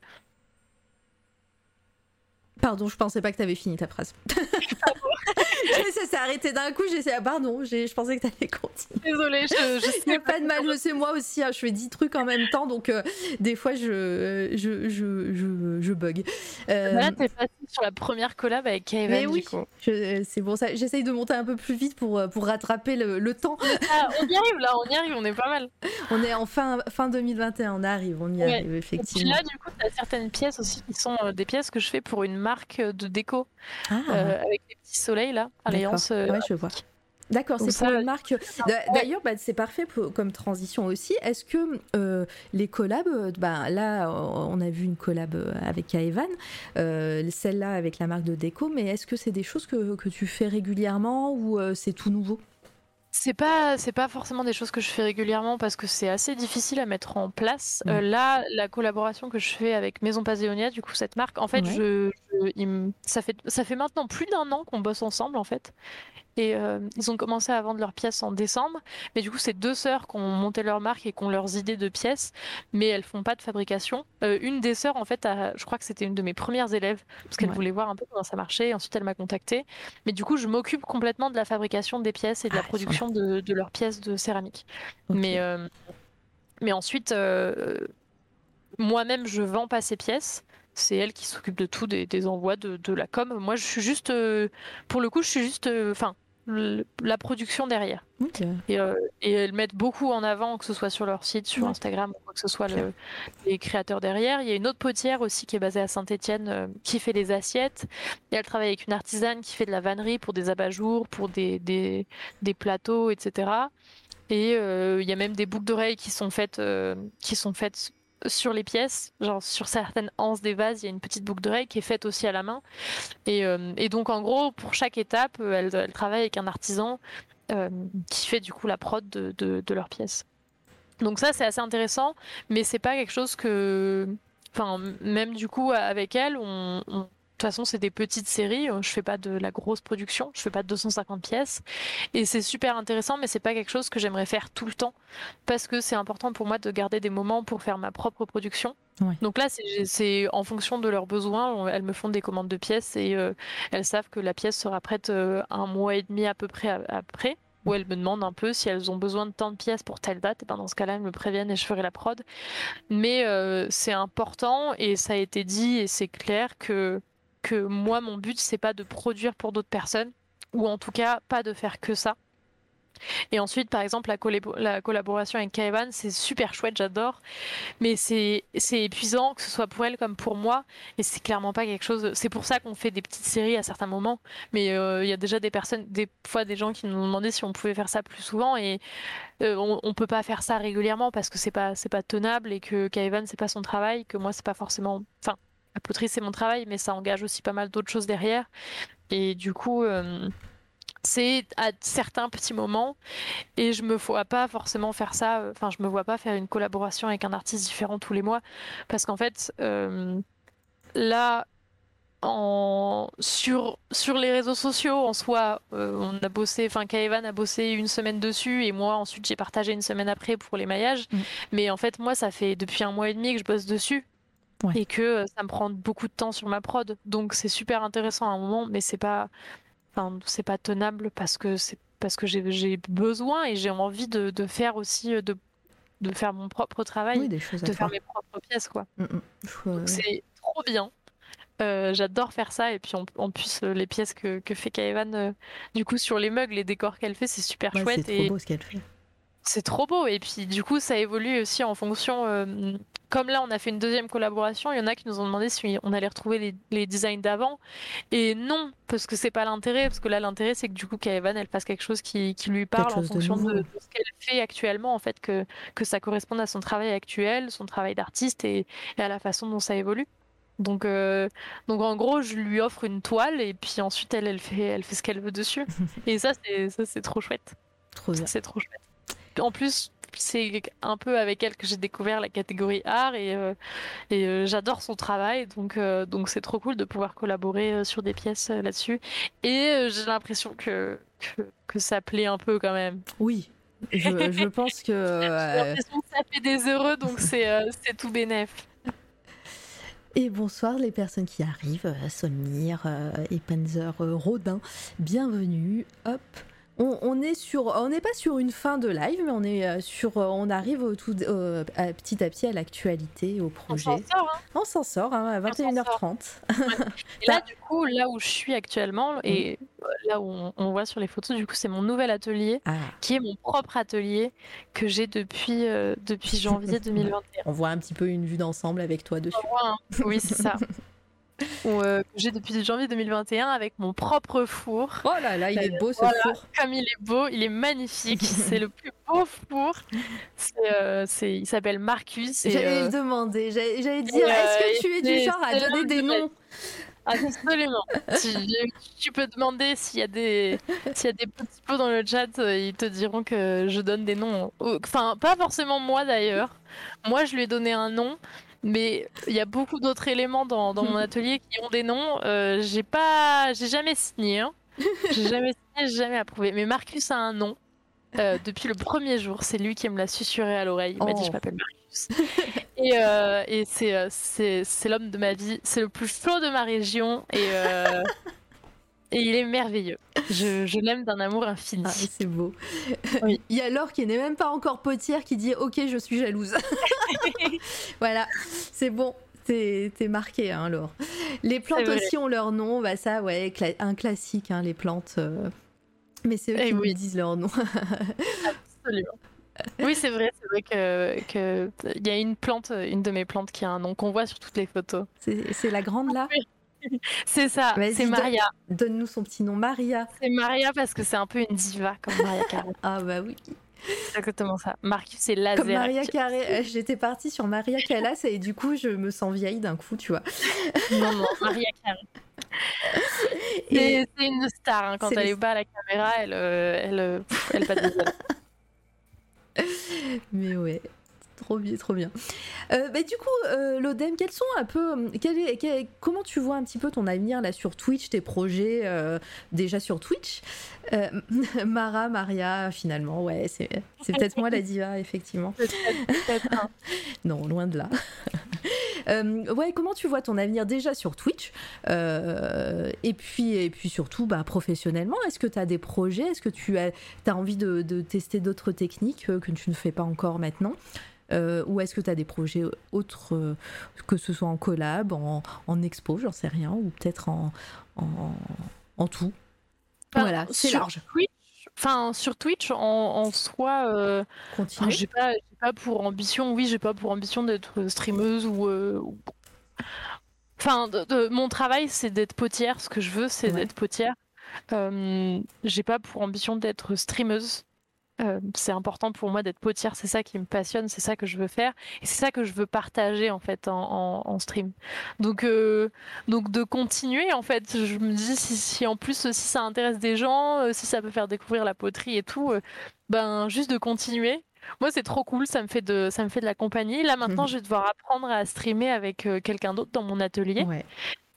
B: Pardon, je pensais pas que t'avais fini ta phrase. Ça s'est arrêté d'un coup, j'ai essayé, ah, pardon, j'ai, je pensais que t'allais continuer.
C: Désolée, je, je
B: sais pas de mal, je sais moi aussi, hein, je fais dix trucs en même temps, donc euh, des fois je, je, je, je, je bug.
C: Euh... Là, t'es passé sur la première collab avec Kevin.
B: Mais oui,
C: du coup.
B: Je, c'est pour ça, j'essaye de monter un peu plus vite pour, pour rattraper le, le temps.
C: Ah, on y arrive là, on y arrive, on est pas mal.
B: On est en fin, fin deux mille vingt et un, on arrive, on y ouais. arrive effectivement.
C: Et puis là, du coup, t'as certaines pièces aussi qui sont euh, des pièces que je fais pour une marque de déco, ah. euh, avec des petits soleils là, Alliance. Euh,
B: ouais, je vois. D'accord, c'est pour une marque. D'ailleurs, bah, c'est parfait pour, comme transition aussi. Est-ce que euh, les collabs, bah, là, on a vu une collab avec Kaevan, euh, celle-là avec la marque de déco, mais est-ce que c'est des choses que, que tu fais régulièrement ou euh, c'est tout nouveau ?
C: C'est pas, c'est pas forcément des choses que je fais régulièrement parce que c'est assez difficile à mettre en place. Mmh. Euh, là, la collaboration que je fais avec Maison Paseonia, du coup, cette marque, en fait, ouais. je, je, il, ça fait, ça fait maintenant plus d'un an qu'on bosse ensemble, en fait. Et euh, ils ont commencé à vendre leurs pièces en décembre, mais du coup c'est deux sœurs qui ont monté leur marque et qui ont leurs idées de pièces, mais elles font pas de fabrication. Euh, une des sœurs en fait, a, je crois que c'était une de mes premières élèves parce qu'elle ouais. voulait voir un peu comment ça marchait. Et ensuite elle m'a contactée, mais du coup je m'occupe complètement de la fabrication des pièces et de la ah, production de, de leurs pièces de céramique. Okay. Mais euh, mais ensuite euh, moi-même je vends pas ces pièces. C'est elle qui s'occupe de tout, des, des envois, de, de la com. Moi, je suis juste, euh, pour le coup, je suis juste, enfin, euh, la production derrière. Okay. Et, euh, et elles mettent beaucoup en avant, que ce soit sur leur site, sur ouais. Instagram, ou que ce soit le, les créateurs derrière. Il y a une autre potière aussi qui est basée à Saint-Étienne, euh, qui fait les assiettes. Et elle travaille avec une artisane qui fait de la vannerie pour des abat-jours, pour des, des, des plateaux, et cetera. Et euh, il y a même des boucles d'oreilles qui sont faites, euh, qui sont faites sur les pièces, genre sur certaines anses des vases, il y a une petite boucle d'oreille qui est faite aussi à la main. Et, euh, et donc en gros, pour chaque étape, elle, elle travaille avec un artisan euh, qui fait du coup la prod de, de, de leurs pièces. Donc ça, c'est assez intéressant, mais c'est pas quelque chose que, enfin, même du coup avec elle, on, on... de toute façon, c'est des petites séries. Je fais pas de la grosse production. Je fais pas de deux cent cinquante pièces. Et c'est super intéressant, mais c'est pas quelque chose que j'aimerais faire tout le temps parce que c'est important pour moi de garder des moments pour faire ma propre production. Ouais. Donc là, c'est, c'est en fonction de leurs besoins. Elles me font des commandes de pièces et euh, elles savent que la pièce sera prête euh, un mois et demi à peu près après. Où elles me demandent un peu si elles ont besoin de tant de pièces pour telle date. Et ben dans ce cas-là, elles me préviennent et je ferai la prod. Mais euh, c'est important et ça a été dit et c'est clair que que moi, mon but, c'est pas de produire pour d'autres personnes, ou en tout cas, pas de faire que ça. Et ensuite, par exemple, la, collab- la collaboration avec Kaevan, c'est super chouette, j'adore, mais c'est, c'est épuisant, que ce soit pour elle comme pour moi, et c'est clairement pas quelque chose... C'est pour ça qu'on fait des petites séries à certains moments, mais il euh, y a déjà des personnes, des fois des gens qui nous ont demandé si on pouvait faire ça plus souvent, et euh, on, on peut pas faire ça régulièrement, parce que c'est pas, c'est pas tenable, et que Kaevan, c'est pas son travail, que moi, c'est pas forcément... Enfin, la poterie, c'est mon travail, mais ça engage aussi pas mal d'autres choses derrière. Et du coup, euh, c'est à certains petits moments. Et je me vois pas forcément faire ça. Enfin, je me vois pas faire une collaboration avec un artiste différent tous les mois. Parce qu'en fait, euh, là, en... sur, sur les réseaux sociaux, en soi, euh, on a bossé, enfin, Kaevan a bossé une semaine dessus, et moi, ensuite, j'ai partagé une semaine après pour les maillages. Mm. Mais en fait, moi, ça fait depuis un mois et demi que je bosse dessus. Ouais. Et que euh, ça me prend beaucoup de temps sur ma prod. Donc, c'est super intéressant à un moment, mais c'est pas, enfin, c'est pas tenable parce que c'est parce que j'ai, j'ai besoin et j'ai envie de, de faire aussi, de, de faire mon propre travail,
B: oui, des choses à
C: de
B: faire.
C: faire mes propres pièces, quoi.
B: Mm -mm.
C: Donc, c'est trop bien. Euh, j'adore faire ça, et puis en, en plus euh, les pièces que, que fait Kaevan, euh, du coup sur les mugs, les décors qu'elle fait, c'est super
B: bah,
C: chouette.
B: C'est trop
C: et
B: beau ce qu'elle fait.
C: C'est trop beau, et puis du coup ça évolue aussi en fonction. Euh, comme là on a fait une deuxième collaboration, il y en a qui nous ont demandé si on allait retrouver les, les designs d'avant, et non, parce que c'est pas l'intérêt, parce que là l'intérêt c'est que du coup Kaevan elle fasse quelque chose qui, qui lui parle en fonction de, de, de ce qu'elle fait actuellement, en fait, que, que ça corresponde à son travail actuel, son travail d'artiste, et, et à la façon dont ça évolue. Donc, euh, donc en gros, je lui offre une toile, et puis ensuite elle, elle fait, elle fait ce qu'elle veut dessus. Et ça, c'est, ça, c'est trop chouette.
B: Trop bien.
C: C'est trop chouette. En plus, c'est un peu avec elle que j'ai découvert la catégorie art, et, euh, et euh, j'adore son travail. Donc, euh, donc c'est trop cool de pouvoir collaborer euh, sur des pièces euh, là-dessus. Et euh, j'ai l'impression que, que, que ça plaît un peu quand même.
B: Oui. Je, je pense que. Euh...
C: J'ai l'impression que ça fait des heureux, donc c'est, euh, c'est tout bénef.
B: Et bonsoir les personnes qui arrivent, Solmir euh, et Panzer euh, Rodin, bienvenue. Hop, on, on est sur, on n'est pas sur une fin de live, mais on est sur, on arrive au tout, euh, à, petit à petit à l'actualité, au projet.
C: On s'en sort, hein.
B: On s'en sort, hein, à vingt et une heures trente.
C: Ouais. Et là, du coup, là où je suis actuellement, et là où on, on voit sur les photos, du coup, c'est mon nouvel atelier, ah. qui est mon propre atelier que j'ai depuis, euh, depuis janvier deux mille vingt et un.
B: On voit un petit peu une vue d'ensemble avec toi dessus.
C: On voit, hein. Oui, c'est ça. Euh, que j'ai depuis janvier deux mille vingt et un avec mon propre four.
B: Oh là là, il est beau ce
C: voilà,
B: four.
C: Comme il est beau, il est magnifique. C'est le plus beau four. C'est, euh, c'est, il s'appelle Marcus. Et,
B: j'allais
C: euh,
B: demander, j'allais, j'allais dire, et, est-ce que tu es du genre à donner des noms?
C: Absolument. tu, tu peux demander s'il y a des s'il y a des petits pots dans le chat, ils te diront que je donne des noms. Enfin, pas forcément moi d'ailleurs. Moi, je lui ai donné un nom. Mais il y a beaucoup d'autres éléments dans, dans mon atelier qui ont des noms. Euh, j'ai pas, j'ai jamais signé. Hein. J'ai jamais signé, j'ai jamais approuvé. Mais Marcus a un nom euh, depuis le premier jour. C'est lui qui me l'a susurré à l'oreille. Il m'a oh. dit je m'appelle Marcus. et euh, et c'est, c'est, c'est l'homme de ma vie. C'est le plus chaud de ma région. Et, euh, et il est merveilleux. Je, je l'aime d'un amour infini.
B: Ah, c'est beau.
C: Oui.
B: Il y a Laure qui n'est même pas encore potière qui dit ok, je suis jalouse. Voilà, c'est bon. T'es, t'es marqué, hein, Laure. Les plantes aussi ont leur nom. Bah ça, ouais, cla- un classique, hein, les plantes. Euh... Mais c'est eux et qui oui. me disent leur nom.
C: Absolument. Oui, c'est vrai, c'est vrai que, que y a une plante, une de mes plantes qui a un nom qu'on voit sur toutes les photos.
B: C'est, c'est la grande là.
C: C'est ça, vas-y, c'est Maria.
B: Donne, donne-nous son petit nom, Maria.
C: C'est Maria parce que c'est un peu une diva comme Maria Carré.
B: Ah bah oui.
C: C'est exactement ça. Marcus, c'est laser.
B: Comme Maria Carré. J'étais partie sur Maria Callas et du coup, je me sens vieille d'un coup, tu vois.
C: Non, non, Maria Carré. Et c'est, c'est une star. Hein. Quand elle les... est bas à la caméra, elle, elle, elle, elle passe des ailes.
B: Mais ouais. Trop bien, trop bien. Euh, bah, du coup, euh, Lodem, quels sont un peu, quel est, quel, comment tu vois un petit peu ton avenir là sur Twitch, tes projets euh, déjà sur Twitch euh, Mara, Maria, finalement, ouais, c'est, c'est peut-être moi la diva, effectivement.
C: Peut-être, peut-être, hein.
B: Non, loin de là. euh, ouais, comment tu vois ton avenir déjà sur Twitch euh, et puis, et puis surtout, bah, professionnellement, est-ce que tu as des projets? Est-ce que tu as, as envie de, de tester d'autres techniques euh, que tu ne fais pas encore maintenant? Euh, ou est-ce que tu as des projets autres, euh, que ce soit en collab, en, en expo, j'en sais rien, ou peut-être en, en, en tout.
C: Enfin,
B: voilà, c'est
C: sur
B: large.
C: Twitch, enfin, sur Twitch, en, en soi, euh,
B: Continue.
C: J'ai pas, j'ai pas pour ambition, oui, j'ai pas pour ambition d'être streameuse ou... Euh, ou... Enfin, de, de, mon travail, c'est d'être potière. Ce que je veux, c'est ouais. d'être potière. Euh, j'ai pas pour ambition d'être streameuse. Euh, c'est important pour moi d'être potière, c'est ça qui me passionne, c'est ça que je veux faire et c'est ça que je veux partager en fait en, en, en stream. Donc, euh, donc de continuer en fait, je me dis si, si en plus si ça intéresse des gens, euh, si ça peut faire découvrir la poterie et tout, euh, ben juste de continuer. Moi c'est trop cool, ça me fait de, ça me fait de la compagnie. Là maintenant mmh. je vais devoir apprendre à streamer avec euh, quelqu'un d'autre dans mon atelier.
B: Ouais.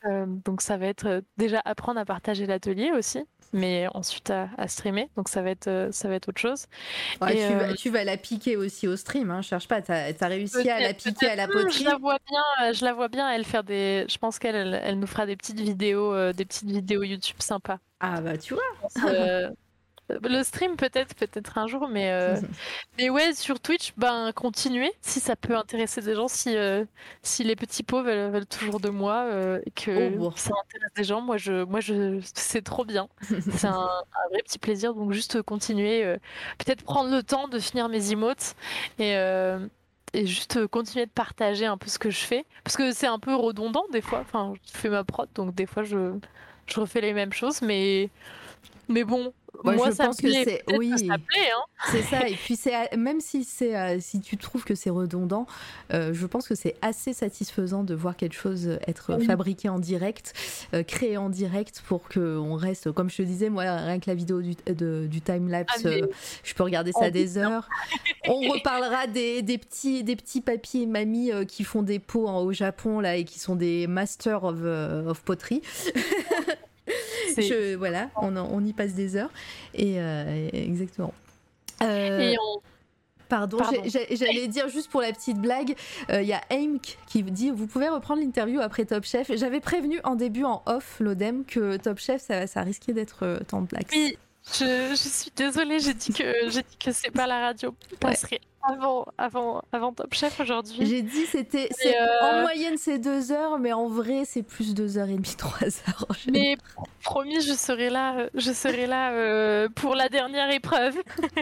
C: Euh, donc ça va être euh, déjà apprendre à partager l'atelier aussi, mais ensuite à, à streamer. Donc ça va être euh, ça va être autre chose.
B: Ouais,
C: Et,
B: tu,
C: euh,
B: vas, tu vas la piquer aussi au stream, hein, cherche pas, t'as as réussi à la
C: peut-être,
B: piquer à
C: peut-être,
B: la
C: hmm, je
B: poterie.
C: la vois bien, euh, je la vois bien, elle faire des, je pense qu'elle, elle, elle nous fera des petites vidéos, euh, des petites vidéos YouTube sympas.
B: Ah bah tu vois.
C: Je pense, euh, le stream peut-être, peut-être un jour, mais euh, mais ouais, sur Twitch, ben continuez si ça peut intéresser des gens, si euh, si les petits pots veulent, veulent toujours de moi euh, et
B: Oh
C: que
B: bon.
C: ça intéresse des gens, moi je moi je c'est trop bien, c'est un, un vrai petit plaisir, donc juste continuer, euh, peut-être prendre le temps de finir mes emotes et euh, et juste continuer de partager un peu ce que je fais, parce que c'est un peu redondant des fois. Enfin, je fais ma prod, donc des fois je je refais les mêmes choses, mais mais bon,
B: Moi, je
C: moi ça me
B: pense que
C: plaît,
B: c'est
C: peut-être que ça
B: oui.
C: plaît, hein.
B: C'est ça, et puis c'est même si c'est euh, si tu trouves que c'est redondant, euh, je pense que c'est assez satisfaisant de voir quelque chose être
C: Oui.
B: fabriqué en direct, euh, créé en direct pour que on reste, comme je te disais, moi rien que la vidéo du, de- du time lapse,
C: Ah, mais
B: euh, je peux regarder
C: en
B: ça des
C: boucle, hein.
B: heures. On reparlera des, des petits des petits papis et mamies euh, qui font des pots en- au Japon là et qui sont des masters of, euh, of pottery.
C: C'est-
B: Je, voilà, on, en- on y passe des heures et euh, exactement. Euh,
C: Et on...
B: Pardon,
C: Pardon.
B: j'ai- j'ai- j'allais dire juste pour la petite blague, il y a Aimk qui dit vous pouvez reprendre l'interview après Top Chef. J'avais prévenu en début en off l'Odem que Top Chef ça, ça risquait d'être euh, temps de blague.
C: Oui, je, je suis désolée, j'ai dit que j'ai dit que c'est pas la radio, passerait avant avant avant Top Chef aujourd'hui.
B: J'ai dit c'était c'est
C: euh,
B: en moyenne c'est deux heures, mais en vrai c'est plus deux heures et demie, trois heures. en général.
C: Mais promis, je serai là, euh, je serai là euh, pour la dernière épreuve.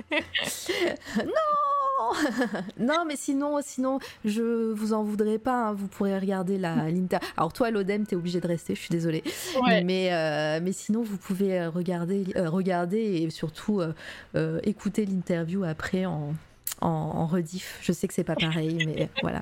B: Non, mais sinon, sinon, je vous en voudrais pas. Hein, vous pourrez regarder la l'inter. Alors toi, l'Odem, t'es obligé de rester. Je suis désolée.
C: Ouais.
B: Mais euh, mais sinon, vous pouvez regarder, euh, regarder et surtout euh, euh, écouter l'interview après en, en en rediff. Je sais que c'est pas pareil, mais voilà.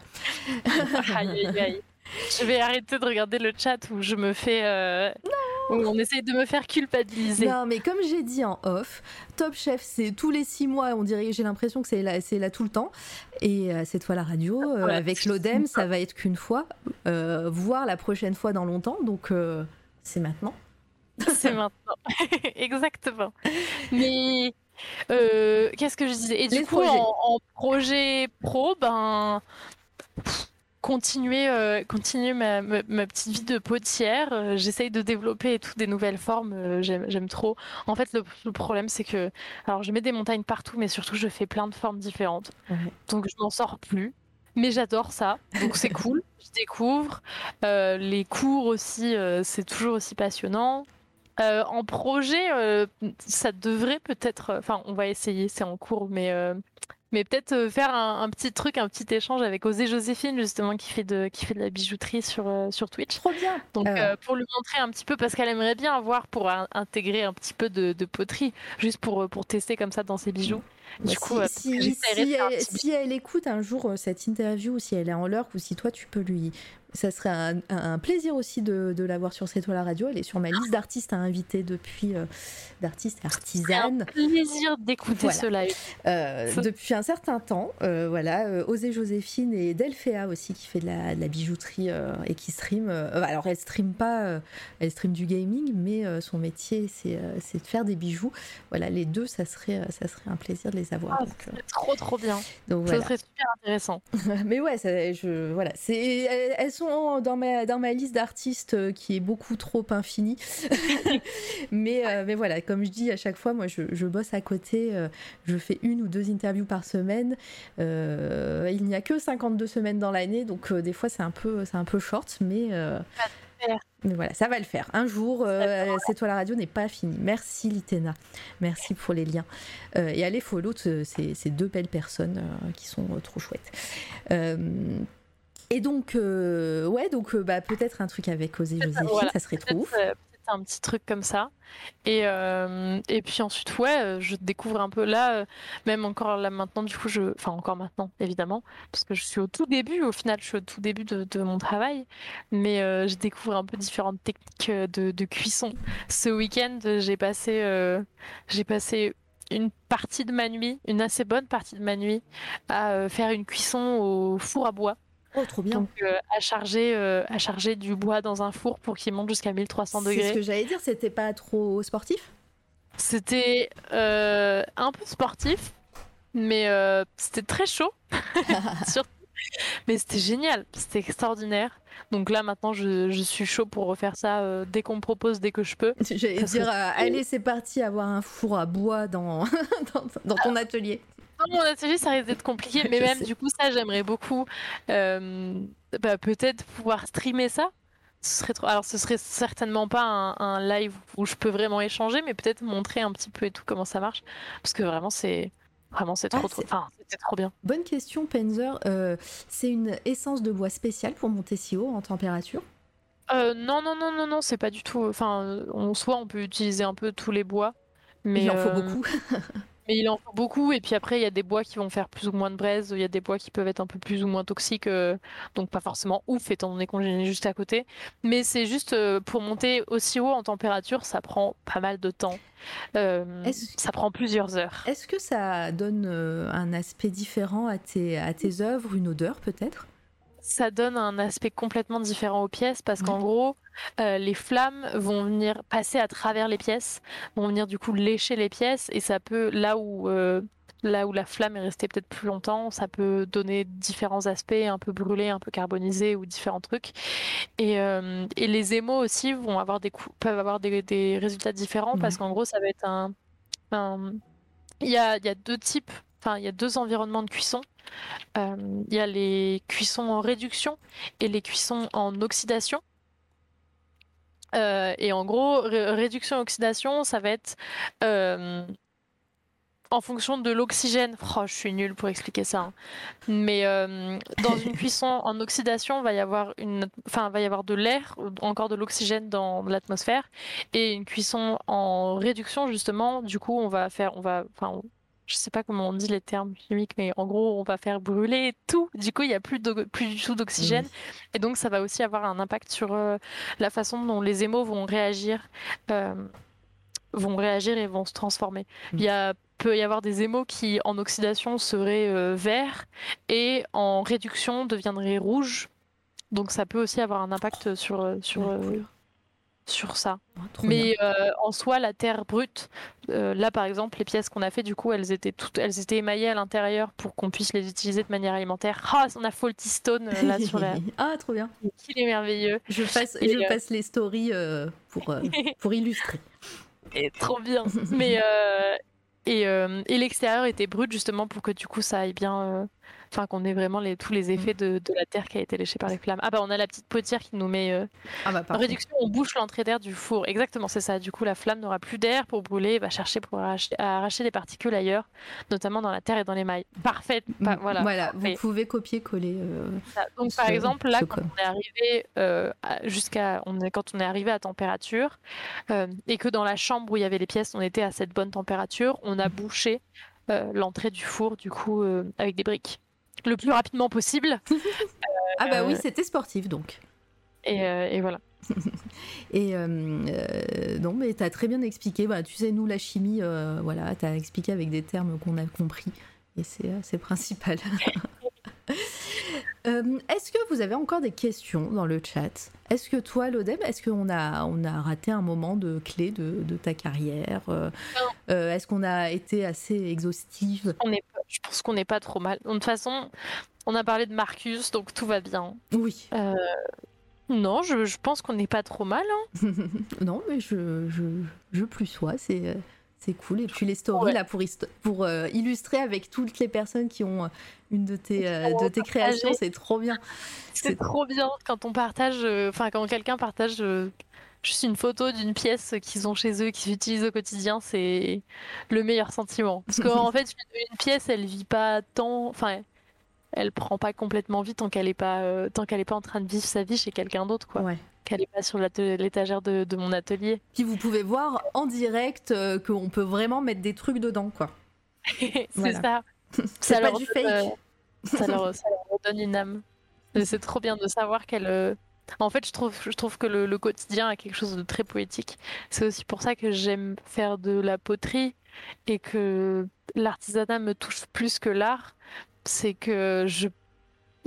C: Aïe, aïe, aïe. Je vais arrêter de regarder le chat où je me fais, euh, où on essaye de me faire culpabiliser.
B: Non, mais comme j'ai dit en off, Top Chef, c'est tous les six mois, on dirait, j'ai l'impression que c'est là, c'est là tout le temps. Et euh, cette fois, la radio, euh,
C: Voilà.
B: avec l'Odem, ça va être qu'une fois, euh, voire la prochaine fois dans longtemps. Donc, euh, c'est maintenant.
C: C'est maintenant. Exactement. Mais euh, qu'est-ce que je disais? Et du
B: Les
C: coup,
B: projets.
C: en, en projet pro, ben pff, continuer, euh, continuer ma, ma, ma petite vie de potière. Euh, j'essaye de développer et tout des nouvelles formes. Euh, j'aime, j'aime trop. En fait, le, le problème, c'est que, alors, je mets des montagnes partout, mais surtout, je fais plein de formes différentes.
B: Ouais.
C: Donc, je m'en sors plus. Mais j'adore ça, donc c'est cool. Je découvre. Euh, les cours aussi, euh, c'est toujours aussi passionnant. Euh, en projet, euh, ça devrait peut-être. Enfin, on va essayer, c'est en cours, mais euh, mais peut-être euh, faire un, un petit truc, un petit échange avec Osée Joséphine justement qui fait de qui fait de la bijouterie sur euh, sur Twitch.
B: Trop bien.
C: Donc
B: Euh,
C: euh, pour lui montrer un petit peu parce qu'elle aimerait bien avoir pour in- intégrer un petit peu de, de poterie, juste pour euh, pour tester comme ça dans ses bijoux.
B: Bah,
C: Du coup,
B: si,
C: euh,
B: si,
C: j'essaierai
B: si
C: de faire un
B: elle,
C: petit
B: si elle écoute un jour euh, cette interview, ou si elle est en lurk, ou si toi tu peux lui. Ça serait un, un plaisir aussi de, de l'avoir sur C'est toi la radio. Elle est sur ma liste d'artistes à inviter depuis. Euh, d'artistes et artisanes.
C: plaisir d'écouter
B: Voilà.
C: ce live.
B: Euh,
C: Ça-
B: depuis un certain temps. Euh, voilà, euh, Osée Joséphine et Delphéa aussi qui fait de la, de la bijouterie euh, et qui stream. Euh, alors elle stream pas, euh, elle stream du gaming, mais euh, son métier c'est, euh, c'est de faire des bijoux. Voilà, les deux, ça serait, euh, ça serait un plaisir de les avoir.
C: Ah,
B: donc, euh,
C: c'est trop trop bien.
B: donc
C: Ça
B: voilà.
C: serait super intéressant.
B: Mais ouais, ça, je, voilà, c'est, elles, elles sont dans ma, dans ma liste d'artistes euh, qui est beaucoup trop infinie. mais, euh, mais voilà, comme je dis à chaque fois, moi je, je bosse à côté, euh, je fais une ou deux interviews par semaine. Euh, il n'y a que cinquante-deux semaines dans l'année, donc euh, des fois c'est un peu, c'est un peu short, mais, euh,
C: faire.
B: mais voilà, ça va le faire. Un jour, euh, C'est toi la radio n'est pas fini. Merci Litena, merci pour les liens. Euh, et allez follow ce- ces, ces deux belles personnes euh, qui sont euh, trop chouettes. Euh, et donc, euh, ouais, donc euh, bah, peut-être un truc avec Osée Joséphine,
C: Voilà.
B: ça serait trop
C: Peut-être
B: ouf.
C: euh, peut-être un petit truc comme ça. Et, euh, et puis ensuite, ouais, euh, je découvre un peu là, euh, même encore là maintenant, du coup, je... enfin encore maintenant, évidemment, parce que je suis au tout début, au final, je suis au tout début de, de mon travail, mais euh, je découvre un peu différentes techniques euh, de, de cuisson. Ce week-end, j'ai passé, euh, j'ai passé une partie de ma nuit, une assez bonne partie de ma nuit, à euh, faire une cuisson au four à bois.
B: Oh, trop bien.
C: Donc euh, à charger, euh, à charger du bois dans un four pour qu'il monte jusqu'à mille trois cents
B: C'est ce
C: degrés.
B: que j'allais dire, c'était pas trop sportif?
C: C'était euh, un peu sportif, mais euh, c'était très chaud. Surtout. Mais c'était génial, c'était extraordinaire. Donc là maintenant je, je suis chaud pour refaire ça euh, dès qu'on me propose, dès que je peux.
B: J'allais
C: Parce que
B: dire, euh,
C: c'est-
B: allez, c'est parti, avoir un four à bois dans, dans, dans ton atelier.
C: Dans mon atelier, ça risque d'être compliqué, mais
B: Je
C: même
B: sais.
C: du coup, ça, j'aimerais beaucoup euh, bah, peut-être pouvoir streamer ça. Ce serait trop... Alors, ce serait certainement pas un, un live où je peux vraiment échanger, mais peut-être montrer un petit peu et tout comment ça marche. Parce que vraiment, c'est vraiment c'est
B: Ah,
C: trop, trop...
B: c'est-
C: Enfin, c'était trop bien.
B: Bonne question, Penzer. Euh, c'est une essence de bois spéciale pour monter si haut en température?
C: Euh, non, non, non, non, non, c'est pas du tout. Enfin, en soi, on peut utiliser un peu tous les bois, mais
B: Il en faut
C: euh,
B: beaucoup.
C: Mais il en faut beaucoup, et puis après, il y a des bois qui vont faire plus ou moins de braise, il y a des bois qui peuvent être un peu plus ou moins toxiques, euh, donc pas forcément ouf, étant donné qu'on est juste à côté. Mais c'est juste euh, pour monter aussi haut en température, ça prend pas mal de temps. Euh,
B: Est-ce
C: ça prend plusieurs heures.
B: est-ce que ça donne euh, un aspect différent à tes, à tes œuvres, une odeur peut-être?
C: Ça donne un aspect complètement différent aux pièces parce
B: Ouais.
C: qu'en gros, euh, les flammes vont venir passer à travers les pièces, vont venir du coup lécher les pièces et ça peut, là où, euh, là où la flamme est restée peut-être plus longtemps, ça peut donner différents aspects, un peu brûlés, un peu carbonisés ou différents trucs. Et, euh, et les émaux aussi vont avoir des cou- peuvent avoir des, des résultats différents
B: Ouais.
C: parce qu'en gros, ça va être un, un- il y a, il y a deux types, enfin, il y a deux environnements de cuisson. Euh, Il y a les cuissons en réduction et les cuissons en oxydation. Euh, et en gros, ré- réduction et oxydation, ça va être euh, en fonction de l'oxygène. Oh, je suis nulle pour expliquer ça, hein. Mais euh, dans une cuisson en oxydation, va y avoir une, enfin, va y avoir de l'air, encore de l'oxygène dans l'atmosphère, et une cuisson en réduction, justement, du coup, on va faire, on va, enfin, on- je sais pas comment on dit les termes chimiques, mais en gros, on va faire brûler tout. Du coup, il y a plus de, plus du tout d'oxygène,
B: Oui.
C: et donc ça va aussi avoir un impact sur euh, la façon dont les émaux vont réagir. euh, vont réagir et vont se transformer.
B: Mm.
C: Il y a, peut y avoir des émaux qui, en oxydation, seraient euh, verts et en réduction deviendraient rouges. Donc ça peut aussi avoir un impact sur, euh, sur,
B: La
C: euh,
B: couleur.
C: sur ça.
B: Oh, trop bien.
C: Mais euh, en soi, la terre brute, euh, là par exemple, les pièces qu'on a fait, du coup, elles étaient toutes, elles étaient émaillées à l'intérieur pour qu'on puisse les utiliser de manière alimentaire. Ah, on a Faulty Stone euh, là sur la.
B: Ah, trop bien.
C: Qu'il est merveilleux.
B: Je passe,
C: Et,
B: je
C: euh,
B: passe les stories euh, pour, euh, pour illustrer.
C: Et trop bien. Mais euh, et, euh, et l'extérieur était brut justement pour que du coup ça aille bien. euh, Enfin, qu'on ait vraiment les, tous les effets de, de la terre qui a été léchée par les flammes. Ah bah on a la petite potière qui nous met euh,
B: Ah bah
C: en
B: parfait.
C: réduction, on bouche l'entrée d'air du four. Exactement, c'est ça. Du coup, la flamme n'aura plus d'air pour brûler, et va chercher pour arracher, à arracher des particules ailleurs, notamment dans la terre et dans les mailles. Parfait. Pa- voilà.
B: Voilà, vous
C: parfait.
B: pouvez copier-coller. euh,
C: Ça. Donc
B: ce-
C: par exemple, là,
B: ce
C: quand
B: code.
C: on est arrivé euh, à- jusqu'à, on est, quand on est arrivé à température euh, et que dans la chambre où il y avait les pièces, on était à cette bonne température, on a bouché euh, l'entrée du four du coup euh, avec des briques le plus rapidement possible.
B: Ah bah oui,
C: Euh,
B: c'était sportif donc.
C: et, euh, et voilà.
B: Et euh, euh, non, mais t'as très bien expliqué. Bah, tu sais, nous, la chimie, euh, voilà, t'as expliqué avec des termes qu'on a compris. Et c'est euh, c'est principal. Euh, est-ce que vous avez encore des questions dans le chat? Est-ce que toi, Lodem, est-ce qu'on a, on a raté un moment de clé de, de ta carrière? Euh, euh, Est-ce qu'on a été assez exhaustive?
C: On est, pas- je pense qu'on n'est pas trop mal. De toute façon, on a parlé de Marcus, donc tout va bien.
B: Oui.
C: Euh, non, je, je pense qu'on n'est pas trop mal, hein.
B: Non, mais je, je, je plus sois, c'est, euh, c'est cool. Et puis les stories,
C: Ouais.
B: là, pour, hist- pour euh, illustrer avec toutes les personnes qui ont euh, une de tes, euh, de tes créations,
C: partager.
B: c'est trop bien.
C: C'est trop bien quand on partage, euh, enfin quand quelqu'un partage euh, juste une photo d'une pièce qu'ils ont chez eux, qu'ils utilisent au quotidien, c'est le meilleur sentiment. Parce qu'en fait, une, une pièce, elle vit pas tant, enfin, elle prend pas complètement vie tant qu'elle est pas, euh, tant qu'elle est pas en train de vivre sa vie chez quelqu'un d'autre, quoi.
B: Ouais.
C: Qu'elle est pas sur l'ate- l'étagère de, de mon atelier.
B: Puis vous pouvez voir en direct euh, qu'on peut vraiment mettre des trucs dedans, quoi.
C: C'est
B: Voilà.
C: ça.
B: C'est
C: Ça
B: pas
C: leur
B: du
C: donne,
B: fake.
C: euh, ça leur, ça leur redonne une âme. Et c'est trop bien de savoir qu'elle. euh, En fait, je trouve, je trouve que le, le quotidien a quelque chose de très poétique. C'est aussi pour ça que j'aime faire de la poterie et que l'artisanat me touche plus que l'art. C'est que je,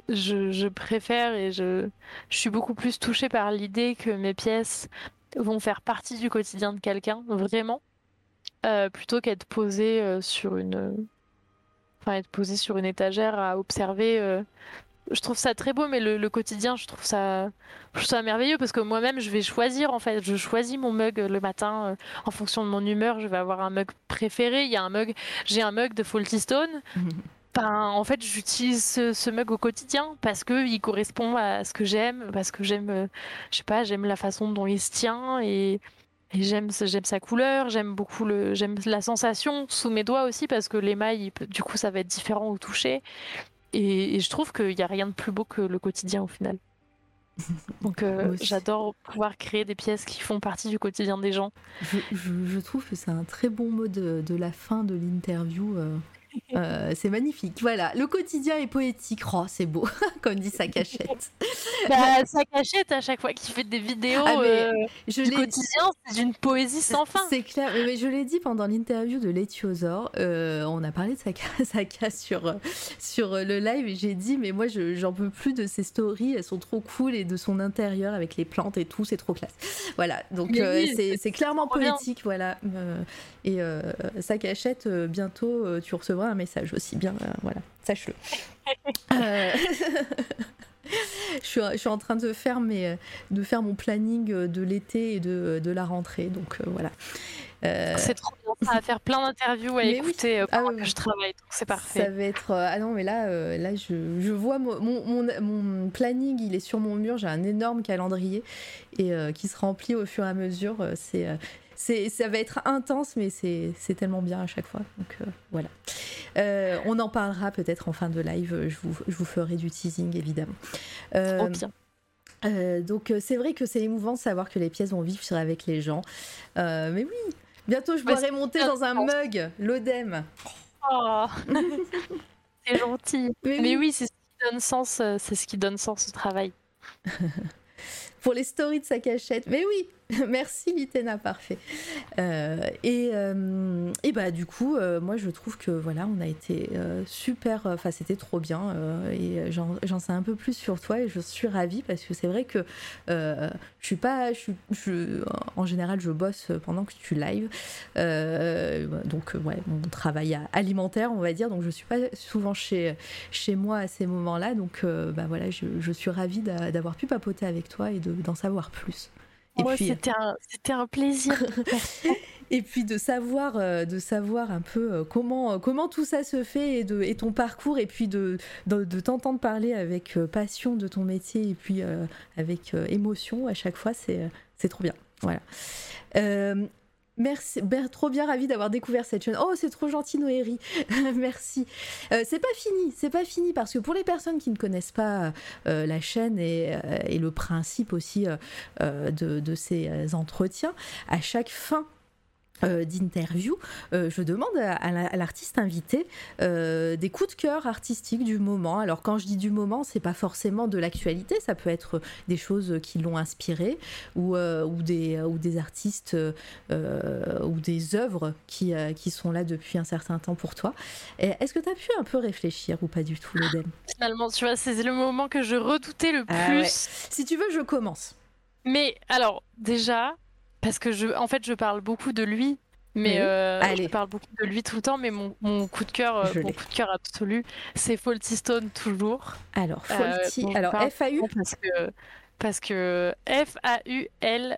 C: je, je préfère et je, je suis beaucoup plus touchée par l'idée que mes pièces vont faire partie du quotidien de quelqu'un, vraiment, euh, plutôt qu'être posées euh, sur une, enfin être posées sur une étagère à observer. euh. Je trouve ça très beau, mais le, le quotidien, je trouve ça, je trouve ça merveilleux parce que moi-même, je vais choisir en fait, je choisis mon mug le matin euh, en fonction de mon humeur. Je vais avoir un mug préféré. Il y a un mug, j'ai un mug de Faulty Stone. Ben, en fait, j'utilise ce, ce mug au quotidien parce que il correspond à ce que j'aime, parce que j'aime, euh, je sais pas, j'aime la façon dont il se tient et, et j'aime, j'aime sa couleur, j'aime beaucoup le, j'aime la sensation sous mes doigts aussi parce que l'émail, il peut- du coup, ça va être différent au toucher. Et, et je trouve qu'il n'y a rien de plus beau que le quotidien au final. Donc euh, j'adore pouvoir créer des pièces qui font partie du quotidien des gens.
B: Je, je, je trouve que c'est un très bon mot de, de la fin de l'interview. Euh, euh, c'est magnifique. Voilà, le quotidien est poétique. Oh, c'est beau, comme dit sa cachette.
C: Bah, sa cachette, à chaque fois qu'il fait des vidéos
B: ah,
C: euh,
B: je
C: du quotidien, c'est d'une poésie sans fin.
B: C'est clair, mais, mais je l'ai dit pendant l'interview de Letiosaur, euh, on a parlé de sa casse, sa casse sur, sur le live et j'ai dit, mais moi je, j'en peux plus de ses stories, elles sont trop cool et de son intérieur avec les plantes et tout, c'est trop classe. Voilà, donc euh, oui, c'est, c'est clairement poétique, bien. Voilà. Euh, et euh, sa cachette, euh, bientôt euh, tu recevras un message aussi, bien, euh, voilà, sache-le. euh... je, suis, je suis en train de faire, mes, de faire mon planning de l'été et de, de la rentrée, donc euh, voilà.
C: Euh... C'est trop bien, ça va faire plein d'interviews à mais écouter oui. pendant ah, que je travaille, donc c'est parfait.
B: Ça va être... Ah non, mais là, euh, là je, je vois mon, mon, mon planning, il est sur mon mur, j'ai un énorme calendrier et euh, qui se remplit au fur et à mesure. C'est... Euh, C'est, ça va être intense, mais c'est, c'est tellement bien à chaque fois. Donc euh, voilà. Euh, on en parlera peut-être en fin de live. Je vous, je vous ferai du teasing, évidemment.
C: Euh, Trop bien.
B: Euh, donc c'est vrai que c'est émouvant de savoir que les pièces vont vivre avec les gens. Euh, mais oui, bientôt je pourrai monter dans un mug, l'Odem.
C: Oh, c'est gentil. Mais, mais oui, c'est ce qui donne sens, c'est ce qui donne sens au travail.
B: Pour les stories de sa cachette. Mais oui, merci Litena, parfait. Euh, et, euh, et bah du coup, euh, moi je trouve que voilà, on a été euh, super, enfin c'était trop bien euh, et j'en, j'en sais un peu plus sur toi et je suis ravie parce que c'est vrai que euh, je suis pas, je, je, en général je bosse pendant que tu live, euh, donc ouais, mon travail alimentaire on va dire, donc je suis pas souvent chez, chez moi à ces moments-là, donc euh, bah voilà, je, je suis ravie d'a, d'avoir pu papoter avec toi et de, d'en savoir plus.
C: Et Moi, puis, c'était, un, c'était un plaisir.
B: et puis de savoir, euh, de savoir un peu euh, comment, euh, comment tout ça se fait et, de, et ton parcours, et puis de, de, de t'entendre parler avec euh, passion de ton métier et puis euh, avec euh, émotion à chaque fois, c'est, c'est trop bien. Voilà. Euh, Merci, ben, trop bien, ravie d'avoir découvert cette chaîne. Oh, c'est trop gentil, Noéry. Merci. Euh, c'est pas fini, c'est pas fini parce que pour les personnes qui ne connaissent pas euh, la chaîne et, euh, et le principe aussi euh, de, de ces entretiens, à chaque fin Euh, d'interview, euh, je demande à, à, la, à l'artiste invité euh, des coups de cœur artistiques du moment. Alors quand je dis du moment, c'est pas forcément de l'actualité, ça peut être des choses qui l'ont inspiré ou, euh, ou, des, ou des artistes euh, ou des œuvres qui, euh, qui sont là depuis un certain temps pour toi. Et est-ce que tu as pu un peu réfléchir ou pas du tout, l'Odem ?
C: Finalement, tu vois, c'est le moment que je redoutais le plus.
B: Ah ouais. Si tu veux, je commence.
C: Mais alors, déjà... Parce que je, en fait, je parle beaucoup de lui, mais oui. euh, je parle beaucoup de lui tout le temps. Mais mon, mon coup de cœur, euh, mon coup de cœur absolu, c'est Faulty Stone toujours.
B: Alors Faulty, euh, alors F A U
C: parce que parce que F A U L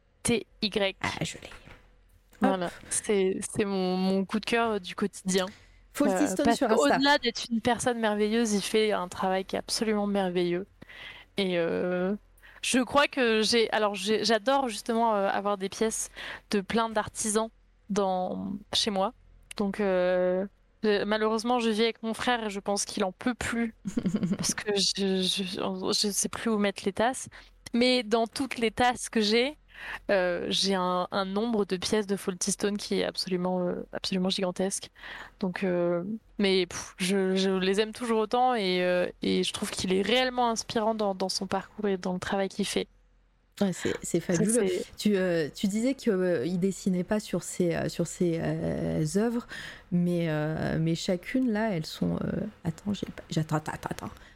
C: T Y.
B: Ah, je l'ai.
C: Voilà, c'est c'est mon, mon coup de cœur du quotidien.
B: Faulty Stone
C: euh,
B: sur Insta.
C: Au-delà d'être une personne merveilleuse, il fait un travail qui est absolument merveilleux. Et euh, je crois que j'ai... Alors, j'ai... j'adore justement euh, avoir des pièces de plein d'artisans dans... chez moi. Donc, euh... malheureusement, je vis avec mon frère et je pense qu'il en peut plus. parce que je... je... je sais plus où mettre les tasses. Mais dans toutes les tasses que j'ai, euh, j'ai un... un nombre de pièces de Faulty Stone qui est absolument, euh, absolument gigantesque. Donc... Euh... Mais pff, je, je les aime toujours autant et, euh, et je trouve qu'il est réellement inspirant dans, dans son parcours et dans le travail qu'il fait.
B: Ouais, c'est, c'est fabuleux. Ça, c'est... Tu, euh, tu disais qu'il euh, ne dessinait pas sur ses, euh, sur ses euh, œuvres, mais, euh, mais chacune, là, elles sont... Euh... Attends, j'ai pas... Attends, attends, attends.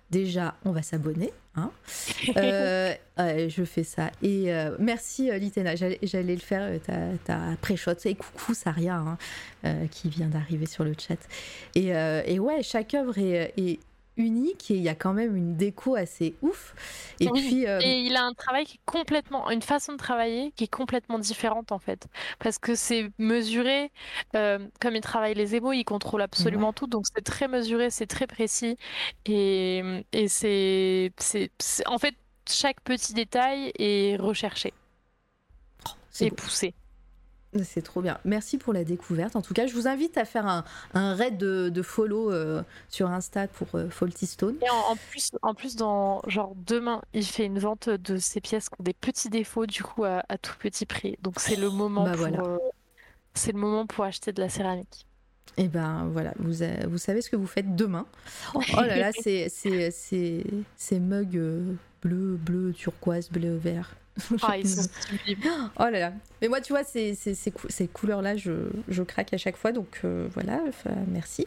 B: déjà, on va s'abonner. Hein. euh, euh, je fais ça. Et euh, merci, Litena. J'allais, j'allais le faire, ta, ta pré-shot. Et coucou, Saria, hein, euh, qui vient d'arriver sur le chat. Et, euh, et ouais, chaque œuvre est, est unique et il y a quand même une déco assez ouf. Et
C: Oui,
B: puis. Euh...
C: et il a un travail qui est complètement, une façon de travailler qui est complètement différente en fait, parce que c'est mesuré, euh, comme il travaille les émaux, il contrôle absolument
B: Ouais.
C: tout, donc c'est très mesuré, c'est très précis, et, et c'est, c'est, c'est- en fait, chaque petit détail est recherché
B: C'est
C: et
B: beau.
C: poussé.
B: C'est trop bien. Merci pour la découverte. En tout cas, je vous invite à faire un, un raid de, de follow euh, sur Insta pour euh, Faulty Stone.
C: Et en, en plus, en plus, dans genre demain, il fait une vente de ces pièces qui ont des petits défauts, du coup, à, à tout petit prix. Donc c'est le moment
B: Bah
C: pour,
B: voilà.
C: euh, c'est le moment pour acheter de la céramique.
B: Et ben voilà, vous, a- vous savez ce que vous faites demain. Oh, oh là là, c'est, c'est, c'est, c'est mugs euh, bleu, bleu, turquoise, bleu, vert.
C: Ah, ils sont sublimes.
B: Oh là là. Mais moi, tu vois, ces, ces, ces, cou- ces couleurs-là, je, je craque à chaque fois. Donc euh, voilà, enfin, merci.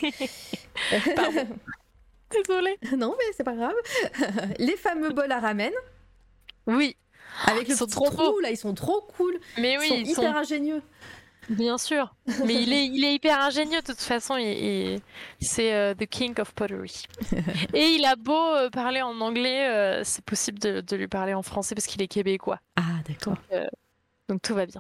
C: Pardon. Désolée.
B: Non, mais c'est pas grave. Les fameux bols à ramen.
C: Oui,
B: Avec
C: Ils
B: le
C: sont
B: petit
C: trop
B: trou,
C: beaux.
B: là, ils sont trop cool.
C: mais
B: Ils
C: oui,
B: sont
C: ils
B: hyper
C: sont
B: ingénieux.
C: bien sûr. Mais il est, il est hyper ingénieux de toute façon. Il, il- c'est euh, the king of pottery. Et il a beau euh, parler en anglais, euh, c'est possible de, de lui parler en français parce qu'il est québécois.
B: Ah, d'accord.
C: Donc, euh, donc tout va bien.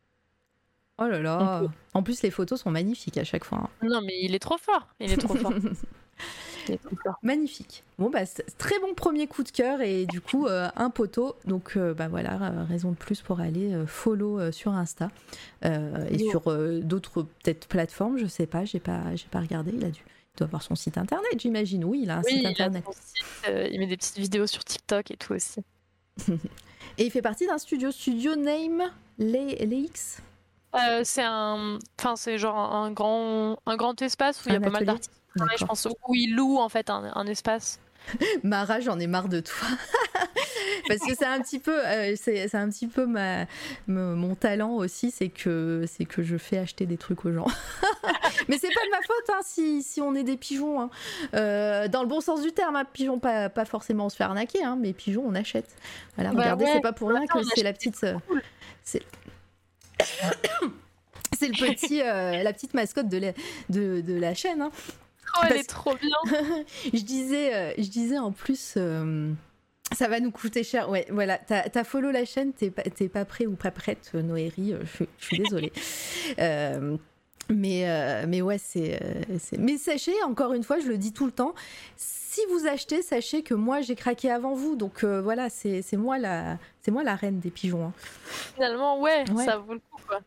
B: Oh là là.
C: Donc,
B: En plus, les photos sont magnifiques à chaque fois.
C: non, mais il est trop fort. Il est trop fort. Il est trop fort.
B: Magnifique. Bon, bah, c'est très bon premier coup de cœur et du coup, euh, un poteau. Donc, euh, bah voilà, euh, raison de plus pour aller euh, follow euh, sur Insta euh, et
C: Oui.
B: sur euh, d'autres peut-être plateformes. Je sais pas, j'ai pas, j'ai pas regardé. Il a dû, il doit avoir son site internet, j'imagine. Oui, il a un
C: Oui,
B: site
C: il a
B: internet.
C: son site, euh, il met des petites vidéos sur TikTok et tout aussi.
B: Et il fait partie d'un studio, Studio Name Lex.
C: Euh, c'est un, enfin c'est genre un, un grand, un grand espace où il y a
B: Un
C: pas mal
B: atelier.
C: d'artistes qui travaillent, je
B: D'accord.
C: pense, où ils louent en fait un, un espace.
B: Mara, j'en ai marre de toi. Parce que c'est un petit peu, euh, c'est, c'est un petit peu ma, me- mon talent aussi, c'est que, c'est que je fais acheter des trucs aux gens. Mais c'est pas de ma faute hein, si, si on est des pigeons. Hein. Euh, dans le bon sens du terme, hein, pigeons, pas, pas forcément on se fait arnaquer, hein, mais pigeons, on achète. Voilà,
C: Bah
B: regardez,
C: ouais.
B: c'est pas pour rien
C: Attends,
B: que
C: on
B: c'est la
C: achète,
B: petite.
C: c'est
B: euh,
C: cool.
B: c'est... c'est le petit, euh, la petite mascotte de la, de, de la chaîne. Hein.
C: Oh, elle
B: Parce-
C: est trop bien.
B: je disais, euh, je disais en plus, euh, ça va nous coûter cher. Ouais, voilà, t'as, t'as follow la chaîne, t'es pas, t'es pas prêt ou pas prête, euh, Noéry. euh, je, suis- je suis désolée. Euh, mais, euh, mais ouais, c'est, euh, c'est. Mais sachez, encore une fois, je le dis tout le temps, si vous achetez, sachez que moi j'ai craqué avant vous. Donc euh, voilà, c'est, c'est moi la, c'est moi la reine des pigeons. Hein.
C: Finalement, ouais,
B: Ouais.
C: ça vaut le coup quoi.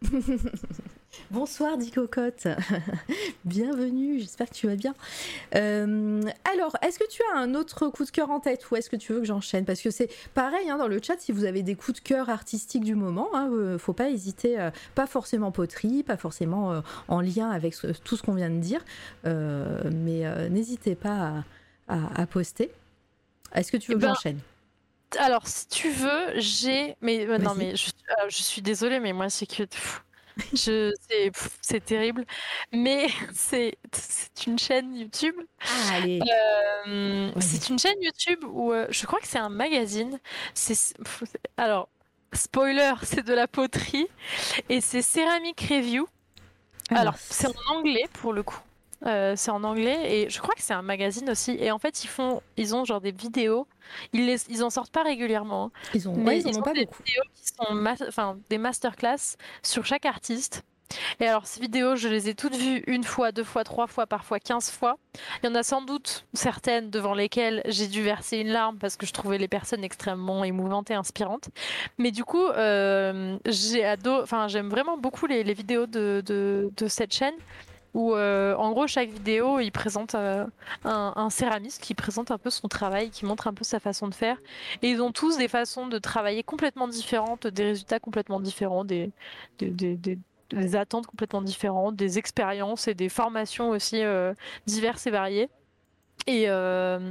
B: Bonsoir Di Cocotte, bienvenue, j'espère que tu vas bien. Euh, alors, est-ce que tu as un autre coup de cœur en tête ou est-ce que tu veux que j'enchaîne? Parce que c'est pareil hein, dans le chat, si vous avez des coups de cœur artistiques du moment, hein, euh, faut pas hésiter, euh, pas forcément poterie, pas forcément euh, en lien avec ce- tout ce qu'on vient de dire, euh, mais euh, n'hésitez pas à, à- à poster. Est-ce que tu veux
C: Eh
B: que
C: ben,
B: j'enchaîne?
C: Alors, si tu veux, j'ai. Mais euh, non,
B: Vas-y.
C: mais je, euh, je suis désolée, mais moi, c'est que. pff, je, c'est, pff, c'est terrible. Mais c'est, c'est une chaîne YouTube.
B: Ah, allez,
C: Euh,
B: Vas-y.
C: c'est une chaîne YouTube où euh, je crois que c'est un magazine. C'est, pff, c'est- alors, spoiler, c'est de la poterie. Et c'est Ceramic Review. Alors, c'est en anglais pour le coup. Euh, c'est en anglais et je crois que c'est un magazine aussi. Et en fait, ils font, ils ont genre des vidéos. Ils les, ils en sortent pas régulièrement,
B: ils, ont,
C: mais
B: ouais, ils en
C: ils
B: ont
C: ont
B: pas
C: des
B: beaucoup.
C: vidéos qui sont, ma- enfin, des masterclass sur chaque artiste. Et alors, ces vidéos, je les ai toutes vues une fois, deux fois, trois fois, parfois quinze fois. Il y en a sans doute certaines devant lesquelles j'ai dû verser une larme parce que je trouvais les personnes extrêmement émouvantes et inspirantes. Mais du coup, euh, j'ai ado... enfin, j'aime vraiment beaucoup les, les vidéos de, de, de cette chaîne où, euh, en gros, chaque vidéo, il présente euh, un, un céramiste qui présente un peu son travail, qui montre un peu sa façon de faire. Et ils ont tous des façons de travailler complètement différentes, des résultats complètement différents, des, des, des, des- des attentes complètement différentes, des expériences et des formations aussi euh, diverses et variées. Et, euh,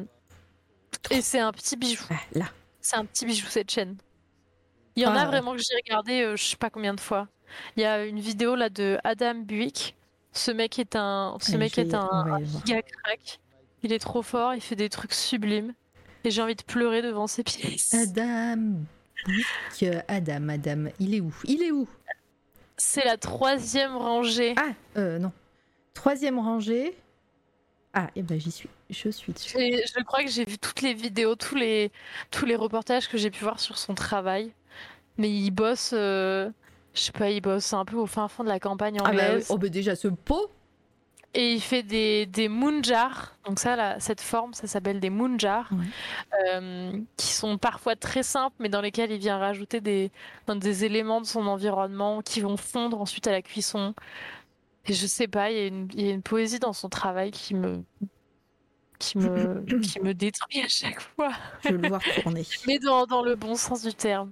C: et c'est un petit bijou.
B: Ah, là.
C: C'est un petit bijou cette chaîne. Il y en
B: Ah,
C: a vraiment que j'ai regardé, euh, je sais pas combien de fois. Il y a une vidéo là de Adam Buick. Ce mec est un, ce
B: allez,
C: mec
B: je vais
C: est
B: y-
C: un,
B: on va
C: un
B: y voir.
C: giga crack. Il est trop fort, il fait des trucs sublimes. Et j'ai envie de pleurer devant ses pièces.
B: Adam. Brick, Adam, Adam. Il est où Il est où
C: C'est la troisième rangée.
B: Ah, euh, non. Troisième rangée. Ah, et ben j'y suis. Je suis dessus.
C: Et je crois que j'ai vu toutes les vidéos, tous les, tous les reportages que j'ai pu voir sur son travail. Mais il bosse, euh, je sais pas, il bosse un peu au fin fond de la campagne
B: Ah bah,
C: anglaise.
B: oh bah déjà ce pot.
C: Et il fait des, des moonjars. Donc ça, là, cette forme, ça s'appelle des moonjars.
B: Ouais.
C: Euh, qui sont parfois très simples, mais dans lesquels il vient rajouter des, des éléments de son environnement qui vont fondre ensuite à la cuisson. Et je sais pas, il y a une, il y a une poésie dans son travail qui me, qui me, qui me détruit à chaque fois.
B: Je veux le voir tourner.
C: Mais dans, dans le bon sens du terme.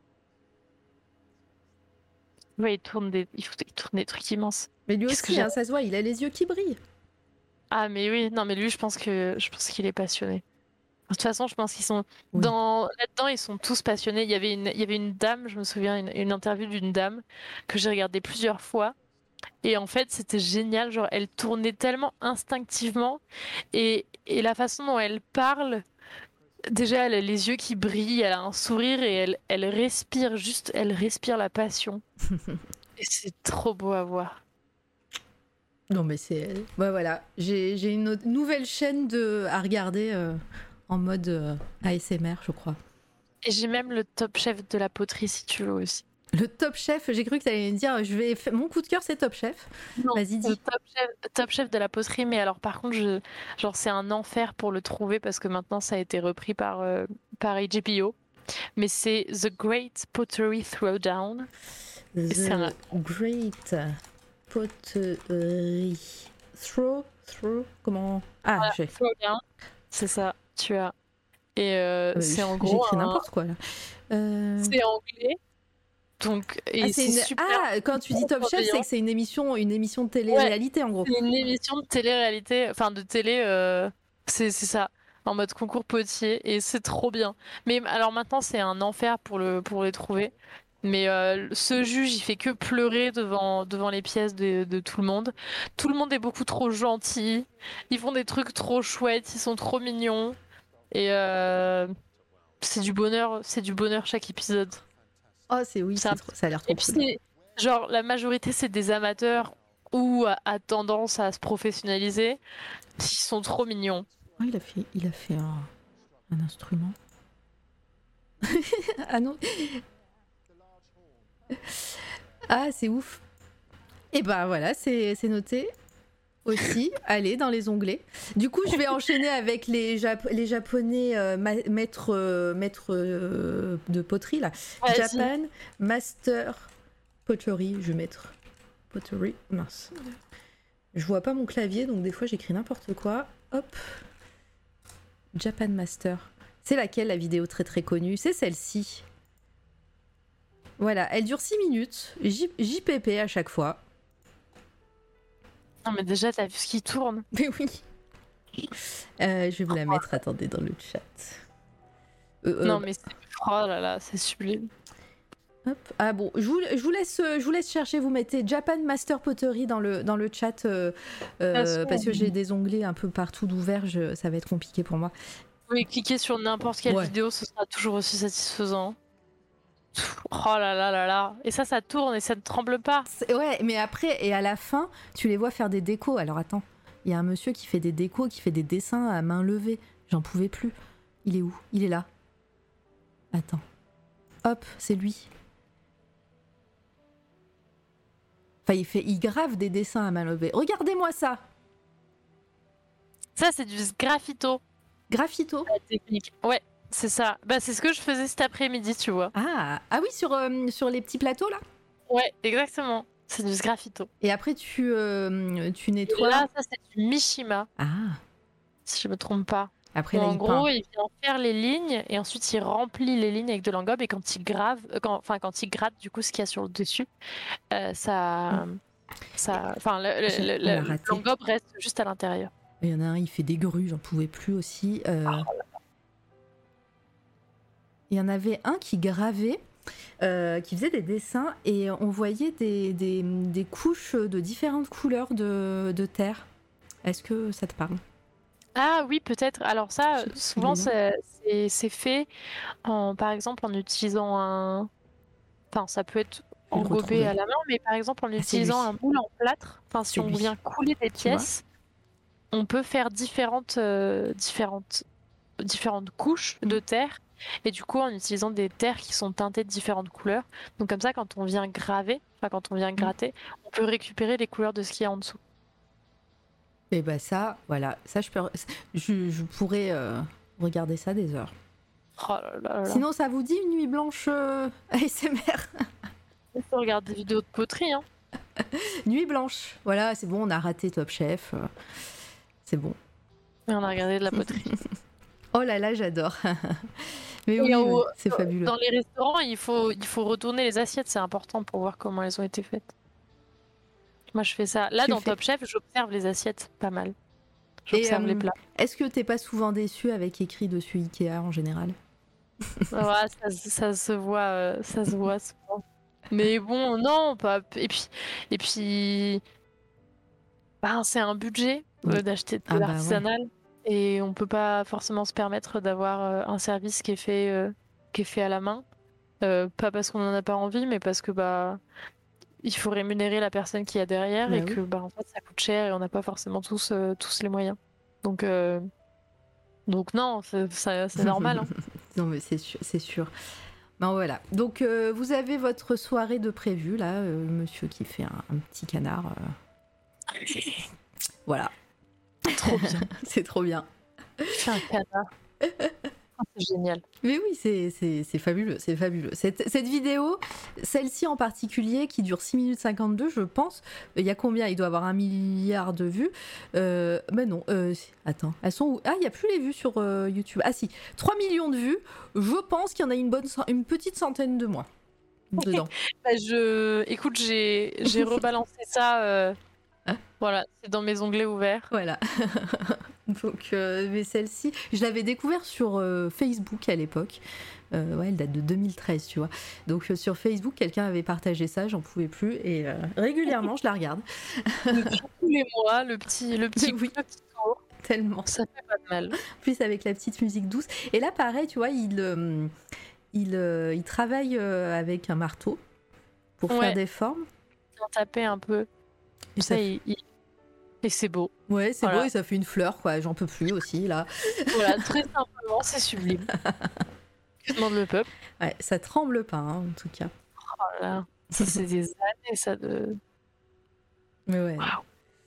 C: Ouais, il tourne des, il tourne des trucs immenses.
B: Mais lui
C: Qu'est-ce que
B: aussi,
C: j'ai-
B: hein, ça se voit, il a les yeux qui brillent.
C: Ah mais oui, non mais lui, je pense que, je pense qu'il est passionné. De toute façon, je pense qu'ils sont
B: Oui.
C: dans là-dedans, ils sont tous passionnés. Il y avait une, il y avait une dame, je me souviens, une, une interview d'une dame que j'ai regardée plusieurs fois. Et en fait, c'était génial. Genre, elle tournait tellement instinctivement et, et la façon dont elle parle. Déjà, elle a les yeux qui brillent, elle a un sourire et elle, elle respire juste, elle respire la passion. Et c'est trop beau à voir.
B: Non mais c'est... Ouais voilà, j'ai, j'ai une autre- nouvelle chaîne de... à regarder euh, en mode euh, A S M R je crois.
C: Et j'ai même le top chef de la poterie si tu veux aussi.
B: Le Top Chef, j'ai cru que tu allais me dire, je vais fa- mon coup de cœur c'est Top Chef.
C: Non,
B: Vas-y
C: le
B: dis.
C: top chef, top chef de la poterie, mais alors par contre, je, genre c'est un enfer pour le trouver parce que maintenant ça a été repris par, euh, par H B O. Mais c'est The Great Pottery Throwdown.
B: The
C: c'est un-
B: Great Pottery Throw, throw, comment... Ah, j'ai...
C: Throwdown, c'est ça, tu as. Et euh,
B: euh,
C: c'est en
B: j'ai
C: gros.
B: écrit
C: un-
B: n'importe quoi là. Euh,
C: C'est anglais. Donc, et
B: Ah,
C: c'est
B: c'est une-
C: super.
B: ah, quand tu dis Top Chef, c'est que c'est une émission, une émission de télé-réalité en gros.
C: C'est une émission de télé-réalité, enfin de télé, euh, c'est c'est ça, en mode concours potier, et c'est trop bien. Mais alors maintenant, c'est un enfer pour, le, pour les trouver. Mais euh, ce juge, il fait que pleurer devant, devant les pièces de, de tout le monde. Tout le monde est beaucoup trop gentil. Ils font des trucs trop chouettes, ils sont trop mignons. Et euh, c'est du bonheur, c'est du bonheur chaque épisode.
B: Oh, c'est oui,
C: Ça-
B: c'est trop- ça a l'air trop
C: Et puis
B: cool.
C: c'est genre la majorité c'est des amateurs ou à, à tendance à se professionnaliser. Ils sont trop mignons.
B: Oh, il a fait, il a fait un, un instrument. Ah non. Ah, c'est ouf. Et bah voilà, c'est c'est noté aussi. Allez, dans les onglets. Du coup, je vais enchaîner avec les, Jap- les japonais euh, ma- maîtres, euh, maîtres euh, de poterie là.
C: Vas-y.
B: Japan Master Pottery. Je vais mettre Pottery. Mince. Je vois pas mon clavier, donc des fois j'écris n'importe quoi. Hop. Japan Master. C'est laquelle la vidéo très très connue? C'est celle-ci. Voilà, elle dure six minutes. J- JPP à chaque fois.
C: Non mais déjà t'as vu ce qui tourne.
B: Mais oui. Euh, je vais vous la mettre, attendez, dans le chat. Euh, euh,
C: Non mais c'est oh là là, c'est sublime.
B: hop. Ah bon, je vous, je vous laisse, je vous laisse chercher, vous mettez Japan Master Pottery dans le, dans le chat, euh, euh,
C: façon,
B: parce que
C: oui.
B: j'ai des onglets un peu partout d'ouverts, je- ça va être compliqué pour moi.
C: Vous pouvez cliquer sur n'importe quelle
B: Ouais.
C: vidéo, ce sera toujours aussi satisfaisant. Oh là là là là. Et ça, ça tourne et ça ne tremble pas.
B: C'est- Ouais, mais après, et à la fin, tu les vois faire des décos. Alors attends, il y a un monsieur qui fait des décos, qui fait des dessins à main levée. J'en pouvais plus. Il est où? Il est là. Attends. Hop, c'est lui. Enfin, il fait, il grave des dessins à main levée. Regardez-moi ça.
C: Ça, c'est du graffito.
B: Graffito.
C: La technique. Ouais, c'est ça. Bah, c'est ce que je faisais cet après-midi, tu vois.
B: Ah, ah oui, sur, euh, sur les petits plateaux là.
C: Ouais, exactement. C'est du graffito.
B: Et après, tu, euh, tu
C: Et
B: nettoies.
C: là, ça, c'est du Mishima,
B: Ah.
C: si je me trompe pas.
B: Après,
C: Où,
B: là,
C: en
B: il
C: gros,
B: peint.
C: il vient faire les lignes et ensuite il remplit les lignes avec de l'engobe et quand il grave, euh, quand, enfin quand il gratte du coup ce qu'il y a sur le dessus, euh, ça, ça, enfin le- le-
B: J'ai-
C: le-
B: on l'a
C: le-
B: raté.
C: l'engobe reste juste à l'intérieur.
B: Il y en a un, il fait des grues, j'en pouvais plus aussi. Euh, Il y en avait un qui gravait, euh, qui faisait des dessins et on voyait des, des, des couches de différentes couleurs de, de terre. Est-ce que ça te parle?
C: Ah oui, peut-être. Alors ça,
B: Je sais pas si
C: souvent,
B: les noms.
C: c'est, c'est, c'est fait, en, par exemple, en utilisant un... Enfin, ça peut être
B: Je vais le
C: engobé à
B: retrouver.
C: la main, mais par exemple, en
B: Ah, c'est
C: utilisant
B: lui.
C: un moule en plâtre, enfin, si
B: C'est
C: on
B: lui.
C: vient couler des
B: Tu vois?
C: pièces, on peut faire différentes, euh, différentes, différentes couches
B: Mm.
C: de terre, et du coup, en utilisant des terres qui sont teintées de différentes couleurs. Donc comme ça, quand on vient graver, enfin, quand on vient
B: Mm.
C: gratter, on peut récupérer les couleurs de ce qu'il y a en dessous.
B: Et bah ça, voilà, ça je peux, je, je pourrais euh, regarder ça des heures.
C: Oh là là là là.
B: Sinon, ça vous dit une nuit blanche euh, A S M R?
C: On peut regarder des vidéos de poterie, hein.
B: Nuit blanche. Voilà, c'est bon, on a raté Top Chef. euh, c'est bon.
C: Et on a regardé de la poterie.
B: Oh là là, j'adore. Mais
C: Et
B: oui,
C: au-
B: ouais, c'est fabuleux.
C: Dans les restaurants, il faut, il faut retourner les assiettes, c'est important pour voir comment elles ont été faites. Moi, je fais ça. Là,
B: Tu
C: dans
B: fais-
C: Top Chef, j'observe les assiettes pas mal.
B: Et
C: J'observe les
B: euh,
C: plats.
B: est-ce que t'es pas souvent déçu avec écrit dessus Ikea en général?
C: Ouais, ça, ça se voit, euh, ça se voit souvent. Mais bon, non, pas. Et puis, et puis, ben, c'est un budget euh,
B: Oui.
C: d'acheter de
B: Ah bah ouais.
C: l'artisanal et on peut pas forcément se permettre d'avoir euh, un service qui est fait, euh, qui est fait à la main. Euh, pas parce qu'on en a pas envie, mais parce que bah il faut rémunérer la personne qui est derrière
B: Bah
C: et
B: oui.
C: que bah en fait ça coûte cher et on n'a pas forcément tous euh, tous les moyens. Donc euh, donc non, c'est ça- c'est normal. Hein.
B: Non mais c'est sûr, c'est sûr. Ben voilà. Donc euh, vous avez votre soirée de prévu là, euh, monsieur qui fait un, un petit canard. euh, Voilà,
C: Trop bien.
B: c'est trop bien.
C: Fais un canard. Oh, c'est génial.
B: Mais oui, c'est, c'est, c'est fabuleux, c'est fabuleux. Cette, cette vidéo, celle-ci en particulier, qui dure six minutes cinquante-deux, je pense, il y a combien? Il doit avoir un milliard de vues. Euh, mais non, euh, attends, elles sont où? Ah, il n'y a plus les vues sur euh, YouTube. Ah si, trois millions de vues. Je pense qu'il y en a une, bonne, cent- une petite centaine de moins dedans.
C: Bah, je écoute, j'ai j'ai rebalancé ça. euh, Voilà, c'est dans mes onglets ouverts.
B: Voilà. Donc, euh, mais celle-ci, je l'avais découvert sur euh, Facebook à l'époque. Euh, ouais, elle date de deux mille treize, tu vois. Donc, euh, sur Facebook, quelqu'un avait partagé ça, j'en pouvais plus. Et euh, régulièrement, je la regarde.
C: Tous les mois, le petit le petit,
B: Oui.
C: le petit tour,
B: Tellement.
C: ça fait pas de mal.
B: En plus, avec la petite musique douce. Et là, pareil, tu vois, il, euh, il, euh, il travaille euh, avec un marteau pour
C: Ouais.
B: faire des formes.
C: On tapait un peu.
B: Et
C: Ça,
B: ça
C: il- il- Et c'est beau.
B: Ouais, c'est
C: Voilà.
B: beau et ça fait une fleur, quoi. J'en peux plus aussi, là.
C: Voilà, très simplement, c'est sublime. Que demande le peuple?
B: Ouais, ça tremble pas, hein, en tout cas.
C: Oh là là. Ça, c'est des années, ça, de...
B: Mais ouais.
C: Waouh.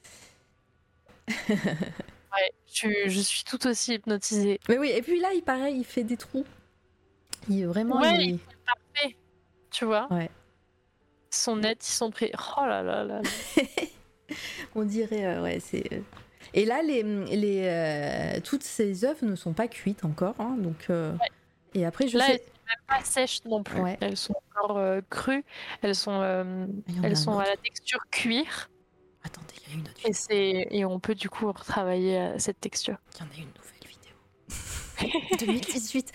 C: Ouais, je, suis- je suis tout aussi hypnotisée.
B: Mais oui, et puis là, il pareil, il fait des trous. Il vraiment,
C: Ouais,
B: il...
C: Parfait. Tu vois?
B: Ouais.
C: Ils sont nets, ils sont pris. Oh là là là. là.
B: on dirait, euh, ouais, c'est. euh. Et là, les, les, euh, toutes ces œufs ne sont pas cuites encore, hein, donc. euh,
C: Ouais.
B: Et après, je
C: Là,
B: sais.
C: elles sont même pas sèches non plus.
B: Ouais.
C: Elles sont encore euh, crues. Elles sont, euh,
B: Il y en a
C: elles
B: un
C: sont à
B: autre.
C: la texture cuir.
B: Attendez, il y a une autre
C: Et,
B: vidéo.
C: c'est... et on peut du coup retravailler euh, cette texture.
B: Il y en a une nouvelle vidéo. deux mille dix-huit.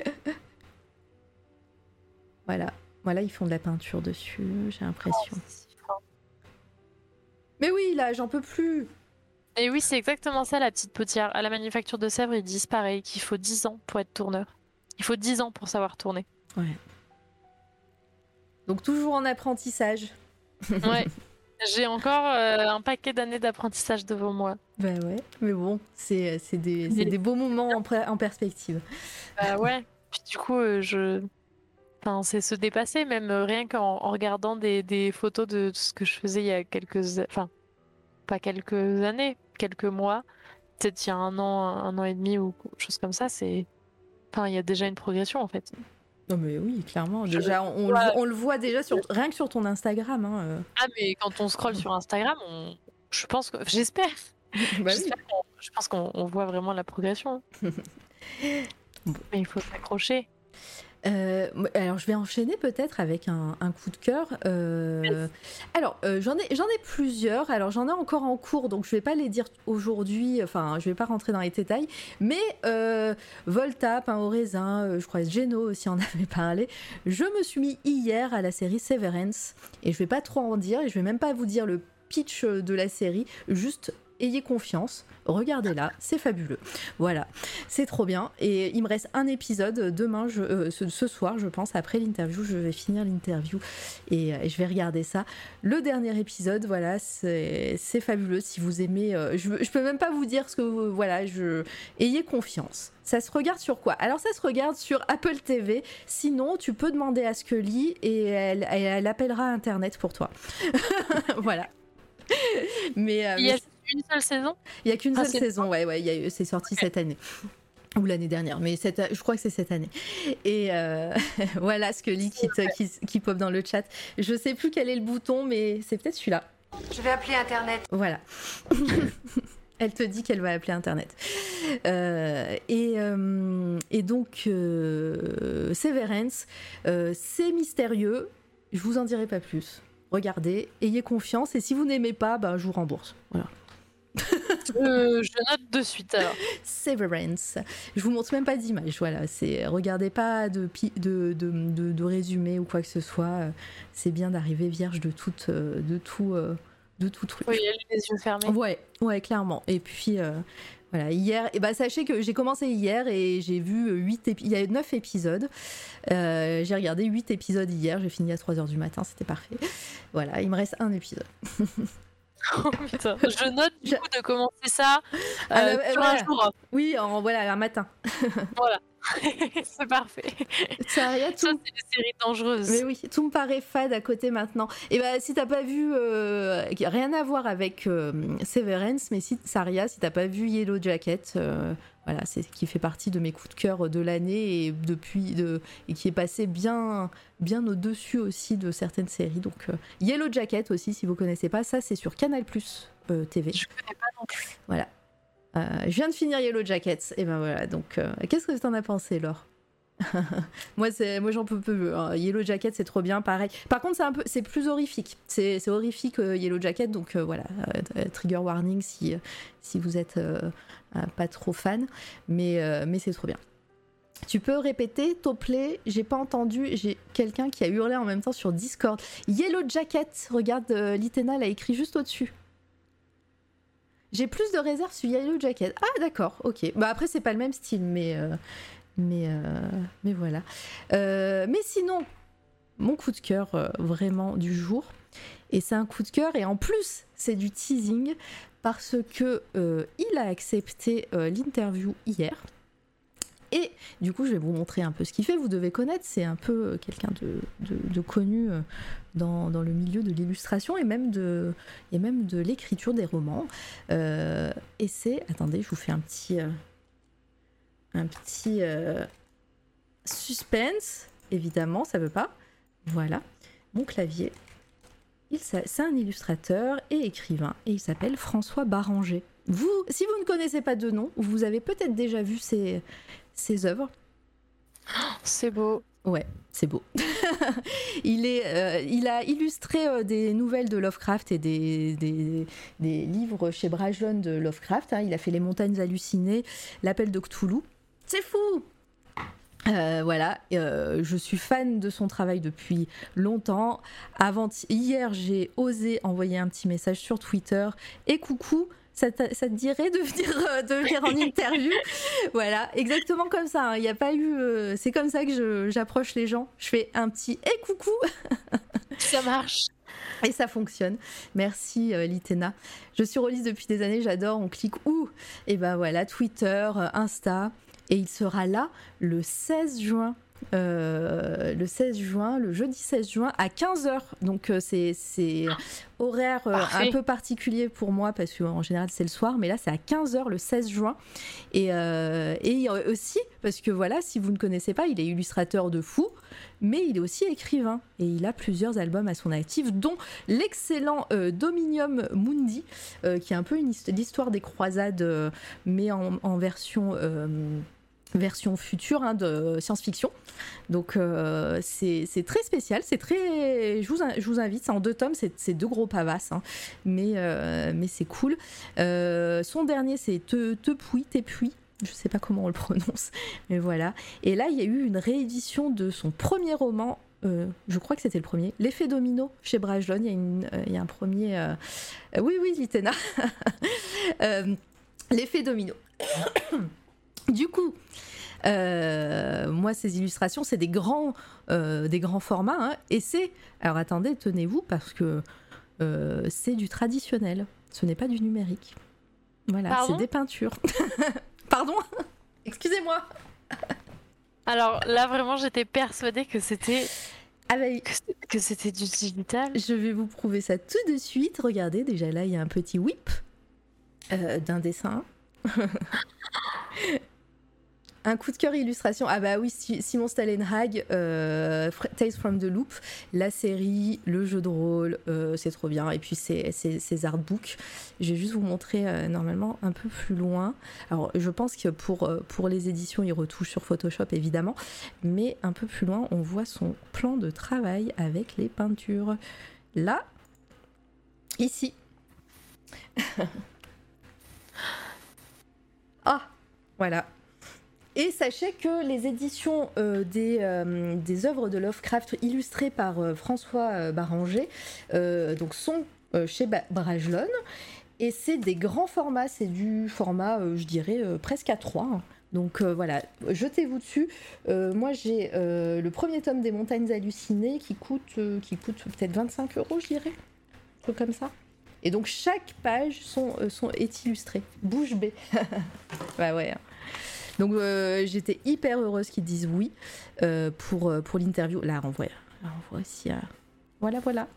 B: Voilà. Voilà, ils font de la peinture dessus, j'ai l'impression. Mais oui, là, j'en peux plus.
C: Et oui, c'est exactement ça, la petite potière. À la manufacture de Sèvres, ils disent pareil, qu'il faut dix ans pour être tourneur. Il faut dix ans pour savoir tourner.
B: Ouais. Donc toujours en apprentissage.
C: Ouais. J'ai encore euh, un paquet d'années d'apprentissage devant moi.
B: Bah ouais, mais bon, c'est c'est des, c'est des beaux moments en, pré- en perspective.
C: Bah ouais. Puis du coup, euh, je... Enfin, c'est se dépasser, même euh, rien qu'en en regardant des, des photos de ce que je faisais il y a quelques... Enfin, pas quelques années, quelques mois. Peut-être il y a un an, un an et demi ou chose comme ça, c'est... Enfin, il y a déjà une progression, en fait.
B: Non mais oui, clairement.
C: Je-
B: Déjà, on, on
C: Ouais.
B: le, on le voit déjà sur, rien que sur ton Instagram. Hein, euh.
C: Ah, mais quand on scrolle sur Instagram, on... je pense que... J'espère
B: Bah oui.
C: J'espère qu'on- Je pense qu'on on voit vraiment la progression.
B: Bon.
C: Mais il faut s'accrocher.
B: Euh, alors je vais enchaîner peut-être avec un, un coup de cœur. Euh, alors euh, j'en ai, j'en ai plusieurs. Alors j'en ai encore en cours, donc je vais pas les dire aujourd'hui. Enfin, je vais pas rentrer dans les détails. Mais euh, Volta, pain au raisin, euh, je crois que Geno aussi en avait parlé. Je me suis mis hier à la série Severance et je vais pas trop en dire et je vais même pas vous dire le pitch de la série. Juste ayez confiance, regardez-la, c'est fabuleux. Voilà, c'est trop bien. Et il me reste un épisode demain, je, euh, ce, ce soir, je pense, après l'interview, je vais finir l'interview et, et je vais regarder ça. Le dernier épisode, voilà, c'est, c'est fabuleux. Si vous aimez, euh, je, je peux même pas vous dire ce que, vous, voilà, je, ayez confiance. Ça se regarde sur quoi ? Alors ça se regarde sur Apple T V. Sinon, tu peux demander à Scully et elle, elle, elle appellera Internet pour toi. Voilà. Mais, euh,
C: il y a
B: mais...
C: une seule saison ?
B: Il y a qu'une
C: ah,
B: seule
C: c'est
B: saison, ouais, ouais, il y a, c'est sorti okay. cette année. Ou l'année dernière, mais cette, je crois que c'est cette année. Et euh, voilà Scully qui, te, qui, qui pop dans le chat. Je sais plus quel est le bouton, mais c'est peut-être celui-là.
D: Je vais appeler Internet.
B: Voilà. Elle te dit qu'elle va appeler Internet. Euh, et, euh, et donc, euh, Severance, euh, c'est mystérieux. Je vous en dirai pas plus. Regardez, ayez confiance. Et si vous n'aimez pas, ben, je vous rembourse. Voilà.
C: euh, je note de suite alors.
B: Severance. Je vous montre même pas d'image. Voilà, c'est regardez pas de de, de, de de résumé ou quoi que ce soit. C'est bien d'arriver vierge de tout de tout de tout truc.
C: Oui, les yeux fermés.
B: Ouais, ouais, clairement. Et puis euh, voilà, hier, et bah sachez que j'ai commencé hier et j'ai vu huit épisodes. Il y a neuf épisodes. Euh, j'ai regardé huit épisodes hier. J'ai fini à trois heures du matin. C'était parfait. Voilà, il me reste un épisode.
C: Oh putain, je note du
B: je...
C: coup de commencer ça euh,
B: ah,
C: sur voilà. un jour.
B: Oui, en, voilà, un matin.
C: Voilà, c'est parfait.
B: Ça, rien, tout...
C: ça, c'est des séries dangereuses.
B: Mais oui, tout me paraît fade à côté maintenant. Et bah, si t'as pas vu, euh, rien à voir avec euh, Severance, mais si Saria, si t'as pas vu Yellow Jacket, euh, voilà, c'est qui fait partie de mes coups de cœur de l'année et depuis de et qui est passé bien bien au-dessus aussi de certaines séries. Donc euh, Yellow Jacket aussi, si vous connaissez pas, ça c'est sur Canal Plus euh, T V.
C: Je connais pas non plus.
B: Voilà. Euh, je viens de finir Yellow Jacket. Et ben voilà. Donc euh, qu'est-ce que t'en as pensé, Laure? moi c'est moi j'en peux peu hein. Yellow Jacket c'est trop bien, pareil. Par contre c'est un peu c'est plus horrifique, c'est, c'est horrifique euh, Yellow Jacket, donc euh, voilà euh, trigger warning si euh, si vous êtes euh, euh, pas trop fan, mais euh, mais c'est trop bien. Tu peux répéter, Toplay? J'ai pas entendu, j'ai quelqu'un qui a hurlé en même temps sur Discord. Yellow Jacket, regarde, euh, Litena l'a écrit juste au-dessus. J'ai plus de réserves sur Yellow Jacket. Ah d'accord, ok. Bah après c'est pas le même style, mais euh, mais euh, mais voilà. Euh, mais sinon, mon coup de cœur euh, vraiment du jour, et c'est un coup de cœur et en plus c'est du teasing parce que euh, il a accepté euh, l'interview hier. Et du coup, je vais vous montrer un peu ce qu'il fait. Vous devez connaître, c'est un peu quelqu'un de, de, de connu dans, dans le milieu de l'illustration et même de, et même de l'écriture des romans. Euh, et c'est... Attendez, je vous fais un petit... Euh, un petit euh, suspense. Évidemment, ça veut pas. Voilà, mon clavier. Il, c'est un illustrateur et écrivain. Et il s'appelle François Baranger. Vous, si vous ne connaissez pas de nom, vous avez peut-être déjà vu ses... ses œuvres.
C: C'est beau.
B: Ouais, c'est beau. il, est, euh, il a illustré euh, des nouvelles de Lovecraft et des, des, des livres chez Bragelonne de Lovecraft. Hein. Il a fait Les Montagnes Hallucinées, L'Appel de Cthulhu. C'est fou! Euh, voilà, euh, je suis fan de son travail depuis longtemps. Avant hier, j'ai osé envoyer un petit message sur Twitter. Et coucou, ça te, ça te dirait de venir, euh, de venir en interview? Voilà, exactement comme ça. Il hein. n'y a pas eu. Euh, c'est comme ça que je, j'approche les gens. Je fais un petit et coucou.
C: Ça marche.
B: Et ça fonctionne. Merci euh, Litena. Je suis rôliste depuis des années. J'adore. On clique où? Et ben voilà, Twitter, euh, Insta. Et il sera là le seize juin. Euh, le seize juin, le jeudi seize juin à quinze heures. Donc euh, c'est, c'est horaire euh, un peu particulier pour moi parce qu'en général c'est le soir, mais là c'est à quinze heures le seize juin. Et, euh, et aussi parce que voilà, si vous ne connaissez pas, il est illustrateur de fou, mais il est aussi écrivain et il a plusieurs albums à son actif, dont l'excellent euh, Dominium Mundi, euh, qui est un peu une hist- l'histoire des croisades, euh, mais en, en version... Euh, version future hein, de science-fiction. Donc euh, c'est, c'est très spécial, c'est très... Je vous, je vous invite, c'est en deux tomes, c'est, c'est deux gros pavasses, hein, mais, euh, mais c'est cool. Euh, son dernier, c'est Te, Tepuy, Tepuy, je sais pas comment on le prononce, mais voilà. Et là, il y a eu une réédition de son premier roman, Euh, je crois que c'était le premier. L'effet domino chez Brajlon. Il y a, une, euh, il y a un premier. Euh... Euh, oui, oui, Litena. euh, l'effet domino. Du coup, euh, moi, ces illustrations, c'est des grands, euh, des grands formats. Hein, et c'est. Alors attendez, tenez-vous, parce que euh, c'est du traditionnel. Ce n'est pas du numérique. Voilà,
C: Pardon
B: c'est des peintures. Pardon. Excusez-moi.
C: Alors là, vraiment, j'étais persuadée que c'était
B: Ah bah oui.
C: que c'était, que c'était du digital.
B: Je vais vous prouver ça tout de suite. Regardez, déjà là, il y a un petit whip euh, d'un dessin. Un coup de cœur illustration. Ah bah oui, Simon Stalenhag, euh, Tales from the Loop, la série, le jeu de rôle, euh, c'est trop bien. Et puis ces, ces, ces artbooks. Je vais juste vous montrer euh, normalement un peu plus loin. Alors je pense que pour, pour les éditions, il retouche sur Photoshop évidemment. Mais un peu plus loin, on voit son plan de travail avec les peintures. Là, ici. Ah, voilà. Et sachez que les éditions euh, des, euh, des œuvres de Lovecraft illustrées par euh, François euh, Baranger euh, donc sont euh, chez ba- Brajlon. Et c'est des grands formats, c'est du format, euh, je dirais, euh, presque à trois. Hein. Donc euh, voilà, jetez-vous dessus. Euh, moi j'ai euh, le premier tome des Montagnes Hallucinées qui coûte, euh, qui coûte peut-être vingt-cinq euros, je dirais. Un truc comme ça. Et donc chaque page sont, euh, sont, est illustrée. Bouche bée. Bah ouais. Hein. Donc euh, j'étais hyper heureuse qu'ils disent oui euh, pour, euh, pour l'interview. Là, on voit, là, on voit aussi. Euh... Voilà, voilà.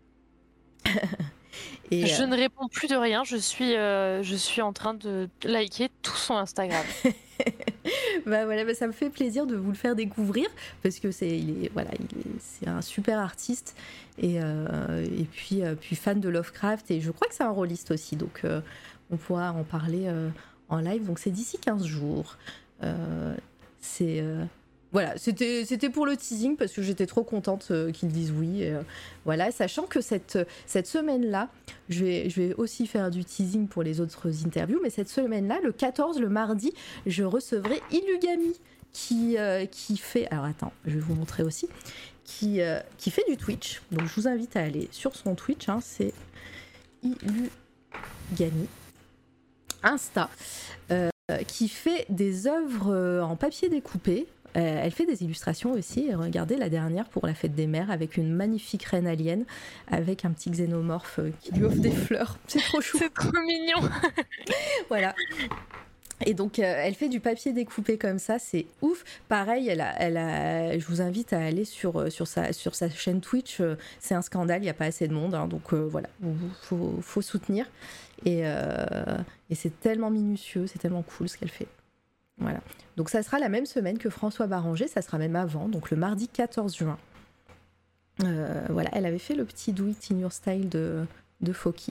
C: Et je euh... ne réponds plus de rien. Je suis, euh, je suis en train de liker tout son Instagram.
B: Bah voilà, bah ça me fait plaisir de vous le faire découvrir parce que c'est, il est, voilà, il est, c'est un super artiste et, euh, et puis, euh, puis fan de Lovecraft et je crois que c'est un rôliste aussi. Donc euh, on pourra en parler. Euh, en live, donc c'est d'ici quinze jours. Euh, c'est euh, voilà, c'était c'était pour le teasing parce que j'étais trop contente euh, qu'ils disent oui. Et, euh, voilà, sachant que cette cette semaine-là, je vais je vais aussi faire du teasing pour les autres interviews, mais cette semaine-là, le quatorze, le mardi, je recevrai Ilugami qui euh, qui fait. Alors attends, je vais vous montrer aussi. Qui euh, qui fait du Twitch. Donc je vous invite à aller sur son Twitch. Hein, c'est Ilugami. Insta, euh, qui fait des œuvres en papier découpé. Euh, elle fait des illustrations aussi. Et regardez la dernière pour la fête des mères avec une magnifique reine alien avec un petit xénomorphe qui lui offre des fleurs. C'est trop chou.
C: C'est trop mignon.
B: Voilà. Et donc, euh, elle fait du papier découpé comme ça, c'est ouf. Pareil, elle a, elle a, je vous invite à aller sur, sur, sa, sur sa chaîne Twitch. Euh, c'est un scandale, il n'y a pas assez de monde. Hein, donc euh, voilà, il faut, faut soutenir. Et, euh, et c'est tellement minutieux, c'est tellement cool ce qu'elle fait. Voilà. Donc ça sera la même semaine que François Baranger, ça sera même avant, donc le mardi quatorze juin. Euh, voilà, elle avait fait le petit Do It In Your Style de, de Foki.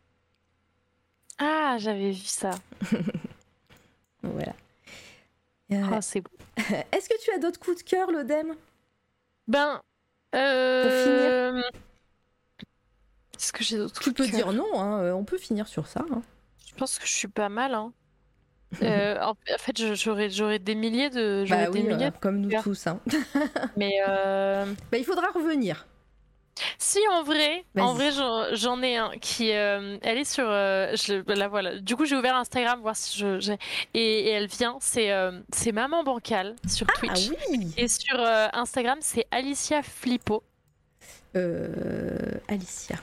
C: Ah, j'avais vu ça.
B: Voilà.
C: Euh, oh, c'est beau.
B: Est-ce que tu as d'autres coups de cœur, l'Odem ?
C: Ben, euh...
B: pour finir.
C: Est-ce que j'ai d'autres
B: Tu
C: coups de
B: peux
C: cœur ?
B: dire non, hein, on peut finir sur ça. Hein.
C: Je pense que je suis pas mal. Hein. euh, en fait, j'aurais, j'aurais des milliers de. J'aurais
B: bah
C: des
B: oui,
C: milliers
B: euh,
C: de
B: comme nous tous. Hein.
C: Mais euh...
B: bah, il faudra revenir.
C: Si en vrai,
B: Vas-y.
C: en vrai j'en, j'en ai un qui, euh, elle est sur, euh, je, la voilà. Du coup j'ai ouvert Instagram voir si je, j'ai, et, et elle vient, c'est, euh, c'est Maman Bancal sur
B: ah,
C: Twitch.
B: Ah oui.
C: Et sur euh, Instagram c'est Alicia Flippo.
B: Euh, Alicia.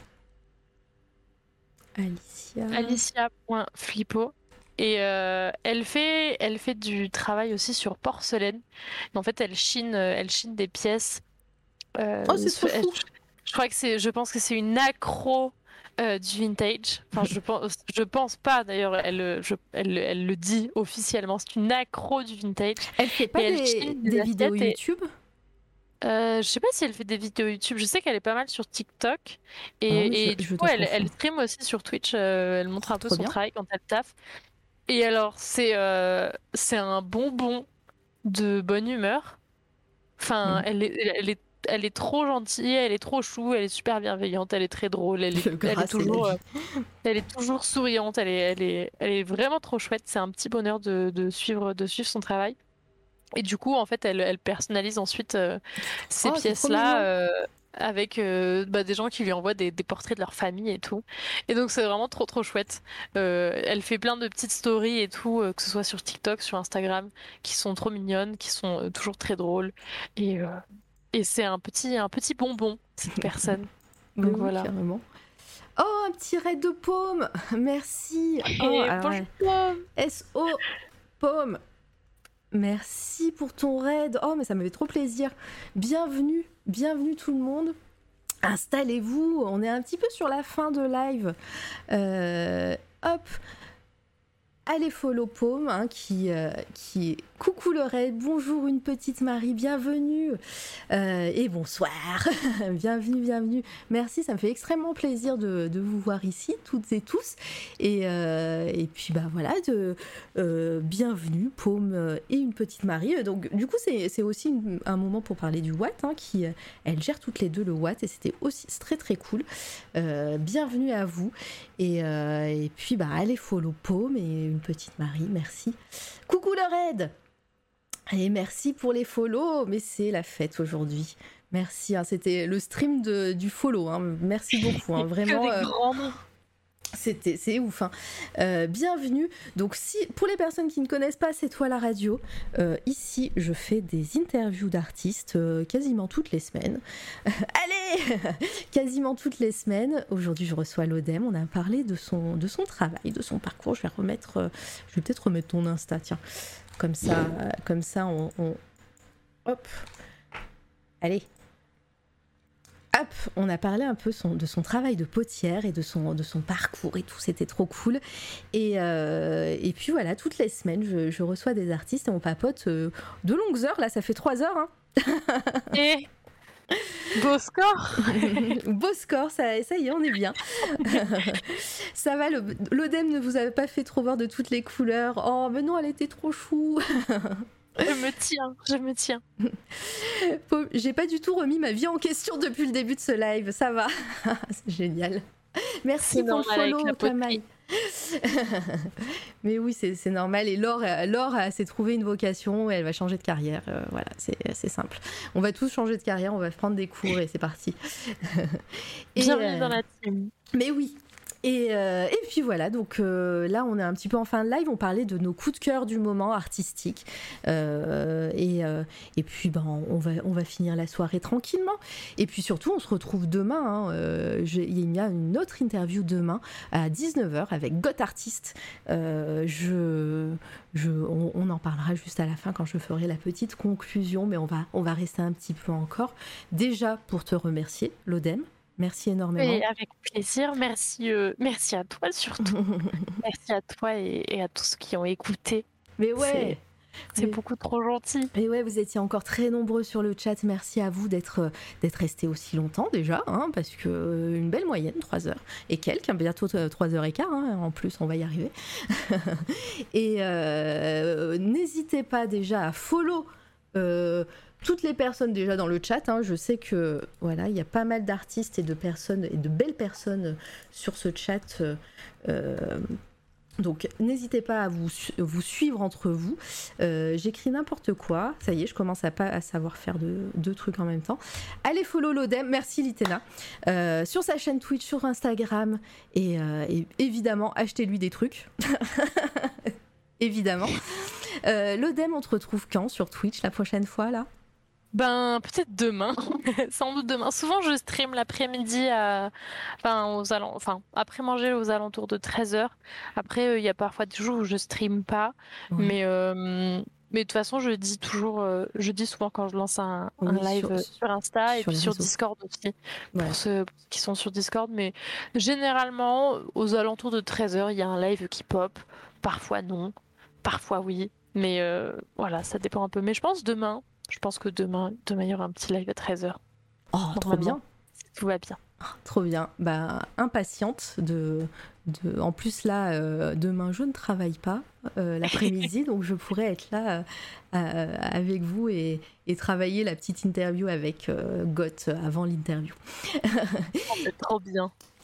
B: Alicia.
C: Alicia.flippo. Et euh, elle fait, elle fait du travail aussi sur porcelaine. Et en fait elle chine, elle chine des pièces. Euh,
B: oh c'est trop
C: elle,
B: fou.
C: Je crois que c'est, je pense que c'est une accro euh, du vintage. Enfin, je pense, je pense pas d'ailleurs. Elle, je, elle, elle le dit officiellement. C'est une accro du vintage.
B: Elle fait pas
C: et
B: des,
C: elle
B: des, des vidéos
C: et...
B: YouTube.
C: Euh, je sais pas si elle fait des vidéos YouTube. Je sais qu'elle est pas mal sur TikTok et,
B: oh,
C: et
B: je,
C: du
B: je
C: coup, elle, elle stream aussi sur Twitch. Euh, elle montre un peu
B: trop
C: son
B: bien.
C: travail quand elle taffe. Et alors, c'est, euh, c'est un bonbon de bonne humeur. Enfin, mmh. elle est, elle est Elle est trop gentille, elle est trop chou, elle est super bienveillante, elle est très drôle, elle est, elle est toujours, euh, elle est toujours souriante, elle est, elle est, elle est vraiment trop chouette. C'est un petit bonheur de, de suivre, de suivre son travail. Et du coup, en fait, elle, elle personnalise ensuite euh, ces
B: Oh, c'est trop
C: pièces-là
B: mignon.
C: euh, avec euh, bah, des gens qui lui envoient des, des portraits de leur famille et tout. Et donc, c'est vraiment trop, trop chouette. Euh, elle fait plein de petites stories et tout, euh, que ce soit sur TikTok, sur Instagram, qui sont trop mignonnes, qui sont euh, toujours très drôles. Et, euh, et c'est un petit, un petit bonbon, cette personne.
B: Mais
C: Donc
B: oui,
C: voilà.
B: carrément. Oh, un petit raid de paume. Merci. Oh,
C: Et
B: alors,
C: bonjour.
B: ouais. S O paume. Merci pour ton raid. Oh, mais ça m'avait trop plaisir. Bienvenue, bienvenue tout le monde. Installez-vous. On est un petit peu sur la fin de live. Euh, hop. Allez follow Paume, hein, qui, euh, qui coucou le raid, bonjour une petite Marie, bienvenue euh, et bonsoir, bienvenue, bienvenue, merci, ça me fait extrêmement plaisir de, de vous voir ici, toutes et tous, et, euh, et puis bah voilà, de, euh, bienvenue Paume et une petite Marie, donc du coup c'est, c'est aussi une, un moment pour parler du Watt, hein, qui, elles gèrent toutes les deux le Watt, et c'était aussi très très cool, euh, bienvenue à vous, et, euh, et puis bah allez follow Paume et une petite Marie, merci. Coucou le raid. Et merci pour les follow, mais c'est la fête aujourd'hui. Merci, hein, c'était le stream de, du follow, hein. Merci beaucoup, hein, vraiment.
C: Que des
B: euh,
C: grands noms.
B: C'était, c'est ouf. Hein. Euh, bienvenue. Donc, si, pour les personnes qui ne connaissent pas C'est toi la radio, euh, ici, je fais des interviews d'artistes euh, quasiment toutes les semaines. Allez Quasiment toutes les semaines. Aujourd'hui, je reçois l'Odem. On a parlé de son, de son travail, de son parcours. Je vais remettre, euh, je vais peut-être remettre ton Insta, tiens. Comme ça, euh, comme ça, on, on... hop. Allez. Hop, on a parlé un peu son, de son travail de potière et de son, de son parcours et tout, c'était trop cool. Et, euh, et puis voilà, toutes les semaines, je, je reçois des artistes et on papote euh, de longues heures, là ça fait trois heures. Hein.
C: Et beau score.
B: Beau score, ça, ça y est, on est bien. Ça va, le, l'Odem ne vous avait pas fait trop voir de toutes les couleurs. Oh, mais non, elle était trop chou.
C: Je me tiens, je me tiens.
B: J'ai pas du tout remis ma vie en question depuis le début de ce live, ça va. C'est génial. Merci
C: c'est
B: pour le follow, Kamaï. Mais oui, c'est, c'est normal. Et Laure, Laure s'est trouvé une vocation et elle va changer de carrière. Euh, voilà, c'est, c'est simple. On va tous changer de carrière, on va prendre des cours et c'est parti. Et,
C: bienvenue
B: euh,
C: dans la team.
B: Mais oui. Et, euh, et puis voilà, donc euh, là on est un petit peu en fin de live, on parlait de nos coups de cœur du moment artistiques euh, et, euh, et puis ben, on, va, on va finir la soirée tranquillement et puis surtout on se retrouve demain, hein, euh, j'ai, il y a une autre interview demain à dix-neuf heures avec Got Artist, euh, je, je, on, on en parlera juste à la fin quand je ferai la petite conclusion, mais on va, on va rester un petit peu encore, déjà pour te remercier l'Odem. Merci énormément.
C: Et avec plaisir, merci, euh, merci à toi surtout. Merci à toi et, et à tous ceux qui ont écouté.
B: Mais ouais,
C: c'est, c'est mais... beaucoup trop gentil.
B: Et ouais, vous étiez encore très nombreux sur le chat. Merci à vous d'être, d'être restés aussi longtemps déjà, hein, parce que euh, une belle moyenne, trois heures et quelques, bientôt trois heures et quart, hein, en plus on va y arriver. Et euh, n'hésitez pas déjà à follow euh, toutes les personnes déjà dans le chat, hein. Je sais que voilà, il y a pas mal d'artistes et de personnes et de belles personnes sur ce chat. Euh, donc n'hésitez pas à vous, vous suivre entre vous. Euh, j'écris n'importe quoi. Ça y est, je commence à pas à savoir faire deux, deux trucs en même temps. Allez follow l'Odem. Merci Litena. Euh, sur sa chaîne Twitch, sur Instagram et, euh, et évidemment achetez-lui des trucs. Évidemment. Euh, L'Odem, on te retrouve quand sur Twitch la prochaine fois là?
C: Ben, peut-être demain, sans doute demain. Souvent, je stream l'après-midi, à... enfin, aux alent... enfin, après manger aux alentours de treize heures. Après, il euh, y a parfois des jours où je stream pas, ouais. mais, euh... mais de toute façon, je dis toujours, euh... je dis souvent quand je lance un, oui, un live sur, sur Insta sur et puis sur réseaux. Discord aussi, ouais. Pour ceux qui sont sur Discord. Mais généralement, aux alentours de treize heures, il y a un live qui pop. Parfois non, parfois oui, mais euh... voilà, ça dépend un peu. Mais je pense demain. Je pense que demain, demain, il y aura un petit live à treize heures.
B: Oh, trop bien.
C: Tout va bien.
B: Oh, trop bien. Bah, impatiente de... de... En plus, là, euh, demain, je ne travaille pas euh, l'après-midi, donc je pourrais être là euh, avec vous et, et travailler la petite interview avec euh, Got avant l'interview.
C: C'est trop bien.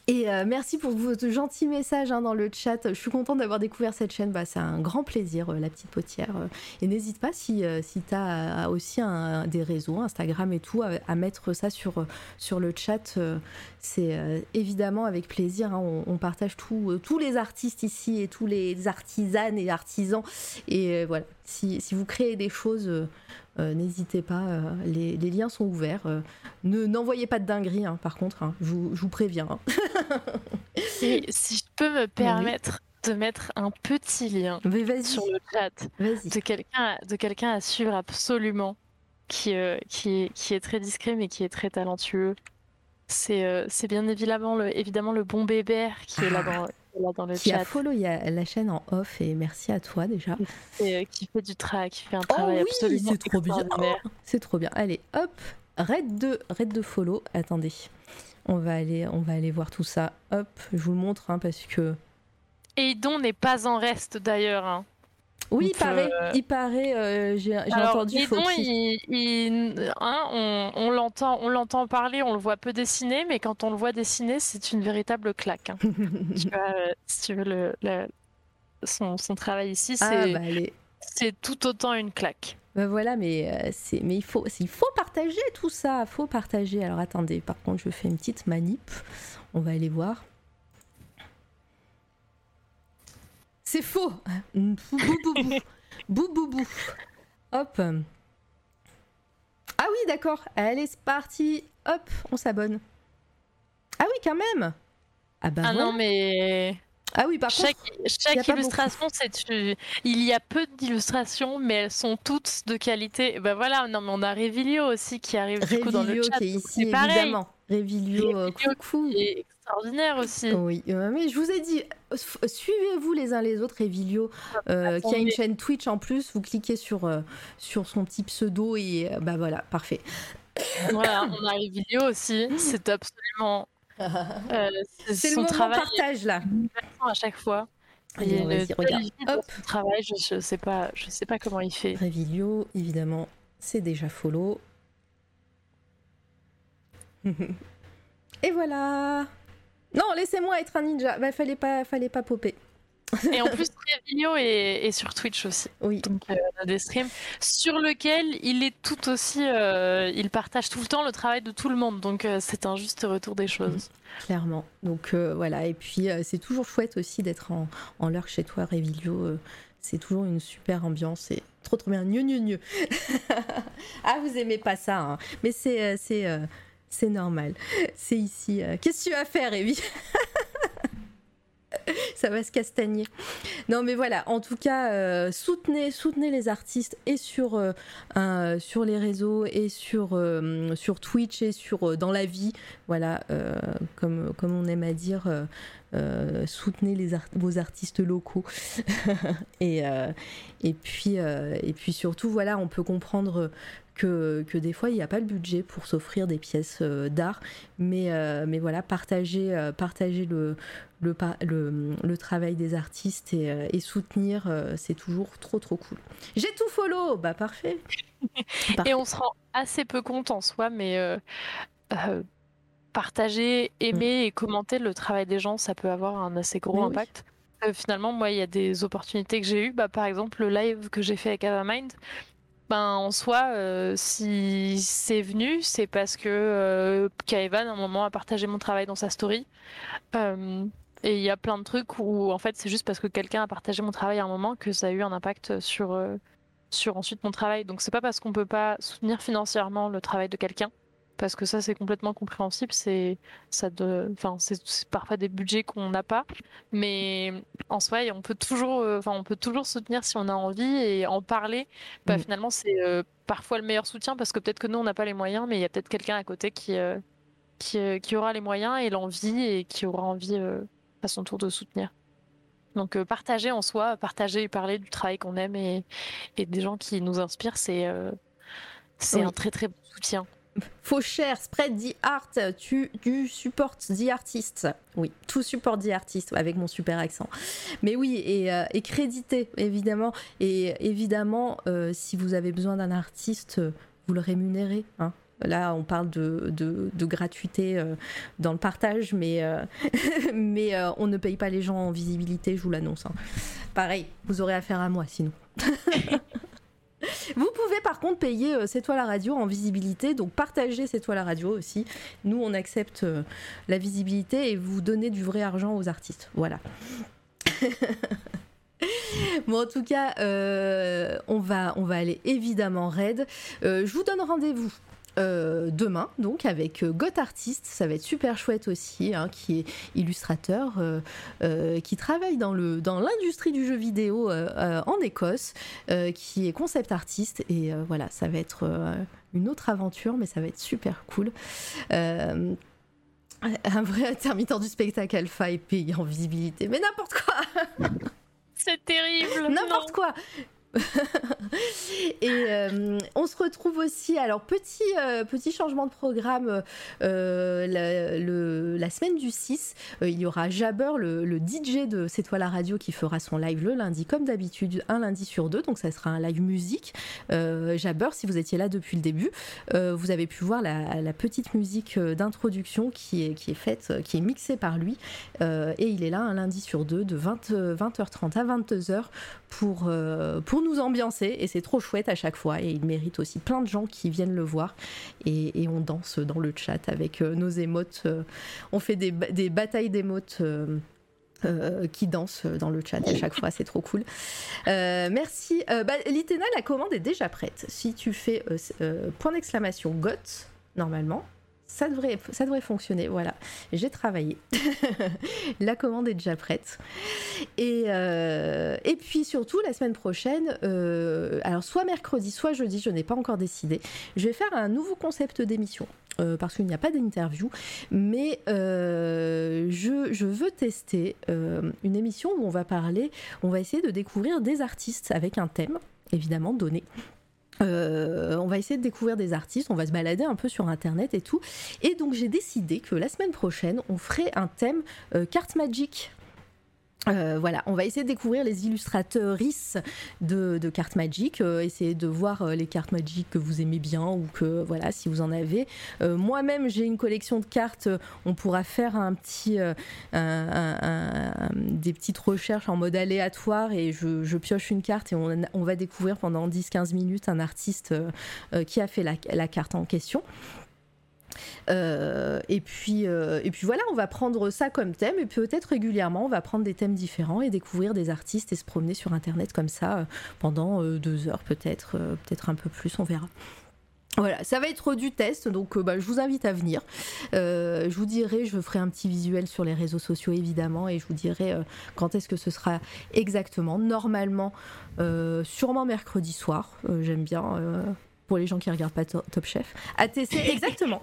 B: Et euh, merci pour vos gentils messages hein, dans le chat. Je suis contente d'avoir découvert cette chaîne. Bah, c'est un grand plaisir, euh, la petite potière. Euh. Et n'hésite pas si, euh, si tu as aussi un, des réseaux, Instagram et tout, à, à mettre ça sur, sur le chat. Euh, c'est euh, évidemment avec plaisir. Hein. On, on partage tout, euh, tous les artistes ici et tous les artisanes et artisans. Et euh, voilà, si, si vous créez des choses... Euh, Euh, n'hésitez pas, euh, les, les liens sont ouverts. Euh, ne, n'envoyez pas de dingueries, hein, par contre, hein, je, vous, je vous préviens. Hein.
C: Et si je peux me permettre oui. de mettre un petit lien
B: Mais vas-y.
C: sur le chat
B: vas-y.
C: de quelqu'un, de quelqu'un à suivre absolument, qui, euh, qui, est, qui est très discret mais qui est très talentueux. C'est, euh, c'est bien évidemment le, évidemment le bon Bébert qui est là dans, là dans le
B: qui
C: chat.
B: Qui a follow il y a la chaîne en off et merci à toi déjà.
C: Et, euh, qui fait du travail, qui fait un travail
B: oh oui,
C: absolument
B: c'est trop bien. Oh, c'est trop bien. Allez, hop, raid de, raid de follow. Attendez, on va aller, on va aller voir tout ça. Hop, je vous le montre hein, parce que.
C: Et Idon n'est pas en reste d'ailleurs. Hein.
B: Oui,
C: Donc,
B: il paraît,
C: euh...
B: il paraît, euh, j'ai, j'ai
C: Alors,
B: entendu
C: Idon, il, il, hein, on, on, l'entend, on l'entend parler, on le voit peu dessiner, mais quand on le voit dessiner, c'est une véritable claque. Hein. tu vois, euh, si tu veux, le, le, son, son travail ici, c'est,
B: ah, bah, les...
C: c'est tout autant une claque.
B: Bah voilà, mais, euh, c'est, mais il, faut, il faut partager tout ça, il faut partager. Alors attendez, par contre, je fais une petite manip, on va aller voir. C'est faux. Bou bou bou. Bou bou bou. Hop. Ah oui, d'accord. Allez, c'est parti. Hop, on s'abonne. Ah oui, quand même. Ah bah
C: ah
B: voilà.
C: non, mais...
B: Ah oui, par
C: chaque,
B: contre...
C: Chaque illustration, c'est... Il y a peu d'illustrations, mais elles sont toutes de qualité. Et bah voilà, non, mais on a Revilio aussi qui arrive du coup dans le chat.
B: Qui est ici,
C: c'est pareil.
B: Évidemment. Revilio, euh, coucou.
C: Est extraordinaire aussi.
B: Oui, euh, mais je vous ai dit, suivez-vous les uns les autres. Revilio, euh, qui a une chaîne Twitch en plus. Vous cliquez sur, euh, sur son petit pseudo et euh, bah voilà, parfait.
C: Voilà, on a Revilio aussi. C'est absolument.
B: Euh, c'est c'est son le travail partage là.
C: À chaque fois.
B: Allez, vas-y, regarde.
C: Hop. Son travail, je, je sais pas, je sais pas comment il fait.
B: Revilio, évidemment, c'est déjà follow. Et voilà. Non, laissez-moi être un ninja. Bah, fallait pas, fallait pas popper.
C: Et en plus, Revilio est, est sur Twitch aussi.
B: Oui.
C: Donc, euh, on a des streams sur lequel il est tout aussi. Euh, il partage tout le temps le travail de tout le monde. Donc, euh, c'est un juste retour des choses.
B: Mmh, clairement. Donc, euh, voilà. Et puis, euh, c'est toujours chouette aussi d'être en, en lurk chez toi, Revilio. Euh, c'est toujours une super ambiance. C'est trop, trop bien. Gneu, gneu, gneu. Ah, vous aimez pas ça, hein. Mais c'est. Euh, c'est euh, C'est normal. C'est ici. Euh... Qu'est-ce que tu vas faire, Evie? Ça va se castagner. Non, mais voilà. En tout cas, euh, soutenez, soutenez les artistes et sur euh, euh, sur les réseaux et sur euh, sur Twitch et sur euh, dans la vie. Voilà, euh, comme comme on aime à dire. Euh, Euh, soutenez les art- vos artistes locaux et, euh, et, puis, euh, et puis surtout voilà, on peut comprendre que, que des fois il n'y a pas le budget pour s'offrir des pièces euh, d'art mais, euh, mais voilà, partager, euh, partager le, le, le, le travail des artistes et, euh, et soutenir, euh, c'est toujours trop trop cool. J'ai tout follow, bah parfait, parfait.
C: Et on se rend assez peu compte en soi, mais euh, euh, partager, aimer et commenter le travail des gens, ça peut avoir un assez gros oui, impact. Oui. Euh, finalement, moi, il y a des opportunités que j'ai eues. Bah, par exemple, le live que j'ai fait avec Avamind, ben, en soi, euh, si c'est venu, c'est parce que euh, Kaevan, à un moment, a partagé mon travail dans sa story. Euh, et il y a plein de trucs où, en fait, c'est juste parce que quelqu'un a partagé mon travail à un moment que ça a eu un impact sur, euh, sur ensuite mon travail. Donc, c'est pas parce qu'on peut pas soutenir financièrement le travail de quelqu'un, parce que ça c'est complètement compréhensible, c'est ça de enfin c'est, c'est parfois des budgets qu'on n'a pas, mais en soi on peut toujours enfin euh, on peut toujours soutenir si on a envie et en parler. Bah, mmh. Finalement c'est euh, parfois le meilleur soutien, parce que peut-être que nous on n'a pas les moyens, mais il y a peut-être quelqu'un à côté qui euh, qui, euh, qui aura les moyens et l'envie et qui aura envie euh, à son tour de soutenir. Donc euh, partager en soi, partager et parler du travail qu'on aime et, et des gens qui nous inspirent, c'est euh, c'est oui. un très très bon soutien.
B: Fauchère, spread the art, tu, tu supportes the artist. Oui, tout support the artist, avec mon super accent. Mais oui, et, euh, et crédité, évidemment. Et évidemment, euh, si vous avez besoin d'un artiste, vous le rémunérez. Hein. Là, on parle de, de, de gratuité euh, dans le partage, mais, euh, mais euh, on ne paye pas les gens en visibilité, je vous l'annonce. Hein. Pareil, vous aurez affaire à moi sinon. Vous pouvez par contre payer euh, C'est toi la radio en visibilité, donc partagez C'est toi la radio aussi. Nous, on accepte euh, la visibilité et vous donnez du vrai argent aux artistes. Voilà. Bon, en tout cas, euh, on, va, on va aller évidemment raid. Euh, je vous donne rendez-vous Euh, demain, donc avec euh, Got Artist, ça va être super chouette aussi, hein, qui est illustrateur, euh, euh, qui travaille dans, le, dans l'industrie du jeu vidéo euh, euh, en Écosse, euh, qui est concept artiste, et euh, voilà, ça va être euh, une autre aventure, mais ça va être super cool. Euh, un vrai intermittent du spectacle alpha est payé en visibilité, mais n'importe quoi.
C: C'est terrible.
B: N'importe
C: non.
B: quoi. Et euh, on se retrouve aussi, alors petit, euh, petit changement de programme, euh, la, le, la semaine du six, euh, il y aura Jabber, le, le D J de C'est toi la radio, qui fera son live le lundi comme d'habitude, un lundi sur deux, donc ça sera un live musique. euh, Jabber, si vous étiez là depuis le début, euh, vous avez pu voir la, la petite musique d'introduction qui est, qui est faite, qui est mixée par lui, euh, et il est là un lundi sur deux de vingt, vingt heures trente à vingt-deux heures pour, euh, pour nous ambiancer, et c'est trop chouette à chaque fois, et il mérite aussi plein de gens qui viennent le voir, et, et on danse dans le chat avec euh, nos émotes, euh, on fait des, des batailles d'émotes euh, euh, qui dansent dans le chat à chaque fois, c'est trop cool. Euh, merci. Euh, bah, Litena, la commande est déjà prête. Si tu fais euh, euh, point d'exclamation G O T, normalement Ça devrait, ça devrait fonctionner, voilà. J'ai travaillé. La commande est déjà prête. Et, euh, et puis surtout, la semaine prochaine, euh, alors soit mercredi, soit jeudi, je n'ai pas encore décidé, je vais faire un nouveau concept d'émission. Euh, parce qu'il n'y a pas d'interview, mais euh, je, je veux tester euh, une émission où on va parler, on va essayer de découvrir des artistes avec un thème, évidemment, donné. Euh, on va essayer de découvrir des artistes, on va se balader un peu sur internet et tout, et donc j'ai décidé que la semaine prochaine on ferait un thème euh, carte Magic. Euh, voilà, on va essayer de découvrir les illustratrices de, de cartes Magic, euh, essayer de voir euh, les cartes Magic que vous aimez bien, ou que voilà, si vous en avez. Euh, moi-même, j'ai une collection de cartes. On pourra faire un petit, euh, un, un, un, des petites recherches en mode aléatoire, et je, je pioche une carte et on, on va découvrir pendant dix à quinze minutes un artiste euh, qui a fait la, la carte en question. Euh, et, puis, euh, et puis voilà, on va prendre ça comme thème, et puis peut-être régulièrement on va prendre des thèmes différents et découvrir des artistes et se promener sur internet comme ça euh, pendant euh, deux heures peut-être, euh, peut-être un peu plus, on verra. Voilà, ça va être du test, donc euh, bah, je vous invite à venir. Euh, je vous dirai, je ferai un petit visuel sur les réseaux sociaux évidemment, et je vous dirai euh, quand est-ce que ce sera exactement. Normalement, euh, sûrement mercredi soir, euh, j'aime bien... Euh, pour les gens qui regardent pas to- Top Chef, A T C, exactement.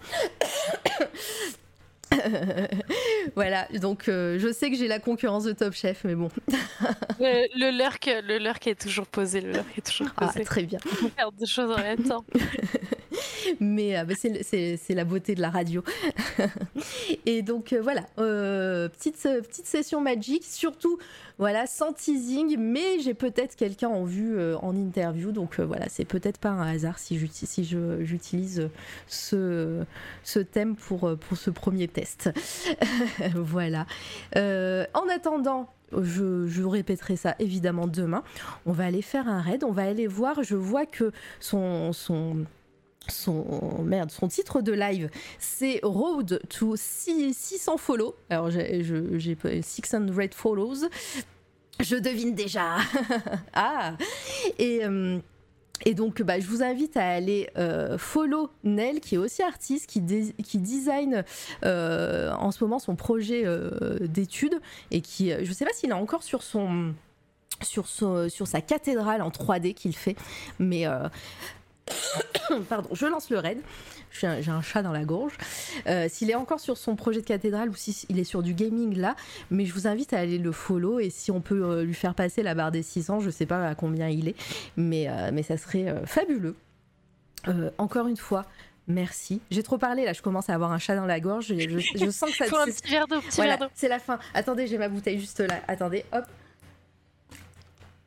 B: Voilà, donc euh, je sais que j'ai la concurrence de Top Chef, mais bon.
C: Le, le lurk, le lurk est toujours posé, le lurk est toujours posé.
B: Ah, très bien.
C: On peut faire deux choses en même temps.
B: Mais euh, bah, c'est, c'est, c'est la beauté de la radio. Et donc euh, voilà, euh, petite, petite session Magic, surtout voilà, sans teasing, mais j'ai peut-être quelqu'un en vue euh, en interview, donc euh, voilà, c'est peut-être pas un hasard si, j'utilise, si je, j'utilise ce, ce thème pour, pour ce premier test. Voilà. Euh, en attendant, Je, je répéterai ça évidemment demain. On va aller faire un raid, on va aller voir. Je vois que son, son, son, merde, son titre de live, c'est Road to six cents follow. Alors j'ai, je, j'ai six cents follows. Je devine déjà. Ah. Et euh, Et donc, bah, je vous invite à aller euh, follow Nel, qui est aussi artiste, qui, dé- qui design euh, en ce moment son projet euh, d'études, et qui, je ne sais pas s'il est encore sur son, sur son, sur sa cathédrale en trois D qu'il fait, mais euh... pardon, je lance le raid. J'ai un, j'ai un chat dans la gorge. Euh, s'il est encore sur son projet de cathédrale, ou s'il est sur du gaming là, mais je vous invite à aller le follow, et si on peut euh, lui faire passer la barre des six cents, je sais pas à combien il est, mais, euh, mais ça serait euh, fabuleux. Euh, encore une fois, merci. J'ai trop parlé là, je commence à avoir un chat dans la gorge. Je, je, je sens que ça.
C: Faut un petit verre d'eau, petit
B: voilà,
C: verre d'eau.
B: C'est la fin. Attendez, j'ai ma bouteille juste là. Attendez, hop.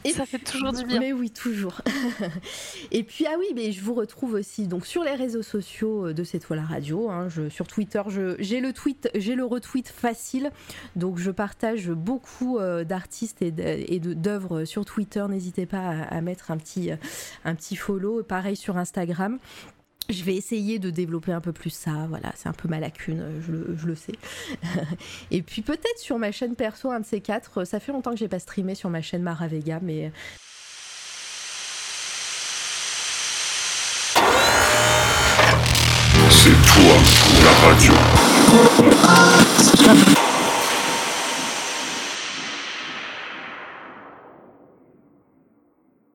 C: Et ça fait toujours du bien.
B: Mais oui, toujours. Et puis, ah oui, mais je vous retrouve aussi donc, sur les réseaux sociaux de C'est toi la radio. Hein, je, sur Twitter, je, j'ai, le tweet, j'ai le retweet facile. Donc, je partage beaucoup euh, d'artistes et, de, et de, d'œuvres sur Twitter. N'hésitez pas à, à mettre un petit, un petit follow. Pareil sur Instagram. Je vais essayer de développer un peu plus ça, voilà, c'est un peu ma lacune, je le, je le sais. Et puis peut-être sur ma chaîne perso, un de ces quatre, ça fait longtemps que j'ai pas streamé sur ma chaîne Mara Vega, mais...
A: C'est toi, la radio.